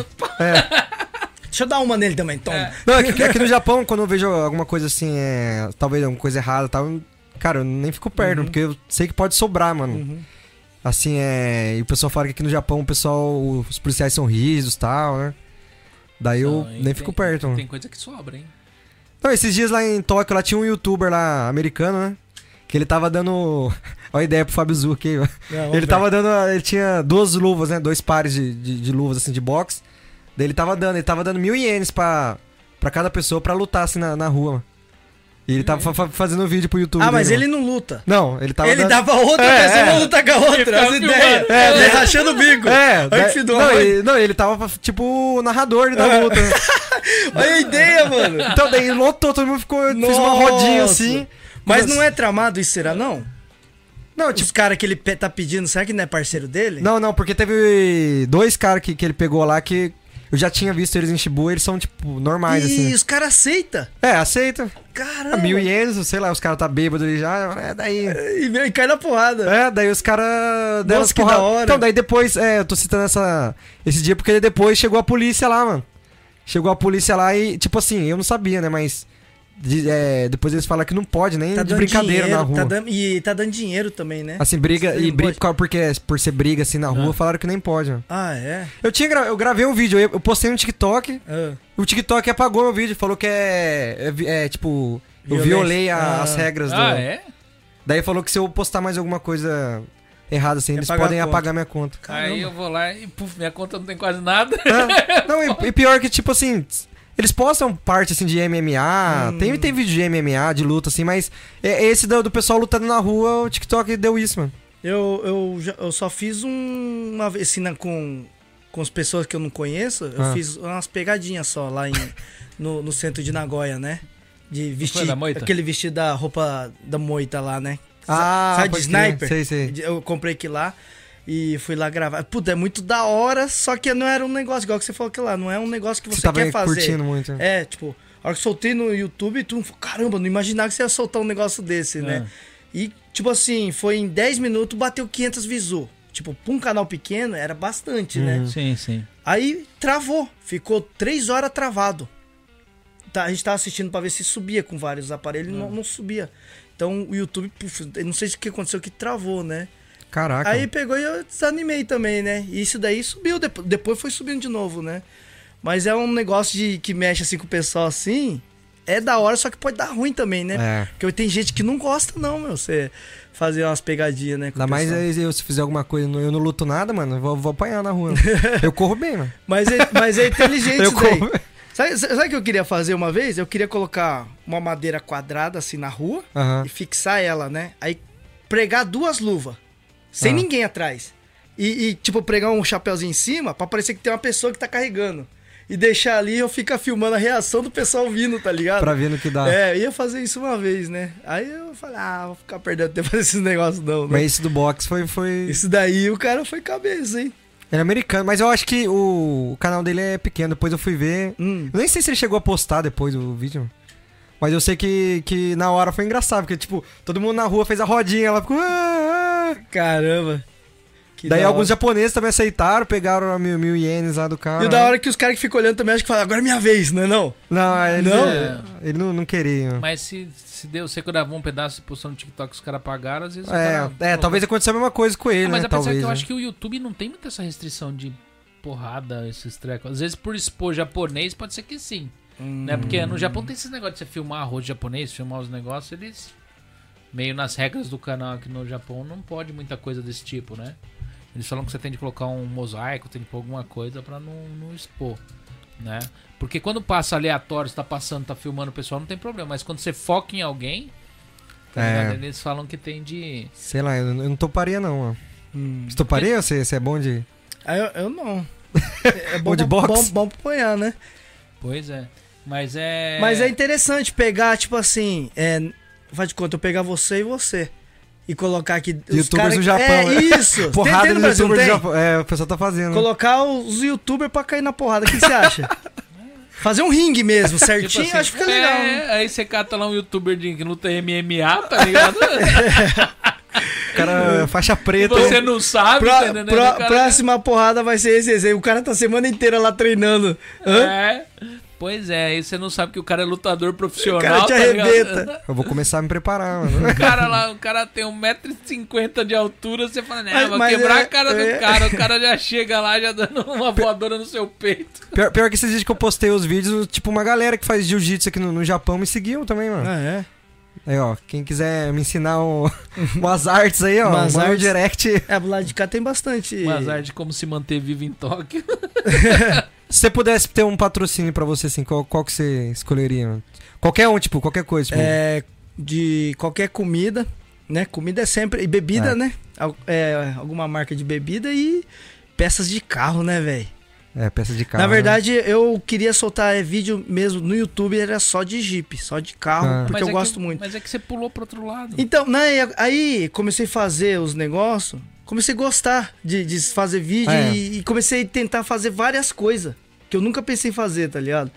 C: Deixa
B: Deixa eu dar uma nele também, toma.
A: É.
C: Não, é que, é que no Japão, quando eu vejo alguma coisa assim, é, talvez alguma coisa errada e tal, eu- cara, eu nem fico perto,
B: Uhum.
C: porque eu sei que pode sobrar, mano.
B: Uhum.
C: Assim, é. E o pessoal fala que aqui no Japão o pessoal, os policiais são rígidos e tal, né? Daí eu
A: Não, e
C: nem
A: tem-
C: fico perto, mano.
A: Tem coisa que sobra, hein?
C: Não, esses dias lá em Tóquio, lá tinha um youtuber lá, americano, né? Que ele tava dando. Olha a ideia pro Fábio Zucchi aí, ó.
B: Não,
C: Ele
B: vamos
C: tava dando. Ele tinha duas luvas, né? Dois pares de, de, de luvas, assim, de boxe. Daí ele tava dando, ele tava dando mil ienes pra, pra cada pessoa pra lutar, assim, na, na rua, mano. E ele tava fa- fa- fazendo vídeo pro YouTube.
B: Ah, mas
C: dele,
B: ele
C: mano.
B: não luta.
C: Não, ele tava.
B: Ele
C: dando...
B: dava outra
C: É,
B: pessoa
C: é.
B: pra lutar com a outra.
A: ficava
B: As ideias.
A: filmando.
B: É,
C: É,
B: rachando o bico.
C: É,
B: Olha
C: daí-
B: que filho do
C: não,
B: homem.
C: ele, não, ele tava tipo o narrador da
B: É.
C: luta. né?
B: Olha a ideia, mano.
C: Então daí lotou, todo mundo ficou, fez uma
B: Nossa.
C: rodinha assim.
B: Mas
C: Mas-
B: não é tramado isso, será não?
C: Não,
B: Os
C: tipo,
B: caras que ele pe- tá pedindo, será que não é parceiro dele?
C: não, não, porque teve dois caras que, que ele pegou lá que eu já tinha visto eles em Shibuya, eles são tipo normais
B: E
C: assim.
B: os caras aceitam.
C: É, aceita.
B: Caramba.
C: A mil ienes, sei lá, os caras tá bêbado ali já, é daí.
B: E, vem- e cai na porrada.
C: É, daí os caras deram
B: Nossa,
C: as
B: que
C: porra-
B: da hora.
C: Então, daí depois, é, eu tô citando essa, esse dia porque depois chegou a polícia lá, mano. Chegou a polícia lá e, tipo assim, eu não sabia, né, mas de- é, depois eles falaram que não pode nem
B: Tá
C: de
B: dando
C: brincadeira
B: dinheiro,
C: na rua.
B: tá dando- e tá dando dinheiro também, né?
C: Assim, briga,
B: Você
C: e
B: não
C: briga,
B: pode-
C: porque por ser briga assim na rua,
A: Ah.
C: falaram que nem pode, mano.
B: Ah, é?
C: Eu tinha, gra- eu gravei um vídeo, eu eu postei no TikTok,
B: Ah.
C: o TikTok apagou meu vídeo, falou que é, é, vi- é, tipo, eu
B: Violência.
C: violei a-
B: Ah.
C: as regras do...
A: Ah, é?
C: Daí falou que se eu postar mais alguma coisa errada assim,
B: Ia
C: eles
B: apagar
C: podem
B: a conta.
C: apagar minha conta.
A: Aí eu vou lá e, puf, minha conta não tem quase nada.
C: É. Não, e, e pior que, tipo assim, eles postam parte, assim, de M M A,
B: Hum.
C: tem, tem vídeo de M M A, de luta, assim, mas é- esse do, do pessoal lutando na rua, o TikTok deu isso, mano.
B: Eu, eu, já- eu só fiz um, uma vez, assim, na- com, com as pessoas que eu não conheço, eu
C: Ah.
B: fiz umas pegadinhas só lá em, no, no centro de Nagoya, né? De vestir,
A: da moita?
B: aquele vestido da roupa da moita lá, né?
C: Ah,
B: Sabe de
C: pode crer.
B: sniper?
C: Sei, sei.
B: Eu comprei aquilo lá e fui lá gravar. Puta, é muito da hora, só que não era um negócio, igual que você falou que lá, não é um negócio que
C: Você
B: você,
C: tava
B: quer fazer.
C: curtindo muito.
B: É, tipo, a hora que eu soltei no YouTube, tu falou, caramba, não imaginava que você ia soltar um negócio desse, né?
A: Ah.
B: E, tipo assim, foi em dez minutos, bateu quinhentos visu. Tipo, pra um canal pequeno, era bastante, né?
C: Uhum.
A: Sim, sim.
B: Aí, travou. Ficou três horas travado. Tá, a gente tava assistindo pra ver se subia com vários aparelhos, e não, não subia. Então, o YouTube, puf, eu não sei o que aconteceu, que travou, né?
C: Caraca.
B: Aí pegou e eu desanimei também, né? E isso daí subiu, depois, depois foi subindo de novo, né? Mas é um negócio de, que mexe assim com o pessoal assim, é da hora, só que pode dar ruim também, né?
C: É.
B: Porque tem gente que não gosta não, meu, você fazer umas pegadinhas, né? com
C: Ainda
B: o
C: mais
B: pessoal.
C: eu, se fizer alguma coisa, eu não luto nada, mano, eu vou, vou apanhar na rua. Eu corro bem, mano.
B: Mas é, mas é inteligente
C: Eu
B: isso daí.
C: corro.
B: Sabe, sabe o que eu queria fazer uma vez? Eu queria colocar uma madeira quadrada assim na rua
C: Aham.
B: e fixar ela, né? Aí pregar duas luvas, sem
C: Ah.
B: ninguém atrás. E, e, tipo, pregar um chapéuzinho em cima pra parecer que tem uma pessoa que tá carregando. E deixar ali eu ficar filmando a reação do pessoal vindo, tá ligado?
C: Pra ver no que dá.
B: É, eu ia fazer isso uma vez, né? Aí eu falei, ah, vou ficar perdendo tempo fazendo esses negócios não, né?
C: Mas esse do boxe foi, foi...
B: Isso daí o cara foi cabeça, hein?
C: Ele é americano, mas eu acho que o, o canal dele é pequeno, depois eu fui ver...
B: Hum.
C: Eu nem sei se ele chegou a postar depois o vídeo. Mas eu sei que, que na hora foi engraçado, porque, tipo, todo mundo na rua fez a rodinha, ela ficou... "Ah, ah".
B: Caramba. Que
C: Daí
B: da
C: alguns
B: hora.
C: japoneses também aceitaram, pegaram a mil, mil ienes lá do cara.
B: E o da hora é que os caras que ficam olhando também acham que falam, agora é minha vez, não é não?
C: Não, ele
B: Não?
C: não, ele não, não queria.
A: Mas se, se deu, você gravou um pedaço e postou no TikTok, os caras pagaram, às vezes o
C: É,
A: cara...
C: é, talvez aconteça a mesma coisa com ele,
A: Ah, mas
C: né?
A: apesar
C: Talvez,
A: que eu
C: né?
A: acho que o YouTube não tem muita essa restrição de porrada, esses trecos. Às vezes por expor japonês, pode ser que sim.
B: Hum.
A: Né? Porque no Japão tem esse negócio de você filmar arroz japonês, filmar os negócios, eles... Meio nas regras do canal aqui no Japão, não pode muita coisa desse tipo, né? Eles falam que você tem de colocar um mosaico, tem de pôr alguma coisa pra não, não expor, né? Porque quando passa aleatório, você tá passando, tá filmando o pessoal, não tem problema. Mas quando você foca em alguém, tá
C: É.
A: ligado? Eles falam que tem de...
C: Sei lá, eu, eu não toparia não, ó.
B: Hum.
C: Você toparia? Você, você é bom de...
B: Ah, eu, eu não. É
C: Bom de
B: pra-
C: boxe?
B: Bom, bom pra apanhar, né?
A: Pois é. Mas é...
B: Mas é interessante pegar, tipo assim, é, faz de conta, eu pegar você e você. E colocar aqui os
C: Youtubers
B: cara-
C: no Japão,
B: É
C: né?
B: isso.
C: Porrada
B: Tem- tem
C: no
B: no Brasil,
C: youtuber do
B: não tem?
C: Japão. É, o pessoal tá fazendo.
B: Colocar os youtubers pra cair na porrada. O que você acha? Fazer um ringue mesmo, certinho,
A: Tipo assim,
B: acho que fica legal.
A: é,
B: né?
A: aí você cata lá um youtuber de que luta M M A, tá ligado?
C: O cara, faixa
A: E
C: preta.
A: você não sabe,
B: Pra-
A: entendeu?
B: pra-
A: O cara-
B: Próxima porrada vai ser esse, esse. O cara tá a semana inteira lá treinando. Hã?
A: É. Pois é, aí você não sabe que o cara é lutador profissional,
B: O cara te
A: tá ligado?
B: arrebenta.
C: Eu vou começar a me preparar, mano.
A: O cara lá, o cara tem um metro e cinquenta de altura, você fala, né,
B: Mas-
A: vou
B: mas
A: quebrar
B: é-
A: a cara
B: é.
A: do cara, o cara já chega lá, já dando uma voadora no seu peito.
C: Pior, pior que esses dias que eu postei os vídeos, tipo, uma galera que faz jiu-jitsu aqui no, no Japão me seguiu também, mano.
B: Ah, é?
C: Aí, ó, quem quiser me ensinar um, umas artes aí, ó,
B: Umas
C: manda um
B: artes.
C: direct.
B: É, do lado de cá tem bastante.
A: Um azar de como se manter vivo em Tóquio.
C: Se você pudesse ter um patrocínio pra você, assim, qual, qual que você escolheria, mano? Qualquer um, tipo, qualquer coisa. Tipo,
B: É, de qualquer comida, né? Comida é sempre. E bebida,
C: É.
B: né? Al- é, alguma marca de bebida e peças de carro, né, velho?
C: é, peça de carro.
B: Na
C: né?
B: verdade, eu queria soltar é, vídeo mesmo no YouTube, era só de Jeep, só de carro,
C: Ah.
B: porque
A: Mas
B: eu
A: é
B: gosto
A: que,
B: muito.
A: Mas é que você pulou pro outro lado.
B: Então, né, aí comecei a fazer os negócios, comecei a gostar de, de fazer vídeo
C: É.
B: e, e comecei a tentar fazer várias coisas que eu nunca pensei em fazer, tá ligado?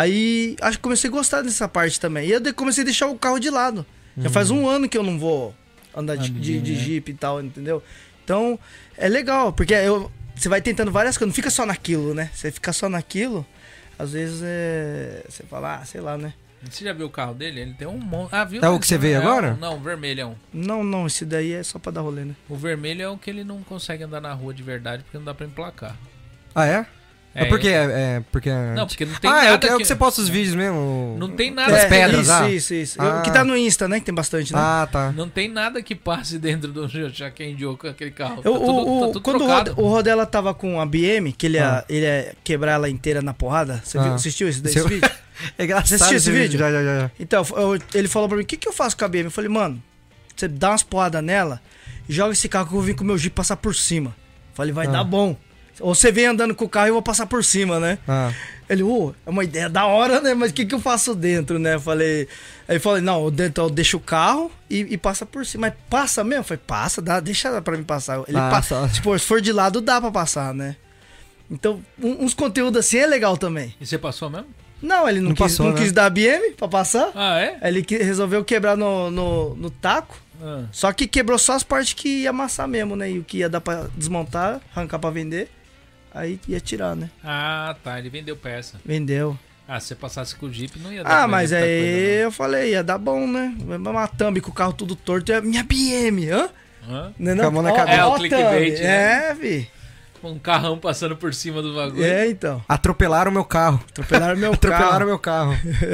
B: Aí acho que comecei a gostar dessa parte também. E eu de- comecei a deixar o carro de lado. Já faz um ano que eu não vou andar de,
A: Ande,
B: de, de
A: né?
B: Jeep e tal, entendeu? Então, é legal, porque eu, você vai tentando várias coisas, não fica só naquilo, né? Você fica só naquilo, às vezes é. Você fala, ah, sei lá, né?
A: Você já viu o carro dele? Ele tem um monte. Ah, viu?
C: É o que você veio
A: É
C: agora?
A: um- Não, o vermelhão.
B: Não, não, esse daí é só pra dar rolê, né?
A: O vermelho é o que ele não consegue andar na rua de verdade porque não dá pra emplacar.
C: Ah, é? É,
A: É,
C: porque é, é porque
A: Não, porque não tem
C: Ah, é o
A: nada
C: que, é o
A: que-
C: que você posta os vídeos mesmo.
A: Não tem
C: Das
A: nada.
B: É,
C: pedras,
B: isso,
C: ah.
B: isso, isso.
C: Ah.
B: O que tá no Insta, né? Que tem bastante, né?
C: Ah, tá.
A: Não tem nada que passe dentro do Shakenjo com aquele carro.
B: Eu-
A: tá
B: o,
A: tudo,
B: o-
A: tá tudo
B: quando o,
A: trocado.
B: Rod- o Rodela tava com a B M, que ele ia,
C: Ah.
B: ele ia quebrar ela inteira na porrada, você viu-
C: Ah.
B: assistiu esse, esse
C: Seu-
B: vídeo?
C: É engraçado
B: Você assistiu esse vídeo?
C: Já, já, já. já.
B: Então, eu- ele falou pra mim, o que, que eu faço com a B M? Eu falei, mano, você dá umas porradas nela e joga esse carro que eu vou vir com o meu Jeep passar por cima. Eu falei, vai
C: Ah.
B: dar bom. Ou você vem andando com o carro e eu vou passar por cima, né?
C: Ah.
B: Ele, ô, é uma ideia da hora, né? Mas o que, que eu faço dentro, né? Eu falei. Aí eu falei, não, dentro eu deixo o carro e, e passa por cima. Mas passa mesmo? Eu falei, passa, dá, deixa pra mim passar. Ele
C: Passa.
B: passa. Tipo, se for de lado, dá pra passar, né? Então, um- uns conteúdos assim é legal também.
A: E você passou mesmo?
B: Não, ele não,
C: Não
B: quis,
C: passou,
B: não
C: né?
B: quis dar B M pra passar.
A: Ah, é?
B: Aí ele que- resolveu quebrar no, no, no taco.
A: Ah.
B: Só que quebrou só as partes que ia amassar mesmo, né? E o que ia dar pra desmontar, arrancar pra vender. Aí ia tirar, né?
A: Ah, tá. Ele vendeu peça.
B: Vendeu.
A: Ah, se você passasse com o Jeep, não ia dar
B: Ah,
A: pra
B: mas
A: vender
B: aí
A: muita coisa,
B: eu falei, ia dar bom, né? Uma thumb com o carro tudo torto. É minha B M, hã?
A: não. Hã?
B: Não,
C: Com a mão na cabeça.
A: É, o
B: ó,
A: clickbait,
B: thumb.
A: né?
B: É, vi.
A: Um carrão passando por cima do bagulho.
B: É, então.
C: Atropelaram meu carro.
B: Atropelaram meu
C: Atropelaram
B: carro.
C: meu carro.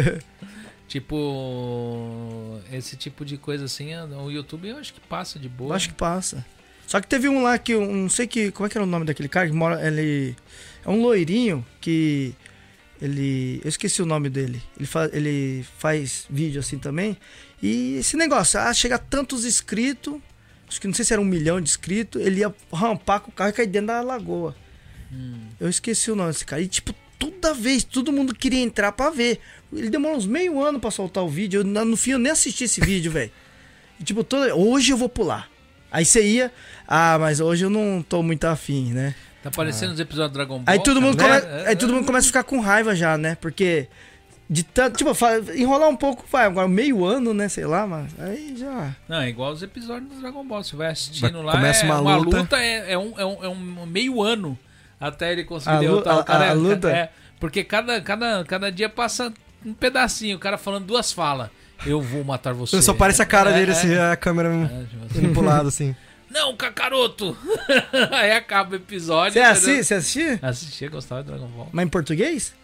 A: Tipo, esse tipo de coisa assim, o YouTube eu acho que passa de boa.
B: Eu acho que passa. Só que teve um lá que eu não sei que. Como é que era o nome daquele cara que mora. Ele. É um loirinho que. Ele. Eu esqueci o nome dele. Ele, fa, ele faz vídeo assim também. E esse negócio, ah, chega a tantos inscritos. Acho que não sei se era um milhão de inscritos. Ele ia rampar com o carro e cair dentro da lagoa.
A: Hum.
B: Eu esqueci o nome desse cara. E tipo, toda vez, todo mundo queria entrar pra ver. Ele demorou uns meio ano pra soltar o vídeo. Eu, no fim, eu nem assisti esse vídeo, velho. E tipo, toda... hoje eu vou pular. Aí você ia, ah, mas hoje eu não tô muito afim, né?
A: Tá parecendo os episódios do Dragon Ball.
B: Aí todo, mundo
A: cara,
B: come...
A: né?
B: aí todo mundo começa a ficar com raiva já, né? Porque de tanto, tipo, fa- enrolar um pouco, vai, agora meio ano, né? Sei lá, mas aí já.
A: Não, é igual os episódios do Dragon Ball. Você vai assistindo
C: Vai-
A: lá,
C: começa
A: é,
C: uma
A: uma
C: luta.
A: luta, é, é um, é, um, é um meio ano até ele conseguir
B: A lu-
A: derrotar
B: a-
A: o cara.
B: a- a luta?
A: É, porque cada, cada, cada dia passa um pedacinho, o cara falando duas falas. Eu vou matar você.
C: Só parece a cara
A: É,
C: dele,
A: é.
C: assim, a câmera
A: É, tipo assim,
C: indo pro lado, assim.
A: Não, Kakaroto! Aí acaba o episódio.
B: Você
A: entendeu?
B: assi- você assistia?
A: Assistia, gostava de Dragon Ball.
B: Mas em português?
A: É.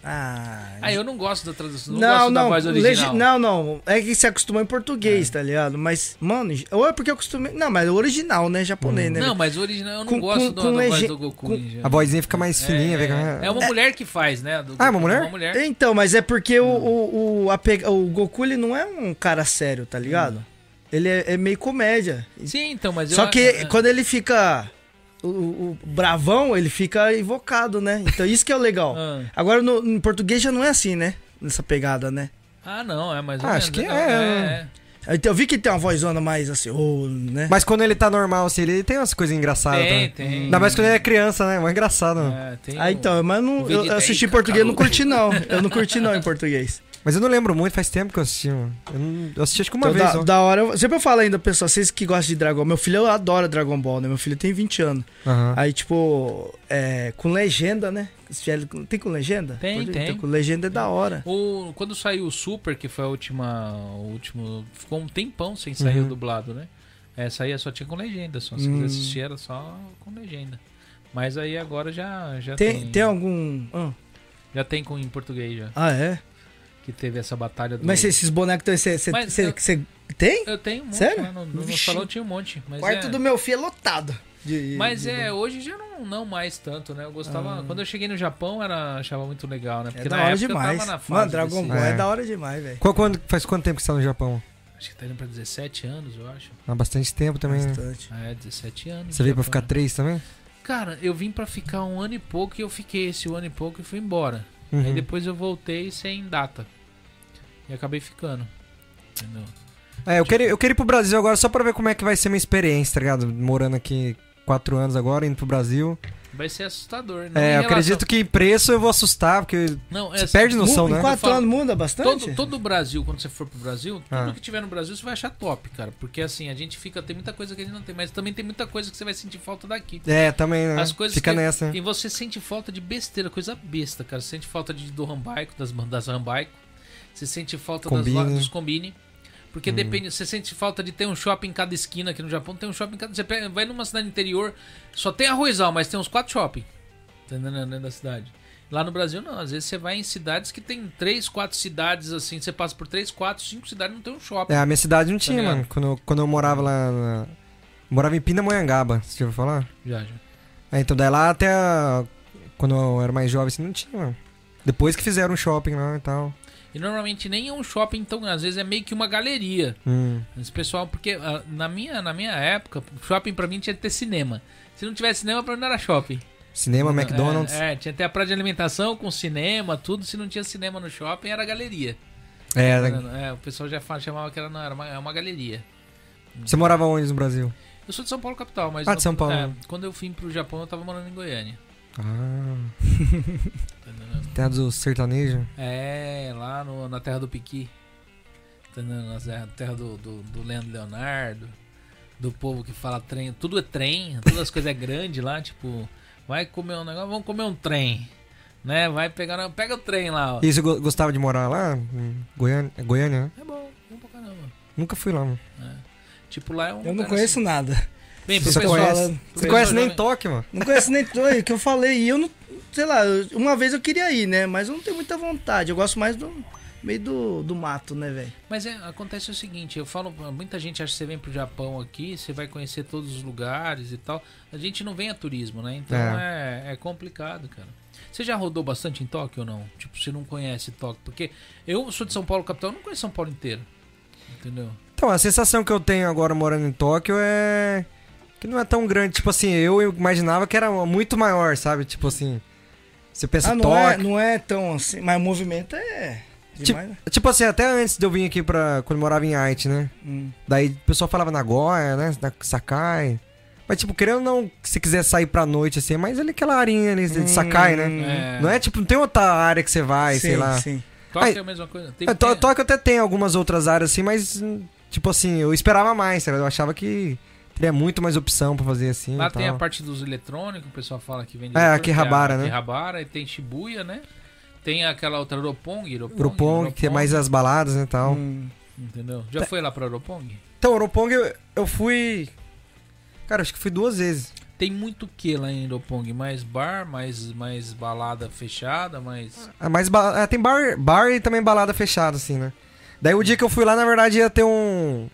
B: Ah,
A: Ah, eu não gosto da tradução, não,
B: não,
A: gosto
B: não,
A: da voz original.
B: legi- não, não. É que você acostumou em português, tá ligado? Mas, mano, ou é porque eu acostumei. Não, mas é o original, né? Japonês, né?
A: Não, mas o original eu não
B: Com-
A: gosto
B: com-
A: do,
B: com
A: da voz
B: lege-
A: do Goku.
B: com-
A: em geral.
C: A vozinha fica mais fininha.
A: É,
C: fica-
A: é, é uma mulher que faz, né? do
C: Ah, é uma
A: Goku,
C: mulher?
A: Uma mulher.
B: Então, mas é porque o, o, o, a pega- o Goku, ele não é um cara sério, tá ligado? Ele é, é meio comédia.
A: Sim, então, mas eu...
B: Só que
A: é,
B: quando ele fica. O, o bravão, ele fica invocado, né? Então isso que é o legal.
A: Ah.
B: Agora no, em português já não é assim, né? Nessa pegada, né?
A: Ah, não, é mais ou
C: Ah,
A: menos.
C: acho que
A: não,
C: é.
B: Então eu vi que tem uma vozona mais assim, ô, né?
C: Mas quando ele tá normal, assim, ele tem umas coisas engraçadas.
A: Tem,
C: também.
A: tem.
C: Ainda mais quando ele é criança, né? Mais engraçado. mano.
A: É, tem
B: Ah,
A: o-
B: então, mas não,
A: o
B: eu,
A: Vegeta
B: eu assisti
A: aí,
B: em português, eu não
A: Kakaroto.
B: curti não. Eu não curti não em português.
C: Mas eu não lembro muito, faz tempo que eu assisti, mano. Eu, não- eu assisti acho que uma
B: Então,
C: vez
B: da,
C: só.
B: da hora, eu, sempre eu falo ainda, pessoal, vocês que gostam de Dragon Ball, meu filho adora Dragon Ball, né? Meu filho tem vinte anos.
C: Aham.
B: Aí, tipo, é, com legenda, né? Esse velho- Tem com legenda?
A: Tem,
B: Pode-
A: tem.
B: Então, com legenda é da hora.
A: O, quando saiu o Super, que foi a última. O último. Ficou um tempão sem sair
C: Uhum.
A: o dublado, né? Essa aí só tinha com legenda. Só, se
B: Hum.
A: quiser assistir era só com legenda. Mas aí agora já, já
B: Tem,
A: tem.
B: tem algum... Ah,
A: Já tem com, em português já.
B: ah, é?
A: Que teve essa batalha do.
B: Mas esses bonecos, você você-
A: Mas
B: você-
A: eu-
B: você tem?
A: Eu tenho um monte.
B: Sério?
A: Lá no, no, no
B: Vixe.
A: salão tinha um monte. Mas
B: O quarto
A: é,
B: do meu filho é lotado. de-
A: Mas
B: de
A: é,
B: boneco.
A: hoje já não, não mais tanto, né? Eu gostava.
B: Ah.
A: Quando eu cheguei no Japão, era, achava muito legal, né?
B: É
A: Porque
B: da
A: na
B: hora
A: época
B: demais.
A: eu tava na fase
B: Mano, Dragon
A: desse-
B: Ball
C: É.
B: é da hora demais, velho.
C: Qual- quando- faz quanto tempo que você tá no Japão?
A: Acho que tá indo pra dezessete anos, eu acho.
C: Há bastante tempo também. né?
B: Bastante.
A: É, dezessete anos.
C: Você veio pra
A: Japão.
C: ficar três também?
A: Cara, eu vim pra ficar um ano e pouco e eu fiquei esse um ano e pouco e fui embora.
C: Uhum.
A: Aí depois eu voltei sem data. E acabei ficando. Entendeu?
C: É, eu queria, eu queria ir pro Brasil agora só pra ver como é que vai ser minha experiência, tá ligado? Morando aqui quatro anos agora, indo pro Brasil.
A: Vai ser assustador, né?
C: É,
A: Em
C: eu
A: relação-
C: acredito que preço eu vou assustar, porque
A: Não,
C: você
A: é,
C: perde noção,
B: Mu-
C: né?
B: Em quatro
A: Eu falo-
B: anos muda bastante?
A: Todo, todo o Brasil, quando você for pro Brasil, tudo
C: Ah.
A: que tiver no Brasil você vai achar top, cara. Porque assim, a gente fica. Tem muita coisa que a gente não tem, mas também tem muita coisa que você vai sentir falta daqui.
C: É, também, né?
A: As coisas
C: Fica
A: que-
C: nessa.
A: E você sente falta de besteira, coisa besta, cara. Você sente falta de, do Rambaico, das, das Rambaico. Você sente falta das,
C: Combine.
A: lo- dos Combine. Porque
C: Hum.
A: depende, você sente falta de ter um shopping em cada esquina aqui no Japão. Tem um shopping em cada. Você pega- vai numa cidade interior, só tem arrozal, mas tem uns quatro shopping. Entendeu? Dentro da cidade. Lá no Brasil, não. Às vezes você vai em cidades que tem três, quatro cidades assim. Você passa por três, quatro, cinco cidades e não tem um shopping.
C: É, a minha cidade não tinha,
A: ligado?
C: mano. Quando eu, quando eu morava lá. Na... eu morava em Pindamonhangaba, você já ouviu falar?
A: Já, já.
C: É, então daí lá até. a- Quando eu era mais jovem, assim, não tinha, mano. Depois que fizeram um shopping lá e tal.
A: E normalmente nem é um shopping, então às vezes é meio que uma galeria.
C: Hum.
A: Esse pessoal, porque ah, na minha, na minha época, shopping pra mim tinha que ter cinema. Se não tivesse cinema, pra mim não era shopping.
C: Cinema, McDonald's.
A: É, é, tinha que ter a praia de alimentação com cinema, tudo. Se não tinha cinema no shopping, era galeria.
C: É,
A: É, o pessoal já fa- chamava que era, não, era uma, é uma galeria.
C: Você morava onde no Brasil?
A: Eu sou de São Paulo, capital, mas...
C: Ah, de São Paulo.
A: é, quando eu vim pro Japão, eu tava morando em Goiânia.
C: Ah,
A: Entendeu?
C: terra do sertanejo.
A: É, lá no- na terra do Piqui. Entendeu? Na terra- terra do, do, do Leandro Leonardo. Do povo que fala trem. Tudo é trem, todas as coisas é grande lá, tipo... Vai comer um negócio, vamos comer um trem. Né? Vai pegar... Pega o trem lá, ó.
C: E você go- gostava de morar lá? Em Goiânia, é Goiânia, né?
A: É bom, bom pra caramba.
C: Nunca fui lá, mano.
A: Tipo, lá é um
B: Eu não
A: lugar
B: conheço
A: assim-
B: nada.
A: Bem, pro
C: Você
A: pessoal...
C: conhece?
B: falando-
C: Você
A: pessoal
C: conhece nem
A: jovem-
C: Tóquio, mano?
B: Não conheço nem tudo aí que eu falei. E eu não. Sei lá, eu- uma vez eu queria ir, né? Mas eu não tenho muita vontade. Eu gosto mais do meio do, do mato, né, velho?
A: Mas é, acontece o seguinte, eu falo, muita gente acha que você vem pro Japão aqui, você vai conhecer todos os lugares e tal. A gente não vem a turismo, né? Então é, é complicado, cara. Você já rodou bastante em Tóquio ou não? Tipo, você não conhece Tóquio? Porque eu sou de São Paulo, capital, eu não conheço São Paulo inteiro. Entendeu?
C: Então, a sensação que eu tenho agora morando em Tóquio é que não é tão grande. Tipo assim, eu imaginava que era muito maior, sabe? Tipo assim, você pensa
B: Ah, não é,
C: Tóquio...
B: não é tão assim. Mas o movimento é. Demais, né?
C: Tipo assim, até antes de eu vir aqui pra... Quando eu morava em Aichi, né?
B: Hum.
C: Daí o pessoal falava Nagoya, né? Na Sakai. Mas tipo, querendo ou não, se quiser sair pra noite, assim, é mais ali aquela arinha ali de Sakai, né?
A: É.
C: Não é tipo, não tem outra área que você vai, sei
B: Sim,
C: lá.
B: sim.
A: Tóquio
C: Ai,
A: é a mesma coisa. Tem,
C: É, Tó-
A: tem-
C: Tóquio até tem algumas outras áreas assim, mas hum, tipo assim, eu esperava mais, sabe? Eu achava que teria muito mais opção pra fazer assim.
A: Lá
C: e
A: tem a
C: tal.
A: parte dos eletrônicos, o pessoal fala que vende.
C: É,
A: eletrônico,
C: Akihabara,
A: que é a
C: né?
A: Akihabara, e tem Shibuya, né? Tem aquela outra Roppongi, Roppongi,
C: Europong, que é mais as baladas e tal.
B: Hum.
A: Entendeu? Já foi lá pra Roppongi?
C: Então, Europong eu, eu fui. Cara, acho que fui duas vezes.
A: tem muito o que lá em Iropong? Mais bar, mais, mais balada fechada, mais...
C: É, mais ba... é, tem bar, bar e também balada fechada, assim, né? Daí o dia que eu fui lá, na verdade, ia ter um...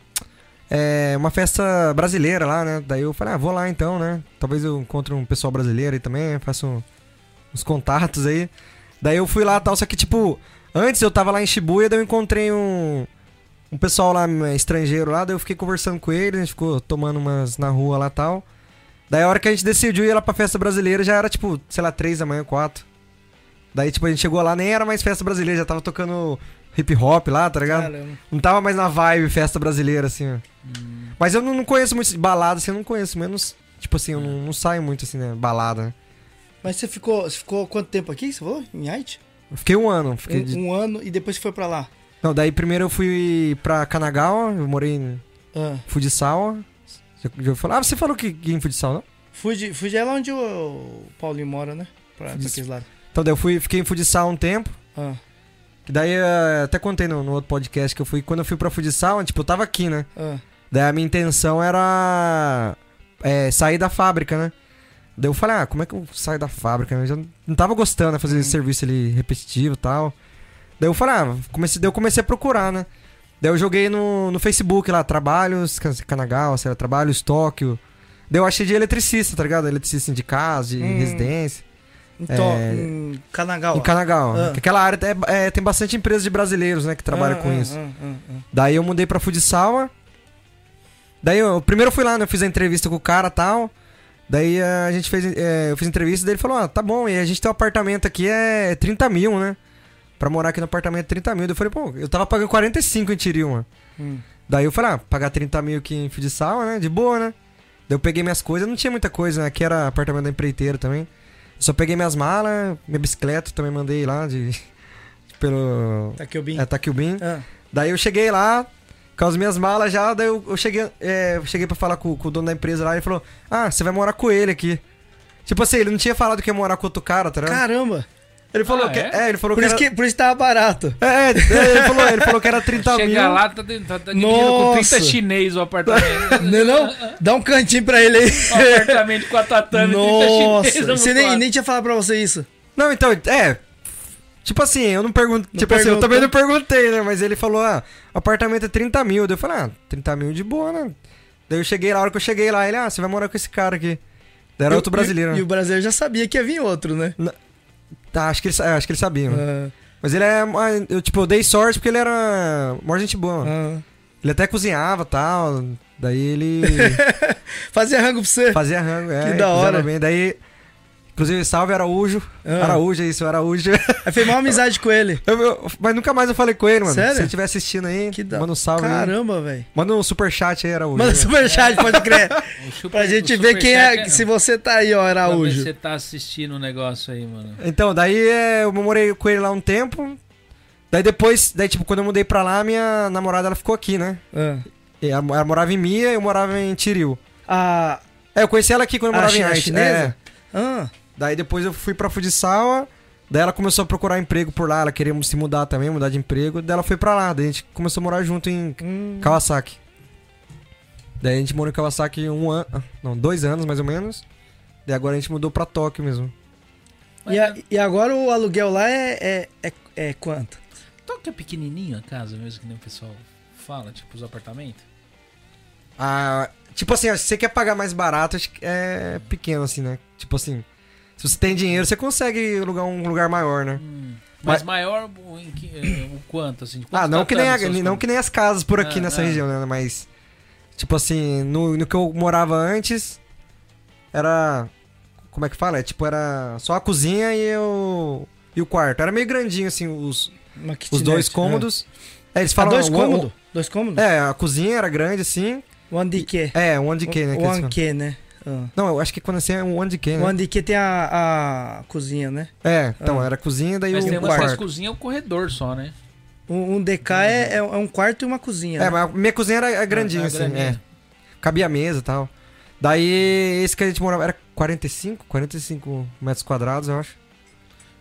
C: É, uma festa brasileira lá, né? Daí eu falei, ah, vou lá então, né? Talvez eu encontre um pessoal brasileiro aí também, faço um, uns contatos aí. Daí eu fui lá e tal, só que tipo... Antes eu tava lá em Shibuya, daí eu encontrei um... Um pessoal lá, estrangeiro lá, daí eu fiquei conversando com ele, a gente ficou tomando umas na rua lá e tal. Daí a hora que a gente decidiu ir lá pra festa brasileira, já era tipo, sei lá, três da manhã, quatro. Daí tipo, a gente chegou lá, nem era mais festa brasileira, já tava tocando hip hop lá, tá ligado?
B: Caramba.
C: Não tava mais na vibe festa brasileira, assim, ó. Hum. Mas eu não, não conheço muito balada, assim, eu não conheço, menos, tipo assim, eu não, não saio muito, assim, né, balada, né?
B: Mas você ficou, você ficou quanto tempo aqui, você falou? Em Haiti?
C: Eu fiquei um ano. Fiquei
B: um,
C: de...
B: um ano e depois você foi pra lá?
C: Não, daí primeiro eu fui pra Kanagawa, eu morei em
B: ah.
C: Fujisawa. Já, já falou... Ah, você falou que ia em Fujisawa, não?
B: Fuji, Fuji é lá onde o Paulinho mora, né? Pra, pra aqueles lados.
C: Então daí eu fui, fiquei em Fujisawa um tempo.
B: Ah.
C: Que daí eu até contei no, no outro podcast que eu fui. Quando eu fui pra Fujisawa, tipo, eu tava aqui, né?
B: Ah.
C: Daí a minha intenção era é, sair da fábrica, né? Daí eu falei, ah, como é que eu saio da fábrica? Eu já não tava gostando, né? Fazer hum. serviço ali repetitivo e tal. Daí eu falei, ah, comecei, daí eu comecei a procurar, né? Daí eu joguei no, no Facebook lá, trabalhos, Kanagawa, sei lá, trabalhos, Tóquio. Daí eu achei de eletricista, tá ligado? Eletricista de casa, de
B: hum.
C: residência.
B: Então,
C: é,
B: em Kanagawa.
C: Em Kanagawa.
B: Ah.
C: Aquela área é, é, tem bastante empresas de brasileiros, né, que trabalham
B: ah,
C: com
B: ah,
C: isso.
B: Ah, ah, ah.
C: Daí eu mudei pra Fujisawa. Daí eu, primeiro eu fui lá, né, eu fiz a entrevista com o cara e tal. Daí a gente fez, é, eu fiz entrevista, daí ele falou, ah, tá bom, e a gente tem um apartamento aqui, é trinta mil, né? Pra morar aqui no apartamento é trinta mil. Daí eu falei, pô, eu tava pagando quarenta e cinco em Tiril, mano. Hum. Daí eu falei, ah, pagar trinta mil aqui em Fujisawa, né? De boa, né? Daí eu peguei minhas coisas, não tinha muita coisa, né? Aqui era apartamento da empreiteira também. Eu só peguei minhas malas, minha bicicleta também mandei lá de... pelo...
B: Takyobin.
C: É, Takyobin.
B: Ah.
C: Daí eu cheguei lá, com as minhas malas já, daí eu, eu cheguei, é, eu cheguei pra falar com, com o dono da empresa lá e ele falou, ah, você vai morar com ele aqui. Tipo assim, ele não tinha falado que ia morar com outro cara, tá ligado?
B: Caramba!
C: Ele falou
A: ah,
C: que...
A: É?
C: é, ele falou
B: por
C: que,
B: isso
C: era...
B: que por isso tava barato.
C: É, é, ele falou, ele falou que era trinta mil.
A: Chega lá, tá, tá, tá dividindo com trinta chinês o apartamento.
B: Não, não? Dá um cantinho pra ele aí.
A: Um apartamento com a tatame,
B: Nossa,
A: trinta chinês.
B: você nem, nem tinha falado pra você isso.
C: Não, então, é... Tipo assim, eu não pergunto...
B: Não
C: tipo assim, eu
B: perguntou.
C: também não perguntei, né? Mas ele falou, ah, apartamento é trinta mil. Daí eu falei, ah, trinta mil de boa, né? Daí eu cheguei lá, a hora que eu cheguei lá, ele, ah, você vai morar com esse cara aqui. Daí era
B: E,
C: outro brasileiro,
B: e,
C: né?
B: e o brasileiro já sabia que ia vir outro, né?
C: Não, tá, acho que ele, é, acho que ele sabia, né?
B: Ah.
C: Mas ele é... Eu, tipo, eu dei sorte porque ele era... Maior gente boa, mano.
B: Ah.
C: Ele até cozinhava e tal. Daí ele...
B: Fazia rango pra você.
C: Fazia rango, é.
B: Que da hora.
C: Bem. Daí... Inclusive, salve Araújo.
B: Ah.
C: Araújo, é isso, Araújo.
B: Aí fez mal amizade com ele.
C: Eu, eu, mas nunca mais eu falei com ele, mano.
B: Sério?
C: Se ele estiver assistindo aí,
B: Que da...
C: manda um salve.
B: Caramba, velho.
C: Manda um superchat aí, Araújo.
B: Manda superchat, pode crer.
A: Super,
B: pra gente ver quem é, é. Se você tá aí, ó, Araújo.
A: Você tá assistindo o negócio aí, mano.
C: Então, daí é, eu morei com ele lá um tempo. Daí depois, daí tipo, quando eu mudei pra lá, minha namorada ela ficou aqui, né?
B: Ah.
C: E ela, ela morava em Mia e eu morava em Tiril.
B: A...
C: É, eu conheci ela aqui quando eu
B: a
C: morava
B: chi-
C: em
B: a
C: Haiti.
B: chinesa?
C: É.
B: Ah.
C: Daí depois eu fui pra Fujisawa. Daí ela começou a procurar emprego por lá. Ela queria se mudar também, mudar de emprego. Daí ela foi pra lá. Daí a gente começou a morar junto em
B: Hum.
C: Kawasaki. Daí a gente morou em Kawasaki um ano. Não, dois anos mais ou menos. Daí agora a gente mudou pra Tóquio mesmo.
B: E, a- e agora o aluguel lá é, é, é, é quanto?
A: Tóquio é pequenininho a casa mesmo, que nem o pessoal fala, tipo os apartamentos?
C: Ah, tipo assim, ó, se você quer pagar mais barato, acho que é pequeno assim, né? Tipo assim, se você tem dinheiro, você consegue alugar um lugar maior, né?
A: Hum. Mas
C: Mas-
A: maior o, em que- eh, o quanto, assim? De
C: Ah,
A: quantos
C: não que, nem a-
A: tatames, seus
C: não que nem as casas por aqui
A: Ah,
C: nessa
A: ah.
C: região, né? Mas, tipo assim, no, no que eu morava antes, era... Como é que fala? É, tipo, era só a cozinha e o, e o quarto. Era meio grandinho, assim, os,
B: Uma
C: os
B: kitnet,
C: dois cômodos. É, eles
B: Ah,
C: falam...
B: dois
C: o-
B: cômodos? Dois cômodos?
C: É, a cozinha era grande, assim.
B: One D Q.
C: É, um one D K, né? que eles
B: One
C: falam.
B: Q, né? Ah.
C: Não, eu acho que quando assim é um one D K, né?
B: One D Q tem a, a cozinha, né?
C: É, então,
B: Ah.
C: era a cozinha, daí
A: Mas
C: o
A: tem umas que as
C: quarto.
A: cozinhas é o corredor só, né?
B: Um, um D K é, é um quarto e uma cozinha.
C: É,
B: né?
C: mas a minha cozinha era, era grandinha,
A: Ah,
C: assim,
A: grandinha.
C: é. Cabia a mesa e tal. Daí, esse que a gente morava era quarenta e cinco, quarenta e cinco metros quadrados, eu acho.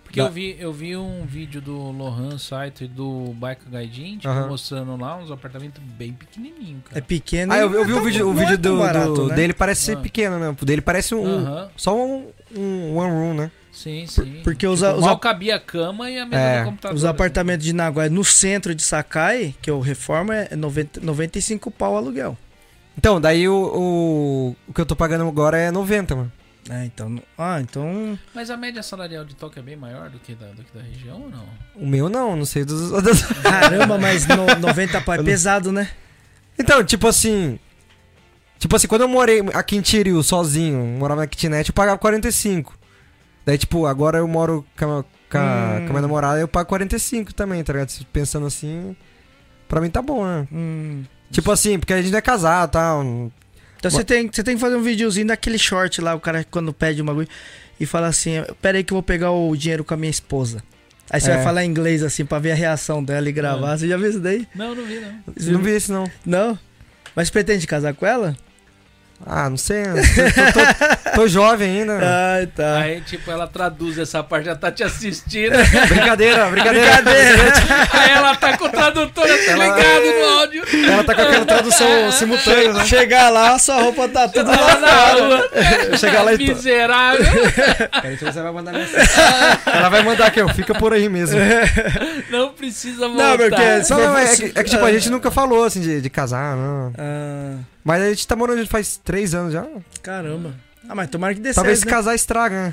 A: Porque
C: Da-
A: eu vi, eu vi um vídeo do Lohan Saito e do Bike Gaidin, tipo,
C: Aham.
A: mostrando lá uns apartamentos bem pequenininhos, cara.
B: É pequeno.
C: Ah, eu,
B: e
C: eu vi
B: não
C: o
B: é
C: vídeo,
B: tão-
C: o
B: não é
C: vídeo
B: tão
C: do,
B: barato,
C: do-
B: né?
C: dele parece ser
A: Ah.
C: pequeno, né? O dele parece um.
A: Aham.
C: Só um, um one room, né?
A: Sim, sim.
B: porque os,
A: Tipo,
B: os,
A: mal
B: a-
A: cabia a cama e a mesa
C: É,
A: do computador.
B: os apartamentos de Nagoya no centro de Sakai, que eu reformo, é noventa, noventa e cinco pau o aluguel.
C: Então, daí o, o, o que eu tô pagando agora é noventa, mano.
B: É, então. Ah, então.
A: Mas a média salarial de Tóquio é bem maior do que da, do que da região ou não?
C: O meu não, não sei dos outros.
B: Caramba, mas no, noventa pau é pesado, né?
C: Então, tipo assim. Tipo assim, quando eu morei aqui em Tiriu sozinho, morava na kitnet, eu pagava quarenta e cinco. Daí, tipo, agora eu moro com a, com a,
B: Hum.
C: com a minha namorada, eu pago quarenta e cinco também, tá ligado? Pensando assim, pra mim tá bom, né?
B: Hum.
C: Tipo assim, porque a gente não é casado e tal.
B: Então você tem, você tem que fazer um videozinho daquele short lá, o cara quando pede uma bagulho e fala assim, pera aí que eu vou pegar o dinheiro com a minha esposa. Aí você
C: É.
B: vai falar em inglês assim pra ver a reação dela e gravar.
A: É.
B: Você já viu isso daí?
A: Não, não vi, não.
C: Não vi esse, não.
B: Não? Mas pretende casar com ela?
C: Ah, não sei. Eu tô, tô- tô jovem ainda.
B: Ah, tá.
A: Aí, tipo, ela traduz essa parte, já tá te assistindo.
C: Brincadeira, brincadeira.
A: Aí ela tá com o tradutor assim,
C: Ela-
A: ligado no áudio.
C: Ela tá com aquela tradução simultânea, né?
B: Chegar lá, sua roupa tá tudo
A: Lá
B: lá
A: na
B: fora.
A: rua.
C: Chegar lá e to-
A: Miserável.
C: Peraí, você vai mandar mensagem. Ela vai mandar aqui, ó. Fica por aí mesmo.
A: Não precisa voltar.
B: Não, porque se
C: Não,
B: for
C: não, é,
B: você-
C: que, é que, tipo, a gente nunca falou assim de, de casar, não.
B: Ah,
C: Mas a gente tá morando junto faz três anos já.
B: caramba. Ah, mas tomara que dê
C: Talvez se
B: certo, né?
C: casar estraga, né?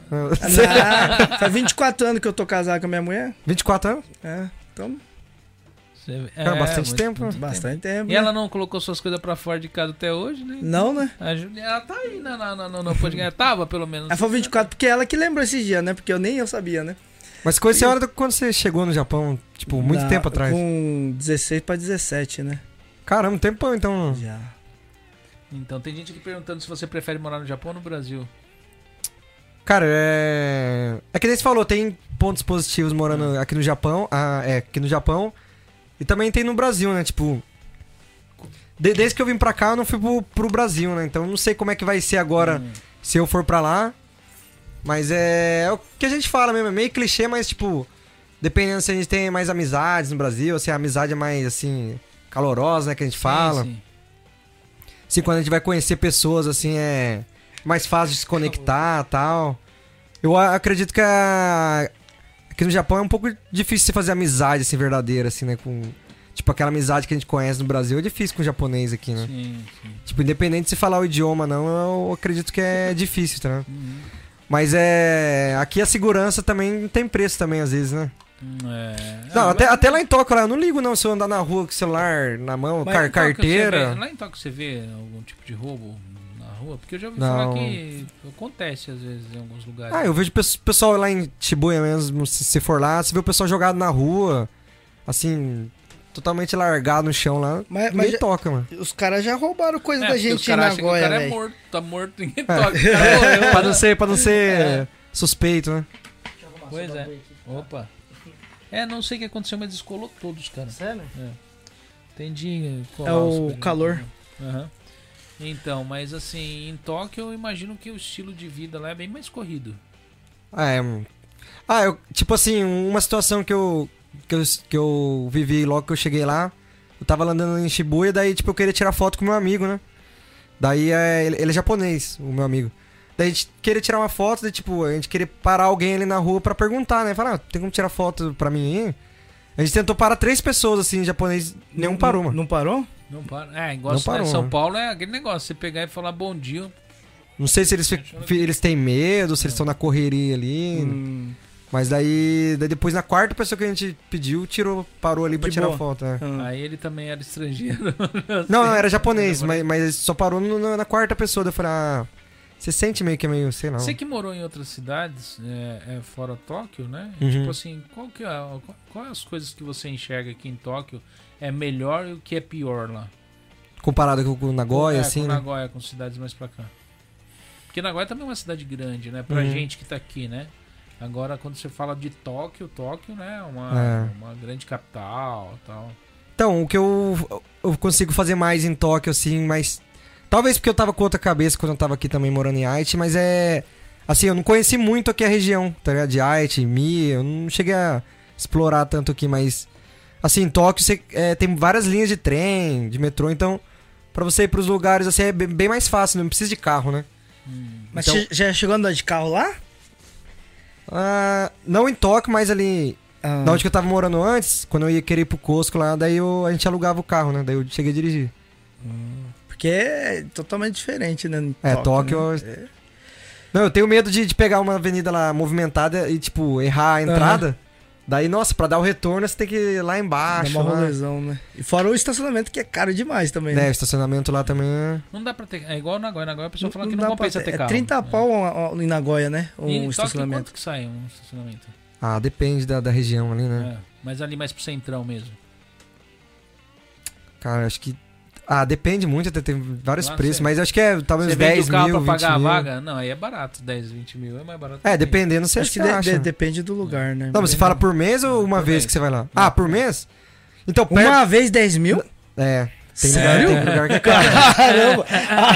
B: Ah, faz vinte e quatro anos que eu tô casado com a minha mulher.
C: vinte e quatro anos?
B: É, então,
A: Você-
C: Cara, bastante
A: muito-
C: tempo.
A: muito
B: bastante tempo.
A: E
B: né?
A: ela não colocou suas coisas pra fora de casa até hoje, né?
B: Não, né?
A: A Julia, ela tá aí na, na, na, no, no podcast. Tava, pelo menos.
B: Ela falou vinte e quatro porque ela que lembrou esses dias, né? Porque eu nem eu sabia, né?
C: Mas conheceu a hora do- quando você chegou no Japão, tipo, muito
B: Na-
C: tempo atrás.
B: Com dezesseis pra dezessete, né?
C: Caramba, um tempão então.
B: Já.
A: Então, tem gente aqui perguntando se você prefere morar no Japão ou no Brasil.
C: Cara, é. É que nem você falou, tem pontos positivos morando aqui no Japão. Ah, é, aqui no Japão. E também tem no Brasil, né? Tipo. de- desde que eu vim pra cá, eu não fui pro, pro Brasil, né? Então eu não sei como é que vai ser agora
A: Hum.
C: se eu for pra lá. Mas é, é o que a gente fala mesmo, é meio clichê, mas tipo. Dependendo se a gente tem mais amizades no Brasil, se a amizade é mais assim. Calorosa, né? Que a gente fala.
A: Sim, sim.
C: Assim, quando a gente vai conhecer pessoas, assim, é mais fácil de se conectar e tal. Eu a- acredito que a... aqui no Japão é um pouco difícil você fazer amizade, assim, verdadeira, assim, né? Com... Tipo, aquela amizade que a gente conhece no Brasil é difícil com o japonês aqui, né?
A: Sim, sim.
C: Tipo, independente de se falar o idioma, não, eu acredito que é difícil, tá?
A: Uhum.
C: Mas é... Aqui a segurança também tem preço também, às vezes, né?
A: Hum, É...
C: Não,
A: Ah,
C: até,
A: mas-
C: até lá em Tóquio, lá, eu não ligo, não, se eu andar na rua com o celular na mão,
B: Mas
C: car-
A: Em Tóquio
C: carteira...
A: você vê- lá em Tóquio você vê algum tipo de roubo na rua? Porque eu já ouvi
C: Não.
A: falar que acontece às vezes em alguns lugares.
C: Ah, eu vejo o pessoal lá em Shibuya mesmo, se você for lá, você vê o pessoal jogado na rua, assim, totalmente largado no chão lá,
B: Mas-
C: ninguém
B: mas já-
C: toca, mano.
B: Os caras já roubaram coisa
A: É,
B: da
A: porque os
B: gente em
A: caras acham que o
B: Nagoya,
A: cara é
B: velho.
A: morto, tá morto, ninguém toca. O cara morreu,
C: pra
A: né?
C: não ser, pra não ser
A: É.
C: suspeito, né?
A: Pois é. Opa. É, não sei o que aconteceu, mas descolou todos, cara.
B: Sério?
A: Entendi.
B: É o calor.
A: Aham. Então, mas assim, em Tóquio eu imagino que o estilo de vida lá é bem mais corrido.
C: Ah, é. Ah, eu, tipo assim, uma situação que eu, que eu, que eu vivi logo que eu cheguei lá, eu tava andando em Shibuya, daí tipo eu queria tirar foto com meu amigo, né? Daí é, ele, ele é japonês, o meu amigo. Daí a gente queria tirar uma foto, daí tipo, a gente queria parar alguém ali na rua pra perguntar, né? Falar, ah, tem como tirar foto pra mim aí? A gente tentou parar três pessoas assim, japonês, nenhum parou, mano.
B: Não parou?
A: Não para. É, igual
C: Não
A: em
C: parou,
A: São
C: né?
A: Paulo é aquele negócio, você pegar e falar bom dia.
C: Não sei se eles, fi- fi- eles têm medo, se eles estão na correria ali.
B: Hum.
C: Mas daí, daí depois na quarta pessoa que a gente pediu, tirou, parou ali pra
B: De
C: tirar
B: boa.
C: foto, né?
B: Ah.
A: Aí ele também era estrangeiro.
C: Não, não, era japonês, mas, mas só parou no- no- na quarta pessoa. Daí eu falei, ah, você sente meio que é meio, sei lá.
A: Você que morou em outras cidades, é, é, fora Tóquio, né?
C: Uhum.
A: Tipo assim, qual que é, a- qual, qual é as coisas que você enxerga aqui em Tóquio é melhor e o que é pior lá?
C: Comparado com, com Nagoya,
A: é,
C: assim,
A: com
C: né?
A: Nagoya, com cidades mais pra cá. Porque Nagoya também é uma cidade grande, né? Pra
C: Uhum.
A: gente que tá aqui, né? Agora, quando você fala de Tóquio, Tóquio, né? É uma,
C: É.
A: uma grande capital e tal.
C: Então, o que eu, eu consigo fazer mais em Tóquio, assim, mas... Talvez porque eu tava com outra cabeça quando eu tava aqui também morando em Aichi, mas é... Assim, eu não conheci muito aqui a região, tá ligado? De Aichi, Mi, eu não cheguei a explorar tanto aqui, mas... Assim, em Tóquio você, é, tem várias linhas de trem, de metrô, então... Pra você ir pros lugares, assim, é bem bem mais fácil, não precisa de carro, né?
B: Hum. Mas
C: Então-
B: você já chegou a andar de carro lá?
C: Ah, não em Tóquio, mas ali...
B: Ah.
C: Da onde que eu tava morando antes, quando eu ia querer ir pro Costco lá, daí eu, a gente alugava o carro, né? Daí eu cheguei a dirigir.
B: Porque é totalmente diferente, né? em
C: É, Tóquio...
B: né?
C: eu- Não, eu tenho medo de, de pegar uma avenida lá movimentada e, tipo, errar a entrada. Daí, nossa, pra dar o retorno você tem que ir lá
B: Dá
C: embaixo.
B: uma
C: Lá.
B: rolezão, né? E fora o estacionamento, que é caro demais também,
C: Né,
B: né?
C: o estacionamento lá também é...
A: Não dá pra ter. É igual na Nagoya. Na Nagoya a pessoa fala que
B: dá
A: não
B: pra
A: compensa ter
B: É
A: carro.
B: trinta pau ó, ó, em Nagoya, né?
A: E
B: Um
A: em Tóquio,
B: estacionamento.
A: quanto que sai um estacionamento?
C: Ah, depende da, da região ali, né?
A: É, mas ali mais pro centrão mesmo.
C: Cara, acho que... Ah, depende muito, tem, tem vários
A: Lá
C: preços,
A: você-
C: mas acho que é talvez
A: Você vende
C: dez
A: o carro
C: mil,
A: pra
C: vinte
A: pagar a
C: mil.
A: vaga? Não, aí é barato. dez, vinte mil é mais barato.
C: É,
A: também.
C: dependendo, você
B: Acho que
C: você
B: de-
C: acha.
B: de- depende do lugar, né?
C: Não, você fala por mês ou uma
A: Por
C: vez
A: mês.
C: que você vai lá? Ah, por mês? Então, perto...
B: Uma vez dez mil?
C: É, tem
B: Sério?
C: lugar, tem lugar que é caro.
B: Caramba!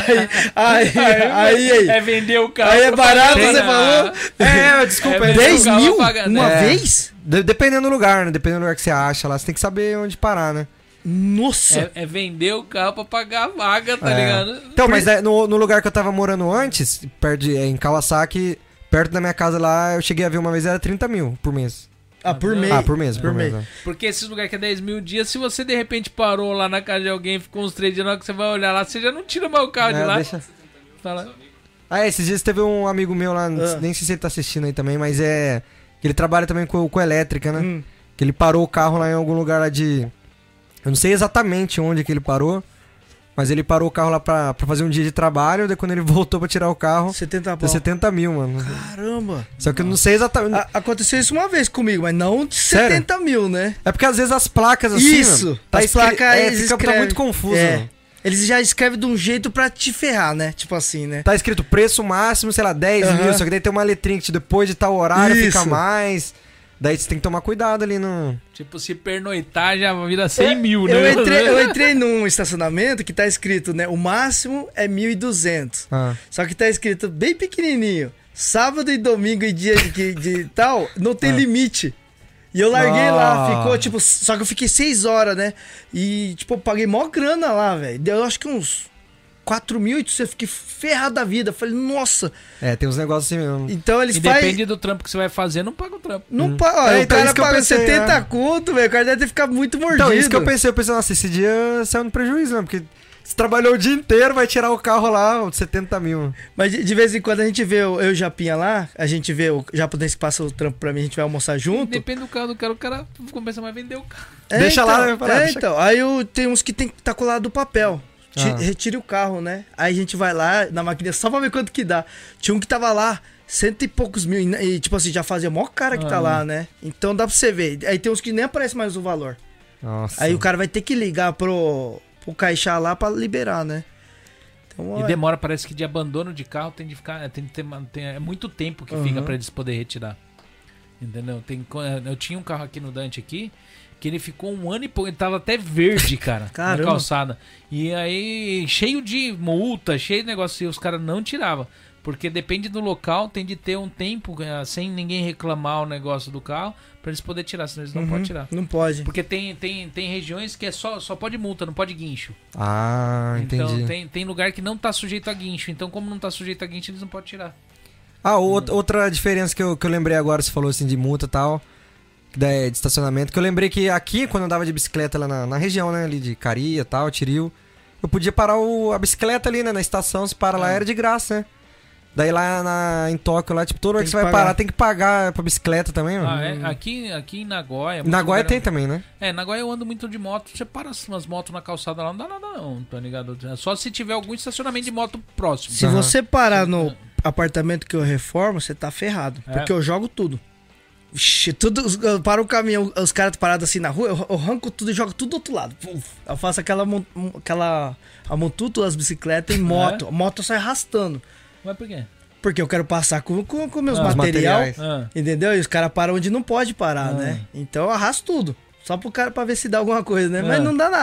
B: Aí, aí, aí, aí.
A: É vender o carro.
B: Aí é
A: pra
B: barato,
A: pagar-
B: você falou?
C: É, desculpa.
A: É,
C: é,
A: vender
B: dez
A: o carro
B: mil?
A: pra pagar-
B: Uma
C: É.
B: vez?
C: de- dependendo do lugar, né? Dependendo do lugar que você acha lá, você tem que saber onde parar, né?
B: Nossa!
A: É, é vender o carro pra pagar a vaga, tá
C: É.
A: ligado?
C: Então, mas é, no, no lugar que eu tava morando antes, perto de, é, em Kawasaki, perto da minha casa lá, eu cheguei a ver uma vez, era trinta mil por mês.
B: Ah, por mês.
C: Ah, por mês, por,
B: Por
C: mês.
B: mês.
C: né?
A: Porque esses lugares que é dez mil dias, se você de repente parou lá na casa de alguém, ficou uns três dias, na hora que você vai olhar lá, você já não tira mais o carro de
C: É,
A: lá.
C: deixa-
A: Fala,
C: Ah, esses dias teve um amigo meu lá,
B: Ah.
C: nem sei se ele tá assistindo aí também, mas é... que ele trabalha também com, com elétrica, né?
B: Hum.
C: Que ele parou o carro lá em algum lugar lá de... Eu não sei exatamente onde que ele parou, mas ele parou o carro lá pra, pra fazer um dia de trabalho, daí quando ele voltou pra tirar o carro,
B: setenta
C: deu
B: pau.
C: setenta mil, mano.
B: Caramba!
C: Só que eu não sei exatamente...
B: A- aconteceu isso uma vez comigo, mas não de
C: Sério?
B: setenta mil, né?
C: É porque às vezes as placas assim,
B: Isso!
C: mano, tá
B: As
C: escri-
B: placas,
C: é,
B: eles
C: fica, tá
B: escrevem.
C: muito confuso,
B: É.
C: mano.
B: Eles já escrevem de um jeito pra te ferrar, né? Tipo assim, né?
C: Tá escrito preço máximo, sei lá, dez
B: Aham.
C: mil, só que daí tem uma letrinha que depois de tal horário fica
B: Isso.
C: mais... Daí você tem que tomar cuidado ali no...
A: tipo, se pernoitar já vira cem mil, né?
B: Eu entrei, eu entrei num estacionamento que tá escrito, né? O máximo é mil e duzentos.
C: Ah.
B: Só que tá escrito bem pequenininho. Sábado e domingo e dia de, de tal, não tem
C: Ah.
B: limite. E eu larguei
C: Ah.
B: lá, ficou tipo... Só que eu fiquei seis horas, né? E, tipo, eu paguei mó grana lá, velho. Deu, acho que uns quatro mil e eu fiquei ferrado da vida. Falei, nossa.
C: É, tem uns negócios assim mesmo.
B: Então eles
A: E
B: fazem...
A: depende do trampo que você vai fazer, não paga o trampo.
B: Não paga.
C: É,
B: o
C: então,
B: cara
C: isso que eu
B: paga
C: pensei,
B: setenta
C: é.
B: conto, velho. O cara deve ter ficado muito mordido.
C: Então, isso que eu pensei, eu pensei, nossa, esse dia saiu no prejuízo, né? Porque você trabalhou o dia inteiro, vai tirar o carro lá, setenta mil.
B: Mas de, de vez em quando a gente vê o, eu e o Japinha lá, a gente vê o japonês que passa o trampo pra mim, a gente vai almoçar junto.
A: Depende do carro do cara, o cara compensa mais vender o carro.
B: É,
C: Deixa
B: então,
C: lá, né? Fala,
B: É,
C: deixa-
B: então. Aí eu, tem uns que tem que tá colado do papel. Ti-
C: Ah.
B: Retire o carro, né? Aí a gente vai lá na máquina só pra ver quanto que dá. Tinha um que tava lá, cento e poucos mil. E, e, tipo assim, já fazia mó cara que tá
A: Ah.
B: lá, né? Então dá pra você ver. Aí tem uns que nem aparece mais o valor.
C: Nossa.
B: Aí o cara vai ter que ligar pro, pro caixa lá pra liberar, né? Então,
A: E
B: é-
A: demora, parece que de abandono de carro tem de ficar. Tem de ter, tem, é muito tempo que
B: Uhum.
A: fica pra eles poderem retirar. Entendeu? Tem, eu tinha um carro aqui no Dante aqui, que ele ficou um ano e pouco, ele tava até verde, cara, na
B: Caramba.
A: calçada. E aí, cheio de multa, cheio de negócio, e os caras não tiravam. Porque depende do local, tem de ter um tempo eh, sem ninguém reclamar o negócio do carro, pra eles poderem tirar, senão eles não
B: Uhum,
A: podem tirar.
B: Não pode.
A: Porque tem, tem, tem regiões que é só, só pode multa, não pode guincho.
C: Ah, entendi.
A: Então tem, tem lugar que não tá sujeito a guincho. Então, como não tá sujeito a guincho, eles não podem tirar.
C: Ah, outra, outra diferença que eu, que eu lembrei agora, você falou assim de multa e tal, da- de estacionamento, que eu lembrei que aqui, quando eu andava de bicicleta lá na, na região, né, ali de Caria e tal, Tiril, eu podia parar o, a bicicleta ali, né, na estação, se para lá
A: Ah.
C: era de graça, né? Daí lá na, em Tóquio, lá, tipo, toda hora
B: Tem
C: que você
B: que
C: vai
B: pagar.
C: parar, tem que pagar pra bicicleta também, mano.
A: Ah, é? Aqui, aqui em Nagoya... muito
C: Nagoya
A: lugar-
C: tem também, né?
A: É, Nagoya eu ando muito de moto. Você para umas motos na calçada lá, não dá nada não, tá ligado? Só se tiver algum estacionamento de moto próximo.
B: Se
C: Aham.
B: você parar no apartamento que eu reformo, você tá ferrado.
A: É.
B: Porque eu jogo tudo. Vixe, tudo, eu paro o caminhão, os caras parados assim na rua, eu, eu arranco tudo e jogo tudo do outro lado. Puf, eu faço aquela, mon- aquela amontuto as bicicletas em moto. A moto sai arrastando.
A: Mas por quê?
B: Porque eu quero passar com, com, com meus
A: Ah, os
B: material,
C: materiais.
A: Ah,
B: entendeu? E os caras param onde não pode parar,
A: Ah.
B: né? Então eu arrasto tudo. Só pro cara pra ver se dá alguma coisa, né?
A: Ah.
B: Mas não dá nada.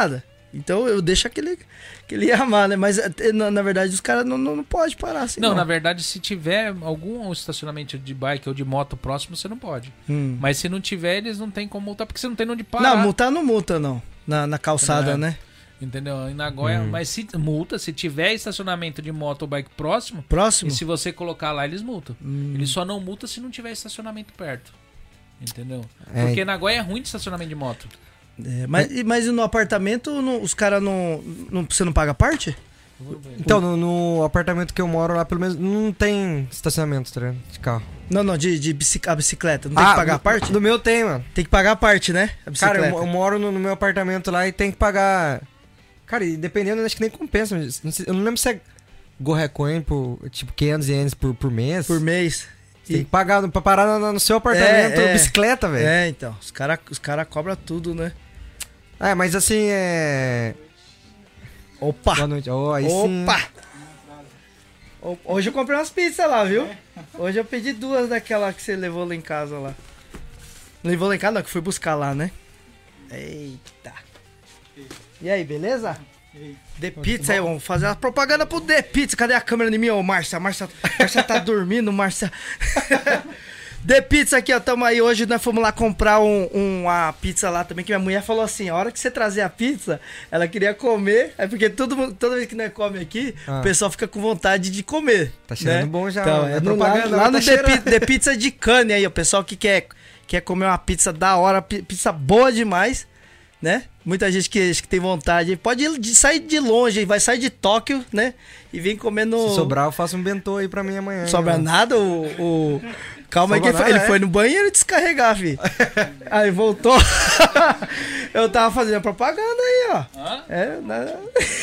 B: Então eu deixo aquele, aquele amar, né? Mas na, na verdade os caras não, não, não podem parar assim.
A: Não,
B: Não,
A: na verdade, se tiver algum estacionamento de bike ou de moto próximo, você não pode.
B: Hum.
A: Mas se não tiver, eles não tem como multar, porque você não tem onde parar.
B: Não, multar não multa, não. Na, na calçada,
A: É.
B: né?
A: Entendeu? Em Nagoya,
C: Hum.
A: mas se multa, se tiver estacionamento de moto ou bike próximo,
B: Próximo?
A: e se você colocar lá, eles multam.
B: Hum.
A: Eles só não multam se não tiver estacionamento perto. Entendeu?
C: É.
A: Porque Nagoya é ruim de estacionamento de moto.
B: É, mas, e- mas e no apartamento, não- os caras não, não. Você não paga parte?
C: Então, no, no apartamento que eu moro lá, pelo menos, não tem estacionamento, tá ligado? De carro.
B: Não, não, de, de bicic- a bicicleta. Não tem que pagar a
C: no-
B: parte?
C: No meu tem, mano.
B: Tem que pagar a parte, né? A
C: Cara,
B: bicicleta.
C: eu, eu moro no, no meu apartamento lá e tem que pagar. Cara, e dependendo, acho que nem compensa. mas não sei- eu não lembro se é Gorrecoin por tipo quinhentos ienes por, por mês.
B: Por mês.
C: Você tem que pagar no- pra parar no, no seu apartamento,
B: É, é.
C: bicicleta, velho.
B: É, então. Os caras os cara cobram tudo, né?
C: É, mas assim, é.
B: Opa!
C: Boa noite. Oh, aí sim.
B: Opa! O- Hoje eu comprei umas pizzas lá, viu? Hoje eu pedi duas daquela que você levou lá em casa lá. Não levou lá em casa, não, que fui buscar lá, né? Eita! E aí, beleza? The Pizza aí, vamos fazer a propaganda pro The Pizza. Cadê a câmera de mim, ô Márcia? A Márcia, Márcia tá dormindo, Márcia. The Pizza aqui, ó, tamo aí. Hoje nós fomos lá comprar um, um- uma pizza lá também, que minha mulher falou assim, a hora que você trazer a pizza, ela queria comer, é porque todo, mundo- toda vez que nós come aqui,
C: Ah.
B: o pessoal fica com vontade de comer.
C: Tá cheirando
B: né?
C: bom já.
B: Então,
C: mano.
B: é
C: É
B: no, lá,
C: propaganda,
B: lá
C: mas
B: no
C: tá
B: The,
C: cheirando.
B: Pi- The Pizza de Cane aí, o pessoal que quer, quer comer uma pizza da hora, pi- pizza boa demais, né? Muita gente que, que tem vontade, pode ir de- sair de longe, vai sair de Tóquio, né? E vem comer no...
C: Se sobrar, eu faço um bentô aí pra mim amanhã.
B: Não sobra
C: hein, mano.
B: nada, o... o... Calma aí que ele
C: Sobra
B: foi,
C: nada,
B: ele
C: é?
B: foi no banheiro descarregar, fi. Aí voltou. Eu tava fazendo propaganda aí, ó.
A: Hã?
B: É, né?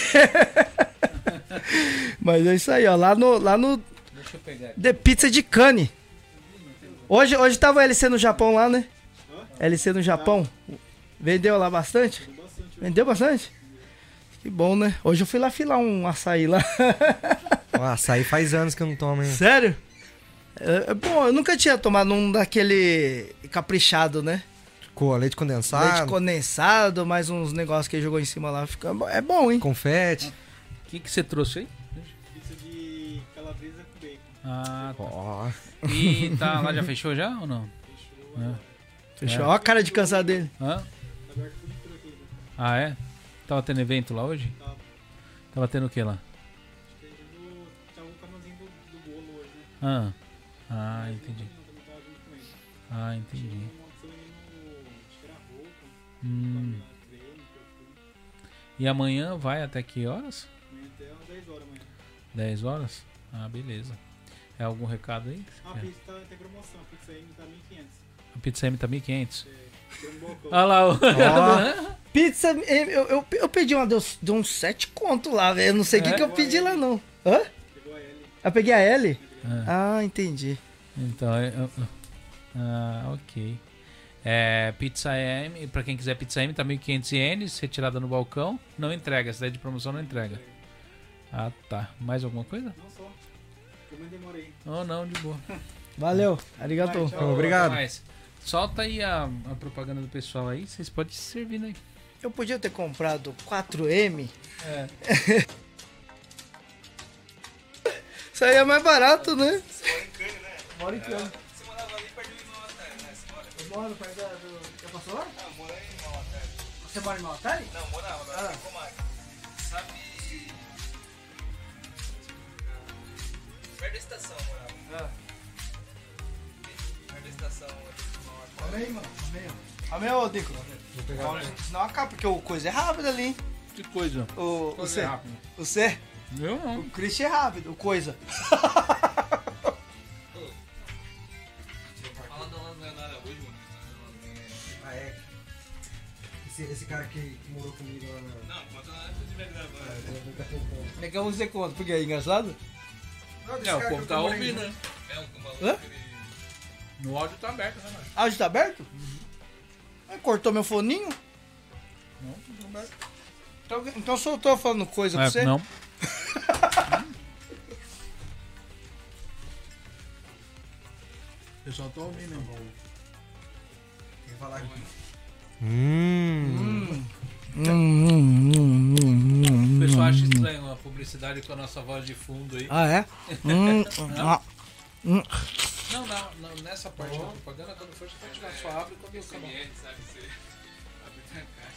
B: Mas é isso aí, ó. Lá no, lá no
A: Deixa eu pegar aqui.
B: The Pizza de Cane. Hoje, hoje tava L C no Japão lá, né? L C no Japão. Vendeu lá bastante? Vendeu bastante? Que bom, né? Hoje eu fui lá filar um açaí lá.
C: Ó, açaí faz anos que eu não tomo, hein?
B: Sério? É, é bom, eu nunca tinha tomado um daquele caprichado, né?
C: Com leite condensado,
B: Leite condensado, mais uns negócios que ele jogou em cima lá. Fica, bo- é bom, hein?
C: confete.
A: O que, que você trouxe aí?
D: Pizza de calabresa com bacon.
A: Ah, tá.
C: Ó.
A: E tá lá, já fechou já ou não? É.
B: Fechou. Olha a cara de cansado dele.
A: Hã?
D: Tá aberto tudo por aqui. Né?
A: Ah, é? Tava tendo evento lá hoje?
D: Tava.
A: Tava tendo o que lá?
D: Acho que no... Tinha um caminhãozinho do, do bolo hoje, né?
A: Ah, ah entendi.
D: Não, também tava junto com ele.
A: Ah, entendi.
D: Tinha uma opção ali no... Tirar roupa,
A: Hum.
D: creme, perfume.
A: E amanhã vai até que horas?
D: Amanhã até umas dez horas amanhã.
A: dez horas? Ah, beleza. É algum recado aí? que você
D: Ah, a
A: quer?
D: pizza tá, tem promoção. A pizza aí tá mil e quinhentos.
A: A pizza M tá mil e quinhentos.
D: Tem um balcão.
A: Olha lá o...
C: Ó.
B: Pizza, eu, eu, eu pedi uma, deu, deu uns sete conto lá, velho. Eu não sei o que,
A: É?
B: que eu pedi lá, não. Hã?
D: Pegou a L.
B: Eu peguei a L?
A: Ah,
B: Ah, entendi.
A: então, é- é- ah, ok. É, pizza M, pra quem quiser pizza M, tá mil e quinhentos ienes, retirada no balcão. Não entrega, essa daí de promoção não entrega. Ah, tá. Mais alguma coisa?
D: Não só. Eu nem demorei.
A: Oh, não, de boa.
B: Valeu. Arigato.
D: Vai, tchau.
C: Obrigado.
A: Até mais. Solta aí a, a propaganda do pessoal aí, vocês podem se servir aí.
B: Eu podia ter comprado quatro M.
A: É.
B: Isso aí é mais barato, né? Mora em Cana.
D: Você morava ali perto de Malatério, né? Você mora?
B: Eu moro perto da- do... Já passou lá?
D: Não, mora em Malatério.
B: Você mora em Malatari?
D: Não, morava, agora tem comadre. Sabe... Perto da estação, morava. Perto da estação.
B: Amém, mano. Amém, ó. Amém, ô, Dico. Senão acaba, porque o coisa é rápido ali, hein?
A: Que coisa.
B: O, o C.
A: rápido.
B: O C.
A: Eu não.
B: O Christian é rápido, o coisa.
D: Fala da Leonardo hoje, mano.
C: Ah, é. Esse, esse cara que, que morou comigo lá na.
D: Não, conta na época de verdade agora.
B: Como é que você conta? Porque é engraçado?
A: É, o povo tá ouvindo, né?
D: É um maluco
B: Hã?
D: que ele...
A: No áudio tá aberto, né, mano?
B: Áudio tá aberto? Aí cortou meu foninho?
A: Não, tudo aberto.
B: Então, então só eu tô falando coisa pra você?
A: É, não.
B: O pessoal tá ouvindo, hein?
C: Quem falar aqui. Hum.
B: Hum, hum, hum,
A: acho estranho uma publicidade com a nossa voz de fundo aí.
B: Ah, é? hum, ah, hum.
A: Não, não, não, nessa parte da propaganda, quando for, você pode tirar só abre quando eu acabar.
E: sabe? Você abre na caixa.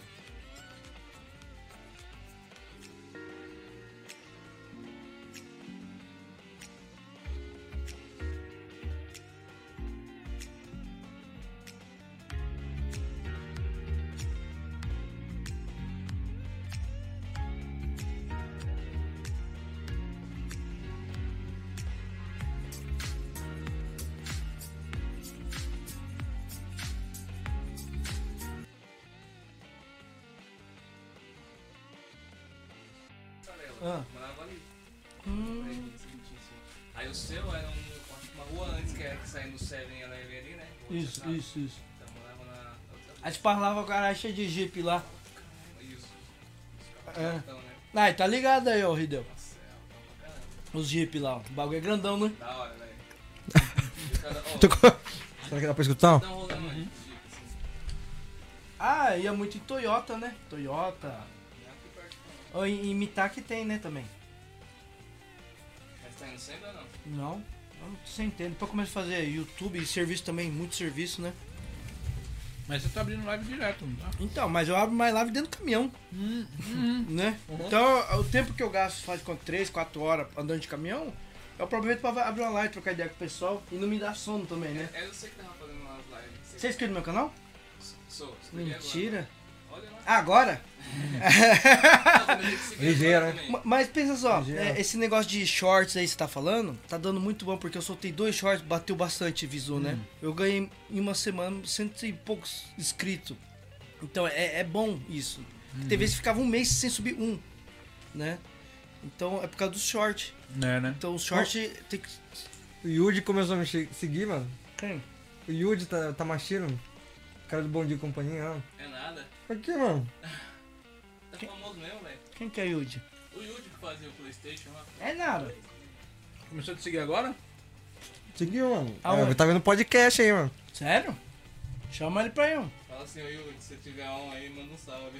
B: Ah.
E: Morava ali.
B: Hum.
E: Aí, aí o seu era um, uma rua antes que era que saía no Seven Eleven ali, né?
B: Isso,
E: Sabe?
B: isso, isso.
E: Então morava na outra.
B: A gente parlava com a garagem cheia de Jeep lá.
E: Isso.
B: É.
E: Então, né?
B: Ah, tá ligado aí, ó, Ridel.
E: Nossa, é alto pra caramba.
B: Os Jeep lá, ó. O bagulho é grandão, né?
E: Da hora, velho. E cada- ó,
C: Tô com- Será que dá pra escutar?
E: dá um rolê mais de Jeep, assim.
B: Ah, ia muito em Toyota, né? Toyota.
E: Não é aqui perto, não.
B: Ou em, em Mitaki tem, né, também.
E: Mas tá indo sempre ou não?
B: Não, eu você entende. Depois eu comecei a fazer YouTube e serviço também, muito serviço, né?
A: Mas você tá abrindo live direto, não tá?
B: Então, mas eu abro mais live dentro do caminhão,
A: Hum, hum.
B: né? Então, o tempo que eu gasto faz quanto? três, quatro horas andando de caminhão, eu aproveito pra abrir uma live, trocar ideia com o pessoal e não me dá sono também, né?
E: É você que tava fazendo umas lives.
B: Você é inscrito no meu canal?
E: Sou, você peguei agora.
B: Mentira.
E: Olha lá.
B: Ah, agora?
C: Ligeiro, né?
B: Ma- Mas pensa só,
C: Ligeiro.
B: é, esse negócio de shorts aí que você tá falando, tá dando muito bom, porque eu soltei dois shorts, bateu bastante visu, né? Eu ganhei em uma semana cento e poucos inscritos. Então é, é bom isso. Tem vezes que ficava um mês sem subir um, né? Então é por causa dos shorts.
A: É, né?
B: Então o short tem que...
C: O Yudi começou a me che- seguir, mano.
B: Quem?
C: O Yudi tá, tá machino. Cara do Bom Dia e Companhia, ó.
E: É nada.
C: Por que, mano?
E: Tá famoso mesmo, velho.
B: Quem que é Yudi?
E: O Yudi que fazia o Playstation lá.
B: É nada.
A: Começou a te seguir agora?
C: Seguiu, mano.
B: Aonde?
C: É, tá vendo podcast aí, mano.
B: Sério? Chama ele pra ir.
E: Fala assim, ô Yudi, se você tiver um aí, manda um salve.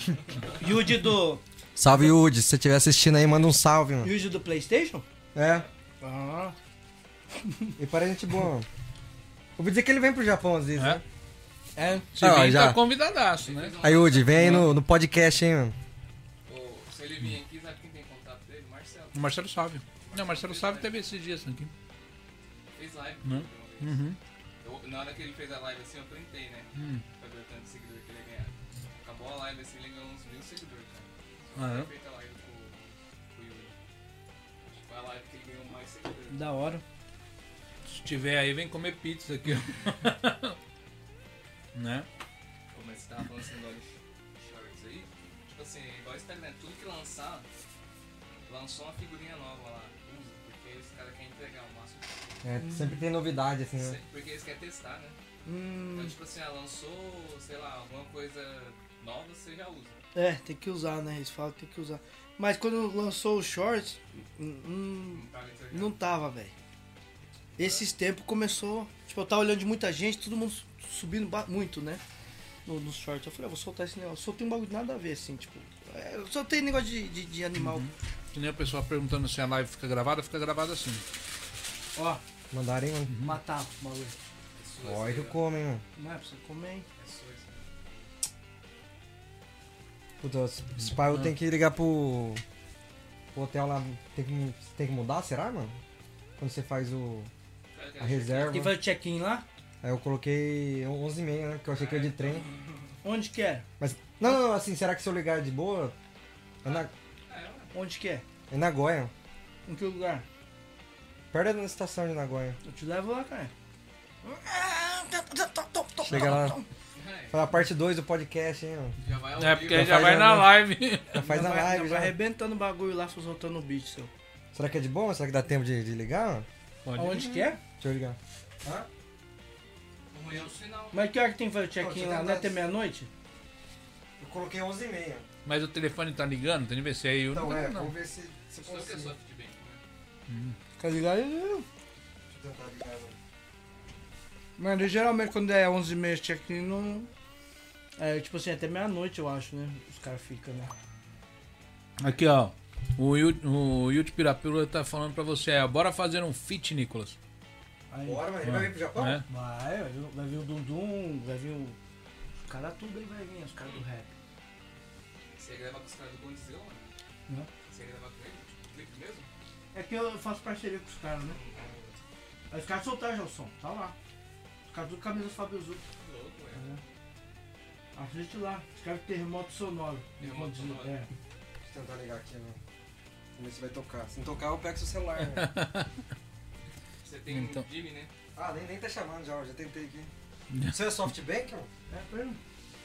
B: Yudi do...
C: Salve, Yudi. Se você estiver assistindo aí, manda um salve, mano.
B: Yudi do PlayStation?
C: É.
B: Ah.
C: E para gente boa, mano. Ouvi dizer que ele vem pro Japão às vezes,
A: É.
C: né?
B: É.
A: Se
C: Ah,
A: vem,
C: já.
A: tá convidadaço, né?
C: Aí, Yudi, vem aí no, no podcast, hein, mano.
E: Ô, se ele vir aqui, sabe quem tem contato dele? Marcelo.
A: O Marcelo Salve. Não, o Marcelo Salve teve esses dias aqui.
E: Fez live.
A: Não.
E: comigo uma vez.
A: Uhum.
E: Eu- na hora que ele fez a live assim, eu printei, né?
A: Hum.
E: Pra ver o tanto de seguidor que ele ia ganhar. Acabou a live assim, ele ganhou uns mil seguidores, cara.
A: Ah, é?
E: Foi feita a live com, com o Yuri. Acho que foi a live que ele ganhou mais seguidores.
B: Da hora.
A: Se tiver aí, vem comer pizza aqui. ó. Né?
E: Pô, mas você tava falando esse negócio de shorts aí? Tipo assim, igual o Instagram, tudo que lançar, lançou uma figurinha nova lá. Usa, porque esse cara quer entregar o máximo possível.
C: É, sempre tem novidade, assim, né?
E: Porque eles querem testar, né?
B: Hum,
E: Então, tipo assim, ah, lançou, sei lá, alguma coisa nova, você já usa.
B: é, tem que usar, né? Eles falam que tem que usar. Mas quando lançou os shorts, hum, hum,
E: Não tá entregando.
B: não tava, velho. Esses tempos começou. Tipo, eu tava olhando de muita gente, todo mundo subindo ba- muito, né? No, nos shorts. Eu falei, ah, vou soltar esse negócio. Soltei um bagulho nada a ver, assim, tipo. É, eu soltei negócio de, de, de animal.
A: Que nem o pessoal perguntando se a live fica gravada, fica gravada assim.
B: Ó,
C: Mandaram, hein, mano.
B: matar o bagulho.
E: É sua,
C: Olha que
E: essa aí, ó.
C: come, hein, mano.
B: Não é pra você comer, hein?
E: É sua, essa aí.
C: Puta, esse pai eu tenho que ligar pro, pro hotel lá. Tem que, tem que mudar, será, mano? Quando você faz o,
E: Cara, que
C: a
E: eu
C: reserva.
B: Quem faz o check-in lá?
C: Aí eu coloquei onze e meia, né? Porque eu achei que era de trem.
B: Onde que é?
C: Mas, não, não, não, assim, será que se eu ligar de boa? É na,
E: achei- É, ué.
B: Onde que é?
C: é em Nagoya.
B: Em que lugar?
C: Perto da estação de Nagoya.
B: Eu te levo lá, cara.
C: Chega lá.
E: É,
C: Faz a parte dois do podcast, hein, mano.
E: já vai ao
A: É,
E: vivo.
A: porque
C: já
A: já
C: faz
A: vai
C: a-
A: na live.
C: Já faz
B: Já
C: a
B: vai-
C: live,
B: já
C: já.
B: vai arrebentando o bagulho lá, soltando o beat seu.
C: Será que é de boa? Será que dá tempo de, de ligar, mano?
A: Pode.
B: Aonde que é?
C: Deixa eu ligar.
E: O ruim é o sinal.
B: Mas que hora que tem que fazer o check-in
C: Pô,
B: lá?
C: você
B: Não é
C: tá-
B: até meia-noite?
C: Eu coloquei onze e meia.
A: Mas o telefone tá ligando, tem que ver se é aí.
C: Então, é,
A: não.
C: vamos ver se, se
E: Só que é
C: consigo.
E: só de bem, né?
B: Tá ligado?
C: Deixa eu tentar ligar, mano.
B: Mas geralmente quando é onze e meia check-in, não... É tipo assim, até meia-noite eu acho, né? Os caras ficam, né?
A: Aqui, ó. O Yu- o Yuti Pirapira tá falando pra você, é, bora fazer um feat, Nicolas.
B: Aí,
C: Bora, mano. Ele vai vir pro Japão?
A: É?
B: vai, vai vir, vai vir o Dundum, vai vir o... Os caras tudo aí vai vir, os caras do rap.
E: Você ia gravar com os caras do Godzilla, mano?
B: Não.
E: Você ia gravar com ele? Tipo, clipe mesmo?
B: É que eu faço parceria com os caras, né? Aí os caras soltaram já o som, tá lá. Os caras do Camisa Fábio Zucco.
E: Louco, velho.
B: Assiste lá, escreve terremoto sonoro.
E: Terremoto
B: Godzilla,
E: sonoro.
B: É.
C: Deixa eu tentar ligar aqui, mano. Vamos ver se vai tocar. Se não tocar, eu pego seu celular, né?
E: Você tem
A: Então.
E: um Jimmy, né?
C: Ah, nem, nem tá chamando já, eu já tentei aqui. Você é SoftBank, mano?
B: É, foi um-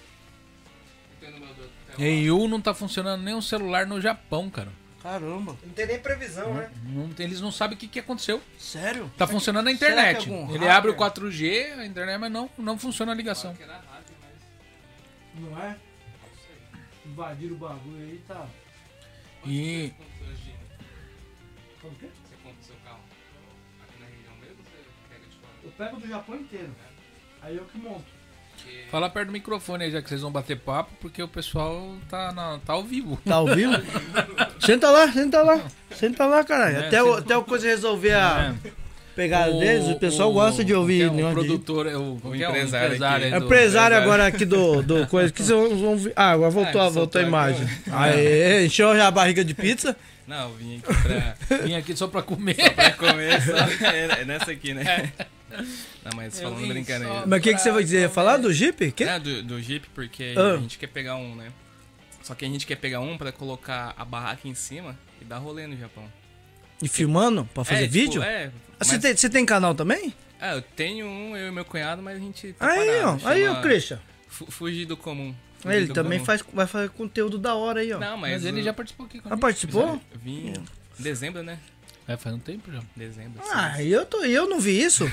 E: Tem o número do
A: E U não tá funcionando nem o celular no Japão, cara.
B: Caramba.
C: Não tem nem previsão, né?
A: Não- eles não sabem o que, que aconteceu.
B: Sério?
A: Tá funcionando a
B: será que é
A: internet.
B: algum
A: Ele
B: hacker?
A: abre o quatro G, a internet, mas não, não funciona a ligação.
E: que era rádio, mas
B: Não é?
E: não sei.
B: Invadiram o bagulho aí, tá.
E: Quanto
A: E-
E: você conta seu Jimmy?
B: Como que é?
E: Você conta o seu carro? Aqui na região mesmo ou você pega de fora?
B: Eu pego do Japão inteiro. Aí eu que monto.
E: Porque
A: Fala perto do microfone aí, já que vocês vão bater papo, porque o pessoal tá, na, tá ao vivo.
B: Tá ao vivo? Senta lá, senta lá. Senta lá, caralho.
A: É,
B: até, o,
A: senta-
B: até o coisa resolver a
A: É.
B: pegada deles, o pessoal gosta de ouvir.
A: é o
B: negócio de-
A: produtor, é o, o
E: empresário
A: empresário,
E: aqui.
A: aí
B: É
A: do-
B: empresário agora aqui do, do coisa. Que vocês vão ver. Ah, agora voltou,
E: Ah,
B: a- voltou a
E: soltou
B: imagem.
E: aqui,
B: Aê, encheu já a barriga de pizza.
E: Não, eu vim aqui pra,
A: Vim aqui só pra comer.
E: pra comer, só é, é nessa aqui, né? Não, mas
A: Eu
E: falando
A: vim
E: brincando
A: só-
E: aí.
B: Mas o que, que você vai dizer? Ia falar do Jeep? Que?
E: É, do, do Jeep, porque
B: Ah.
E: a gente quer pegar um, né? Só que a gente quer pegar um pra colocar a barraca em cima e dar rolê no Japão.
B: E filmando? Pra fazer
E: é,
B: vídeo?
E: Tipo, é,
B: Ah, Você
E: mas-
B: tem, você tem canal também?
E: Ah, eu tenho um, eu e meu cunhado, mas a gente tá
B: Aí,
E: parado,
B: ó. Aí, ó,
E: chama
B: Christian.
E: Fu- Fugir do comum. Fugir
B: Ele
E: do
B: também
E: comum.
B: faz, vai fazer conteúdo da hora aí, ó.
E: Não, mas,
A: Mas ele
E: eu-
A: já participou aqui
B: Já
A: comigo.
B: participou?
E: eu vim em dezembro, né?
A: É, faz um tempo já.
E: Dezembro.
B: Ah,
E: sim.
B: e eu, tô, e eu não vi isso?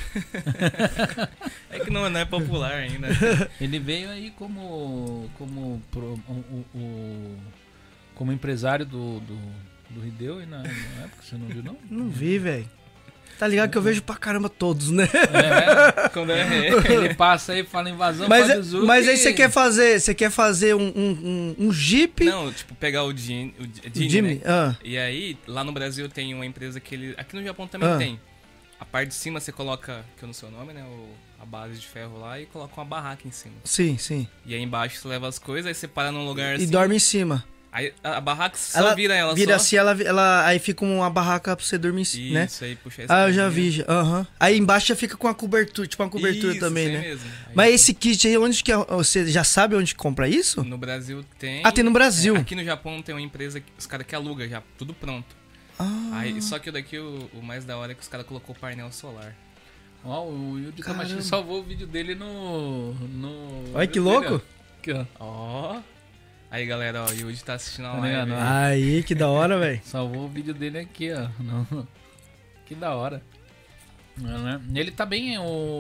E: É que não, não é popular ainda.
A: Ele veio aí como como pro- o, o- o- como empresário do do, do Hideo e na, na época você não viu não?
B: Não vi, velho. Tá ligado que eu vejo pra caramba todos, né?
A: É,
E: Quando é,
A: ele passa aí, fala invasão,
B: Mas,
A: faz
B: é-
A: o Zuki.
B: mas aí você quer fazer, você quer fazer um, um, um, um Jeep?
E: Não, tipo, pegar o Jimmy, o J- Jimmy,
B: Jimmy,
E: né?
B: ah.
E: E aí, lá no Brasil tem uma empresa que ele... Aqui no Japão também
B: Ah.
E: tem. A parte de cima você coloca, que eu não sei o nome, né? O, a base de ferro lá e coloca uma barraca em cima.
B: Sim, sim.
E: E aí embaixo você leva as coisas, aí você para num lugar
B: E
E: assim.
B: dorme em cima.
E: Aí a, a barraca só vira ela
B: vira
E: só.
B: assim, ela, ela, aí fica uma barraca pra você dormir, em ci- né?
E: Isso aí, puxa essa
B: Ah, eu já
E: coisinha.
B: vi, já, aham. Aí embaixo já fica com a cobertura, tipo uma cobertura
E: Isso,
B: também,
E: isso aí
B: né?
E: mesmo. Aí,
B: Mas esse kit aí, onde que é, você já sabe onde compra isso?
E: no Brasil tem.
B: Ah, tem no Brasil.
E: É, aqui no Japão tem uma empresa, que, os caras que alugam já, tudo pronto.
B: Ah,
E: Aí, só que o daqui, o, o mais da hora é que os caras colocou painel solar.
A: Ó, o Yuji
B: Caramba.
A: Tamashiro salvou o vídeo dele no no
B: olha que
A: vídeo dele,
B: louco.
A: ó. Aqui, ó.
E: Ó. Aí galera, ó, o Yuji tá assistindo a
A: Tá
E: live.
A: ligado?
E: aí.
B: Aí, que da hora, velho.
A: Salvou o vídeo dele aqui, ó. No- Que da hora. É, né? Ele tá bem,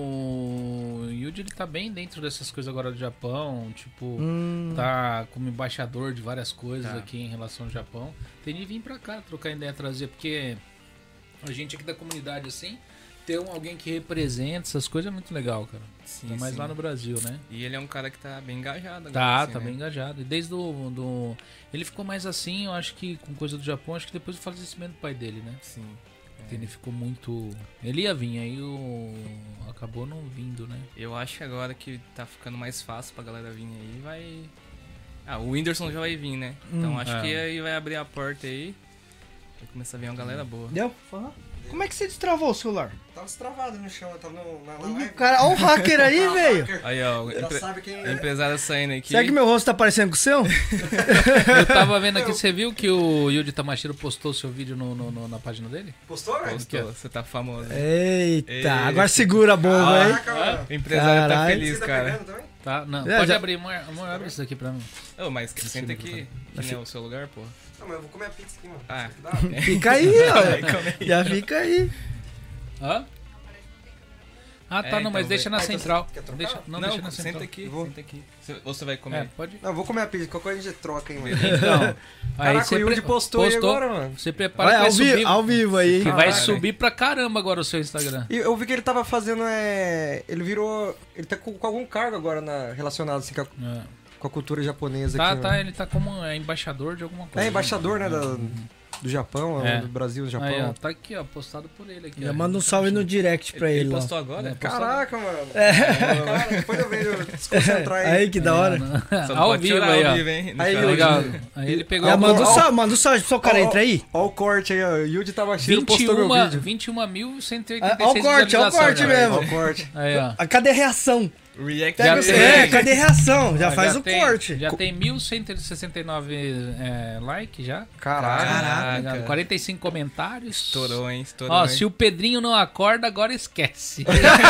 A: o Yuji ele tá bem dentro dessas coisas agora do Japão, tipo,
B: Hum,
A: tá como embaixador de várias coisas
E: Tá.
A: aqui em relação ao Japão. Tem de vir pra cá, trocar ideia, trazer, porque a gente aqui da comunidade, assim, ter um, alguém que representa essas coisas é muito legal, cara.
E: Sim,
A: Ainda mais
E: sim.
A: lá no Brasil, né?
E: E ele é um cara que tá bem engajado agora.
A: Tá,
E: assim,
A: tá
E: né?
A: bem engajado. E desde do, do... Ele ficou mais assim, eu acho que com coisa do Japão, acho que depois do falecimento do pai dele, né?
E: Sim.
A: Que Ele ficou muito... Ele ia vir, aí o... acabou não vindo, né?
E: Eu acho que agora que tá ficando mais fácil pra galera vir aí, vai... Ah, o Whindersson já vai vir, né? Então
B: Hum.
E: acho
A: É.
E: que aí vai abrir a porta aí. Vai começar a vir uma galera boa.
B: deu? Falar? Como é que você destravou o celular?
C: Tava travado no chão, eu tava no, na, na
B: Ih,
C: live.
B: cara, olha o hacker aí, velho.
E: Aí, ó, o
C: Já
E: empre...
C: sabe quem
E: o
C: é.
E: empresário saindo aqui.
B: Será que meu rosto tá parecendo com o seu?
A: Eu tava vendo aqui, você viu que o Yuji Tamashiro postou seu vídeo no, no- no- na página dele?
C: Postou, velho?
E: Postou, você tá famoso.
B: Eita,
E: Eita.
B: agora segura a bomba, hein?
C: Caraca, mano.
E: O empresário tá
B: Caralho.
E: feliz,
C: Você tá
E: cara.
C: pegando também?
A: Tá? Não,
B: É,
A: pode
B: já-
A: abrir, amor, amor, abre isso aqui pra mim.
E: Ô, mas que senta aqui, que nem é o seu lugar, pô.
C: Não, mas eu vou comer a pizza aqui, mano.
E: Ah.
C: Isso aqui dá.
B: Fica aí, ó. Já fica aí.
A: Hã? Ah, tá,
E: É,
A: não,
E: então
A: mas deixa na
C: vai- Ah, então
A: central.
C: quer trocar?
A: Deixa, não,
E: Não,
A: deixa na central.
E: senta aqui,
C: Eu vou.
E: senta aqui. Você- Ou você vai
A: É,
E: comer?
A: pode.
C: Não, eu vou comer a pizza. Qualquer coisa a gente troca, hein, mano.
A: Então, aí
C: Caraca,
A: você
C: o Yuji
A: pre-
C: postou aí agora, mano.
A: Você prepara
B: Olha,
A: que vai
B: ao, vi-
A: subir.
B: ao vivo aí, hein?
A: Que vai
E: Caralho.
A: subir pra caramba agora o seu Instagram.
C: E eu vi que ele tava fazendo, é... Ele virou... Ele tá com, com algum cargo agora na... relacionado, assim, com a...
A: É.
C: com a cultura japonesa
A: Tá,
C: aqui.
A: tá,
C: mano.
A: ele tá como é, embaixador de alguma coisa.
C: É embaixador, né, da- do Japão,
A: É.
C: do Brasil, do Japão.
A: Aí, ó, tá aqui, ó, postado por ele aqui.
B: Já
A: ó.
B: manda um salve no direct pra ele,
E: Ele
B: lá.
E: postou agora?
A: É, postou
C: Caraca, mano. Cara, depois eu vejo desconcentrar aí.
B: Aí, que da hora.
E: Só não
A: Ao
E: pode
A: vivo
E: chorar
A: aí,
E: ao
A: ó.
E: vivo, hein? Não
C: Aí,
E: chora.
A: Legal. Aí ele pegou
B: Já
A: a
B: manda um
C: ó,
B: salve, manda um salve pro seu cara,
C: Ó,
B: entra aí.
C: Ó o corte aí, ó. O Yudi Tabashiro postou meu vídeo.
A: vinte e um mil cento e
B: Ah,
A: oitenta e
B: ó o
A: seis
B: corte, ó o
A: visualizações,
B: corte
A: já.
B: mesmo.
C: Ó o corte.
A: Aí, ó.
B: Ah, cadê a reação?
E: React
B: Pega
A: Já
B: o-
A: tem.
B: É, cadê a reação? Já
A: Ó,
B: faz o
A: tem-
B: corte.
A: Já tem mil cento e sessenta e nove é, likes já.
C: Caraca.
E: Caraca.
A: quarenta e cinco comentários.
E: Estourou, hein? Estourou,
A: Ó,
E: hein?
A: se o Pedrinho não acorda, agora esquece.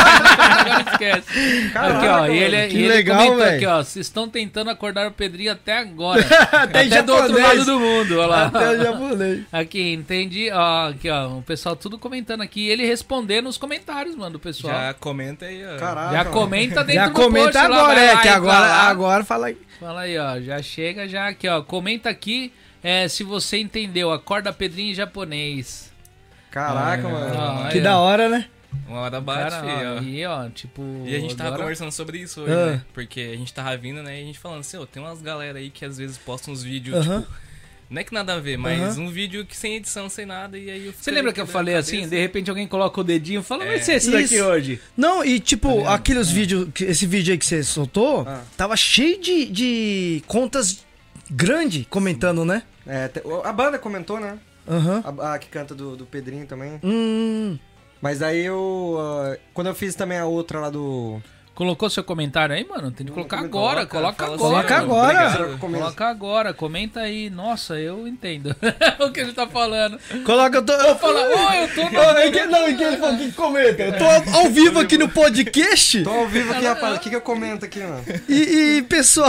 A: agora esquece.
C: Caraca,
A: aqui, ó, e ele,
B: mano, que
A: e ele
B: legal,
A: comentou
B: velho.
A: aqui, ó, vocês estão tentando acordar o Pedrinho até agora.
B: Até em
A: até do outro
B: japonês.
A: lado do mundo, olha lá.
B: Até o japonês.
A: Aqui, entendi. Ó, aqui, ó, o pessoal tudo comentando aqui. Ele respondendo os comentários, mano, do pessoal.
E: Já comenta aí, ó.
C: Caraca.
A: Já
C: mano.
A: comenta dentro
B: Já
A: do
B: comenta
A: post lá,
B: agora,
A: vai
B: é,
A: lá
B: que
A: e
B: agora,
A: tá lá.
B: agora fala aí.
A: Fala aí, ó. Já chega, já aqui, ó. Comenta aqui é, se você entendeu. Acorda Pedrinho em japonês.
C: Caraca,
A: Ó,
C: mano.
A: aí,
B: Que
A: ó.
B: da hora, né?
E: Uma hora bate,
A: Cara,
E: filho,
A: ó,
E: ó.
A: e ó, tipo.
E: E a gente tava
A: agora-
E: conversando sobre isso hoje,
B: Ah.
E: né? Porque a gente tava vindo, né? E a gente falando assim, ó, tem umas galera aí que às vezes postam uns vídeos,
B: Aham.
E: tipo... Não é que nada a ver, mas
B: Aham.
E: um vídeo que sem edição, sem nada, e aí eu
A: Você lembra que eu falei assim? De repente alguém coloca o dedinho e fala, vai ser esse
B: Isso.
A: daqui hoje.
B: Não, e tipo,
A: Tá
B: aqueles vídeos, que- esse vídeo aí que você soltou,
C: Ah.
B: tava cheio de, de contas grandes comentando, né?
C: É, te- a banda comentou, né?
B: Aham.
C: A, a que canta do, do Pedrinho também.
B: Hum.
C: Mas aí eu. ah, quando eu fiz também a outra lá do.
A: Colocou seu comentário aí, mano? Tem que colocar
C: Coloca,
A: agora, coloca
E: fala
A: agora.
B: Coloca
E: mano,
B: agora.
E: obrigado.
A: Coloca agora, comenta aí. Nossa, eu entendo o que ele tá falando.
B: Coloca, eu tô.
A: Fala, ô, eu tô
B: Ô,
A: no...
B: é que- não, é que ele falou que comenta. Eu tô ao, ao vivo aqui no podcast
C: Tô ao vivo aqui, rapaz. O que, que eu comento aqui, mano?
B: e, e, pessoal.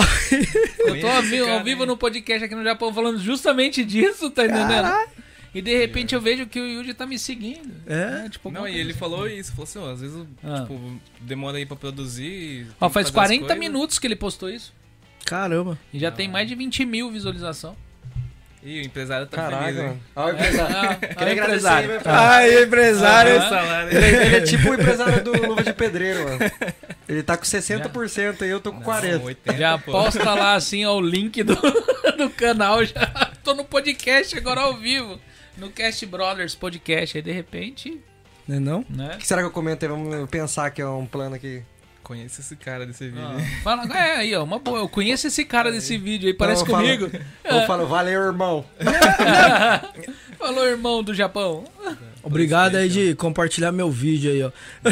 A: Eu tô ao vivo,
E: Cara,
A: ao vivo
E: hein?
A: no podcast aqui no Japão falando justamente disso, tá entendendo?
B: Caralho.
A: E de repente eu vejo que o Yuji tá me seguindo.
B: É?
A: Né? Tipo,
E: Não,
A: alguma
E: e ele
A: coisa.
E: falou isso, falou assim, ó, às vezes,
A: Ah.
E: tipo, demora aí pra produzir... tem
A: Ó,
E: que
A: faz
E: fazer as
A: quarenta
E: coisas.
A: minutos que ele postou isso.
B: Caramba.
A: E já tem mais de vinte mil visualizações.
E: Ih, o empresário tá
C: Caraca,
E: feliz,
C: mano.
E: hein?
C: Ó, o empresário.
A: Ah,
C: Queria
A: ah,
C: agradecer
A: empresário.
C: aí, meu
B: Ai, empresário.
A: Ah.
E: Salário.
C: Ele, ele é tipo o empresário do Luva de Pedreiro, mano. Ele tá com sessenta por cento e eu tô com quarenta por cento.
E: oitenta,
A: Já
E: pô.
A: posta lá assim ó, o link do, do canal. Já tô no podcast agora ao vivo. No Cast Brothers Podcast. Aí de repente,
B: Não é não?
C: O
A: né?
C: que será que eu comento aí? Vamos pensar que é um plano aqui.
E: Conheço esse cara desse vídeo.
A: Ó, fala, é, aí, ó, uma boa. Eu conheço esse cara desse vídeo aí, parece
C: Então, eu
A: comigo.
C: Falo, eu falo, valeu, irmão.
A: Falou, irmão do Japão.
B: Obrigado aí de compartilhar meu vídeo aí, ó.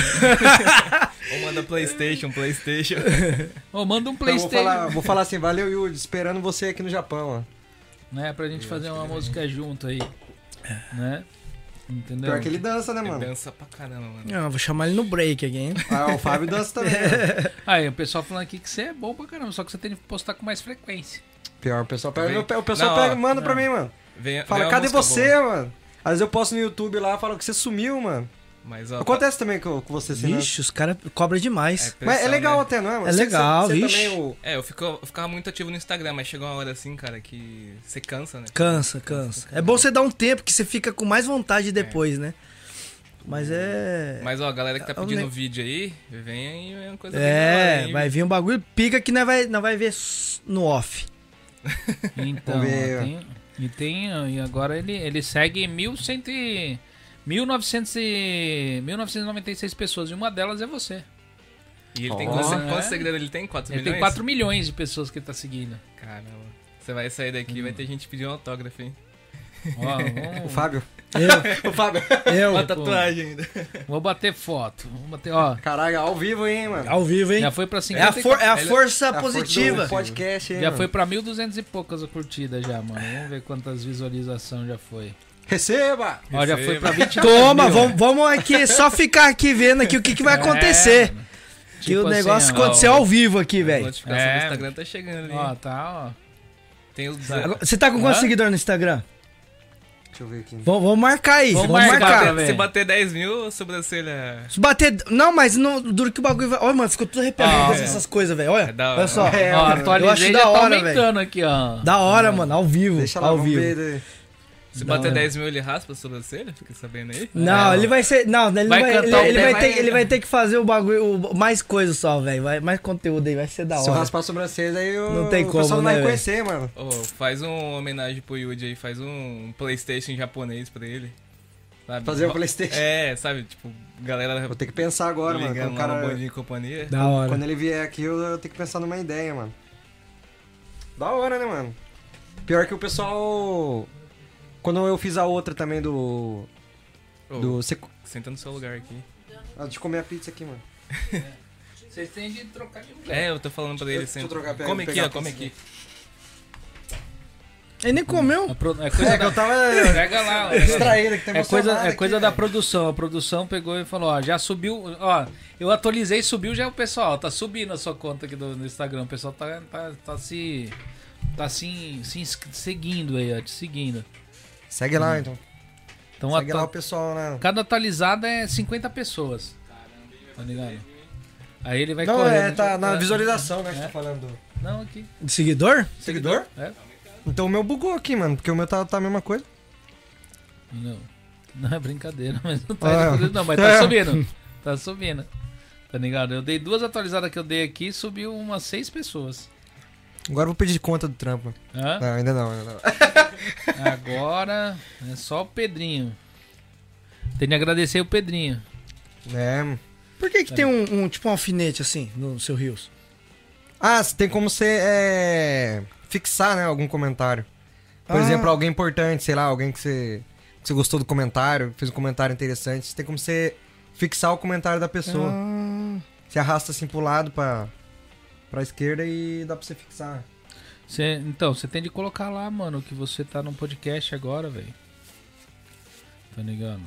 E: Ou manda Playstation, Playstation.
A: Ô, manda um
C: Então, eu vou,
A: PlayStation.
C: falar, vou falar assim, valeu, Yudi, esperando você aqui no Japão, ó.
A: Né, pra gente fazer uma música junto aí. Né? Entendeu?
C: Pior que ele dança, né,
E: Ele
C: mano?
E: dança pra caramba, mano.
B: Não, eu vou chamar ele no break aqui, hein?
C: Ah, o Fábio dança também. Né?
A: Aí, o pessoal falando aqui que você é bom pra caramba, só que você tem que postar com mais frequência.
C: Pior, o pessoal pega,
E: Vem.
C: o pessoal
E: Não,
C: pega,
E: ó,
C: manda pra mim, mano.
E: Vem,
C: Fala,
E: vem uma
C: cadê
E: música
C: você,
E: boa.
C: mano? Às vezes eu posto no YouTube lá, falo que você sumiu, mano.
E: Mas, ó,
C: Acontece também com, com você, assim, né?
B: Vixe, os caras cobram demais.
C: Mas é
E: pressão,
C: legal
E: né?
C: até, não é? mano?
B: É
C: Você-
B: legal,
C: você, você
B: vixe.
C: também, o...
E: É, eu, fico, eu ficava muito ativo no Instagram, mas chegou uma hora assim, cara, que você cansa, né?
B: Cansa, cansa. É bom você dar um tempo que você fica com mais vontade depois, né? Mas é.
E: Mas, ó, a galera que tá
B: É um
E: pedindo
B: ne-
E: vídeo aí, vem aí é uma coisa bem da
B: É,
E: hora, hein?
B: vai vir um bagulho pica que nós vai, nós vai ver s- no off.
A: Então,
C: Vamos ver.
A: ó, tem, e tem, ó, e agora ele, ele segue mil cem e- mil novecentos e- mil novecentos e noventa e seis pessoas, e uma delas é você.
E: E ele tem
C: Ó,
E: quantos,
A: é.
E: quantos seguidores ele tem? quatro
A: Ele
E: milhões?
A: tem quatro milhões de pessoas que ele tá seguindo.
E: Caramba. Você vai sair daqui e
A: Hum.
E: vai ter gente pedindo autógrafo, hein?
A: Ó,
C: O
A: vamos,
C: Fábio.
B: Eu,
C: O Fábio.
B: eu,
E: Uma tatuagem ainda.
A: vou bater foto. Vamos bater, ó.
C: Caralho, ao vivo, hein, mano?
B: ao vivo, hein?
A: Já foi pra
B: É a,
A: cinquenta e
B: for- é a
E: Ele-
B: força
C: É a força
B: positiva.
C: do podcast, hein,
A: Já
C: mano?
A: foi pra mil e duzentas e poucas a curtida já, mano. Vamos ver quantas visualizações já foi.
C: Receba!
A: Ó, já foi pra vinte e
B: Toma,
A: mil.
B: vamos, vamos aqui, só ficar aqui vendo aqui o que, que vai acontecer.
A: É, mano.
B: que
A: Tipo
B: o negócio
A: assim, ó,
B: aconteceu ao vivo aqui,
E: A
B: velho.
E: notificação
A: É.
E: do Instagram tá chegando ali.
A: Ó, tá, ó.
E: Tem os...
B: Agora, Você tá com quantos
A: Hã?
B: seguidores no Instagram?
C: Deixa eu ver aqui.
B: Vamos, vamos marcar aí.
A: Vamos
B: Vamos,
A: marcar,
B: marcar.
A: tá vendo?
E: Se bater dez mil, a sobrancelha...
B: Se bater. Não, mas não, duro que o bagulho vai. Olha, mano, ficou tudo arrepiado
A: Ah,
B: com
A: é.
B: essas coisas, velho. Olha,
E: É da hora.
B: olha só.
C: É,
A: Ó,
C: mano,
A: atualizei,
B: eu acho
A: já
B: da
A: tá
B: hora,
A: aumentando aqui, ó.
B: Da hora, mano, ao vivo.
C: Deixa lá,
B: ao
C: vamos
B: vivo.
C: ver. daí.
E: Se
B: Da
E: bater
B: hora.
E: dez mil, ele raspa a sobrancelha? Fica sabendo aí?
B: Não,
A: É,
B: ele vai ser. Não, ele
A: vai
B: vai, ele,
A: cantar o
B: ele
A: pé,
B: vai
E: vai-
B: ter, ele vai ter que fazer o bagulho, o- mais coisa só, velho. vai- Mais conteúdo aí, vai ser da
C: Se eu
B: hora.
C: raspar a sobrancelha, aí eu,
B: Não tem
C: o
B: como,
C: pessoal não vai
B: né,
C: reconhecer, mano.
E: Ô, faz uma homenagem pro Yuji aí, faz um PlayStation japonês pra ele. Sabe?
C: Fazer o PlayStation.
E: É, sabe? Tipo, galera
C: Vou ter que pensar agora, mano.
E: ligando
C: Quando, o
E: lá
C: cara,
E: no Bom Dia e Companhia.
B: Da hora.
C: quando ele vier aqui, eu, eu tenho que pensar numa ideia, mano. Da hora, né, mano? Pior que o pessoal... Quando eu fiz a outra também do...
E: Ô,
C: do cê-
E: Senta no seu lugar aqui.
C: ah, de comer a pizza aqui, mano.
A: Vocês têm de trocar de lugar.
E: É, eu tô falando pra ele
C: Deixa eu
E: sempre.
C: trocar, pega-
E: Come aqui,
C: pegar
E: ó,
C: a
E: come
C: pizza
E: aqui.
B: Ele nem comeu.
A: A pro- É coisa
C: É que eu
A: da...
C: tava
A: Pega lá, ó.
C: distraído aqui, tem
A: É coisa,
C: emocionado
A: é coisa
C: aqui,
A: da
C: velho.
A: produção. A produção pegou e falou, ó, já subiu, ó, eu atualizei, subiu já o pessoal, tá subindo a sua conta aqui do, no Instagram, o pessoal tá, tá, tá se, tá se, se ins- seguindo aí, ó, te seguindo.
C: Segue lá, então.
A: Então,
C: Segue
A: atu-
C: lá o pessoal, né?
A: cada atualizada é cinquenta pessoas, tá ligado? Aí ele vai
C: Não,
A: correr.
C: é, tá na
A: É.
C: visualização, né, que
A: É.
C: tá falando.
A: Não, aqui.
B: De seguidor?
C: Seguidor?
A: É.
C: Então o meu bugou aqui, mano, porque o meu tá, tá a mesma coisa.
A: Não, não é brincadeira, mas não tá
C: Ah.
A: indo, não, mas tá subindo, tá subindo, tá ligado? Eu dei duas atualizadas que eu dei aqui, subiu umas seis pessoas.
C: Agora eu vou pedir conta do trampo.
A: Hã?
C: Não, ainda não, ainda não.
A: Agora é só o Pedrinho. Tem que agradecer o Pedrinho.
C: É.
B: Por que que tem um, um, tipo um alfinete assim no seu Rios?
C: Ah, tem como você é, fixar, né, algum comentário. Por
B: Ah.
C: exemplo, alguém importante, sei lá, alguém que você, que você gostou do comentário, fez um comentário interessante. Tem como você fixar o comentário da pessoa.
B: Ah,
C: Você arrasta assim pro lado, pra, pra esquerda e dá pra você fixar.
A: Cê- então, você tem de colocar lá, mano, que você tá num podcast agora, velho. Tá ligado?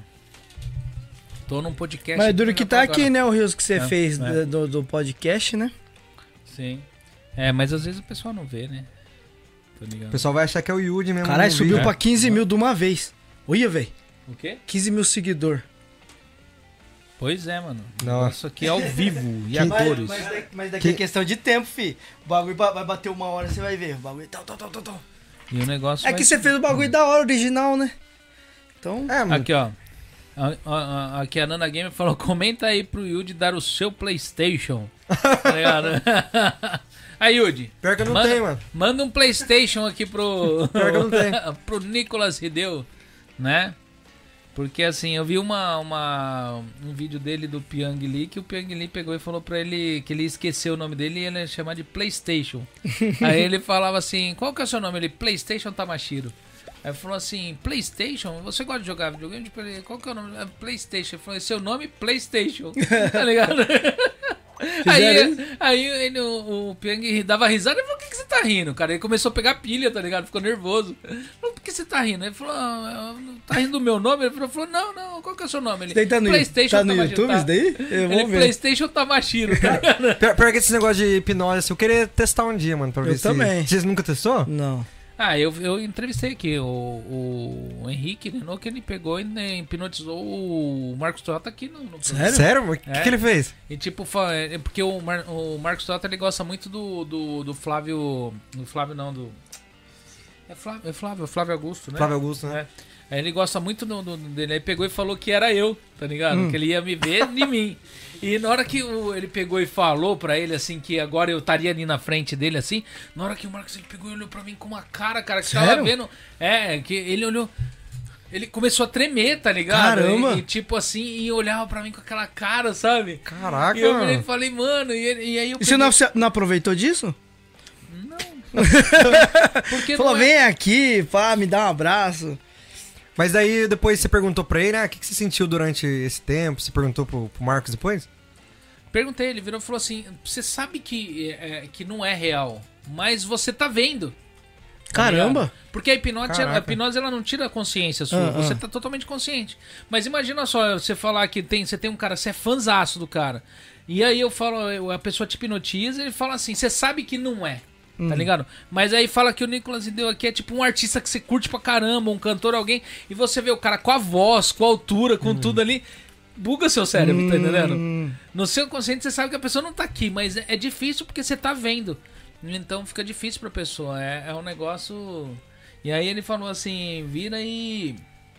A: Tô num podcast.
B: mas duro que tá
A: agora.
B: aqui, né, o Rios que você
A: É,
B: fez
A: é.
B: do, do podcast, né?
A: Sim. É, mas às vezes o pessoal não vê, né? Tá
C: O
A: ligado?
C: pessoal vai achar que é o Yudi mesmo.
B: Caralho,
C: no
B: subiu
C: vídeo.
B: pra quinze mil de uma vez. Olha, velho.
A: O quê?
B: quinze mil seguidor.
A: Pois é, mano.
C: Nossa.
A: Isso aqui é ao vivo e a
C: Que-
A: cores.
B: daqui, mas
C: daqui é
B: questão de tempo, fi. O bagulho vai bater uma hora, você vai ver. O bagulho. Tal, tal, tal, tal, tal.
A: E o negócio
B: É
A: vai-
B: que você fez o bagulho da hora, original, né? Então.
C: É, mano.
A: Aqui, ó. A- a- a- Aqui a Nana Gamer falou: comenta aí pro Yudi dar o seu PlayStation. Tá ligado? Aí, Yudi.
C: Pior que eu não
A: manda,
C: tenho, mano.
A: Manda um PlayStation aqui pro.
C: Pior que eu não tenho.
A: pro Nicolas Hideo, né? Porque assim, eu vi uma, uma, um vídeo dele do Pyong Lee que o Pyong Lee pegou e falou pra ele que ele esqueceu o nome dele e ele ia chamar de PlayStation. Aí ele falava assim: qual que é o seu nome? Ele, PlayStation Tamashiro. Aí falou assim: PlayStation? Você gosta de jogar videogame? Tipo, ele, qual que é o nome? É PlayStation. Ele falou: seu nome? PlayStation. Tá ligado? Aí, aí ele, o, o Pyong dava risada e falou: por que, que você tá rindo, cara? Ele começou a pegar pilha, tá ligado? Ficou nervoso. Ele falou: por que você tá rindo? Ele falou: ah, tá rindo do meu nome? Ele falou: não, não, qual que é o seu nome? Ele,
B: Isso daí tá no,
A: PlayStation
B: tá no
A: Tamashiro,
B: YouTube,
A: tá?
B: isso daí? Eu vou
A: Ele,
B: ver.
A: PlayStation Tamashiro, tá ligado?
C: Pior, pior que esse negócio de hipnose, assim, eu queria testar um dia, mano, pra
B: Eu
C: ver se...
B: também.
C: Vocês nunca testou?
B: Não.
A: Ah, eu, eu entrevistei aqui o, o Henrique Renault, que ele pegou e né, hipnotizou o Marcos Tota aqui no, no
B: Sério?
C: Sério? O que,
A: É.
C: que ele fez?
A: E tipo, fa- é porque o, Mar, o Marcos Tota ele gosta muito do, do, do Flávio. Do Flávio não, do. É Flávio, é Flávio, Flávio Augusto, né?
C: Flávio Augusto, né?
A: É. Aí ele gosta muito do, do- dele. Aí pegou e falou que era eu, tá ligado? Que ele ia me ver de mim. E na hora que o- ele pegou e falou pra ele, assim, que agora eu estaria ali na frente dele, assim, na hora que o Marcos ele pegou e olhou pra mim com uma cara, cara, que tava
B: Sério?
A: vendo. É, que ele olhou. Ele começou a tremer, tá ligado?
B: Caramba!
A: E, e tipo assim, e olhava pra mim com aquela cara, sabe?
C: Caraca,
A: E eu
C: mano.
A: virei e falei, mano, e, ele- e aí eu
B: E você não, você não aproveitou disso?
A: Porque
B: Falou,
A: não é-
B: vem aqui, pá, me dá um abraço.
C: Mas daí depois você perguntou pra ele, ah, o que, que você sentiu durante esse tempo? Você perguntou pro, pro Marcos depois?
A: Perguntei, ele virou e falou assim: você sabe que, é, que não é real, mas você tá vendo. Tá
B: Caramba!
A: ligado? Porque a hipnose, a
C: Caraca.
A: hipnose ela não tira a consciência sua,
B: Ah,
A: você
B: ah.
A: tá totalmente consciente. Mas imagina só, você falar que tem, você tem um cara, você é fãzaço do cara. E aí eu falo, eu- a pessoa te hipnotiza e ele fala assim: você sabe que não é.
B: Hum.
A: Tá ligado? Mas aí fala que o Nicolas Hideo aqui é tipo um artista que você curte pra caramba, um cantor, alguém, e você vê o cara com a voz, com a altura,
B: Hum.
A: com tudo ali, buga seu cérebro, tá entendendo? No seu consciente você sabe que a pessoa não tá aqui, mas é, é difícil porque você tá vendo. Então fica difícil pra pessoa. É, é um negócio E aí ele falou assim, vira e...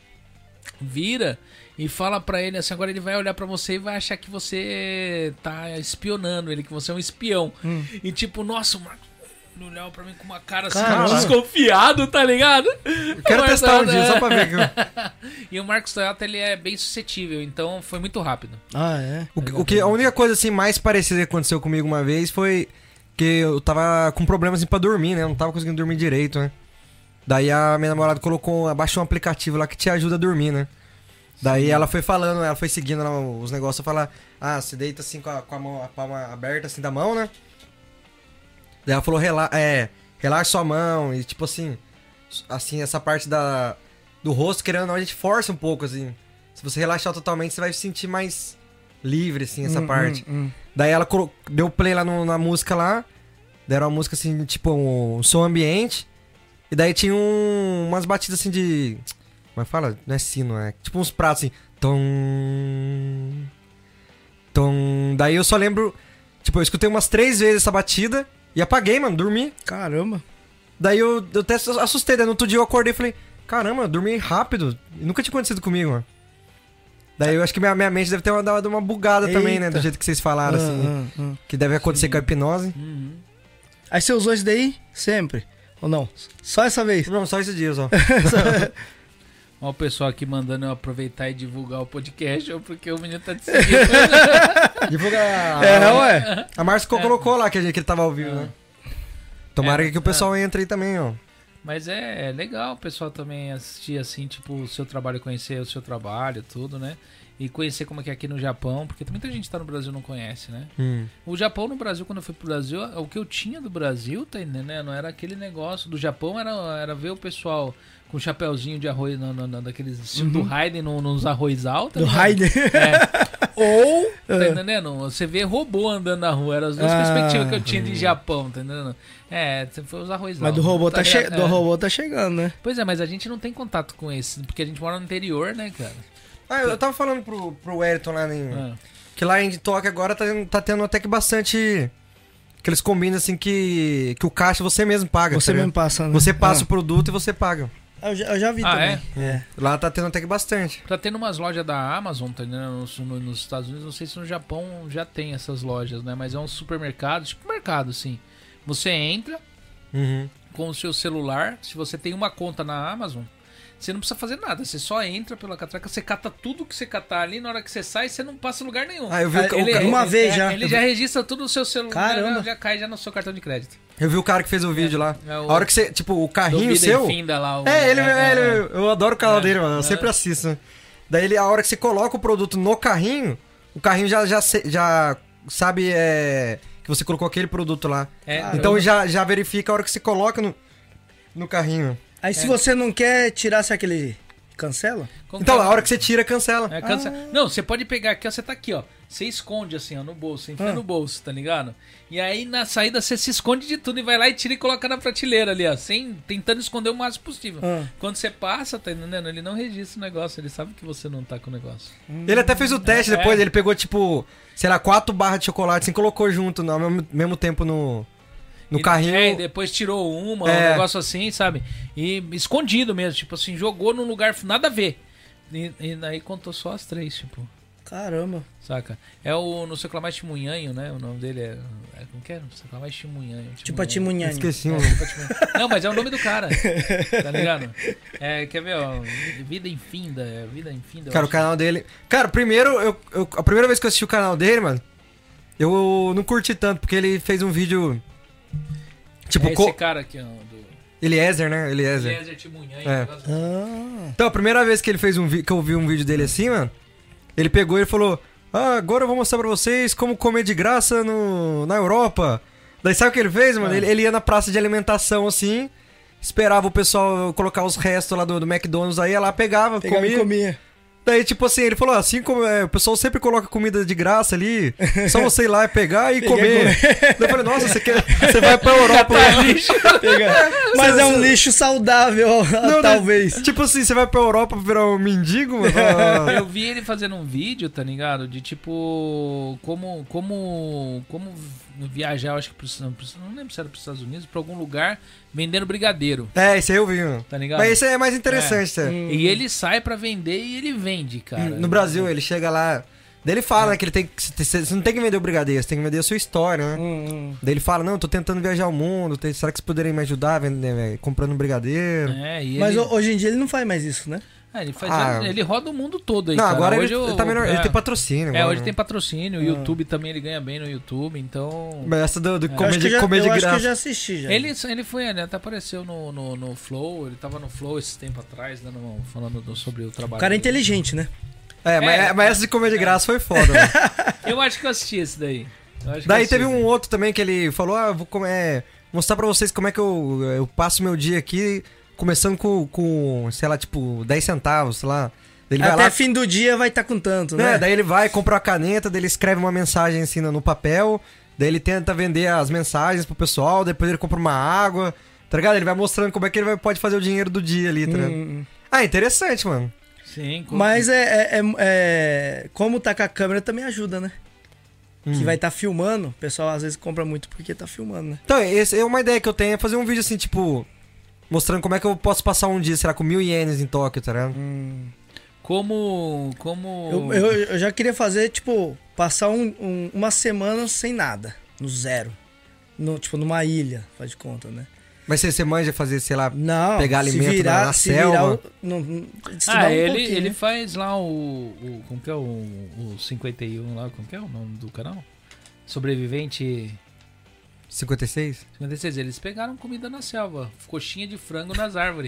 A: Vira e fala pra ele assim, agora ele vai olhar pra você e vai achar que você tá espionando ele, que você é um espião.
B: Hum.
A: E tipo, nossa, o Marcos ele olhava pra mim com uma cara assim,
B: Caramba.
A: desconfiado, tá ligado?
C: Quero
A: Mas,
C: testar um
A: né?
C: dia, só pra ver. Que...
A: E o Marcos Toyota, ele é bem suscetível, então foi muito rápido.
B: Ah, é?
C: O, que- o que, a única coisa assim mais parecida que aconteceu comigo uma vez foi que eu tava com problemas assim, pra dormir, né? Eu não tava conseguindo dormir direito, né? Daí a minha namorada colocou, abaixou um aplicativo lá que te ajuda a dormir, né? Daí ela foi falando, ela foi seguindo lá os negócios, falar, ah, você deita assim com a, com a mão, a palma aberta assim da mão, né? Daí ela falou, Rela é, relaxa sua mão e tipo assim, assim, essa parte da, do rosto, querendo ou não, a gente força um pouco, assim. Se você relaxar totalmente, você vai se sentir mais livre, assim, essa
B: Hum,
C: parte.
B: hum, hum.
C: Daí ela colo- deu play lá no- na música lá, deram uma música assim, tipo, um som ambiente, e daí tinha um- umas batidas assim de... Como é que fala? Não é sino, é tipo uns pratos assim. Tom... Tom... Daí eu só lembro... Tipo, eu escutei umas três vezes essa batida e apaguei, mano, dormi.
B: Caramba.
C: Daí eu, eu até assustei, daí no outro dia eu acordei e falei, caramba, eu dormi rápido. Nunca tinha acontecido comigo, mano. Daí eu acho que minha, minha mente deve ter dado uma bugada também, né?
B: Eita.
C: Do jeito que vocês falaram, assim.
B: Ah, ah, ah.
C: Que deve acontecer com a hipnose.
A: Uhum.
B: Aí você usou isso daí sempre? Ou não? Só essa vez?
C: Não, só esse dia, só.
A: Ó, o pessoal aqui mandando eu aproveitar e divulgar o podcast, ou porque o menino tá de seguindo.
C: Divulga.
B: É, ué.
C: A Márcia colocou lá que, a gente, que ele tava ao vivo, né? Tomara
A: É,
C: que o pessoal entre aí também, ó.
A: Mas é, é legal o pessoal também assistir assim, tipo, o seu trabalho, conhecer o seu trabalho, tudo, né? E conhecer como é que é aqui no Japão, porque muita gente tá no Brasil e não conhece, né?
C: Hum.
A: O Japão no Brasil, quando eu fui pro Brasil, o que eu tinha do Brasil, tá entendendo? Era aquele negócio do Japão, era, era ver o pessoal com chapéuzinho de arroz, no, no, no, daqueles estilo do Raiden no, nos arroz altos.
B: Do Raiden.
A: É. Ou, tá
B: É.
A: entendendo? Você vê robô andando na rua. Eram as duas
B: Ah.
A: perspectivas que eu tinha de Japão, tá entendendo? É, você foi os arroz
B: Mas do
A: altos,
B: robô tá, che...
A: ligado?
B: do
A: É.
B: robô tá chegando, né?
A: Pois é, mas a gente não tem contato com esse, porque a gente mora no interior, né, cara?
C: Ah, eu, eu tava falando pro, pro Wellington lá em.
A: Ah.
C: Que lá em Tóquio agora tá, tá tendo até que bastante. Que eles combinam assim que. Que o caixa você mesmo paga.
B: Você
C: tá
B: mesmo
C: ligado?
B: passa, né?
C: Você passa
B: Ah.
C: o produto e você paga.
B: Eu já, eu já vi
A: Ah,
B: também. É?
C: Lá tá tendo até que bastante.
A: Tá tendo umas lojas da Amazon, tá entendendo? Nos, no- nos Estados Unidos, não sei se no Japão já tem essas lojas, né? Mas é um supermercado, tipo mercado, assim. Você entra
C: Uhum.
A: com o seu celular, se você tem uma conta na Amazon, você não precisa fazer nada, você só entra pela catraca, você cata tudo que você catar ali, na hora que você sai, você não passa em lugar nenhum.
C: Ah, eu vi o, ca- o
B: ele-
C: ca-
B: uma
A: ele-
B: vez
A: é,
B: já.
A: Ele já registra tudo no seu celular,
B: Caramba.
A: já, já cai já no seu cartão de crédito.
C: eu vi o cara que fez o vídeo lá.
A: é o-
C: A hora que você. Tipo, o
A: Do
C: carrinho
A: Vida
C: seu.
A: Infinda lá. o-
C: É, ele, é,
A: é,
C: ele
A: é.
C: eu adoro o canal
A: É,
C: dele, mano. Eu
A: é.
C: sempre assisto. Daí ele, a hora que você coloca o produto no carrinho, o carrinho já, já, se- já sabe é, que você colocou aquele produto lá.
A: É,
C: Então
A: eu-
C: já, já verifica a hora que você coloca no, no carrinho.
B: Aí se você não quer tirar, será que ele cancela?
A: como
C: Então,
A: que é?
C: a hora que você tira, cancela.
A: É, cansa- Não, você pode pegar aqui, ó, você tá aqui, ó. Você esconde assim, ó, no bolso, enfia
B: Ah.
A: no bolso, tá ligado? E aí na saída você se esconde de tudo e vai lá e tira e coloca na prateleira ali, ó, sem tentando esconder o máximo possível.
B: Ah.
A: Quando você passa, tá entendendo? Ele não registra o negócio, ele sabe que você não tá com o negócio.
C: Ele até fez o teste
A: É.
C: depois, ele pegou, tipo, sei lá, quatro barras de chocolate, assim, colocou junto no, ao mesmo, mesmo tempo no, no
A: E-
C: carrinho.
A: É, e depois tirou uma,
C: É.
A: um negócio assim, sabe? E escondido mesmo, tipo assim, jogou num lugar nada a ver. E, e aí contou só as três, tipo.
B: Caramba.
A: Saca? É o No Sei Lá Mais Timunhanho, né? O nome dele é. é como que é? No Sei Lá Mais Timunhanho.
B: Tipo a Timunhani.
C: Esqueci,
A: É,
C: mano.
A: tipo a Timunhanho. Não, mas é o nome do cara. Tá ligado? É, quer ver, ó? Vida Infinda. É Vida Infinda. eu
C: Cara, o
A: acho.
C: canal dele. Cara, primeiro, eu, eu- a primeira vez que eu assisti o canal dele, mano, eu não curti tanto, porque ele fez um vídeo. Tipo,
A: é esse
C: co...
A: cara aqui, ó. Do...
C: Eliezer, né? Eliezer.
A: Eliezer Timunhanho.
C: É.
A: um negócio assim.
B: Ah.
C: Então, a primeira vez que ele fez um vi... que eu vi um vídeo dele assim, mano, ele pegou e falou: Ah, agora eu vou mostrar pra vocês como comer de graça no... na Europa. Daí sabe o que ele fez, mano?
A: Ah.
C: Ele, ele ia na praça de alimentação assim, esperava o pessoal colocar os restos lá do, do McDonald's aí, ia lá, pegava,
B: Pegava e
C: comia.
B: comia.
C: Daí, tipo assim, ele falou, assim como é, o pessoal sempre coloca comida de graça ali, só você ir lá e pegar e
B: Pegar e
C: comer. Daí eu falei, nossa, você, quer, você vai pra Europa.
B: Pega. Mas é um lixo saudável,
C: Não,
B: talvez.
C: né? Tipo assim, você vai pra Europa virar um mendigo, mano? Ah,
A: Eu vi ele fazendo um vídeo, tá ligado? De tipo. Como. Como. Como viajar, eu acho que precisa, precisa, não lembro se era para os Estados Unidos, para algum lugar, vendendo brigadeiro.
C: É, esse aí eu vi, mano.
A: Tá ligado?
C: Mas esse aí é mais interessante,
A: É.
C: tá?
A: E ele sai pra vender e ele vende, cara.
C: No Brasil, ele chega lá... Daí ele fala, né, que ele tem que... Você não tem que vender o brigadeiro, você tem que vender a sua história, né?
B: Hum, hum.
C: Daí ele fala, não, eu tô tentando viajar o mundo, tem- será que vocês poderiam me ajudar vender, véio, comprando um brigadeiro?
A: É, e
B: Mas
A: ele,
B: ho- hoje em dia ele não faz mais isso, né?
A: Ah, ele faz,
C: Ah.
A: ele roda o mundo todo aí,
C: não,
A: cara.
C: agora
A: Hoje
C: ele,
A: eu-
C: ele tá melhor, ele
A: é.
C: tem patrocínio.
A: É,
C: agora,
A: hoje
C: né?
A: tem patrocínio, o
B: Ah.
A: YouTube também ele ganha bem no YouTube, então...
C: Mas essa do, do
B: Eu acho que
C: comédia,
B: eu já,
C: comédia
B: eu acho que eu
C: graça.
B: já assisti já.
A: Ele, ele foi, ele até apareceu no, no, no Flow, ele tava no Flow esse tempo atrás, dando, uma- falando do- sobre o trabalho
B: O cara é
A: dele.
B: inteligente, né?
C: É, mas,
A: É.
C: mas essa de comédia graça foi foda, mano.
A: Eu acho que eu assisti esse daí. Eu acho que eu
C: Daí
A: assisti
C: teve
A: esse
C: um outro também que ele falou, ah, eu vou come- é, mostrar pra vocês como é que eu, eu passo meu dia aqui, começando com, com, sei lá, tipo, dez centavos, sei lá. Daí Ele vai
B: Até
C: lá,
B: fim do dia vai estar com tanto,
C: né?
B: né?
C: Daí ele vai, compra uma caneta, daí ele escreve uma mensagem assim no no papel, daí ele tenta vender as mensagens pro pessoal, depois ele compra uma água, tá ligado? Ele vai mostrando como é que ele vai, pode fazer o dinheiro do dia ali, tá ligado?
B: Hum,
C: Ah, interessante, mano.
A: Sim, com-
B: Mas é, é, é- é- como tá com a câmera também ajuda, né?
C: Hum.
B: Que vai estar filmando, o pessoal às vezes compra muito porque tá filmando, né?
C: Então, esse é uma ideia que eu tenho, é fazer um vídeo assim, tipo, mostrando como é que eu posso passar um dia, será, com mil ienes em Tóquio, tá ligado?
B: Hum.
A: Como. Como.
B: Eu, eu, eu já queria fazer, tipo, passar um, um- uma semana sem nada, no zero. No, tipo, numa ilha, faz de conta, né?
C: Mas você, você manja fazer, sei lá,
B: Não,
C: Pegar
B: se
C: alimento
B: virar,
C: na- na
B: se
C: selva.
B: Virar o, não, não, estudar
A: Ah,
B: um
A: ele,
B: pouquinho,
A: ele
B: né?
A: faz lá o, o. Como que é o, o cinquenta e um lá? Como que é o nome do canal? Sobrevivente
C: cinquenta e seis?
A: cinquenta e seis. Eles pegaram comida na selva. Coxinha de frango nas árvores.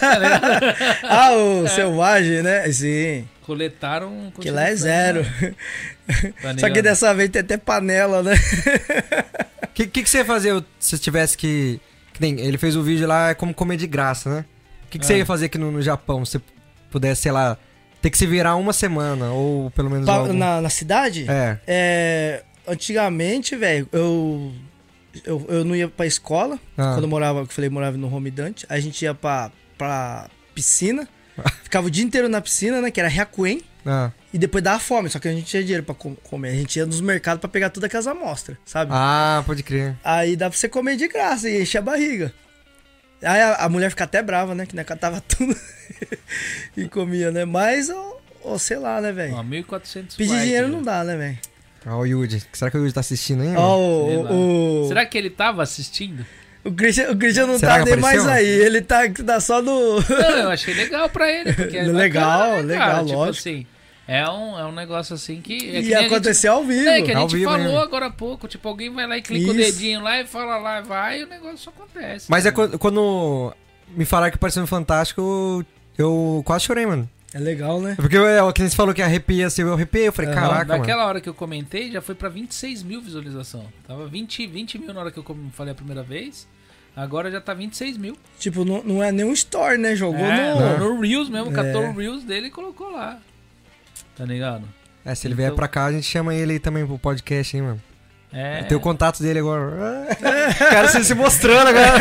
B: Ah, o selvagem, né? Sim.
A: Coletaram.
B: Que
A: coxinha
B: lá é
A: de
B: zero.
A: frango, né? Tá
B: Só que
A: ligado?
B: dessa vez tem até panela, né?
C: O que, que, que você ia fazer se tivesse que... que nem, ele fez o vídeo lá como comer de graça, né? O que, que você
A: É.
C: ia fazer aqui no, no Japão se você pudesse, sei lá, ter que se virar uma semana, ou pelo menos
B: Pa-
C: algum...
B: na, na cidade?
C: É.
B: É, antigamente, velho, eu, eu eu não ia pra escola.
C: Ah.
B: Quando eu morava, que eu falei, morava no Home Dante. A gente ia pra, pra piscina. Ficava o dia inteiro na piscina, né? Que era Ryakuen.
C: Ah.
B: E depois dava fome, só que a gente tinha dinheiro pra com- comer. A gente ia nos mercados pra pegar todas aquelas amostras, sabe?
C: ah, pode crer.
B: Aí dá pra você comer de graça e encher a barriga. Aí a, a mulher fica até brava, né? Que né, catava tudo e comia, né? Mas, ou, ou sei lá, né, velho?
A: Ó, mil e quatrocentos
B: Pedir
A: likes,
B: dinheiro
A: né?
B: não dá, né, velho?
C: Ó, o Yuji. Será que o Yuji tá assistindo aí?
B: Ó,
C: mano?
A: Sei
B: o,
A: lá.
B: o,
A: Será que ele tava assistindo?
B: o Christian, o Christian não
C: Será
B: tá
C: que
B: nem mais
C: apareceu?
B: aí. Ele tá, tá só no.
A: Não, eu achei legal pra ele. Porque é
B: Legal,
A: bacana, né, cara?
B: legal,
A: Tipo
B: lógico.
A: assim, é um, é um negócio assim que... É que
B: E
A: nem a gente-
B: aconteceu ao vivo.
A: É, que a
C: Ao
A: gente
C: vivo
A: falou
C: mesmo.
A: agora há pouco. Tipo, alguém vai lá e clica o
B: Isso.
A: dedinho lá e fala lá, vai, e o negócio acontece.
C: Mas é
A: né?
C: quando, quando me falaram que apareceu no Fantástico, eu, eu quase chorei, mano.
B: É legal, né?
C: É porque eu, é, que nem você falou que arrepia, assim, eu arrepiei, eu falei,
B: Aham.
C: caraca, mano.
A: Naquela hora que eu comentei, já foi pra vinte e seis mil visualização. Tava vinte, vinte mil na hora que eu com- falei a primeira vez. Agora já tá vinte e seis mil.
B: Tipo, não, não é nenhum story, né? Jogou
A: É,
B: no.
A: no, no Reels mesmo,
B: É.
A: catou o Reels dele e colocou lá. Tá ligado?
C: É, se ele
A: Então-
C: vier pra cá, a gente chama ele aí também pro podcast, hein, mano.
A: É.
C: Tem o contato dele agora. Cara, você se mostrando agora.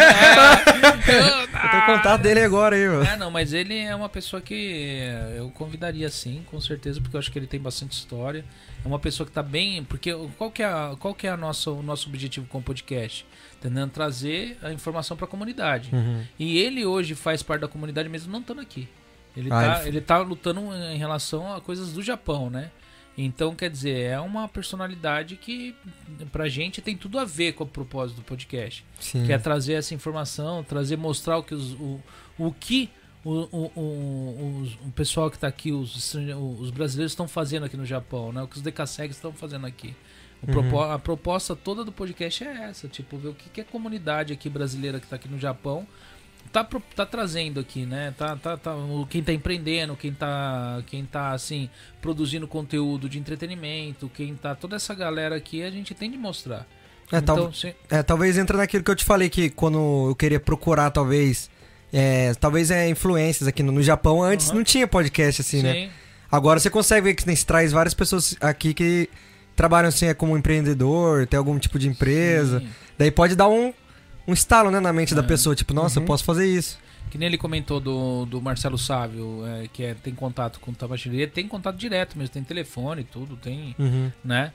C: Eu tenho o contato dele agora aí, mano.
A: É, não, mas ele é uma pessoa que eu convidaria sim, com certeza, porque eu acho que ele tem bastante história. É uma pessoa que tá bem. Porque qual que é, a, qual que é a nossa, o nosso objetivo com o podcast? Tentando trazer a informação pra comunidade.
C: Uhum.
A: E ele hoje faz parte da comunidade mesmo não estando aqui. Ele,
C: Ah,
A: tá,
C: ele-
A: ele tá lutando em relação a coisas do Japão, né? Então, quer dizer, é uma personalidade que pra gente tem tudo a ver com o propósito do podcast.
C: Sim.
A: Que é trazer essa informação, trazer, mostrar o que os, o, o que o, o, o, os- o pessoal que está aqui, os, estrange- os brasileiros estão fazendo aqui no Japão, né? O que os decassegues estão fazendo aqui. O propo- A proposta toda do podcast é essa, tipo, ver o que, que a comunidade aqui brasileira que está aqui no Japão tá, pro- tá trazendo aqui, né? Tá, tá, tá, o- quem tá empreendendo, quem tá, quem tá assim, produzindo conteúdo de entretenimento, quem tá. Toda essa galera aqui a gente tem de mostrar.
C: É,
A: então,
C: tal-
A: se-
C: é, talvez entra naquilo que eu te falei, que quando eu queria procurar, talvez. É, talvez é influências aqui no, no Japão. Antes
A: Uhum.
C: não tinha podcast assim, né?
A: sim.
C: Agora você consegue ver que nem se traz várias pessoas aqui que trabalham assim é como empreendedor, tem algum tipo de empresa.
A: Sim.
C: Daí pode dar um, um estalo, né, na mente da
A: É.
C: pessoa, tipo, nossa,
B: Uhum.
C: eu posso fazer isso.
A: Que nem ele comentou do, do Marcelo Sávio, é, que é, tem contato com o Tabachiri, ele tem contato direto mesmo, tem telefone e tudo, tem,
C: Uhum.
A: né?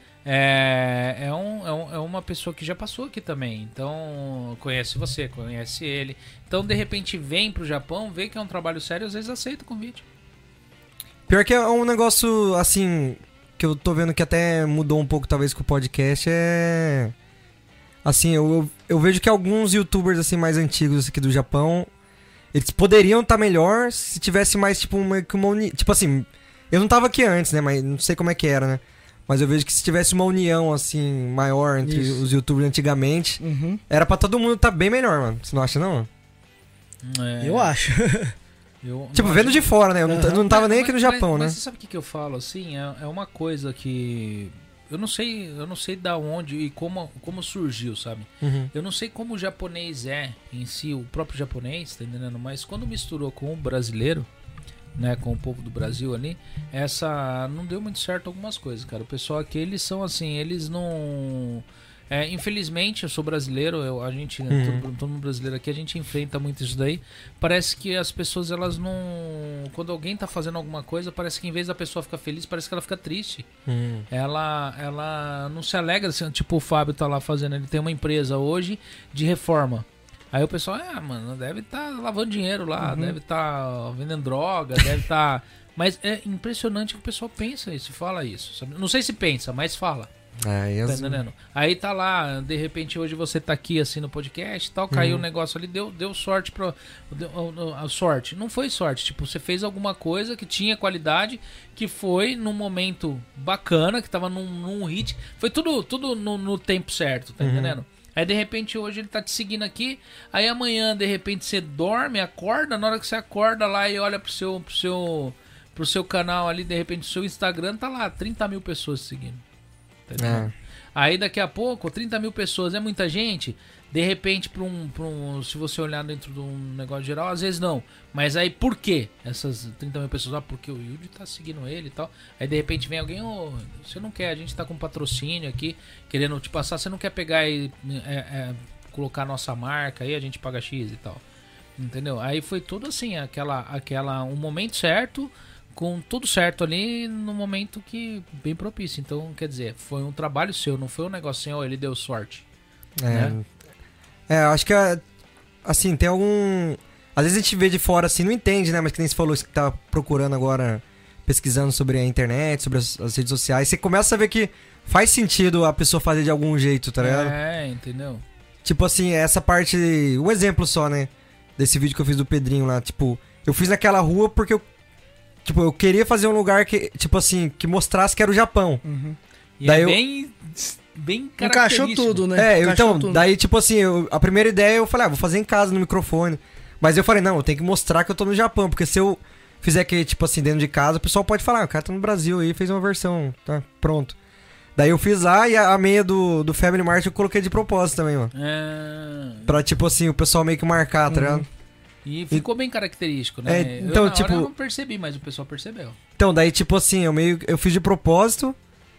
A: É, é, um, é, um, é uma pessoa que já passou aqui também, então conhece você, conhece ele. Então, de repente, vem pro Japão, vê que é um trabalho sério, às vezes aceita o convite.
C: Pior que é um negócio, assim, que eu tô vendo que até mudou um pouco, talvez, com o podcast, é... Assim, eu, eu, eu vejo que alguns youtubers, assim, mais antigos aqui do Japão, eles poderiam estar melhor se tivesse mais, tipo, uma, uma uni... Tipo assim, eu não tava aqui antes, né, mas não sei como é que era, né? Mas eu vejo que se tivesse uma união, assim, maior entre
B: Isso.
C: os youtubers antigamente,
B: Uhum.
C: era pra todo mundo tá bem melhor, mano. Você não acha, não?
A: É,
B: Eu acho.
A: eu
C: Tipo,
A: não
C: vendo
A: acho-
C: de fora, né? Eu não,
B: Aham.
C: eu não tava
A: Mas-
C: nem aqui no
A: mas-
C: Japão,
A: mas,
C: né?
A: Mas você sabe o que, que eu falo, assim? É, é uma coisa que... Eu não sei, eu não sei da onde e como, como surgiu, sabe?
C: Uhum.
A: Eu não sei como o japonês é em si, o próprio japonês, tá entendendo? Mas quando misturou com o brasileiro, né, com o povo do Brasil ali, essa não deu muito certo algumas coisas, cara. O pessoal aqui, eles são assim, eles não... É, infelizmente, eu sou brasileiro, eu, a gente,
C: Uhum.
A: todo, todo mundo brasileiro aqui, a gente enfrenta muito isso daí. Parece que as pessoas, elas não... Quando alguém tá fazendo alguma coisa, parece que em vez da pessoa ficar feliz, parece que ela fica triste.
C: Uhum.
A: Ela, ela não se alegra, assim, tipo o Fábio tá lá fazendo, ele tem uma empresa hoje de reforma. Aí o pessoal, ah, mano, deve estar lavando dinheiro lá, deve estar vendendo droga, deve estar... Mas é impressionante que o pessoal pensa isso, fala isso, sabe? Não sei se pensa, mas fala.
C: É, e
A: Tá
C: as-
A: entendendo? Aí tá lá, de repente hoje você tá aqui assim no podcast e tal, caiu o
C: Uhum.
A: negócio ali, deu, deu sorte pra. Deu, a, a sorte. Não foi sorte, tipo, você fez alguma coisa que tinha qualidade, que foi num momento bacana, que tava num, num hit. Foi tudo, tudo no, no tempo certo, tá
C: Uhum.
A: entendendo? Aí de repente hoje ele tá te seguindo aqui, aí amanhã de repente você dorme, acorda, na hora que você acorda lá e olha pro seu, pro seu, pro seu canal ali, de repente o seu Instagram tá lá, trinta mil pessoas te seguindo. Tá entendendo?
C: É.
A: Aí daqui a pouco, trinta mil pessoas é muita gente. De repente, pra um, pra um, se você olhar dentro de um negócio geral, às vezes não. Mas aí por quê? Essas trinta mil pessoas, ah, porque o Yudi tá seguindo ele e tal. Aí de repente vem alguém, ô, você não quer, a gente tá com patrocínio aqui, querendo te passar, você não quer pegar e é, é, colocar nossa marca aí, a gente paga X e tal. Entendeu? Aí foi tudo assim, aquela, aquela, um momento certo, com tudo certo ali no momento que bem propício. Então, quer dizer, foi um trabalho seu, não foi um negócio assim, ó, ele deu sorte.
C: É,
A: Né?
C: é, eu acho que, é, assim, tem algum... Às vezes a gente vê de fora, assim, não entende, né? Mas que nem você falou, você que tá procurando agora, pesquisando sobre a internet, sobre as, as redes sociais, você começa a ver que faz sentido a pessoa fazer de algum jeito, tá ligado?
A: É, entendeu?
C: Tipo assim, essa parte... Um exemplo só, né? Desse vídeo que eu fiz do Pedrinho lá, tipo... Eu fiz naquela rua porque eu... Tipo, eu queria fazer um lugar que, tipo assim, que mostrasse que era o Japão.
B: Uhum.
A: E
C: Daí
A: é
C: eu-
A: bem, bem
B: Encaixou
A: característico.
B: tudo, né?
C: É, eu,
B: Encaixou
C: então,
B: tudo.
C: daí, tipo assim, eu- a primeira ideia eu falei, ah, vou fazer em casa no microfone. Mas eu falei, não, eu tenho que mostrar que eu tô no Japão, porque se eu fizer que, tipo assim, dentro de casa, o pessoal pode falar, ah, o cara tá no Brasil aí, fez uma versão, tá, pronto. Daí eu fiz lá e a, a meia do, do Family Mart eu coloquei de propósito também, mano.
A: É,
C: Pra, tipo assim, o pessoal meio que marcar, tá ligado?
A: e ficou bem característico, né?
C: É,
A: Eu,
C: então,
A: na
C: tipo-
A: hora, eu não percebi, mas o pessoal percebeu.
C: Então, daí, tipo assim, eu meio. Eu fiz de propósito.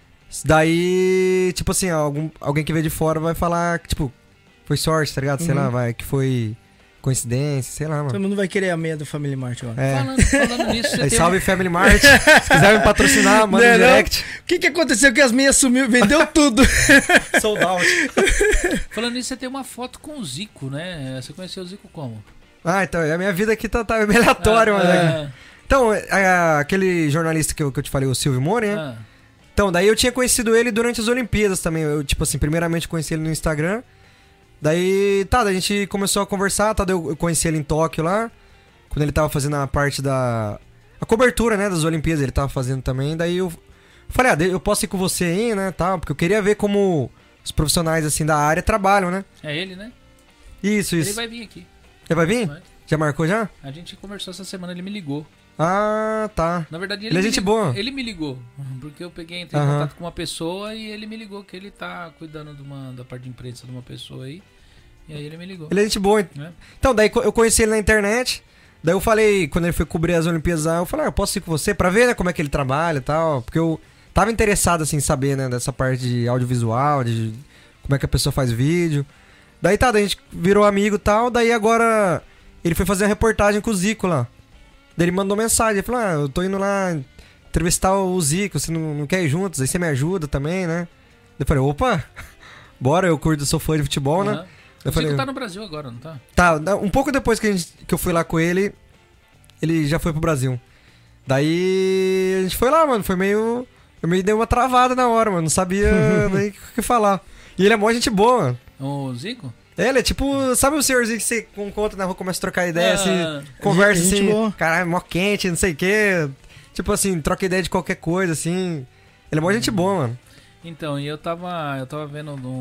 C: Daí, tipo assim, algum, alguém que veio de fora vai falar que, tipo, foi sorte, tá ligado? Sei
B: Uhum.
C: lá, vai, que foi coincidência, sei lá, mano.
B: Todo mundo vai querer a meia do Family Mart agora.
C: É.
A: Falando, falando nisso, você
C: Aí,
A: tem
C: salve Family Mart. Se quiser me patrocinar, manda
B: Não é
C: um
B: não?
C: direct.
B: O que que aconteceu que as meias sumiu? Vendeu tudo.
C: Sold out.
A: Falando nisso, você tem uma foto com o Zico, né? Você conheceu o Zico como?
C: Ah, então, a minha vida aqui tá, tá meio aleatória, mano.
A: Ah,
C: Então, a- aquele jornalista que eu, que eu te falei, o Silvio Mori, né?
A: ah,
C: Então, daí eu tinha conhecido ele durante as Olimpíadas também. Eu, tipo assim, primeiramente conheci ele no Instagram. Daí, tá, daí a gente começou a conversar, tá? Daí eu eu conheci ele em Tóquio lá. Quando ele tava fazendo a parte da... A cobertura, né, das Olimpíadas, ele tava fazendo também. Daí eu falei, ah, eu posso ir com você aí, né, tal. Porque eu queria ver como os profissionais, assim, da área trabalham, né?
A: é ele, né?
C: Isso, isso.
A: Ele vai vir aqui.
C: Ele vai vir?
A: Vai.
C: Já marcou já?
A: A gente conversou essa semana, ele me ligou.
C: Ah, tá.
A: Na verdade, ele,
C: Ele é
A: me
C: gente
A: ligou,
C: boa.
A: Ele me ligou. Porque eu peguei, entrei em
C: Aham.
A: contato com uma pessoa e ele me ligou que ele tá cuidando de uma, da parte de imprensa de uma pessoa aí. E aí ele me ligou.
C: Ele é gente boa.
A: Né?
C: Então, daí eu conheci ele na internet. Daí eu falei, quando ele foi cobrir as Olimpíadas lá, eu falei, ah, eu posso ir com você pra ver, né, como é que ele trabalha e tal. Porque eu tava interessado, assim, em saber, né, dessa parte de audiovisual, de como é que a pessoa faz vídeo. Daí tá, daí a gente virou amigo e tal. Daí agora ele foi fazer uma reportagem com o Zico lá. Daí ele mandou mensagem, ele falou, ah, eu tô indo lá entrevistar o Zico, você não, não quer ir juntos? Aí você me ajuda também, né? Eu falei, opa, bora, eu curto, sou fã de futebol,
A: Uhum.
C: né?
A: O
C: Eu
A: Zico
C: falei,
A: tá no Brasil agora, não tá?
C: tá, um pouco depois que, a gente, que eu fui lá com ele, ele já foi pro Brasil. Daí a gente foi lá, mano, foi meio... Eu meio dei uma travada na hora, mano, não sabia nem o que falar. E ele é mó gente boa, mano.
A: O Zico?
C: Ele é tipo, sabe o senhorzinho que você encontra na rua, começa a trocar ideia,
A: Ah,
C: assim, conversa
B: gente
C: assim,
B: boa.
C: caralho, mó quente, não sei o quê. Tipo assim, troca ideia de qualquer coisa, assim. Ele é mó gente boa, mano.
A: Então, e eu tava, eu tava vendo no,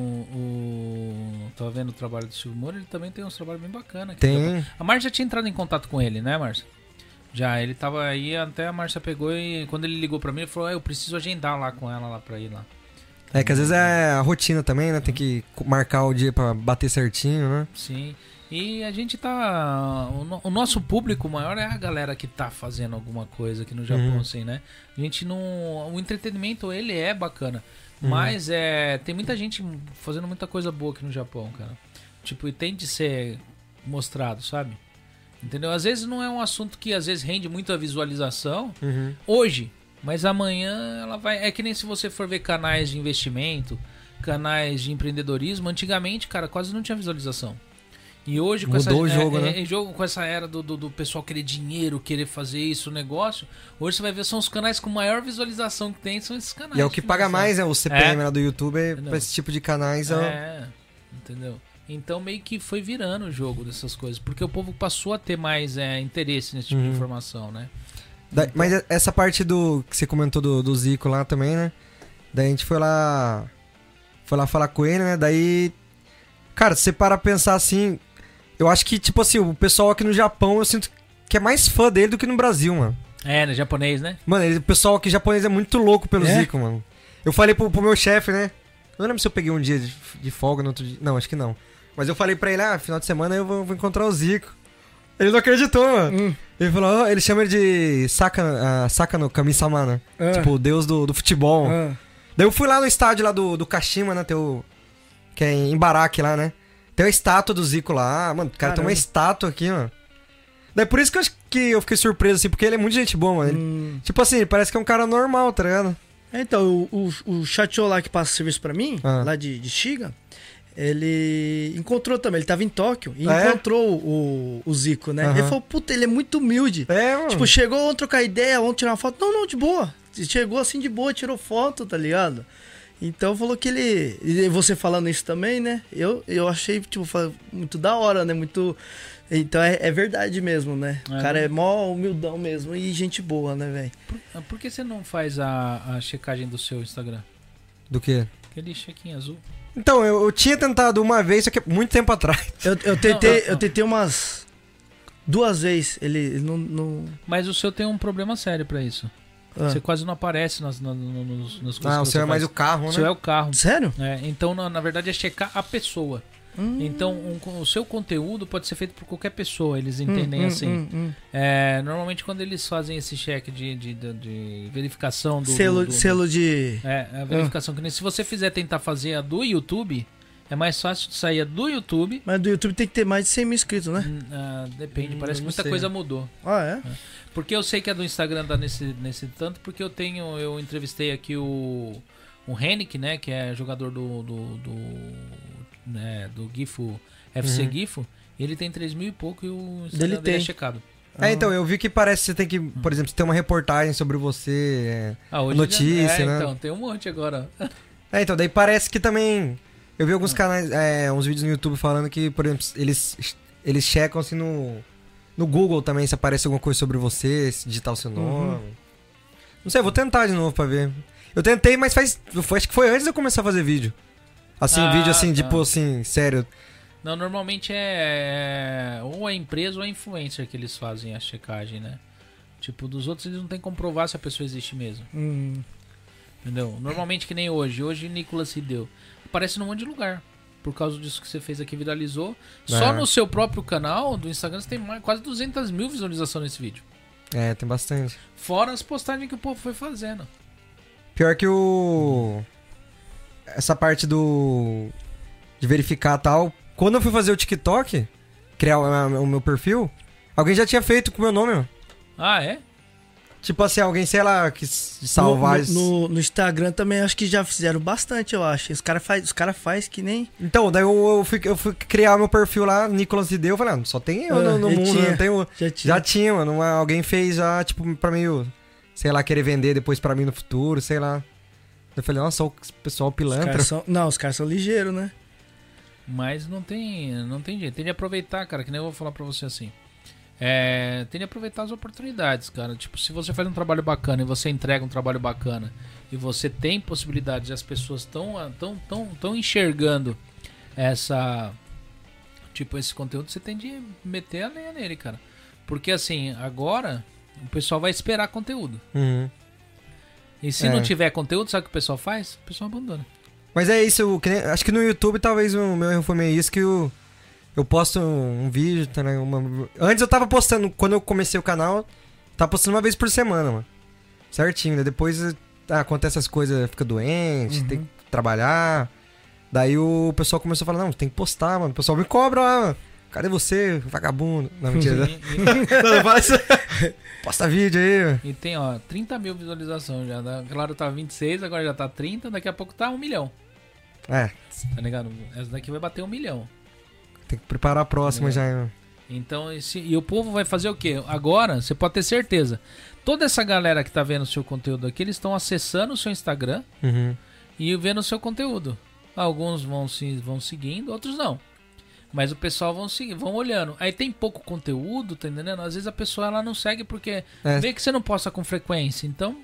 A: o, tava vendo o trabalho do Silvio Moura, ele também tem uns trabalhos bem bacanas.
C: Tem.
A: A Márcia já tinha entrado em contato com ele, né, Márcia? Já, ele tava aí, até a Márcia pegou e quando ele ligou pra mim, ele falou, ah, eu preciso agendar lá com ela lá pra ir lá.
C: É que às vezes é a rotina também, né? Tem que marcar o dia pra bater certinho, né?
A: Sim. E a gente tá. O, no- o nosso público maior é a galera que tá fazendo alguma coisa aqui no Japão,
C: Uhum.
A: assim, né? A gente não. O entretenimento, ele é bacana.
C: Uhum.
A: Mas é. Tem muita gente fazendo muita coisa boa aqui no Japão, cara. Tipo, e tem de ser mostrado, sabe? Entendeu? Às vezes não é um assunto que às vezes rende muita visualização
C: Uhum.
A: hoje. Mas amanhã ela vai. É que nem se você for ver canais de investimento, canais de empreendedorismo. Antigamente, cara, quase não tinha visualização. E hoje, com
C: Mudou
A: essa,
C: o jogo,
A: é,
C: né?
A: é, jogo com essa era do, do, do pessoal querer dinheiro, querer fazer isso, negócio. Hoje você vai ver, são os canais com maior visualização que tem, são esses canais.
C: E é o que
A: de
C: paga
A: finanças.
C: mais, é o C P M
A: É.
C: lá do YouTube, é
A: Entendeu?
C: pra esse tipo de canais. É.
A: É, entendeu? Então meio que foi virando o jogo dessas coisas, porque o povo passou a ter mais é, interesse nesse tipo de
C: Uhum.
A: informação, né?
C: Da- mas essa parte do que você comentou do, do Zico lá também, né? Daí a gente foi lá. Foi lá falar com ele, né? Daí. Cara, se você para pra pensar assim. Eu acho que, tipo assim, o pessoal aqui no Japão, eu sinto que é mais fã dele do que no Brasil, mano.
A: É, né? Japonês, né?
C: Mano, ele- o pessoal aqui japonês é muito louco pelo
B: É?
C: Zico, mano. Eu falei pro, pro meu chefe, né? Eu não lembro se eu peguei um dia de, de folga no outro dia. Não, acho que não. Mas eu falei pra ele, ah, final de semana eu vou, vou encontrar o Zico. Ele não acreditou, mano.
B: Hum.
C: Ele falou, ó, ele chama ele de Saka, uh, Saka no Kami-sama, né?
B: Ah.
C: Tipo, o deus do, do futebol.
B: Ah.
C: Daí eu fui lá no estádio lá do, do Kashima, né? Tem o, que é em Ibaraki lá, né? Tem uma estátua do Zico lá. Ah, mano, o cara tem uma
B: Caramba.
C: estátua aqui, mano. Daí por isso que eu acho que eu fiquei surpreso, assim, porque ele é muito gente boa, mano. Ele-
B: Hum.
C: tipo assim, ele parece que é um cara normal, tá ligado?
B: Então, o, o, o Chateau lá que passa serviço pra mim,
C: Ah.
B: lá de, de Shiga, ele encontrou também, ele tava em Tóquio e
C: Ah, é?
B: encontrou o, o Zico, né?
C: Aham.
B: Ele falou, puta, ele é muito humilde.
C: É, mano.
B: Tipo, chegou, vamos trocar ideia, vamos tirar uma foto. Não, não, de boa. Chegou assim de boa, tirou foto, tá ligado? Então falou que ele. E você falando isso também, né? Eu, eu achei, tipo, fa- muito da hora, né? Muito. Então é, é verdade mesmo, né?
A: É,
B: o cara
A: né?
B: é mó humildão mesmo e gente boa, né, velho?
A: Por, por que você não faz a, a checagem do seu Instagram?
C: Do quê?
A: Aquele chequinho azul.
C: Então, eu, eu tinha tentado uma vez, só que muito tempo atrás.
B: Eu, eu tentei,
A: Não, não, não.
B: eu tentei umas. Duas vezes. Ele, ele não. não...
A: Mas o seu tem um problema sério pra isso.
B: Ah.
A: Você quase não aparece nas, nas, nas, nas coisas
C: Ah,
A: que
C: o
A: você
C: seu é mais o
A: faz.
C: carro,
A: O
C: né?
A: seu é o carro.
B: Sério?
A: É, então, na, na verdade, é checar a pessoa.
B: Hum.
A: Então, um- o seu conteúdo pode ser feito por qualquer pessoa, eles entendem
B: Hum, hum,
A: assim.
B: hum, hum.
A: É, normalmente, quando eles fazem esse cheque de, de, de, de verificação do.
B: Selo,
A: do- do-
B: selo de.
A: É, a verificação que nem se você fizer tentar fazer a do YouTube, é mais fácil de sair a do YouTube.
B: Mas do YouTube tem que ter mais de cem mil inscritos, né?
A: Hum, ah, depende,
C: Hum,
A: parece que
C: não
A: muita
C: sei.
A: coisa mudou.
B: Ah, é?
A: Porque eu sei que a do Instagram dá nesse, nesse tanto, porque eu tenho. Eu entrevistei aqui o. O Henrique, né? Que é jogador do. do, do né, do Gifu, F C
C: Uhum.
A: Gifu. E ele tem três mil e pouco e o Instagram
B: Dele
A: dele é
B: tem.
A: checado.
C: É, então, eu vi que parece que você tem que, por exemplo, ter uma reportagem sobre você. é.
A: Ah, hoje
C: Notícia,
A: já, é,
C: né?
A: então, tem um monte agora.
C: É, então, daí parece que também. Eu vi alguns canais, é, uns vídeos no YouTube falando que, por exemplo, eles, eles checam assim no. No Google também se aparece alguma coisa sobre você, se digitar o seu nome. Não sei, eu vou tentar de novo pra ver. Eu tentei, mas faz. Foi, acho que foi antes de eu começar a fazer vídeo. Assim,
A: Ah,
C: vídeo assim,
A: tá.
C: tipo assim, sério.
A: Não, normalmente é ou a empresa ou a influencer que eles fazem a checagem, né? Tipo, dos outros eles não tem como provar se a pessoa existe mesmo.
B: Hum.
A: Entendeu? Normalmente que nem hoje. Hoje Nicolas Rideu. Aparece num monte de lugar. Por causa disso que você fez aqui, viralizou. Só
C: É.
A: no seu próprio canal do Instagram você tem mais, quase duzentas mil visualizações nesse vídeo.
C: É, tem bastante.
A: Fora as postagens que o povo foi fazendo.
C: Pior que o. Essa parte do. De verificar tal. Quando eu fui fazer o TikTok, criar o, o meu perfil, alguém já tinha feito com o meu nome, mano.
A: Ah, é?
C: Tipo assim, alguém, sei lá, que salvar...
B: No, no, no Instagram também acho que já fizeram bastante, eu acho. Os caras faz, os cara faz que nem...
C: Então, daí eu, eu, fui, eu fui criar meu perfil lá, Nicolas Dideu, eu falei, ah, só tem eu
B: Ah,
C: no, no
B: já
C: mundo,
B: tinha,
C: não tenho...
B: Já tinha.
C: Já tinha, mano, uma- alguém fez já, tipo, pra mim, sei lá, querer vender depois pra mim no futuro, sei lá. Eu falei, nossa, o pessoal
B: Os
C: pilantra.
B: caras são, não, os caras são ligeiros, né?
A: Mas não tem, não tem jeito. Tem de aproveitar, cara, que nem eu vou falar pra você assim. É, tem de aproveitar as oportunidades, cara. Tipo, se você faz um trabalho bacana e você entrega um trabalho bacana e você tem possibilidades e as pessoas estão tão, tão, tão enxergando essa, tipo, esse conteúdo, você tem de meter a lenha nele, cara. Porque assim, agora o pessoal vai esperar conteúdo.
C: Uhum.
A: E se
C: É.
A: não tiver conteúdo, sabe o que o pessoal faz? O pessoal abandona.
C: Mas é isso, que nem- acho que no YouTube talvez o meu erro foi meio isso, que eu, eu posto um, um vídeo, tá, né, uma- antes eu tava postando, quando eu comecei o canal, tava postando uma vez por semana, mano. Certinho, né? Depois ah, acontece as coisas, fica doente,
B: Uhum.
C: tem que trabalhar. Daí o pessoal começou a falar, não, tem que postar, mano. O pessoal me cobra lá, mano. Cadê você, vagabundo? Não, mentira.
A: E, e-
C: Não, não fala isso. Posta vídeo aí, mano.
A: e tem, ó, trinta mil visualizações já. né? Claro, tá vinte e seis, agora já tá trinta, daqui a pouco tá um milhão.
C: É,
A: Tá ligado? Essa daqui vai bater um milhão.
C: tem que preparar a próxima
A: É.
C: já, hein, mano.
A: Então, esse, e o povo vai fazer o quê? Agora, você pode ter certeza. Toda essa galera que tá vendo o seu conteúdo aqui, eles estão acessando o seu Instagram
C: Uhum.
A: e vendo o seu conteúdo. Alguns vão, se, vão seguindo, outros não. Mas o pessoal vão seguir, vão olhando. Aí tem pouco conteúdo, tá entendendo? Às vezes a pessoa ela não segue porque
C: É.
A: vê que você não posta com frequência. Então,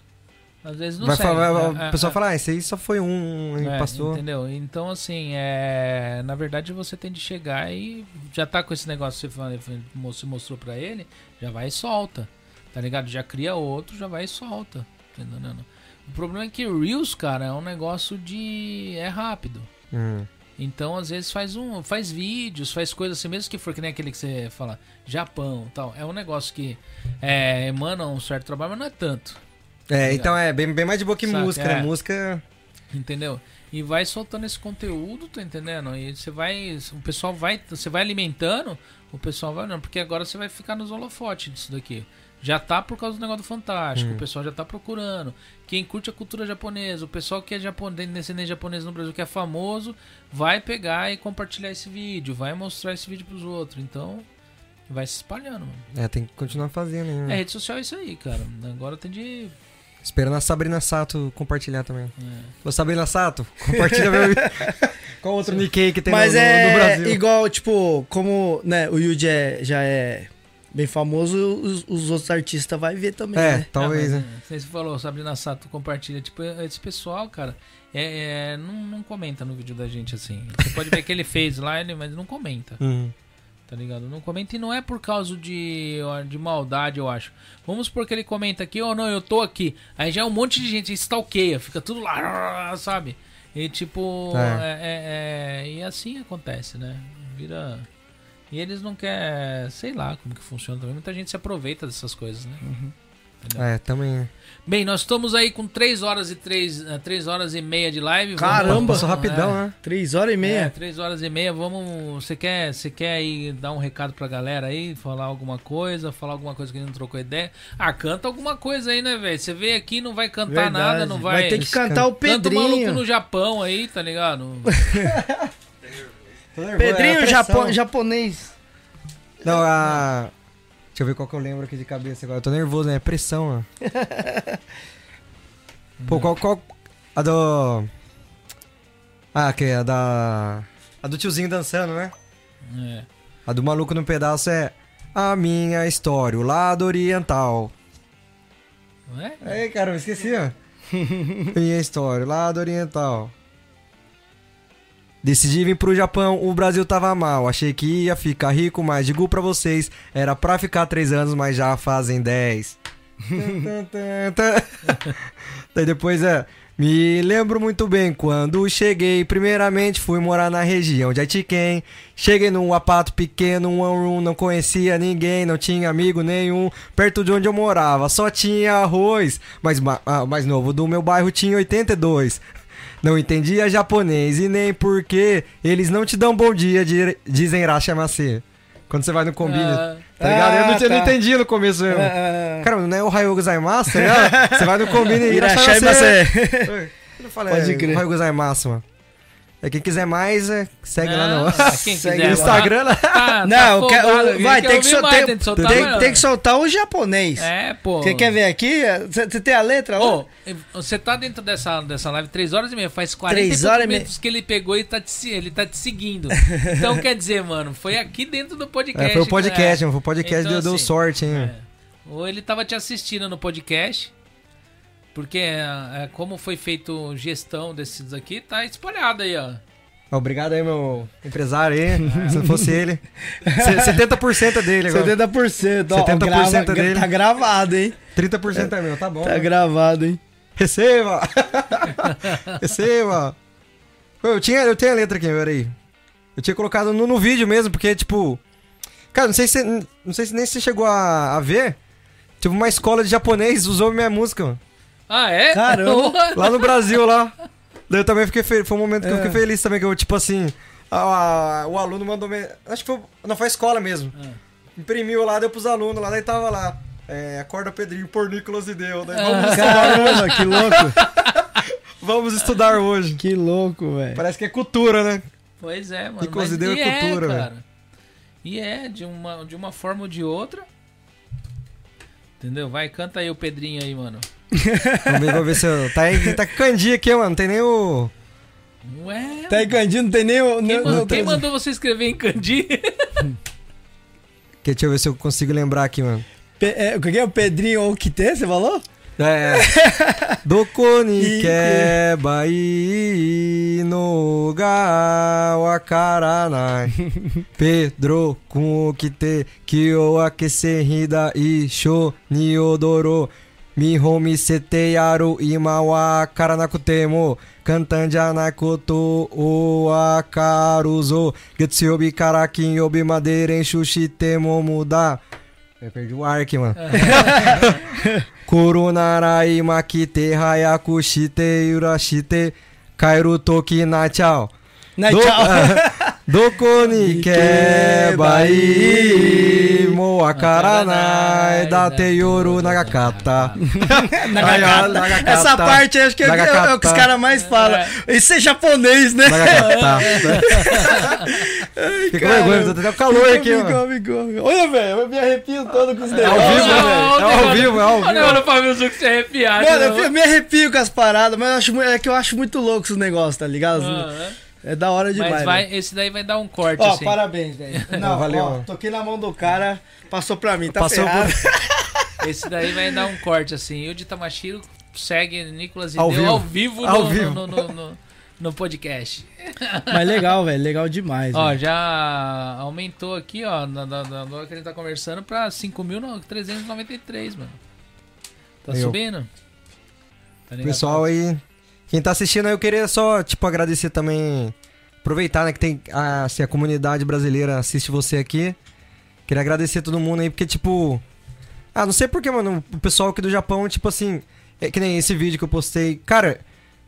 A: às vezes não
C: Vai
A: segue.
C: falar,
A: É,
C: o
A: é,
C: pessoal
A: é.
C: fala, ah, esse aí só foi um, e
A: É,
C: passou.
A: entendeu? Então, assim, é... na verdade você tem de chegar e já tá com esse negócio que você fala- você mostrou pra ele, já vai e solta, tá ligado? Já cria outro, já vai e solta, entendeu? O problema é que o Reels, cara, é um negócio de... é rápido.
C: Hum.
A: Então, às vezes faz um, faz vídeos, faz coisas assim, mesmo que for que nem aquele que você fala, Japão, tal. É um negócio que é, emana um certo trabalho, mas não é tanto.
C: É, então é bem, bem mais de boa que
A: Saca,
C: música,
A: é.
C: né? Música.
A: Entendeu? E vai soltando esse conteúdo, tá entendendo? E você vai. O pessoal vai. Você vai alimentando, o pessoal vai não, porque agora você vai ficar nos holofotes disso daqui. Já tá por causa do negócio do Fantástico,
C: Hum.
A: o pessoal já tá procurando. Quem curte a cultura japonesa, o pessoal que é japonês, descendente japonês no Brasil, que é famoso, vai pegar e compartilhar esse vídeo, vai mostrar esse vídeo pros outros. Então, vai se espalhando, mano.
C: É, tem que continuar fazendo, hein?
A: É, rede social é isso aí, cara. Agora tem de.
C: Esperando a Sabrina Sato compartilhar também.
A: É.
C: Ô, Sabrina Sato, compartilha meu vídeo. Qual outro Nikkei que tem
B: Mas
C: no, no-
B: é
C: no Brasil?
B: igual, tipo, como né, o Yuji é, já é bem famoso, os, os outros artistas vai ver também,
C: É,
B: né?
C: talvez,
A: Ah,
C: né?
A: mas, é, Você falou, Sabrina Sato compartilha. Tipo, esse pessoal, cara, é, é, não, não comenta no vídeo da gente assim. Você pode ver que ele fez lá, ele- mas não comenta,
C: Hum.
A: tá ligado? Não comenta e não é por causa de, de maldade, eu acho. Vamos supor que ele comenta aqui, ou não, eu tô aqui. Aí já é um monte de gente stalkeia, fica tudo lá, sabe? E tipo,
C: É.
A: é, é, é, e assim acontece, né? Vira. E eles não querem, sei lá como que funciona também. Muita gente se aproveita dessas coisas, né? Entendeu?
C: É, também. né?
A: Bem, nós estamos aí com três horas e três, três horas e meia de live.
B: Caramba!
C: Passou rapidão,
A: é,
C: né?
B: Três horas e
A: É,
B: meia.
A: três horas e meia. Vamos. Você quer, você quer aí dar um recado pra galera aí? Falar alguma coisa? Falar alguma coisa que a gente não trocou ideia? Ah, canta alguma coisa aí, né, velho? Você veio aqui não vai cantar
B: Verdade.
A: nada, não vai.
B: Vai ter que cantar o
A: Canta o maluco
B: Pedrinho.
A: no Japão aí, tá ligado?
B: Pedrinho,
C: É,
B: Japo-
C: pressão.
B: japonês.
C: Não, a... Deixa eu ver qual que eu lembro aqui de cabeça agora. Eu tô nervoso, né? É pressão, mano. Pô, qual, qual... A do... Ah, que é a da... A do tiozinho dançando, né?
A: É.
C: A do maluco no pedaço é... A minha história, o lado oriental.
A: Não é?
C: Aí, cara, eu esqueci, ó. Minha história, o lado oriental. Decidi vir pro Japão, o Brasil tava mal. Achei que ia ficar rico, mas digo pra vocês, era pra ficar três anos, mas já fazem dez. Tan, tan, tan, tan. Daí depois é... Me lembro muito bem quando cheguei, primeiramente fui morar na região de Aitiken. Cheguei num apato pequeno, um one room, não conhecia ninguém, não tinha amigo nenhum. Perto de onde eu morava só tinha arroz, mas ma- ah, mais novo do meu bairro tinha oitenta e dois. Não entendia japonês e nem porque eles não te dão bom dia, di- dizem Rashamase. Quando você vai no Combine,
A: Ah.
C: tá ligado? eu, não,
B: Ah,
C: eu não
B: tá.
C: entendi no começo mesmo.
B: Ah,
C: Cara, não é o Raio Gozaimasu, tá ligado? Você vai no Combine e
B: Irachai
C: Masé. Eu falei,
B: Pode
C: é,
B: crer.
C: o Raio Gozaimasu, mano. É, quem quiser mais, é, segue lá
A: Não,
C: no
A: quem
B: Segue
A: quiser
C: no Instagram. Lá.
A: Tá,
B: Não,
A: tá
B: quer-
A: folgado
B: o-
A: aqui,
B: vai,
A: quer
B: tem que,
A: ouvir
B: sol-
A: mais,
B: tem,
A: tem que soltar
B: tem-
A: mais.
B: tem que soltar o japonês.
A: É, pô.
B: Você quer ver aqui? Você tem a letra lá?
A: Ô, você tá dentro dessa, dessa live três horas e meia, faz quarenta
B: Três
A: e
B: horas
A: poucos
B: e meia.
A: minutos que ele pegou e tá te, se- ele tá te seguindo. Então quer dizer, mano, foi aqui dentro do podcast.
C: É, foi o podcast,
A: né?
C: mano. Foi o podcast
A: Então,
C: deu, deu
A: assim,
C: sorte, hein?
A: É. Ou ele tava te assistindo no podcast, porque é, é, como foi feito gestão desses aqui, tá espalhado aí, ó.
C: Obrigado aí, meu empresário aí. Se não fosse ele. Se- setenta por cento é dele agora.
B: setenta por cento. Ó,
C: setenta por cento
B: grava-
C: dele.
B: Tá gravado, hein?
C: trinta por cento é meu, tá bom.
B: Tá
C: né?
B: gravado, hein?
C: Receba! Receba! Pô, Eu, tinha, eu tenho a letra aqui, peraí. Eu tinha colocado no, no vídeo mesmo, porque, tipo... Cara, não sei se, não sei se nem você chegou a, a ver. Tipo, uma escola de japonês usou minha música, mano.
A: Ah, é?
B: Caramba.
C: Lá no Brasil, lá. Daí eu também fiquei feliz. Foi um momento que eu
B: É.
C: fiquei feliz também, que eu, tipo assim... a- a- o aluno mandou... Me... Acho que foi... Não, foi a escola mesmo.
A: É.
C: Imprimiu lá, deu pros alunos lá, daí tava lá. É, acorda Pedrinho por Nicolas e Deu. Daí,
A: Ah.
C: vamos, estudar,
B: Caramba, que louco.
C: vamos estudar hoje.
B: Que louco, velho.
C: Parece que é cultura, né?
A: Pois é, mano.
C: Nicolas
A: mas
C: e deu
A: e
C: é cultura,
A: cara. E é, de uma, de uma forma ou de outra. Entendeu? Vai, canta aí o Pedrinho aí, mano.
C: Vamos ver, vamos ver se eu... Tá, aí, tá com candia aqui, mano. Não tem nem o...
A: Ué,
B: Tá em Candinho, não tem nem o...
A: quem,
B: não-
A: man-
B: não
A: quem
B: tem-
A: mandou você escrever em Candi?
C: Que, deixa eu ver se eu consigo lembrar aqui, mano.
B: Pe- é, o que é o Pedrinho Okite, você falou?
C: É. Doko ni kebai no ga wakaranai. Pedro kun okite kyo akese hida isho ni odoro. Miho misete yaru ima wa karanakute mo kantan janai koto o akaruzo. Getsuyobi kara kinyobi maderen shushite mo muda. Eu perdi o ar aqui, mano. Kurunarai makite hayaku shite urashite kairu toki na tchau.
B: Na
C: Do-
B: tchau.
C: Doko ni kebai mo wakaranai date yoru nagakata.
B: Nagakata.
C: Nagakata.
B: Essa parte acho que é, é o que os
C: Nagakata.
B: caras mais falam. Isso é japonês, né?
C: Nagakata. Fica com vergonha, tô até com calor aqui,
B: Ficou,
C: mano.
B: ficou, ficou. Olha, velho, eu me arrepio todo com os
C: É
B: negócios.
C: ao vivo,
B: velho.
C: velho. É ao vivo, é ao vivo.
A: Olha, olha pra ver o que você é arrepiado.
B: Mano,
A: não.
B: eu me arrepio com as paradas, mas eu acho, mu- é que eu acho muito louco esses negócios, tá ligado?
A: Ah,
B: É da hora
A: é.
B: demais.
A: Mas vai,
B: velho.
A: esse daí vai dar um corte,
B: Ó,
A: assim.
B: parabéns, velho. Não,
C: Valeu,
B: ó,
C: mano.
B: toquei na mão do cara, passou pra mim, tá
C: Passou
B: ferrado.
A: Esse daí vai dar um corte, assim. E o de Tamashiro segue Nicolas e
C: Ao
A: Deu
C: vivo.
A: ao vivo,
C: Ao
A: no,
C: vivo.
A: No, no, no- no podcast.
B: Mas legal, velho, legal demais.
A: Ó,
B: velho.
A: já aumentou aqui, ó, na, na, na hora que a gente tá conversando, pra cinco mil trezentos e noventa e três, mano. Tá
C: Eu.
A: subindo? Tá ligado?
C: Pessoal aí, quem tá assistindo aí, eu queria só, tipo, agradecer também, aproveitar, né, que tem, a, assim, a comunidade brasileira assiste você aqui. Queria agradecer todo mundo aí, porque, tipo, ah, não sei porquê, mano, o pessoal aqui do Japão, tipo assim, é que nem esse vídeo que eu postei, cara,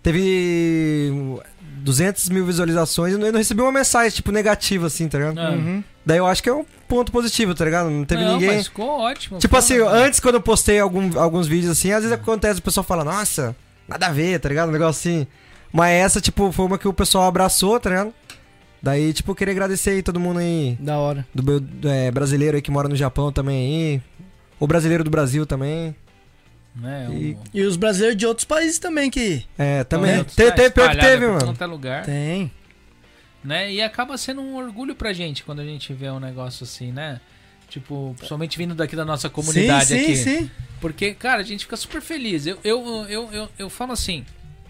C: teve duzentas mil visualizações e eu não recebi uma mensagem, tipo, negativa, assim, tá ligado?
A: Ah.
B: Uhum.
C: Daí eu acho que é um ponto positivo, tá ligado? Não teve
A: Não,
C: ninguém...
A: mas ficou ótimo.
C: Tipo
A: ficou,
C: assim,
A: mano.
C: antes quando eu postei algum, alguns vídeos assim, às vezes acontece, o pessoal fala, nossa, nada a ver, tá ligado? Um negócio assim. Mas essa, tipo, foi uma que o pessoal abraçou, tá ligado? Daí, tipo, eu queria agradecer aí todo mundo aí,
B: Da hora.
C: do, meu- do, é, brasileiro aí que mora no Japão também aí. O brasileiro do Brasil também.
A: Né,
C: E-
A: o-
B: E os brasileiros de outros países também que
C: É, também.
A: Então,
C: Te-
A: tá
C: te- pior que
A: espalhado
C: teve,
A: por
C: mano.
A: quanto é lugar,
B: tem.
A: né? E acaba sendo um orgulho pra gente quando a gente vê um negócio assim, né? Tipo, principalmente vindo daqui da nossa comunidade
B: sim,
A: aqui.
B: Sim, sim.
A: Porque, cara, a gente fica super feliz. Eu, eu, eu, eu, eu falo assim: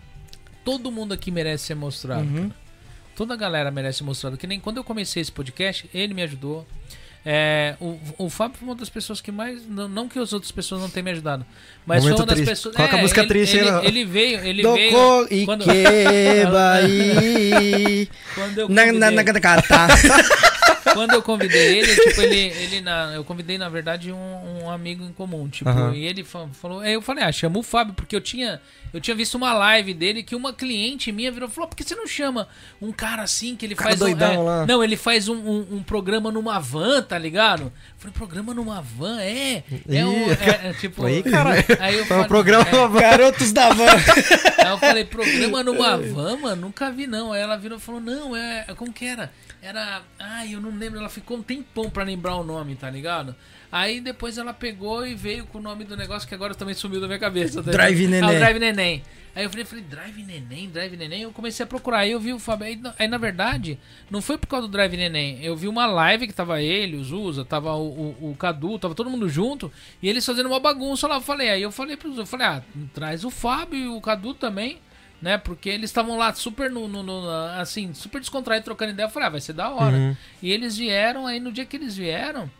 A: todo mundo aqui merece ser mostrado.
B: Uhum.
A: cara. Toda a galera merece ser mostrado. Que nem quando eu comecei esse podcast, ele me ajudou. É, o, o Fábio foi uma das pessoas que mais. Não, não que as outras pessoas não tenham me ajudado, mas
C: Momento
A: foi uma das
C: triste.
A: pessoas.
C: Coloca
A: é,
C: a música
A: ele,
C: triste aí,
A: ele,
C: não.
A: ele veio. Ele
B: Doko
A: veio. Quando,
B: Ikebai.
A: quando eu
B: Na, na,
A: convidei-
B: na, na, na, tá.
A: quando eu convidei ele, tipo, ele, ele na, eu convidei, na verdade, um, um amigo em comum, tipo,
C: Aham.
A: e ele fa- falou, aí eu falei, ah, chama o Fábio, porque eu tinha, eu tinha visto uma live dele que uma cliente minha virou e falou, por que você não chama um cara assim que ele
C: Cara
A: faz um,
C: doidão
A: é,
C: lá.
A: não, ele faz um, um, um programa numa van, tá ligado? Eu falei, programa numa van, é, é, um,
C: Ih,
A: é, é tipo,
C: Aí, caralho.
A: aí eu
C: Foi um
A: falei,
C: programa.
A: é,
B: Garotos da van.
A: Aí eu falei, programa numa van, mano, nunca vi não. Aí ela virou e falou, não, é. Como que era? Era. Ai, eu não lembro, ela ficou um tempão pra lembrar o nome, tá ligado? Aí depois ela pegou e veio com o nome do negócio que agora também sumiu da minha cabeça. Tá
B: Drive
A: ligado?
B: Neném.
A: Ah, o Drive Neném. Aí eu falei, falei, Drive Neném, Drive Neném. Eu comecei a procurar. Aí eu vi o Fábio. Aí, aí na verdade, não foi por causa do Drive Neném. Eu vi uma live que tava ele, o Zuza, tava o, o, o Cadu, tava todo mundo junto. E eles fazendo uma bagunça lá. Eu falei, aí eu falei pro Zuza, eu falei, ah, traz o Fábio e o Cadu também. Né, porque eles estavam lá super no, no, no assim, super descontraído, trocando ideia. Eu falei, ah, vai ser da hora.
C: Uhum.
A: E eles vieram, aí no dia que eles vieram,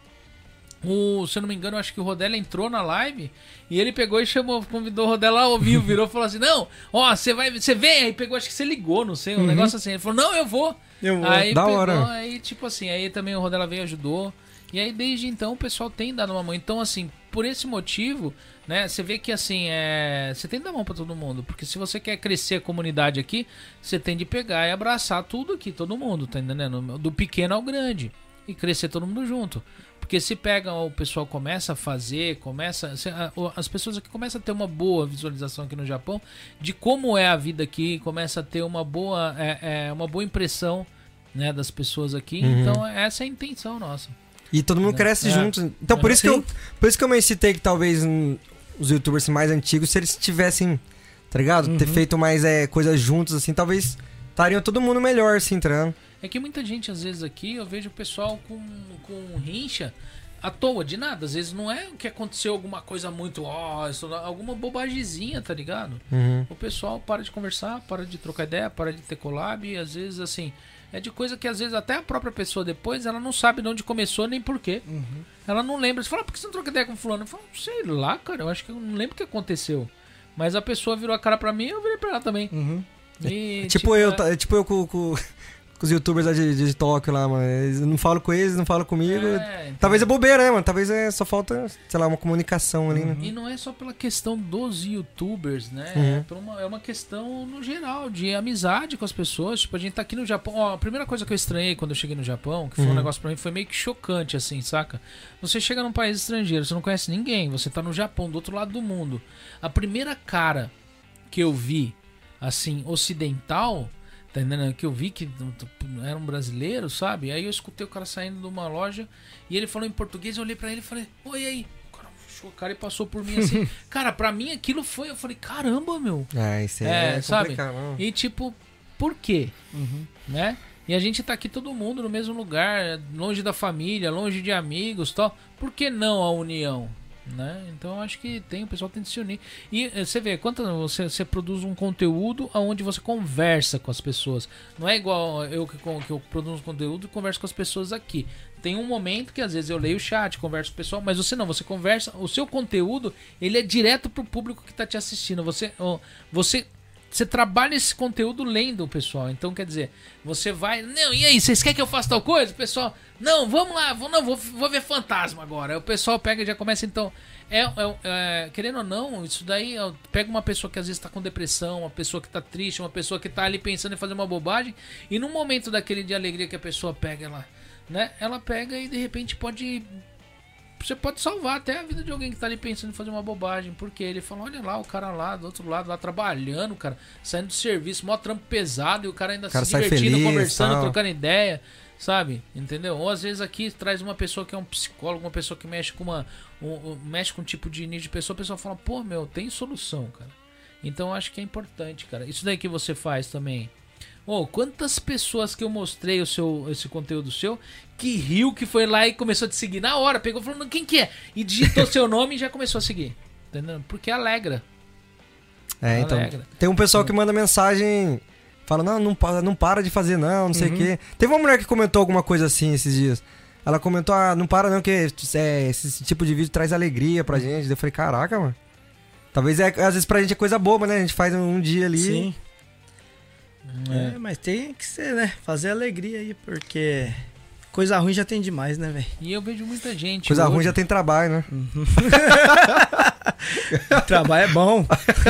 A: o, se eu não me engano, eu acho que o Rodela entrou na live e ele pegou e chamou, convidou o Rodela ao vivo, virou e falou assim, não, ó, você vai, você vem, aí pegou, acho que você ligou, não sei, um negócio assim. Ele falou, não, eu vou.
B: Eu vou.
A: Aí
C: Da
A: pegou,
C: hora.
A: aí tipo assim, aí também o Rodela veio e ajudou. E aí desde então o pessoal tem dado uma mão. Então assim, por esse motivo, né, você vê que assim, é, você tem que dar mão pra todo mundo, porque se você quer crescer a comunidade aqui, você tem de pegar e abraçar tudo aqui, todo mundo, tá entendendo? Do pequeno ao grande, e crescer todo mundo junto. Porque se pega, o pessoal começa a fazer, começa, se- a- o- as pessoas aqui começam a ter uma boa visualização aqui no Japão de como é a vida aqui, começa a ter uma boa, é, é, uma boa impressão, né, das pessoas aqui.
C: Uhum.
A: Então essa é a intenção nossa.
C: E todo mundo cresce
A: É.
C: junto. Então por
A: É.
C: isso, que eu, por isso que eu me citei que talvez hum, os youtubers mais antigos, se eles tivessem, tá ligado? Ter feito mais é, coisas juntos, assim, talvez estariam todo mundo melhor, assim, tá ligado?
A: É que muita gente, às vezes, aqui, eu vejo o pessoal com, com rincha à toa, de nada. Às vezes não é que aconteceu alguma coisa muito, ó, isso- alguma bobagemzinha, tá ligado?
C: Uhum.
A: O pessoal para de conversar, para de trocar ideia, para de ter collab, e às vezes, assim, é de coisa que às vezes até a própria pessoa depois, ela não sabe de onde começou nem porquê. Ela não lembra. Você fala, ah, por que você não troca ideia com fulano? Eu falo, sei lá, cara, eu acho que eu não lembro o que aconteceu. Mas a pessoa virou a cara pra mim e eu virei pra ela também.
B: Uhum.
A: E,
C: Tipo, eu,
A: é-
C: tá- tipo eu com, com, com os youtubers lá de, de Tóquio lá, mano. Eles não falam com eles, não falam comigo.
A: É, então-
C: Talvez é bobeira, né, mano? Talvez é, só falta, sei lá, uma comunicação ali, né?
A: E não é só pela questão dos youtubers, né?
C: Uhum.
A: É, por uma, é uma questão no geral, de amizade com as pessoas. Tipo, a gente tá aqui no Japão. Ó, a primeira coisa que eu estranhei quando eu cheguei no Japão, que foi um
C: Uhum.
A: negócio pra mim, foi meio que chocante, assim, saca? Você chega num país estrangeiro, você não conhece ninguém, você tá no Japão, do outro lado do mundo. A primeira cara que eu vi, assim, ocidental, tá entendendo? Que eu vi que era um brasileiro, sabe? Aí eu escutei o cara saindo de uma loja e ele falou em português, eu olhei pra ele e falei, oi, aí? O cara fechou a cara e passou por mim assim. Cara, pra mim aquilo foi, eu falei, caramba, meu.
C: Ah, isso aí
A: É,
C: é,
A: sabe?
C: complicado, não.
A: E tipo, por quê? Né? E a gente tá aqui todo mundo no mesmo lugar, longe da família, longe de amigos, tal. Por que não a união? Né? Então eu acho que tem, o pessoal tem que se unir. E eh, você vê, quanto você, você produz um conteúdo onde você conversa com as pessoas. Não é igual eu que, com- que eu produzo conteúdo e converso com as pessoas aqui. Tem um momento que às vezes eu leio o chat, converso com o pessoal, mas você não, você conversa, o seu conteúdo, ele é direto pro público que tá te assistindo. Você, ó, você Você trabalha esse conteúdo lendo o pessoal. Então, quer dizer, você vai... Não, e aí, vocês querem que eu faça tal coisa? O pessoal... Não, vamos lá, vou, não, vou, vou ver fantasma agora. Aí o pessoal pega e já começa, então... É, é, é, querendo ou não, isso daí... ó, pega uma pessoa que às vezes tá com depressão, uma pessoa que tá triste, uma pessoa que tá ali pensando em fazer uma bobagem, e num momento daquele de alegria que a pessoa pega, ela... Né, ela pega e de repente pode... Você pode salvar até a vida de alguém que tá ali pensando em fazer uma bobagem. Porque ele fala, olha lá, o cara lá do outro lado, lá trabalhando, cara, saindo do serviço, mó trampo pesado, e o cara ainda
C: O cara
A: se
C: sai
A: divertindo,
C: feliz,
A: conversando,
C: tal.
A: trocando ideia, sabe? Entendeu? Ou às vezes aqui traz uma pessoa que é um psicólogo, uma pessoa que mexe com uma. Um, um- mexe com um tipo de nível de pessoa, a pessoa fala, pô, meu, tem solução, cara. Então eu acho que é importante, cara. Isso daí que você faz também. Ô, quantas pessoas que eu mostrei o seu, esse conteúdo seu que riu, que foi lá e começou a te seguir na hora, pegou falando quem que é? E digitou seu nome e já começou a seguir. Entendeu? Porque alegra.
C: É, então.
A: Alegra.
C: Tem um pessoal que manda mensagem, fala, não, não, pa- não para de fazer não, não sei o quê. Teve uma mulher que comentou alguma coisa assim esses dias. Ela comentou, ah, não para não, que é, esse tipo de vídeo traz alegria pra gente. Daí eu falei, caraca, mano. Talvez é, às vezes pra gente é coisa boba, né? A gente faz um dia ali.
B: Sim.
A: É.
B: É, mas tem que ser, né? Fazer alegria aí, porque coisa ruim já tem demais, né, velho?
A: E eu vejo muita gente.
C: Coisa
A: hoje-
C: ruim já tem trabalho, né?
B: Trabalho é bom.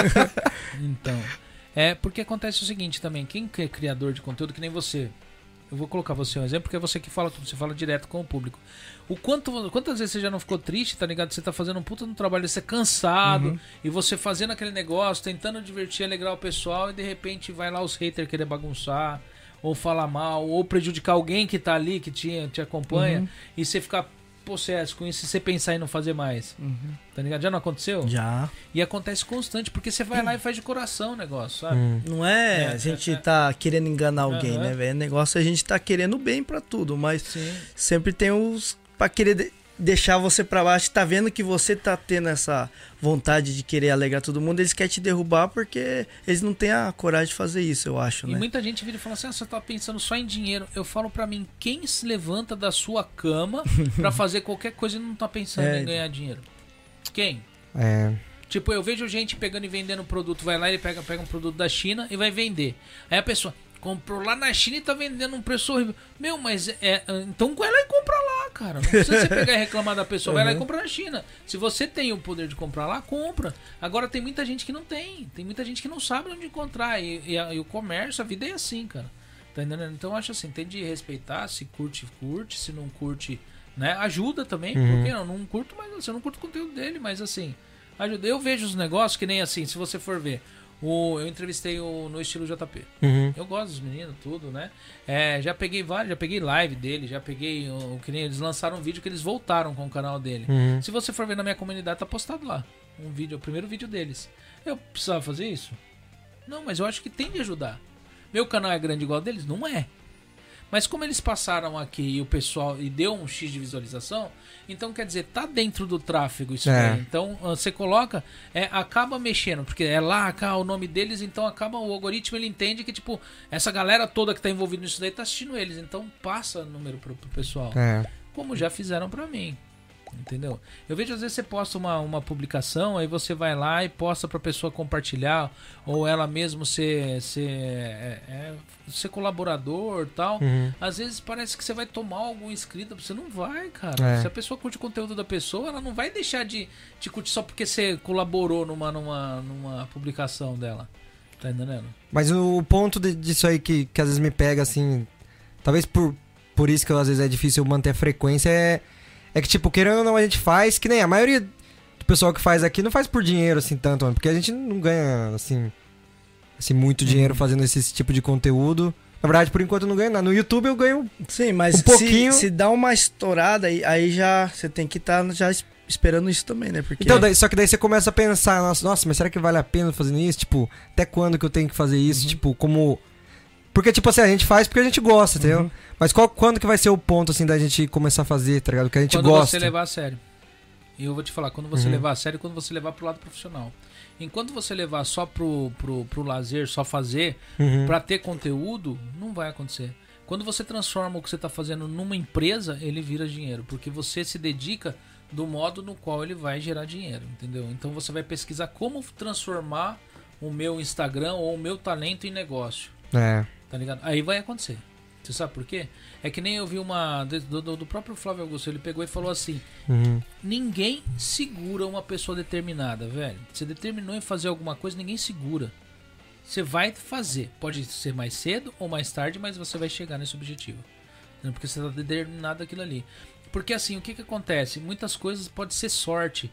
A: Então, é porque acontece o seguinte também, quem é criador de conteúdo, que nem você, eu vou colocar você um exemplo, porque é você que fala tudo, você fala direto com o público. O quanto, quantas vezes você já não ficou triste, tá ligado? Você tá fazendo um puta no trabalho, você é cansado,
B: Uhum.
A: e você fazendo aquele negócio, tentando divertir, alegrar o pessoal, e de repente vai lá os haters querer bagunçar, ou falar mal, ou prejudicar alguém que tá ali, que te, te acompanha,
B: Uhum.
A: e você ficar possesso com isso, e você pensar em não fazer mais. Tá ligado? Já não aconteceu?
B: Já.
A: E acontece constante, porque você vai lá e faz de coração o negócio, sabe?
C: Hum.
B: Não é,
A: É,
B: a gente
A: é, é.
B: tá querendo enganar alguém,
A: Aham.
B: né, velho? O negócio é a gente tá querendo bem pra tudo, mas
A: Sim.
B: sempre tem os pra querer de- deixar você pra baixo. Tá vendo que você tá tendo essa vontade de querer alegrar todo mundo, eles querem te derrubar porque eles não têm a coragem de fazer isso, eu acho,
A: E
B: né?
A: muita gente vira e fala assim, ah, você tá pensando só em dinheiro. Eu falo pra mim, quem se levanta da sua cama pra fazer qualquer coisa e não tá pensando
B: É.
A: em ganhar dinheiro? Quem?
C: É.
A: Tipo, eu vejo gente pegando e vendendo produto, vai lá e ele pega, pega um produto da China e vai vender. Aí a pessoa comprou lá na China e tá vendendo um preço horrível. Meu, mas é, então vai lá e compra lá, cara. Não precisa você pegar e reclamar da pessoa, vai lá e compra na China. Se você tem o poder de comprar lá, compra. Agora tem muita gente que não tem, tem muita gente que não sabe onde encontrar. E, e, a- e o comércio, a vida é assim, cara. Tá entendendo? Então eu acho assim, tem de respeitar, se curte, curte, se não curte, né? Ajuda também, porque eu não curto, mas assim, eu não curto o conteúdo dele, mas assim, ajuda. Eu vejo os negócios que nem assim, se você for ver. O, eu entrevistei o No Estilo J P.
C: Uhum.
A: Eu gosto dos meninos, tudo, né? É, já peguei vários, já peguei live dele, já peguei o que nem eles lançaram um vídeo que eles voltaram com o canal dele.
C: Uhum.
A: Se você for ver na minha comunidade, tá postado lá. Um vídeo, o primeiro vídeo deles. Eu precisava fazer isso? Não, mas eu acho que tem de ajudar. Meu canal é grande igual deles? Não é. Mas como eles passaram aqui e o pessoal e deu um X de visualização, então quer dizer, tá dentro do tráfego isso
C: É.
A: aí. Então ah, você coloca, é, acaba mexendo, porque é lá, cá o nome deles, então acaba o algoritmo, ele entende que tipo, essa galera toda que tá envolvida nisso daí tá assistindo eles, então passa número pro, pro pessoal.
C: É.
A: Como já fizeram pra mim. Entendeu? Eu vejo às vezes você posta uma, uma publicação, aí você vai lá e posta pra pessoa compartilhar, ou ela mesmo ser, ser, é, é, ser colaborador e tal.
C: Uhum.
A: Às vezes parece que você vai tomar algum inscrito, você não vai, cara.
C: É.
A: Se a pessoa curte o conteúdo da pessoa, ela não vai deixar de te curtir só porque você colaborou numa, numa, numa publicação dela. Tá entendendo?
C: Mas o ponto de- disso aí que, que às vezes me pega, assim, talvez por, por isso que às vezes é difícil manter a frequência, é, é que, tipo, querendo ou não, a gente faz, que nem a maioria do pessoal que faz aqui não faz por dinheiro, assim, tanto, mano, porque a gente não ganha, assim, assim muito dinheiro fazendo esse tipo de conteúdo. Na verdade, por enquanto eu não ganho nada. No YouTube eu ganho...
B: Sim, mas
C: Um pouquinho-
B: se, se dá uma estourada, aí, aí já você tem que estar já es- esperando isso também, né? Porque
C: Então, daí- só que daí você começa a pensar, nossa, nossa, mas será que vale a pena fazer isso? Tipo, até quando que eu tenho que fazer isso? Tipo, como... Porque, tipo assim, a gente faz porque a gente gosta, entendeu?
B: Uhum.
C: Mas qual, quando que vai ser o ponto, assim, da gente começar a fazer, tá ligado? O que a gente
A: Quando
C: gosta.
A: você levar a sério. E eu vou te falar, quando você
C: Uhum.
A: levar a sério, quando você levar pro lado profissional. Enquanto você levar só pro, pro, pro lazer, só fazer,
C: Uhum.
A: pra ter conteúdo, não vai acontecer. Quando você transforma o que você tá fazendo numa empresa, ele vira dinheiro. Porque você se dedica do modo no qual ele vai gerar dinheiro, entendeu? Então você vai pesquisar como transformar o meu Instagram ou o meu talento em negócio.
C: É.
A: Tá ligado? Aí vai acontecer. Você sabe por quê? É que nem eu vi uma. Do, do, do próprio Flávio Augusto, ele pegou e falou assim:
C: Uhum.
A: ninguém segura uma pessoa determinada, velho. Você determinou em fazer alguma coisa, ninguém segura. Você vai fazer. Pode ser mais cedo ou mais tarde, mas você vai chegar nesse objetivo. Entendeu? Porque você está determinado aquilo ali. Porque assim, o que que acontece? Muitas coisas pode ser sorte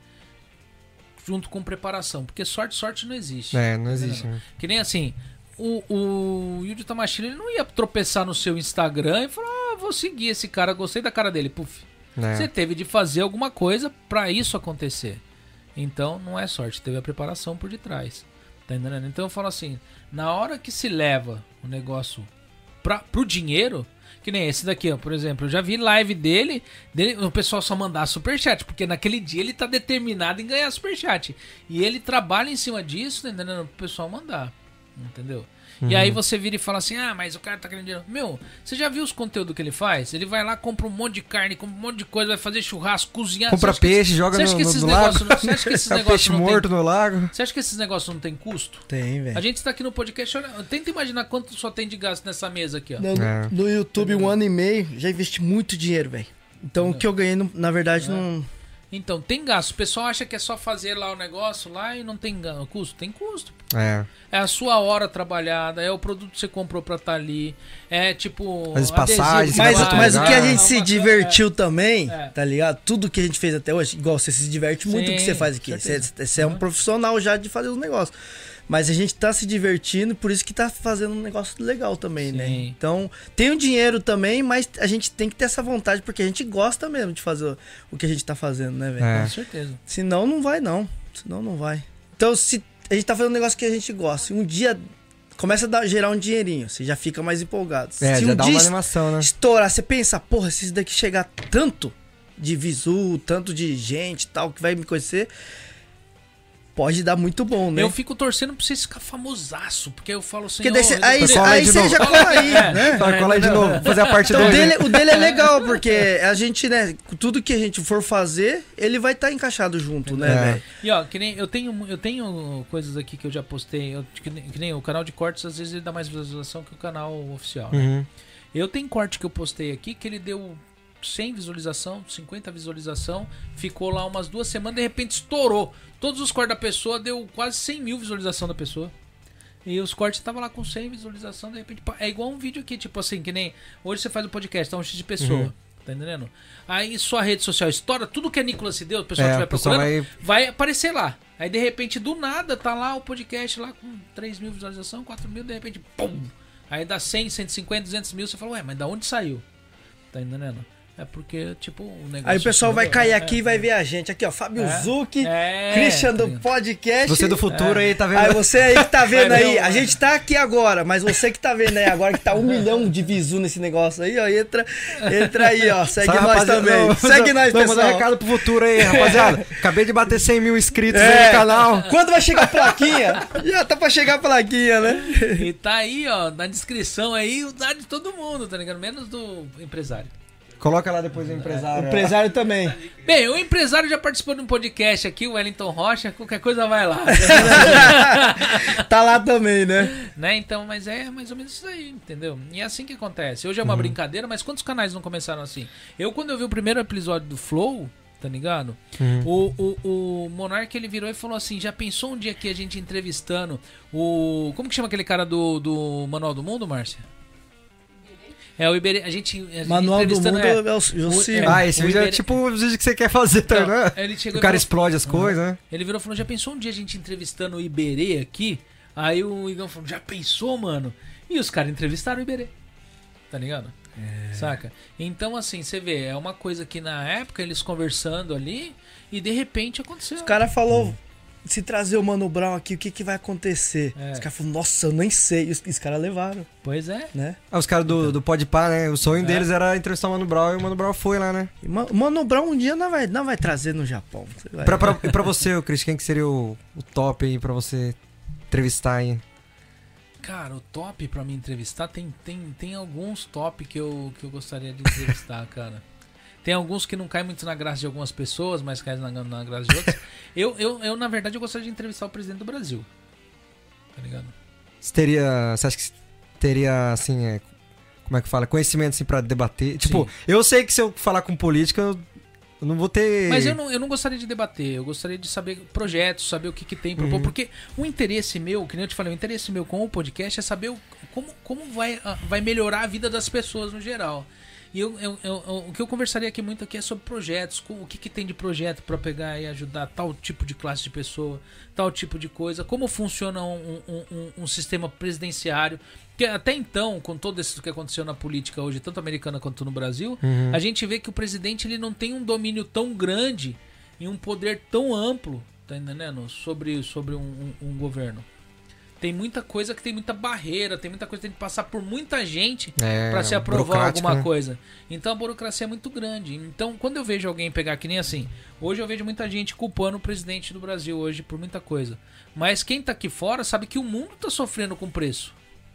A: junto com preparação. Porque sorte, sorte não existe.
C: É, não existe, né?
A: Que nem assim, o, o Yuji Tamashiro, ele não ia tropeçar no seu Instagram e falar, ah, vou seguir esse cara, gostei da cara dele. Puf.
C: É.
A: Você teve de fazer alguma coisa pra isso acontecer. Então não é sorte, teve a preparação por detrás. Tá entendendo? Então eu falo assim, na hora que se leva o negócio pra, pro dinheiro, que nem esse daqui, ó, por exemplo, eu já vi live dele, dele, o pessoal só mandar superchat, porque naquele dia ele tá determinado em ganhar superchat. E ele trabalha em cima disso, tá entendendo? O pessoal mandar. Entendeu? E aí você vira e fala assim, ah, mas o cara tá querendo dinheiro. Meu, você já viu os conteúdos que ele faz? Ele vai lá, compra um monte de carne, compra um monte de coisa, vai fazer churrasco, cozinhar.
C: Compra
A: Você acha que-
C: peixe, joga
A: você acha
C: no,
A: que
C: no,
A: esses
C: no
A: negócios
C: lago.
A: não- você acha que esses
C: É o
A: negócios
C: peixe
A: não tem-
C: morto no lago.
A: Você acha que esses negócios não tem custo?
B: Tem, velho.
A: A gente tá aqui no podcast, olha, tenta imaginar quanto só tem de gasto nessa mesa aqui, ó.
B: No,
C: É.
B: no YouTube, um ano e meio, já investi muito dinheiro, velho. Então, o que eu ganhei, não- na verdade, não...
A: Então, tem gasto. O pessoal acha que é só fazer lá o negócio lá e não tem ga- custo. Tem custo.
C: É.
A: É a sua hora trabalhada, é o produto que você comprou pra estar ali. É tipo.
C: As
A: adesivo
C: passagens,
A: que
C: você
B: Mas,
C: vai
A: vai-
B: mas o que a
C: lugar.
B: gente se
A: uma-
B: divertiu também,
A: É.
B: tá ligado? Tudo que a gente fez até hoje, igual você se diverte muito
A: Sim,
B: o que você faz aqui.
A: com
B: Você,
A: certeza.
B: você é um profissional já de fazer os negócios. Mas a gente tá se divertindo, por isso que tá fazendo um negócio legal também, né?
A: Sim.
B: Então, tem o dinheiro também, mas a gente tem que ter essa vontade, porque a gente gosta mesmo de fazer o- o que a gente tá fazendo, né, velho?
C: É.
A: Com certeza.
B: Senão não vai, não. Senão não vai. Então, se a gente tá fazendo um negócio que a gente gosta, e um dia começa a dar- gerar um dinheirinho, você já fica mais empolgado.
C: É,
B: se
C: já
B: um
C: dá
B: dia
C: uma animação, né?
B: estourar, você pensa, porra, se isso daqui chegar tanto de visu, tanto de gente e tal, que vai me conhecer, pode dar muito bom, né?
A: Eu fico torcendo pra vocês ficar famosaço, porque eu falo assim.
B: Porque daí cê-
A: ó,
B: aí,
A: eu-
C: Cola aí
B: aí
C: de
B: você
C: novo.
B: já cola aí,
A: É.
B: né?
C: Fala, cola aí de novo, fazer a parte
B: Então, o
C: dois.
B: dele, o dele é legal, porque a gente, né, tudo que a gente for fazer, ele vai estar encaixado junto, né,
C: É.
B: velho?
A: E ó, que nem eu tenho, eu tenho coisas aqui que eu já postei. Eu- que, nem, que nem o canal de cortes, às vezes ele dá mais visualização que o canal oficial. Né?
C: Uhum.
A: Eu tenho corte que eu postei aqui que ele deu cem visualização, cinquenta visualização, ficou lá umas duas semanas, de repente estourou. Todos os cortes da pessoa deu quase cem mil visualização da pessoa. E os cortes estavam lá com cem visualização, de repente. pá, É igual um vídeo aqui, tipo assim, que nem. Hoje você faz um podcast, tá um X de pessoa.
C: Uhum.
A: Tá entendendo? Aí sua rede social estoura, tudo que é Nicolas se deu, o pessoal
C: É,
A: estiver
C: o pessoal
A: procurando,
C: vai-
A: vai aparecer lá. Aí de repente, do nada, tá lá o podcast lá com três mil visualização, quatro mil, de repente, pum! Aí dá cem, cento e cinquenta, duzentos mil, você fala, ué, mas da onde saiu? Tá entendendo? É porque, tipo, o negócio...
B: Aí o pessoal vai cair
A: é,
B: aqui e vai ver a gente. Aqui, ó, Fábio
A: É.
B: Zucchi,
A: É,
B: Christian
A: tá
B: do
A: ligado?
B: podcast.
C: Você do futuro aí, tá vendo?
B: Aí você aí que tá vendo
A: Vai ver
B: aí,
A: um-
B: a gente tá aqui agora, mas você que tá vendo aí agora que tá um milhão de visu nesse negócio aí, ó, entra, entra aí, ó, segue
C: Sabe,
B: nós
C: rapaziada,
B: também.
C: não,
B: Segue
C: não,
B: nós,
C: não,
B: pessoal.
C: Manda um recado pro futuro aí, rapaziada. Acabei de bater cem mil inscritos aí
B: É.
C: no canal.
B: Quando vai chegar a plaquinha? Já tá pra chegar a plaquinha, né?
A: E tá aí, ó, na descrição aí, o dado de todo mundo, tá ligado? Menos do empresário.
C: Coloca lá depois o empresário.
B: Empresário também.
A: Bem, o empresário já participou de um podcast aqui, o Wellington Rocha, qualquer coisa vai lá.
B: Tá lá também, né?
A: Né? Então, mas é mais ou menos isso aí, entendeu? E é assim que acontece. Hoje é uma brincadeira, mas quantos canais não começaram assim? Eu, quando eu vi o primeiro episódio do Flow, tá ligado? O, o, o Monark, ele virou e falou assim, já pensou um dia aqui a gente entrevistando o... Como que chama aquele cara do, do Manual do Mundo, Márcia? É, o Iberê, a gente, a gente
B: Manual do
A: entrevistando,
B: Mundo
A: é,
B: é o Josi.
A: é,
C: Ah, esse
A: o
C: vídeo é
A: Iberê-
C: tipo o vídeo que você quer fazer, tá
A: Então,
C: vendo?
A: ele chegou
C: O
A: e
C: cara
A: falou-
C: explode as coisas, né?
A: Ele virou e falou, já pensou um dia a gente entrevistando o Iberê aqui? Aí o Igão falou, já pensou, mano? E os caras entrevistaram o Iberê. Tá ligado? Saca? Então, assim, você vê, é uma coisa que na época eles conversando ali e de repente aconteceu.
B: O cara falou, se trazer o Mano Brown aqui, o que que vai acontecer?
A: É.
B: Os caras falaram, nossa, eu nem sei. E os, os caras levaram,
A: Pois é.
B: né?
C: Ah, os caras do, do Podpah, né? O sonho
A: É.
C: deles era entrevistar o Mano Brown e o Mano Brown foi lá, né?
B: E Ma- Mano Brown um dia não vai, não vai trazer no Japão. Você vai-
C: Pra, pra, e pra você, ô Cris, quem que seria o, o top aí pra você entrevistar aí?
A: Cara, o top pra me entrevistar, tem, tem, tem alguns top que eu, que eu gostaria de entrevistar, cara. Tem alguns que não caem muito na graça de algumas pessoas, mas caem na, na graça de outras. Eu, eu, eu, na verdade, eu gostaria de entrevistar o presidente do Brasil. Tá ligado?
C: Você teria. Você acha que teria, assim, é, como é que fala? Conhecimento, assim, pra debater? Tipo, eu sei que se eu falar com política, eu, eu não vou ter.
A: Mas eu não, eu não gostaria de debater, eu gostaria de saber projetos, saber o que, que tem, propor,
C: Uhum.
A: porque o interesse meu, que nem eu te falei, o interesse meu com o podcast é saber o, como, como vai, ah, vai melhorar a vida das pessoas no geral. E eu, eu, eu- eu- o que eu conversaria aqui muito aqui é sobre projetos, com, o que, que tem de projeto para pegar e ajudar tal tipo de classe de pessoa, tal tipo de coisa, como funciona um, um, um, um sistema presidenciário. Porque até então, com todo isso que aconteceu na política hoje, tanto americana quanto no Brasil,
C: Uhum.
A: a gente vê que o presidente ele não tem um domínio tão grande e um poder tão amplo, tá entendendo? Sobre, sobre um, um- um governo. Tem muita coisa que tem muita barreira, tem muita coisa que tem que passar por muita gente
C: É,
A: pra se aprovar
C: burocrático,
A: alguma
C: né?
A: coisa. Então a burocracia é muito grande. Então, quando eu vejo alguém pegar que nem assim, hoje eu vejo muita gente culpando o presidente do Brasil hoje por muita coisa. Mas quem tá aqui fora sabe que o mundo tá sofrendo com preço.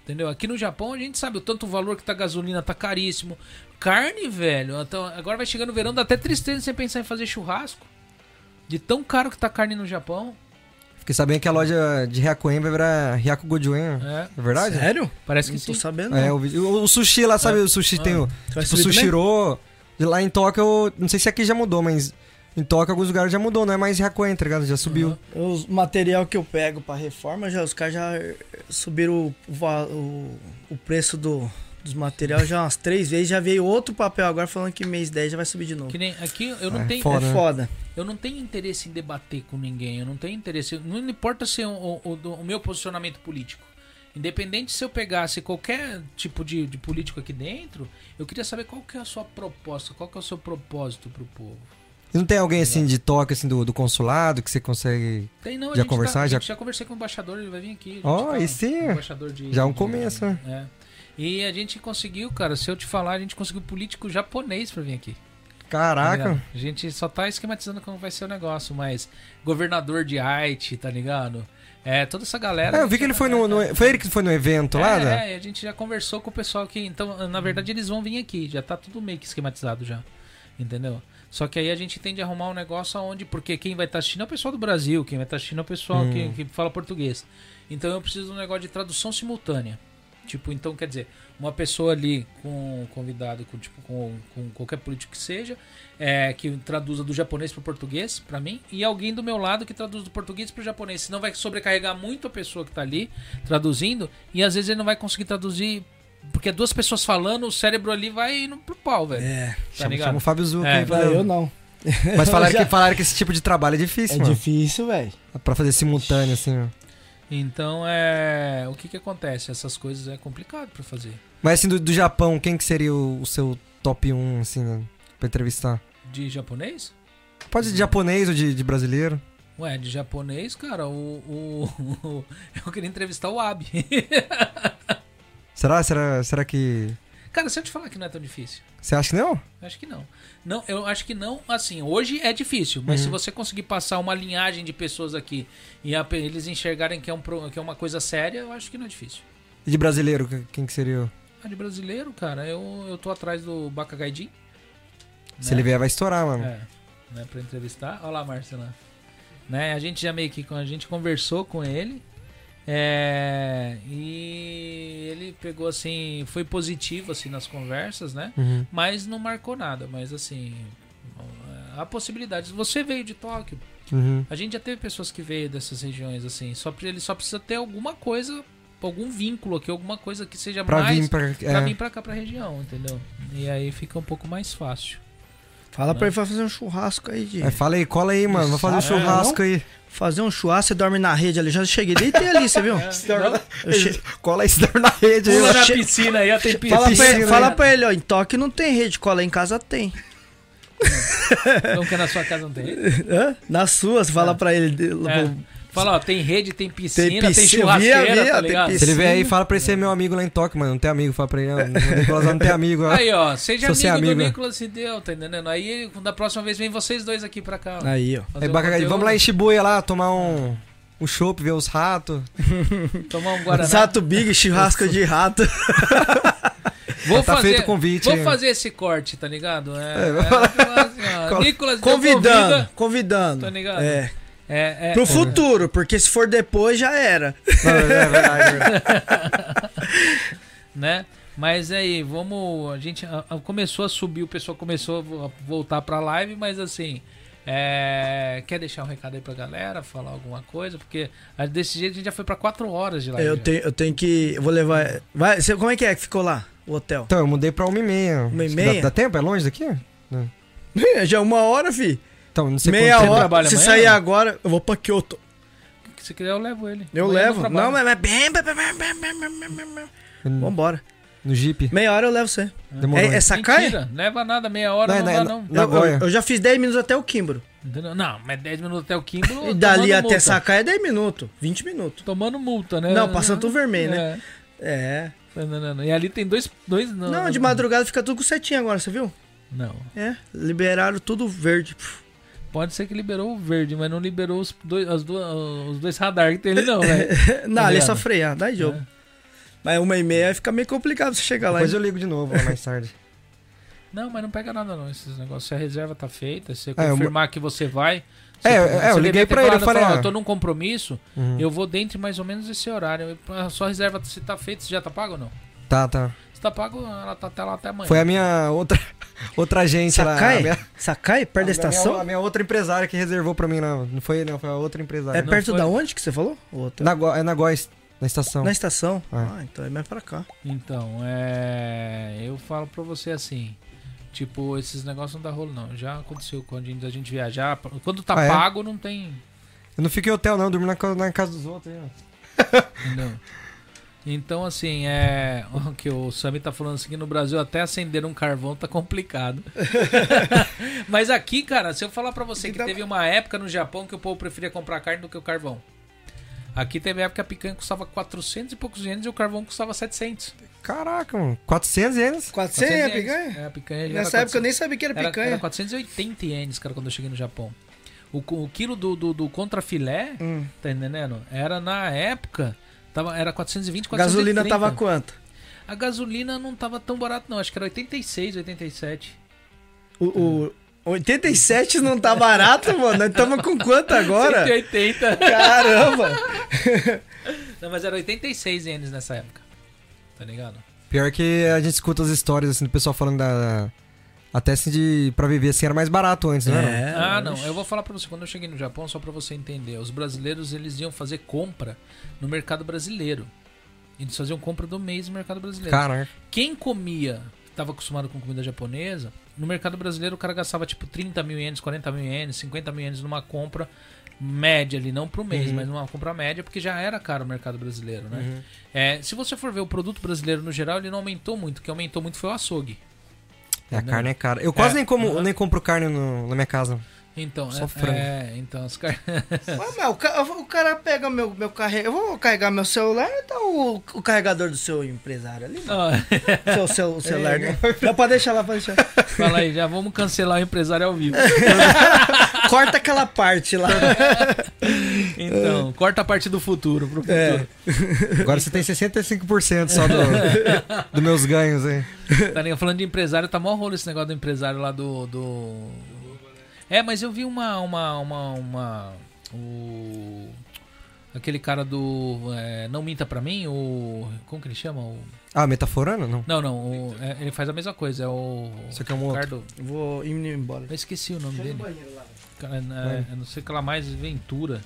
A: Entendeu? Aqui no Japão a gente sabe o tanto valor que tá a gasolina, tá caríssimo. Carne, velho. Então, agora vai chegando o verão, dá até tristeza você pensar em fazer churrasco. De tão caro que tá a carne no Japão.
C: Fiquei sabendo que a loja de Hyakuen vai virar Hyaku Gojoen.
A: É.
C: É verdade?
B: Sério?
A: Parece que
B: Não tô
A: sim.
B: sabendo.
C: É,
B: não.
C: o, vídeo- o, o sushi lá, sabe? O sushi tem o.
B: vai
C: Tipo, o
B: subir
C: Sushiro. de Lá em Tóquio, não sei se aqui já mudou, mas em Tóquio alguns lugares já mudou, não é mais Hyakuen, tá ligado? Já subiu.
B: Os material que eu pego pra reforma, já, os caras já subiram o, o, va- o, o preço do, dos materiais já umas três vezes. Já veio outro papel agora falando que mês dez já vai subir de novo.
A: Que nem aqui eu não
C: É,
A: tenho.
C: foda.
B: É foda.
A: Eu não tenho interesse em debater com ninguém, eu não tenho interesse, não importa ser o, o, o meu posicionamento político. Independente se eu pegasse qualquer tipo de, de político aqui dentro, eu queria saber qual que é a sua proposta, qual que é o seu propósito pro povo.
C: E não tem alguém assim de Tóquio, assim, do, do consulado, que você consegue.
A: Tem não, a
C: Já
A: gente
C: conversar?
A: tá, a
C: Já-
A: gente já conversei com o embaixador, ele vai vir aqui. a gente
C: Ó,
A: tá-
C: aí sim.
A: o embaixador de,
C: Já é um
A: de-
C: começo, né?
A: É. E a gente conseguiu, cara, se eu te falar, a gente conseguiu político japonês pra vir aqui. Tá
C: Caraca.
A: ligado? A gente só tá esquematizando como vai ser o negócio, mas governador de Haiti, tá ligado? É, toda essa galera.
C: É, eu vi que ele foi no, no- Foi ele que foi no evento lá, né?
A: É, é, a gente já conversou com o pessoal que. Então, na verdade, eles vão vir aqui. Já tá tudo meio que esquematizado já. Entendeu? Só que aí a gente tem de arrumar um negócio onde. Porque quem vai estar assistindo é o pessoal do Brasil, quem vai estar assistindo é o pessoal
C: Hum.
A: que, que fala português. Então eu preciso de um negócio de tradução simultânea. Tipo, então quer dizer, uma pessoa ali com convidado, com, tipo, com, com qualquer político que seja, é, que traduza do japonês pro português pra mim, e alguém do meu lado que traduz do português pro japonês. Senão vai sobrecarregar muito a pessoa que tá ali traduzindo, e às vezes ele não vai conseguir traduzir, porque duas pessoas falando, o cérebro ali vai indo pro pau, velho.
B: É.
A: Tá
C: Chama,
A: ligado?
C: chama o Fábio Zucca
A: É,
C: aí,
B: Não,
C: pra-
B: eu não.
C: Mas falaram,
B: Já-
C: que, falaram que esse tipo de trabalho é
B: É
C: difícil, mano.
B: difícil, velho.
C: Pra fazer simultâneo, assim, ó.
A: Então, é, o que que acontece? Essas coisas é complicado pra fazer.
C: Mas assim, do, do Japão, quem que seria o, o seu top um, assim, né, pra entrevistar?
A: De japonês?
C: Pode ser de japonês ou de, de brasileiro?
A: Ué, de japonês, cara, o, o- eu queria entrevistar o Abe.
C: Será, será, será que...
A: Cara, se eu te falar que não é tão difícil,
C: Você acha que não?
A: eu acho que não. Não, eu acho que não, assim, hoje é difícil, mas
C: Uhum.
A: se você conseguir passar uma linhagem de pessoas aqui e a- eles enxergarem que é, um, pro- que é uma coisa séria, eu acho que não é difícil.
C: E de brasileiro, que- quem que seria? o-
A: Ah, de brasileiro, cara, eu, eu tô atrás do Bakagaidin.
C: Se ele vier, vai estourar, mano.
A: É, né, pra entrevistar. Olha lá, Marcela. Né, a gente já meio que a gente conversou com ele. É, e ele pegou assim, foi positivo assim nas conversas, né?
C: Uhum.
A: Mas não marcou nada, mas assim, há possibilidades. Você veio de Tóquio.
C: Uhum.
A: A gente já teve pessoas que veio dessas regiões assim, só pre- ele só precisa ter alguma coisa, algum vínculo aqui, alguma coisa que seja
C: Pra
A: mais
C: vir pra...
A: pra
C: é.
A: vir pra cá pra região, entendeu? E aí fica um pouco mais fácil.
B: Fala pra ele fazer um churrasco aí, de...
C: É, fala aí, cola aí, mano. Vamos fazer um
B: É,
C: churrasco aí.
B: Fazer um churrasco, você dorme na rede ali. Já cheguei, deitei ali, você viu? Eu che-
C: Cola aí, se dorme na rede aí.
A: Pula
C: ó.
A: na
B: che-
A: piscina aí, ó, tem piscina.
B: Fala, pra ele,
C: piscina,
B: fala
A: né?
B: pra ele, ó, em Tóquio não tem rede, cola aí em casa tem.
A: Então que na sua casa não tem rede?
B: Hã? Na sua, você fala pra ele. de-
A: É. Fala, ó, tem rede, tem piscina, tem,
B: piscina,
A: churrasqueira,
B: via, via,
A: tá
B: tem
A: ligado?
C: Se ele vier aí,
B: Piscina.
C: fala pra ele ser meu amigo lá em Tóquio, mano. Não tem amigo, fala pra ele. ó, O Nicolas não tem amigo, ó.
A: Aí, ó, seja
C: Sou seu
A: amigo, do
C: amigo.
A: Nicolas se deu, tá entendendo? Aí, da próxima vez, vem vocês dois aqui pra cá. ó,
B: Aí, ó.
A: fazer
C: Aí,
A: um
C: bacana,
A: conteúdo,
C: vamos lá em Shibuya lá, tomar um, um chopp, ver os ratos.
A: tomar um Guaraná.
B: Sato Big, churrasco de rato.
A: Vou
C: Tá
A: fazer,
C: feito o convite,
A: Vou
C: hein?
A: fazer esse corte, tá ligado? É,
C: É,
A: é, falar assim, ó, Nicolas deu
B: Convidando,
A: convida,
B: convidando.
A: tá ligado?
B: É.
A: É, é,
B: Pro
A: é.
B: futuro, porque se for depois já era.
C: Não, é verdade.
A: Né? Mas aí, vamos. A gente a- a- começou a subir, o pessoal começou a vo- a voltar pra live, mas assim. é, quer deixar um recado aí pra galera, falar alguma coisa? Porque ah, desse jeito a gente já foi pra quatro horas de live.
B: Eu
A: já.
B: tenho, eu tenho que. Eu vou levar. Vai, você- como é que é que ficou lá? O hotel?
C: Então, eu mudei pra uma e meia.
B: Uma e
C: Dá-
B: meia?
C: Dá, tempo? É longe daqui?
B: Já é uma hora, fi.
C: Então, não sei
B: Meia
C: quanto tempo.
B: hora.
A: trabalha
B: Se
A: amanhã,
B: sair
A: não?
B: agora, eu vou pra Kyoto.
A: Se quiser, eu levo ele.
B: Eu
A: Amanhã
B: levo.
A: trabalho.
B: Não, mas é bem. bem, bem, bem, bem, bem, bem, bem, bem. Vambora.
C: No Jeep.
B: Meia hora eu levo você.
C: Demorou.
B: É, é Sakai?
A: Mentira, leva nada, meia hora
C: Não,
A: não,
C: não,
A: dá
C: não.
A: não.
C: Na
B: Eu,
C: Goia.
B: eu, eu já fiz dez minutos até o Kimbro.
A: Entendeu? Não, mas dez minutos até o Kimbro.
B: E dali
A: tomando
B: até
A: multa.
B: Sakai é dez minutos. vinte minutos.
A: Tomando multa, né?
B: Não, passando tudo vermelho, né?
A: É.
B: É.
A: Não, não, não. E ali tem dois. dois não,
B: Não, de madrugada fica tudo com setinha agora, você viu?
A: Não.
B: É. Liberaram tudo verde.
A: Pode ser que liberou o verde, mas não liberou os dois, as duas, os dois radar que tem ali, não, velho.
B: Não, ali é só
A: ligado?
B: frear, dá jogo. Mas uma e meia fica meio complicado você chegar lá.
C: Depois
B: hein?
C: eu ligo de novo lá mais tarde.
A: Não, mas não pega nada não, esses negócios. Se a reserva tá feita, se você
C: É, eu-
A: confirmar que você vai... Você,
C: É, é,
A: você
C: eu liguei
A: devia ter
C: pra ele, eu
A: falado,
C: falei,
A: falou,
C: ah.
A: eu tô num compromisso,
C: Uhum.
A: eu vou dentro de mais ou menos esse horário. A sua reserva, se tá feita, você já tá pago ou não?
C: Tá, tá.
A: Se tá pago, ela tá até lá até amanhã.
C: Foi a minha outra, outra agente lá.
B: Sakai?
C: A minha,
B: Sakai? Perto da
C: a minha-
B: estação?
C: A minha outra empresária que reservou pra mim, não. Não foi, não, foi a outra empresária.
B: É
A: não
B: perto
A: foi?
B: da onde que você falou? Outra.
C: Na, Gó- é na Góis, na estação.
B: Na estação?
C: É.
B: Ah, então é mais pra cá.
A: Então, é... Eu falo pra você assim... Tipo, esses negócios não dá rolo não. Já aconteceu quando a gente, a gente viajar. Quando tá
C: Ah, é?
A: pago, não tem...
C: Eu não fiquei em hotel, não. Eu dormi na, ca- na casa dos outros. Aí, ó.
A: Entendeu? Então, assim, é... O que o Sami tá falando assim, que no Brasil até acender um carvão tá complicado. Mas aqui, cara, se eu falar pra você que teve uma época no Japão que o povo preferia comprar carne do que o carvão. Aqui teve época que a picanha custava quatrocentos e poucos ienes e o carvão custava setecentos.
C: Caraca, mano. quatrocentos ienes?
B: quatrocentos é a
A: ienes.
B: picanha?
A: É, a picanha já
B: Nessa
A: era
B: época eu nem sabia que era
A: Era,
B: picanha.
A: era quatrocentos e oitenta ienes, cara, quando eu cheguei no Japão. O, o quilo do, do, do contrafilé,
B: Hum.
A: tá entendendo? Era na época, tava, era quatrocentos e vinte, quatrocentos e trinta.
B: Gasolina tava quanto?
A: A gasolina não tava tão barato não, acho que era oitenta e seis, oitenta e sete.
B: O, o oitenta e sete não tá barato, mano? Nós estamos com quanto agora?
A: cento e oitenta.
B: Caramba!
A: Não, mas era oitenta e seis ienes nessa época. Tá ligado?
C: Pior que a gente escuta as histórias assim do pessoal falando da. Até assim de. Pra viver assim era mais barato antes, não era?
B: É,
A: ah, não.
B: oxe.
A: Eu vou falar pra você. Quando eu cheguei no Japão, só pra você entender. Os brasileiros, eles iam fazer compra no mercado brasileiro. Eles faziam compra do mês no mercado brasileiro.
C: Caraca.
A: Quem comia, estava acostumado com comida japonesa, no mercado brasileiro o cara gastava tipo trinta mil ienes, quarenta mil ienes, cinquenta mil ienes numa compra média ali, não pro mês,
C: Uhum.
A: mas numa compra média, porque já era caro o mercado brasileiro, né?
C: Uhum.
A: É, se você for ver o produto brasileiro no geral, ele não aumentou muito. O que aumentou muito foi o açougue.
C: É, a
A: Entendeu?
C: carne é cara. Eu quase
A: É,
C: nem, como,
A: uhum.
C: nem compro carne no- na minha casa.
A: Então,
C: Só
A: é,
C: frango.
A: é, então as car...
B: Mas, mas, o, ca- o cara pega meu, meu carregador. Eu vou carregar meu celular e tá o, o carregador do seu empresário ali. Mano.
A: Ó,
B: Seu, seu, o celular, né? Não, pode deixar lá, pode deixar.
A: fala aí, já vamos cancelar o empresário ao vivo.
B: Corta aquela parte lá.
A: Então, corta a parte do futuro pro futuro.
B: É.
C: Agora você tem sessenta e cinco por cento só do, dos meus ganhos aí.
A: Tá ligado? Falando de empresário, tá mó rolo esse negócio do empresário lá do. do... É, mas eu vi uma. uma, uma, uma o... Aquele cara do. é, Não Minta Pra Mim, o. Como que ele chama? O...
C: Ah, metaforando? Não.
A: Não, não. o- é, ele faz a mesma coisa. É o.
C: Isso aqui é um outro.
A: Ricardo.
B: Vou ir embora.
A: Eu esqueci o nome dele.
B: lá.
A: Cara, é, eu não sei o que lá mais. Ventura.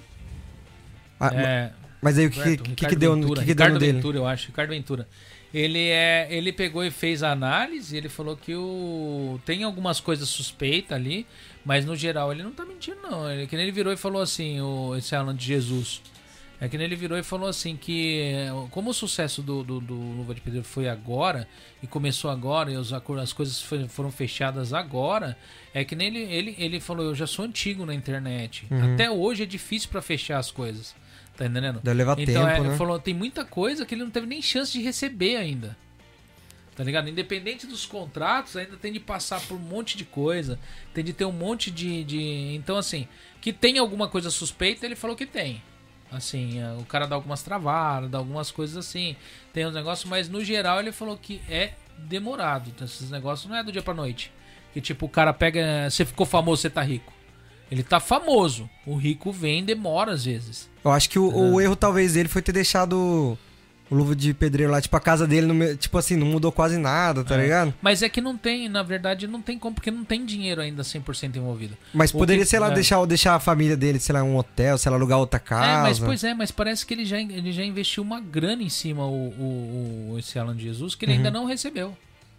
C: Ah,
A: É.
C: Mas aí o que,
A: Roberto,
C: que,
A: Ricardo
C: que deu,
A: Ventura,
C: que que deu
A: Ricardo
C: no dele?
A: Ventura, eu acho. Ricardo Ventura. Ele, é, ele pegou e fez a análise e ele falou que o, tem algumas coisas suspeitas ali, mas no geral ele não tá mentindo, não. Ele, que nem ele virou e falou assim, o, esse Alan de Jesus. É que nem ele virou e falou assim que como o sucesso do, do, do Luva de Pedreiro foi agora e começou agora e os, acor- as coisas foi- foram fechadas agora, é que nem ele, ele, ele falou, eu já sou antigo na internet.
C: Uhum.
A: Até hoje é difícil pra fechar as coisas. Tá entendendo?
C: Deve levar
A: Então,
C: tempo,
A: é,
C: né?
A: falou, tem muita coisa que ele não teve nem chance de receber ainda. Tá ligado? Independente dos contratos, ainda tem de passar por um monte de coisa. Tem de ter um monte de. de... Então, assim, que tem alguma coisa suspeita, ele falou que tem. Assim, é, o cara dá algumas travadas, dá algumas coisas assim. Tem uns negócios, mas no geral ele falou que é demorado. Então, esses negócios não é do dia pra noite. Que tipo, o cara pega. Você ficou famoso, você tá rico. Ele tá famoso. O rico vem, demora às vezes.
C: Eu acho que o, o erro talvez dele foi ter deixado o Luva de Pedreiro lá, tipo, a casa dele, no me- tipo assim, não mudou quase nada, tá
A: É.
C: ligado?
A: Mas é que não tem, na verdade, não tem como, porque não tem dinheiro ainda cem por cento envolvido.
C: Mas
A: O
C: poderia,
A: que-
C: sei lá,
A: é.
C: deixar, deixar a família dele, sei lá, um hotel, sei lá, alugar outra casa.
A: É, mas pois é, mas parece que ele já, ele já investiu uma grana em cima, o, o, o- esse Alan de Jesus, que ele
C: Uhum.
A: ainda não recebeu.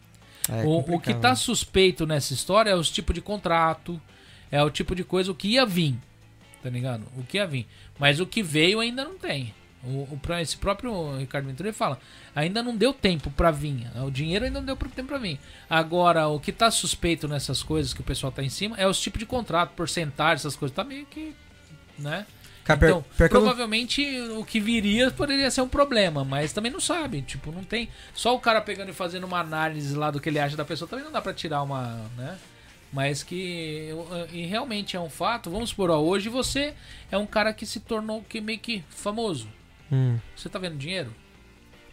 C: É
A: o, o que
C: complicado,
A: tá
C: né?
A: suspeito nessa história é os tipos de contrato, é o tipo de coisa, o que ia vir, tá ligado? O que ia vir. Mas o que veio ainda não tem. O, o, pra- esse próprio Ricardo Ventura ele fala, ainda não deu tempo pra vir. O dinheiro ainda não deu tempo pra vir. Agora, o que tá suspeito nessas coisas que o pessoal tá em cima é os tipos de contrato, porcentagem, essas coisas. Tá meio que, né?
C: Cara, pior-
A: Então,
C: pior que eu não-
A: provavelmente o que viria poderia ser um problema, mas também não sabe. Tipo, não tem. Só o cara pegando e fazendo uma análise lá do que ele acha da pessoa também não dá pra tirar uma, né? Mas que. E realmente é um fato. Vamos supor, ó, hoje você é um cara que se tornou que meio que famoso.
C: Hum.
A: Você tá vendo dinheiro?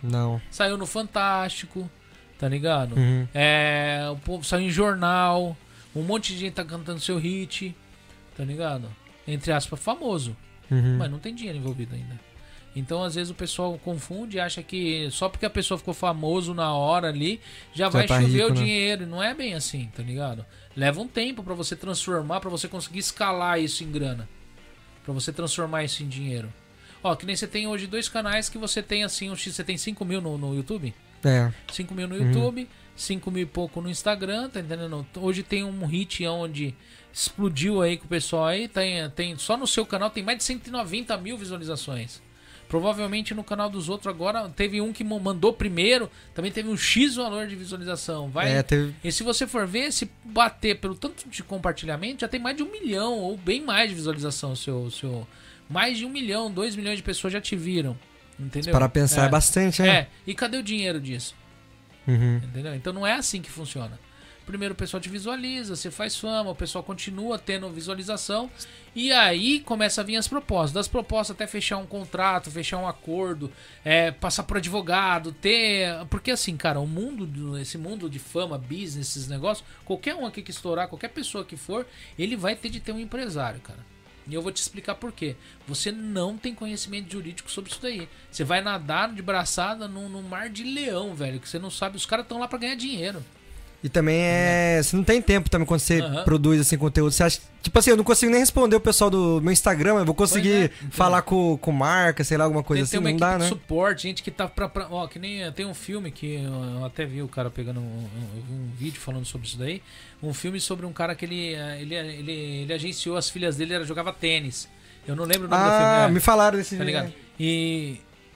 C: Não.
A: Saiu no Fantástico, tá ligado?
C: Uhum.
A: É, o povo saiu em jornal, um monte de gente tá cantando seu hit, tá ligado? Entre aspas, famoso,
C: Uhum.
A: mas não tem dinheiro envolvido ainda. Então, às vezes, o pessoal confunde e acha que só porque a pessoa ficou famoso na hora ali, já,
C: Já
A: vai
C: tá
A: chover
C: rico,
A: o
C: né?
A: dinheiro. Não é bem assim, tá ligado? Leva um tempo pra você transformar, pra você conseguir escalar isso em grana. Pra você transformar isso em dinheiro. Ó, que nem você tem hoje dois canais que você tem assim, um X, você tem cinco mil no, no YouTube?
C: É.
A: cinco mil no
C: Uhum.
A: YouTube, cinco mil e pouco no Instagram, tá entendendo? Hoje tem um hit onde explodiu aí com o pessoal aí, tem, tem, só no seu canal tem mais de cento e noventa mil visualizações. Provavelmente no canal dos outros agora teve um que mo- mandou primeiro, também teve um X valor de visualização. Vai,
C: É, teve...
A: E se você for ver, se bater pelo tanto de compartilhamento, já tem mais de um milhão ou bem mais de visualização. Seu, seu, mais de um milhão, dois milhões de pessoas já te viram. Entendeu?
C: Para pensar é, bastante, né?
A: É, e cadê o dinheiro disso?
C: Uhum.
A: Entendeu? Então não é assim que funciona. Primeiro o pessoal te visualiza, você faz fama, o pessoal continua tendo visualização e aí começa a vir as propostas. Das propostas até fechar um contrato, fechar um acordo, é, passar por advogado, ter... Porque assim, cara, o mundo, do- esse mundo de fama, business, esses negócios, qualquer um aqui que estourar, qualquer pessoa que for, ele vai ter de ter um empresário, cara. E eu vou te explicar por quê. Você não tem conhecimento jurídico sobre isso daí. Você vai nadar de braçada num, num mar de leão, velho, que você não sabe. Os caras estão lá pra ganhar dinheiro.
C: E também é. Você não tem tempo também quando você
A: Aham.
C: produz assim conteúdo. Você acha. Tipo assim, eu não consigo nem responder o pessoal do meu Instagram, eu vou conseguir
A: Pois é,
C: falar com, com marca, sei lá, alguma coisa
A: Tem,
C: assim.
A: tem uma
C: Não
A: equipe
C: dá,
A: de
C: né?
A: suporte, gente que tá pra, pra... Ó, que nem tem um filme que eu até vi o cara pegando um, um- um vídeo falando sobre isso daí. Um filme sobre um cara que ele, eh, ele, ele, ele agenciou as filhas dele, ele jogava tênis. Eu não lembro o nome do filme.
C: Ah,
A: é,
C: me falaram desse
A: Tá ligado? E...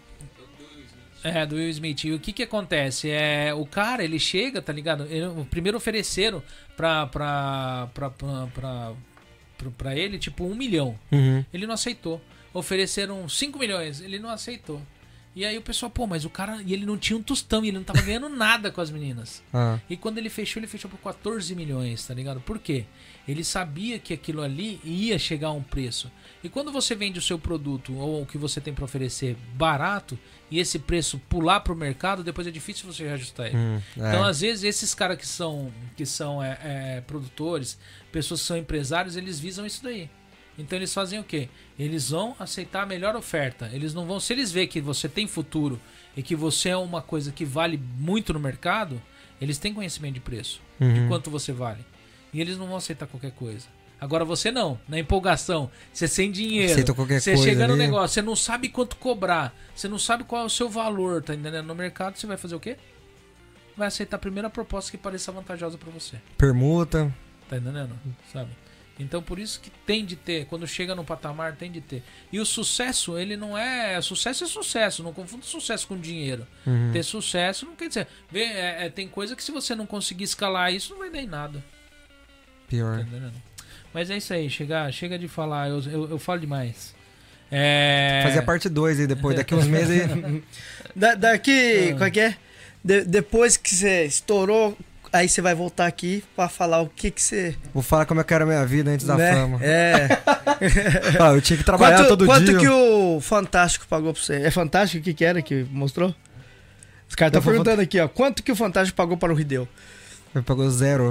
A: É, do Will Smith. E o que que acontece? É, o cara, ele chega, tá ligado? Ele, o primeiro ofereceram pra, pra, pra, pra, pra, pra, pra ele, tipo, um milhão.
C: Uhum.
A: Ele não aceitou. Ofereceram cinco milhões, ele não aceitou. E aí o pessoal, pô, mas o cara... E ele não tinha um tostão, e ele não tava ganhando nada com as meninas.
C: Ah.
A: E quando ele fechou, ele fechou por quatorze milhões, tá ligado? Por quê? Ele sabia que aquilo ali ia chegar a um preço. E quando você vende o seu produto ou o que você tem pra oferecer barato e esse preço pular pro mercado, depois é difícil você reajustar ele.
C: Hum, é.
A: Então, às vezes, esses caras que são, que são é, é, produtores, pessoas que são empresários, eles visam isso daí. Então eles fazem o quê? Eles vão aceitar a melhor oferta. Eles não vão. Se eles verem que você tem futuro e que você é uma coisa que vale muito no mercado, eles têm conhecimento de preço, de
C: Uhum.
A: quanto você vale. E eles não vão aceitar qualquer coisa. Agora você não, na empolgação, você sem dinheiro,
C: Aceita qualquer
A: você
C: coisa
A: chega no
C: ali.
A: negócio, você não sabe quanto cobrar, você não sabe qual é o seu valor, tá entendendo? No mercado você vai fazer o quê? Vai aceitar a primeira proposta que pareça vantajosa pra você.
C: Permuta.
A: Tá entendendo? Sabe? Então por isso que tem de ter, quando chega no patamar tem de ter. E o sucesso, ele não é... Sucesso é sucesso, não confunda sucesso com dinheiro.
C: Uhum.
A: Ter sucesso não quer dizer... Vê, é, é, tem coisa que se você não conseguir escalar isso, não vai dar em nada. Tá
C: Pior.
A: entendendo? Mas é isso aí, chega, chega de falar, eu, eu, eu falo demais. É...
C: Fazer a parte dois aí depois, daqui uns meses aí.
B: Da- daqui,
A: Ah.
B: qual é que é? De- depois que você estourou, aí você vai voltar aqui pra falar o que que você...
C: Vou falar como é que era a minha vida antes da
B: né?
C: fama.
B: É.
C: Ah, eu tinha que trabalhar
B: quanto
C: todo
B: quanto
C: dia.
B: que o Fantástico pagou pra você? É Fantástico? O que que era que mostrou? Os caras estão
C: Eu vou-
B: perguntando aqui, ó. Quanto que o Fantástico pagou para o Rideu?
C: Me pagou zero.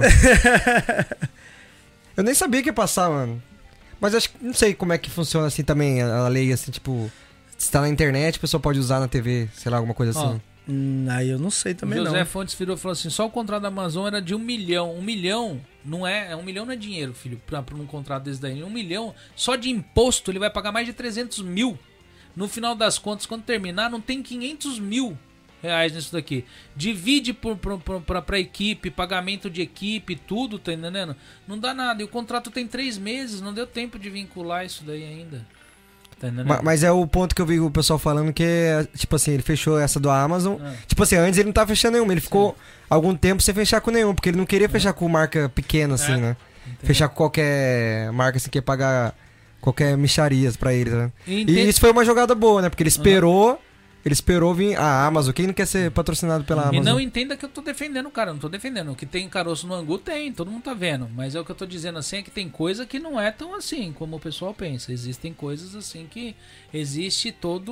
C: Eu nem sabia que ia passar, mano. Mas acho que não sei como é que funciona assim também a a lei, assim, tipo, se tá na internet, a pessoa pode usar na T V, sei lá, alguma coisa
A: Ó,
C: assim.
B: Hum, aí eu não sei também
A: José
B: não.
A: Fontes virou e falou assim: só o contrato da Amazon era de um milhão. Um milhão não é. Um milhão não é dinheiro, filho, pra, pra um contrato desse daí. Um milhão, só de imposto, ele vai pagar mais de trezentos mil. No final das contas, quando terminar, não tem quinhentos mil reais nisso daqui. Divide por, por, por, pra, pra equipe, pagamento de equipe, tudo, tá entendendo? Não dá nada. E o contrato tem três meses, não deu tempo de vincular isso daí ainda. Tá entendendo?
C: Ma- Mas é o ponto que eu vi o pessoal falando que é, tipo assim, ele fechou essa do Amazon.
A: Ah.
C: Tipo assim, antes ele não tava fechando nenhuma, ele ficou algum tempo sem fechar com nenhum, porque ele não queria fechar com marca pequena, assim,
A: É.
C: né?
A: Entendeu?
C: Fechar com qualquer marca, assim, que ia pagar qualquer micharias pra ele, né?
A: Entende-
C: E isso foi uma jogada boa, né? Porque ele esperou Ele esperou vir a Amazon. Quem não quer ser patrocinado pela
A: E
C: Amazon?
A: não entenda que eu tô defendendo o cara, não tô defendendo. O que tem caroço no angu tem, todo mundo tá vendo. Mas é o que eu tô dizendo assim, é que tem coisa que não é tão assim como o pessoal pensa. Existem coisas assim que existe todo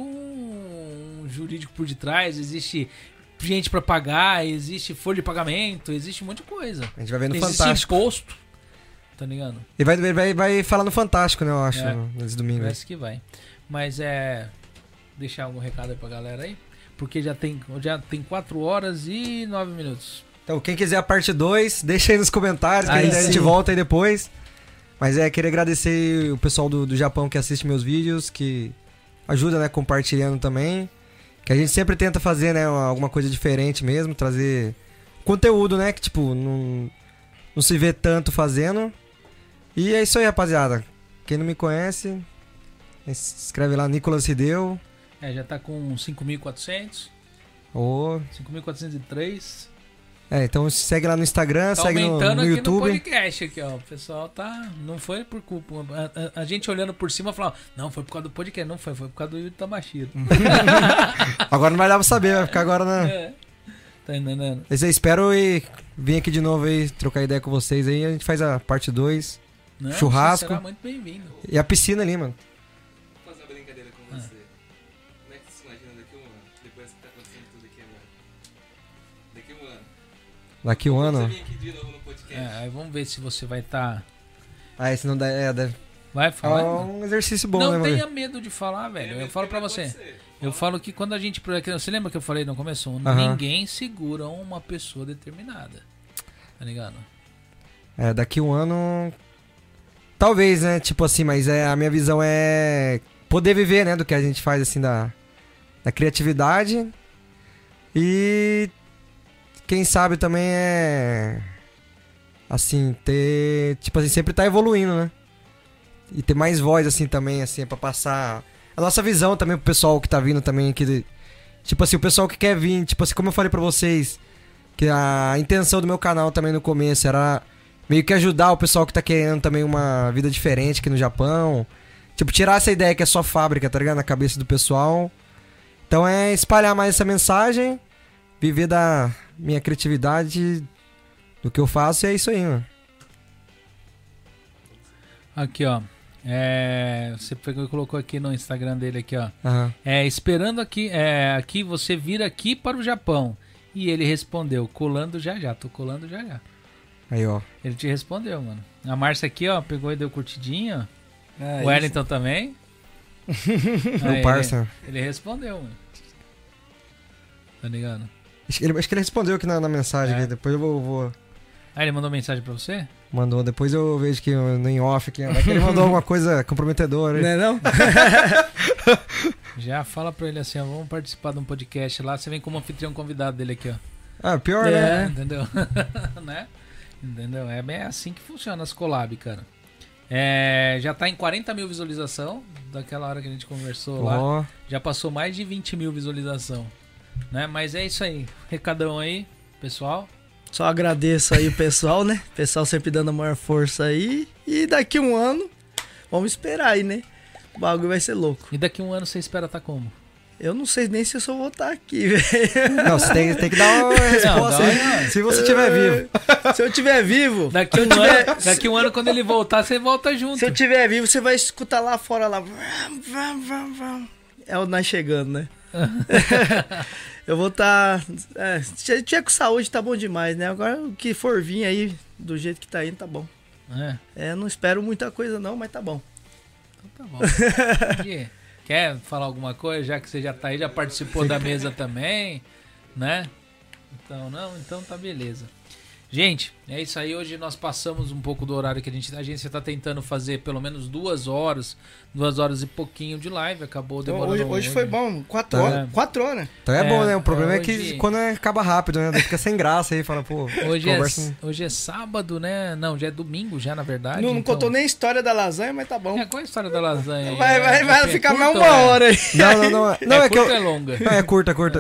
A: um jurídico por detrás, existe gente pra pagar, existe folha de pagamento, existe um monte de coisa.
C: A gente vai ver no
A: Existe
C: Fantástico.
A: imposto, tá ligado?
C: E vai, vai, vai falar no Fantástico, né, eu acho,
A: É.
C: nesse domingo. aí.
A: Parece que vai. Mas é... Deixar algum recado aí pra galera aí? Porque já tem, já tem quatro horas e nove minutos.
C: Então, quem quiser a parte dois, deixa aí nos comentários, que
B: Aí
C: a gente
B: sim.
C: volta aí depois. Mas é, queria agradecer o pessoal do, do Japão que assiste meus vídeos, que ajuda, né, compartilhando também. Que a gente sempre tenta fazer, né, alguma coisa diferente mesmo, trazer conteúdo, né, que tipo, não, não se vê tanto fazendo. E é isso aí, rapaziada. Quem não me conhece, escreve lá Nicolas Hideo.
A: É, já tá com cinco mil e quatrocentos,
C: Ou...
A: cinco mil quatrocentos e três.
C: É, então segue lá no Instagram,
A: Tá
C: segue no,
A: aumentando
C: no
A: aqui no
C: YouTube.
A: podcast aqui, ó. O pessoal tá... Não foi por culpa... A, a- a gente olhando por cima falava, não, foi por causa do podcast. Não foi, foi por causa do Yuri Tamashiro.
C: Agora não vai dar pra saber, vai ficar agora na...
A: É. Tá entendendo?
C: Mas eu espero e vir aqui de novo aí, trocar ideia com vocês aí. A gente faz a parte dois.
A: Não,
C: Churrasco.
A: Você será muito bem-vindo.
C: E a piscina ali, mano.
E: Vou fazer uma brincadeira com você. Como é que você se imagina daqui a um ano? Depois que tá acontecendo tudo aqui agora. Daqui a um ano.
C: Daqui um ano.
E: Você vir aqui de novo no podcast.
A: É, aí vamos ver se você vai estar... Tá...
C: Ah, esse não dá. É, deve.
A: Vai
C: É
A: falar?
C: um exercício bom,
A: não
C: né, mano?
A: tenha medo de falar, velho. Eu falo pra você.
E: Acontecer.
A: Eu falo que quando a gente... Você lembra que eu falei no começo?
C: Aham.
A: Ninguém segura uma pessoa determinada. Tá ligado?
C: É, daqui um ano. Talvez, né? Tipo assim, mas é, a minha visão é poder viver, né? Do que a gente faz, assim, da, da criatividade. E quem sabe também é. Assim, ter. Tipo assim, sempre tá evoluindo, né? E ter mais voz, assim, também, assim, pra passar a nossa visão também pro pessoal que tá vindo também aqui. Tipo assim, o pessoal que quer vir, tipo assim, como eu falei pra vocês, que a intenção do meu canal também no começo era meio que ajudar o pessoal que tá querendo também uma vida diferente aqui no Japão. Tipo, tirar essa ideia que é só fábrica, tá ligado? Na cabeça do pessoal. Então é espalhar mais essa mensagem, viver da minha criatividade, do que eu faço, e é isso aí, mano.
A: Aqui, ó. É, você pegou e colocou aqui no Instagram dele aqui, ó.
C: Aham.
A: É, esperando aqui, é, aqui você vir aqui para o Japão. E ele respondeu, colando já já, tô colando já já.
C: Aí, ó.
A: Ele te respondeu, mano. A Márcia aqui, ó, pegou e deu curtidinha.
B: É,
A: O Wellington também.
C: Meu
A: Aí,
C: parça.
A: Ele, ele respondeu, mano. Tá ligado?
C: Acho que ele, acho que ele respondeu aqui na, na mensagem.
A: É.
C: Aqui. Depois eu vou, vou-
A: Ah, ele mandou mensagem pra você?
C: Mandou. Depois eu vejo que no em off aqui. Vai que ele mandou alguma coisa comprometedora.
B: Não
C: aí.
B: é não?
A: Já fala pra ele assim, ó, vamos participar de um podcast lá. Você vem como anfitrião convidado dele aqui, ó.
C: Ah, pior,
B: É.
C: né?
A: Entendeu? Né? Entendeu? É bem assim que funciona as collab, cara. É, já tá em quarenta mil visualização daquela hora que a gente conversou lá.
C: Ó.
A: Já passou mais de vinte mil visualização. Né? Mas é isso aí. Recadão aí, pessoal.
B: Só agradeço aí o pessoal, né? O pessoal sempre dando a maior força aí. E daqui um ano, vamos esperar aí, né? O bagulho vai ser louco.
A: E daqui um ano você espera tá como?
B: Eu não sei nem se eu só vou estar aqui, velho.
C: Não, você tem, tem que dar uma resposta
A: dá
C: aí.
A: uma-
C: Se você estiver vivo.
B: Se eu estiver vivo,
A: Daqui um, ano, daqui um ano, quando ele voltar, você volta junto.
B: se eu estiver vivo, você vai escutar lá fora lá. Vam, vam, vam, vam. É o nós chegando, né? Eu vou estar. É, se tiver com saúde, tá bom demais, né? Agora o que for vir aí, do jeito que tá indo, tá bom.
A: É,
B: É, não espero muita coisa não, mas tá bom.
A: então tá bom. E, quer falar alguma coisa, já que você já tá aí, já participou da mesa também, né? Então, não, então tá beleza. Gente, é isso aí. Hoje nós passamos um pouco do horário que a gente... A gente tá tentando fazer pelo menos duas horas, duas horas e pouquinho de live. Acabou
B: Então,
A: demorando...
B: hoje, hoje foi bom, quatro
A: Tá.
B: horas. Quatro horas.
C: Então é,
A: É,
C: bom, né? O problema é,
A: hoje-
C: que quando é- acaba rápido, né? Daí fica sem graça aí, fala, pô.
A: Hoje é,
C: conversa...
A: hoje é sábado, né? Não, já é domingo já, na verdade.
B: Não, não
A: então-
B: contou nem a história da lasanha, mas tá bom.
A: É, qual é a história da lasanha aí?
B: Vai, vai,
A: É-
B: vai
A: é
B: ficar
A: curta
B: mais
A: ou
B: uma
A: é-
B: hora aí.
C: Não, não, não. Não,
A: é
C: é, que
A: curta
C: eu...
A: ou é longa?
C: Não, é curta, curta.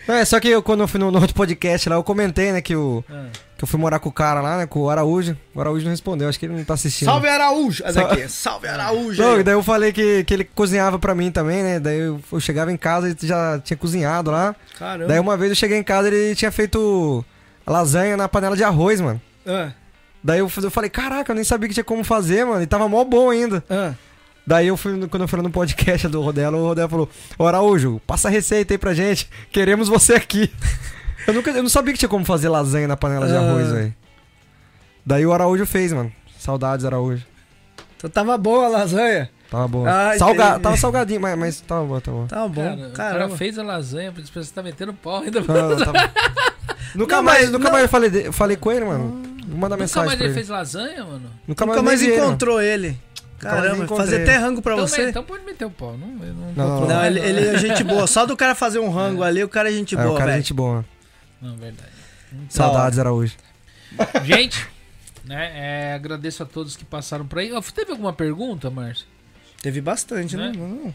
C: Não, é só que eu, quando eu fui no, no outro podcast lá, eu comentei, né, que, o,
A: Ah.
C: que eu fui morar com o cara lá, né, com o Araújo. O Araújo não respondeu, acho que ele não tá assistindo.
B: Salve Araújo! Essa
C: Sal-
B: aqui, salve Araújo!
C: Não,
B: aí.
C: e daí eu falei que, que ele cozinhava pra mim também, né? Daí eu, eu chegava em casa e já tinha cozinhado lá.
B: Caramba.
C: Daí uma vez eu cheguei em casa e ele tinha feito lasanha na panela de arroz, mano.
B: Ah,
C: Daí eu, eu falei, caraca, eu nem sabia que tinha como fazer, mano. E tava mó bom ainda.
B: ah.
C: Daí eu fui, no- quando eu fui no podcast do Rodelo, o Rodelo falou, ô Araújo, passa a receita aí pra gente. Queremos você aqui. Eu, nunca, eu não sabia que tinha como fazer lasanha na panela de
B: Ah.
C: arroz, velho. Daí o Araújo fez, mano. Saudades, Araújo.
B: Então tava boa a lasanha?
C: Tava bom.
B: Ah,
C: Salga...
B: entendi.
C: Tava salgadinho, mas, mas tava bom, tava bom.
B: Tá bom,
A: Cara, o cara
B: caramba.
A: fez a lasanha, por isso você tá metendo pau ainda.
C: Não, não, tava... Nunca
B: Não,
C: mais,
B: mas
C: nunca
B: não-
C: mais eu falei, de- falei com ele, mano. Vou mandar
A: Nunca
C: mensagem
A: mais
C: pra
A: ele
C: ele.
A: fez lasanha, mano?
C: Nunca,
B: Nunca mais
C: vi ele, mano.
B: encontrou ele.
C: mais
B: Caramba,
C: encontrei
B: fazer
C: ele.
B: até rango pra
A: então,
B: você.
A: então pode meter o pau. Não, eu não,
C: Não,
A: controlo
B: Não,
A: mais,
B: ele, ele é gente boa. Só do cara fazer um rango ali, o cara é gente
C: É,
B: boa,
C: o cara é
B: velho.
C: gente boa.
A: Não, verdade.
C: Saudades, Araújo.
A: Gente, né, é, agradeço a todos que passaram por aí. Ó, teve alguma pergunta, Márcio?
B: Teve bastante, né?
A: Né?
B: Não.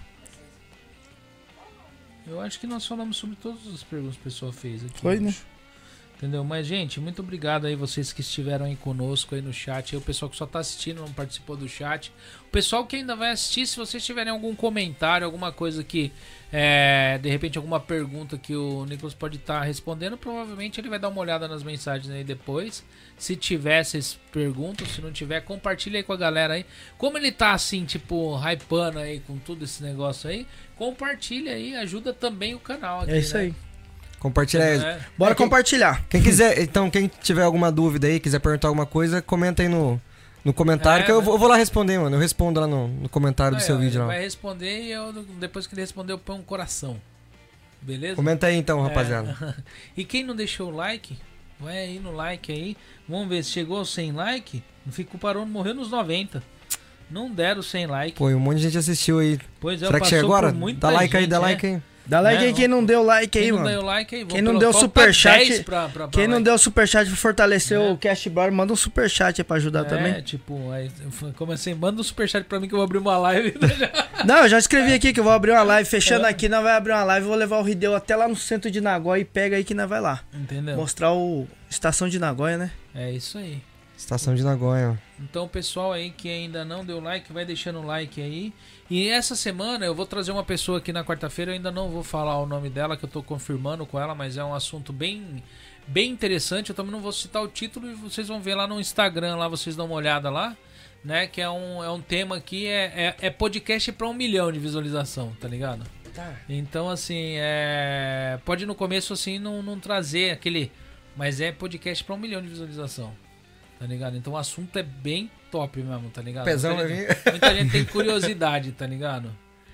A: Eu acho que nós falamos sobre todas as perguntas que o pessoal fez aqui.
B: Foi, né?
A: Entendeu? Mas, gente, muito obrigado aí vocês que estiveram aí conosco aí no chat. Aí o pessoal que só tá assistindo, não participou do chat. O pessoal que ainda vai assistir, se vocês tiverem algum comentário, alguma coisa que, é, de repente, alguma pergunta que o Nicolas pode estar respondendo, provavelmente ele vai dar uma olhada nas mensagens aí depois. Se tiver, vocês perguntam. Se não tiver, compartilha aí com a galera aí. Como ele tá assim, tipo, hypando aí com tudo esse negócio aí, compartilha aí, ajuda também o canal aqui,
B: É isso
A: né?
B: aí.
C: Compartilha aí.
A: É.
B: Bora
C: É, quem-
B: compartilhar.
C: Quem quiser, então, quem tiver alguma dúvida aí, quiser perguntar alguma coisa, comenta aí no, no comentário,
A: É,
C: que eu
A: né?
C: vou, eu vou lá responder, mano. Eu respondo lá no, no comentário do
A: Aí,
C: seu
A: ó,
C: vídeo
A: ele
C: lá.
A: vai responder e eu, depois que ele responder eu ponho um coração. Beleza?
C: Comenta aí então,
A: É.
C: rapaziada.
A: E quem não deixou o like, vai aí no like aí. Vamos ver se chegou aos cem like. Não ficou parou, morreu nos noventa. Não deram cem like.
C: Pô, e um monte de gente assistiu aí.
A: Pois é,
C: Será que
A: passou
C: chega agora?
A: por muita
C: Dá like aí,
A: gente,
C: dá
A: é.
C: like aí.
B: Dá like
A: Né?
B: aí quem não deu like
A: Quem
B: aí,
A: não
B: mano.
A: deu like aí, vamos
B: Quem não
A: pelo-
B: deu
A: falta
B: superchat-
A: dez pra- pra- pra
B: Quem não
A: like.
B: deu superchat pra fortalecer
A: É.
B: o Cast Brother, manda um superchat aí pra ajudar
A: É,
B: também.
A: tipo, aí eu fui- comecei, manda um superchat pra mim que eu vou abrir uma live.
B: Não, eu já escrevi aqui que eu vou abrir uma live. Fechando aqui, nós vai abrir uma live. Vou levar o Rideu até lá no centro de Nagoya e pega aí que nós vai lá.
A: Entendeu?
B: Mostrar o Estação de Nagoya, né?
A: É isso aí.
C: Estação de Nagoya.
A: Então, o pessoal aí que ainda não deu like, vai deixando o like aí. E essa semana eu vou trazer uma pessoa aqui na quarta-feira. Eu ainda não vou falar o nome dela, que eu tô confirmando com ela, mas é um assunto bem, bem interessante. Eu também não vou citar o título e vocês vão ver lá no Instagram, lá vocês dão uma olhada lá, né? Que é um, é um tema aqui, é, é, é podcast pra um milhão de visualização, tá ligado?
B: Tá.
A: Então, assim, é... pode no começo, assim, não, não trazer aquele... Mas é podcast pra um milhão de visualização, tá ligado? Então o assunto é bem top mesmo, tá ligado?
C: Pezão
A: muita,
C: vai
A: gente, muita gente tem curiosidade, tá ligado?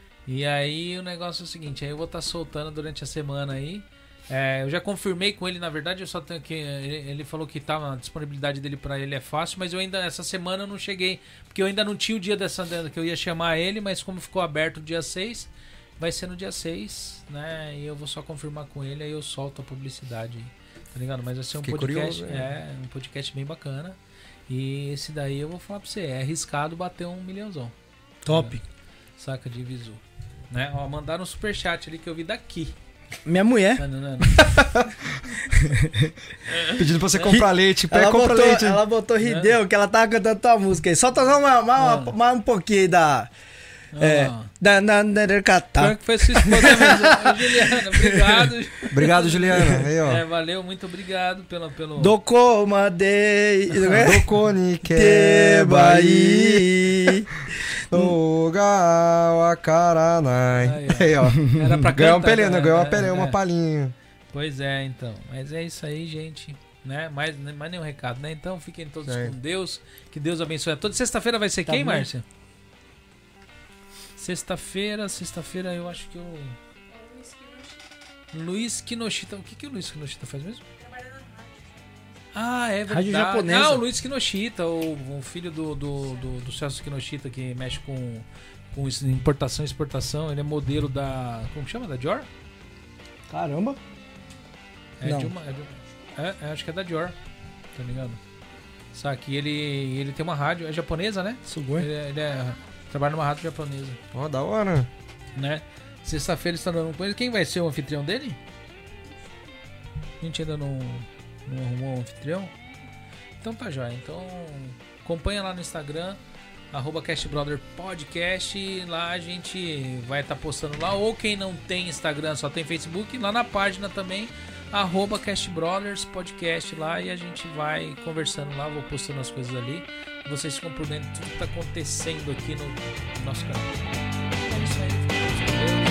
A: E aí o negócio é o seguinte, aí eu vou estar soltando durante a semana aí. É, eu já confirmei com ele, na verdade, eu só tenho que. Ele, ele falou que tá, a disponibilidade dele pra ele é fácil, mas eu ainda, essa semana eu não cheguei, porque eu ainda não tinha o dia dessa que eu ia chamar ele, mas como ficou aberto o dia seis, vai ser no dia seis, né? E eu vou só confirmar com ele, aí eu solto a publicidade aí, tá ligado? Mas vai ser um
C: Fiquei
A: podcast,
C: curioso,
A: é, um podcast bem bacana. E esse daí eu vou falar pra você, é arriscado bater um milhãozão.
B: Top.
A: Saca de visu. Né? Ó, mandaram um superchat ali que eu vi daqui.
B: Minha mulher.
A: Não, não, não.
C: Pedindo pra você comprar leite. Pega,
B: Ela
C: compra
B: botou,
C: leite.
B: ela botou Rideu, que ela tava cantando tua música aí. Solta só uma, uma,
A: Ah.
B: uma- um pouquinho aí da. É.
A: Ah.
B: Da. Da. Da. da
A: Como é
B: Catá.
A: que foi sua esposa mesmo? Ô, Juliana, obrigado.
C: Obrigado, Juliana. Aí, ó.
A: É, valeu, muito obrigado pelo... pelo...
B: Do Comandei.
C: Do Cone
B: Tebai.
C: O Gawa Karanai.
A: Aí, ó.
C: Aí, ó.
A: Era pra
C: Ganhou um
A: cantar,
C: pelê,
A: né?
C: ganhou uma
A: É,
C: pelê,
A: é.
C: uma palhinha.
A: Pois é, então. Mas é isso aí, gente. Né? Mais, mais nenhum recado, né? Então fiquem todos
C: É.
A: com Deus. Que Deus abençoe a todos. Sexta-feira vai ser
B: Tá
A: quem,
B: bom.
A: Márcia? Sexta-feira, sexta-feira eu acho que o... Luiz Kinoshita. O que, que o Luiz Kinoshita faz mesmo? Ah, é verdade.
B: Rádio japonesa.
A: Ah, o Luiz Kinoshita, o, o filho do, do, do, do Celso Kinoshita, que mexe com, com isso, importação e exportação. Ele é modelo da... Como que chama? Da Dior?
B: Caramba.
A: É
B: Não.
A: de uma, é de- é, é, acho que é da Dior, tá ligado? Sabe, ele, ele tem uma rádio, é japonesa, né?
B: Sugoi.
A: Ele, é- ele é, trabalha numa rádio japonesa,
C: Ó, da hora.
A: né? Sexta-feira está dando com ele. Quem vai ser o anfitrião dele? A gente ainda não, não arrumou um anfitrião? Então tá já. Então acompanha lá no Instagram, arroba CastBrother Podcast. Lá a gente vai estar tá postando lá. Ou quem não tem Instagram, só tem Facebook, lá na página também, arroba CastBrothers Podcast lá. E a gente vai conversando lá, vou postando as coisas ali. Vocês ficam por dentro de tudo que tá acontecendo aqui no, no nosso canal. É isso aí. Fiquem com Deus.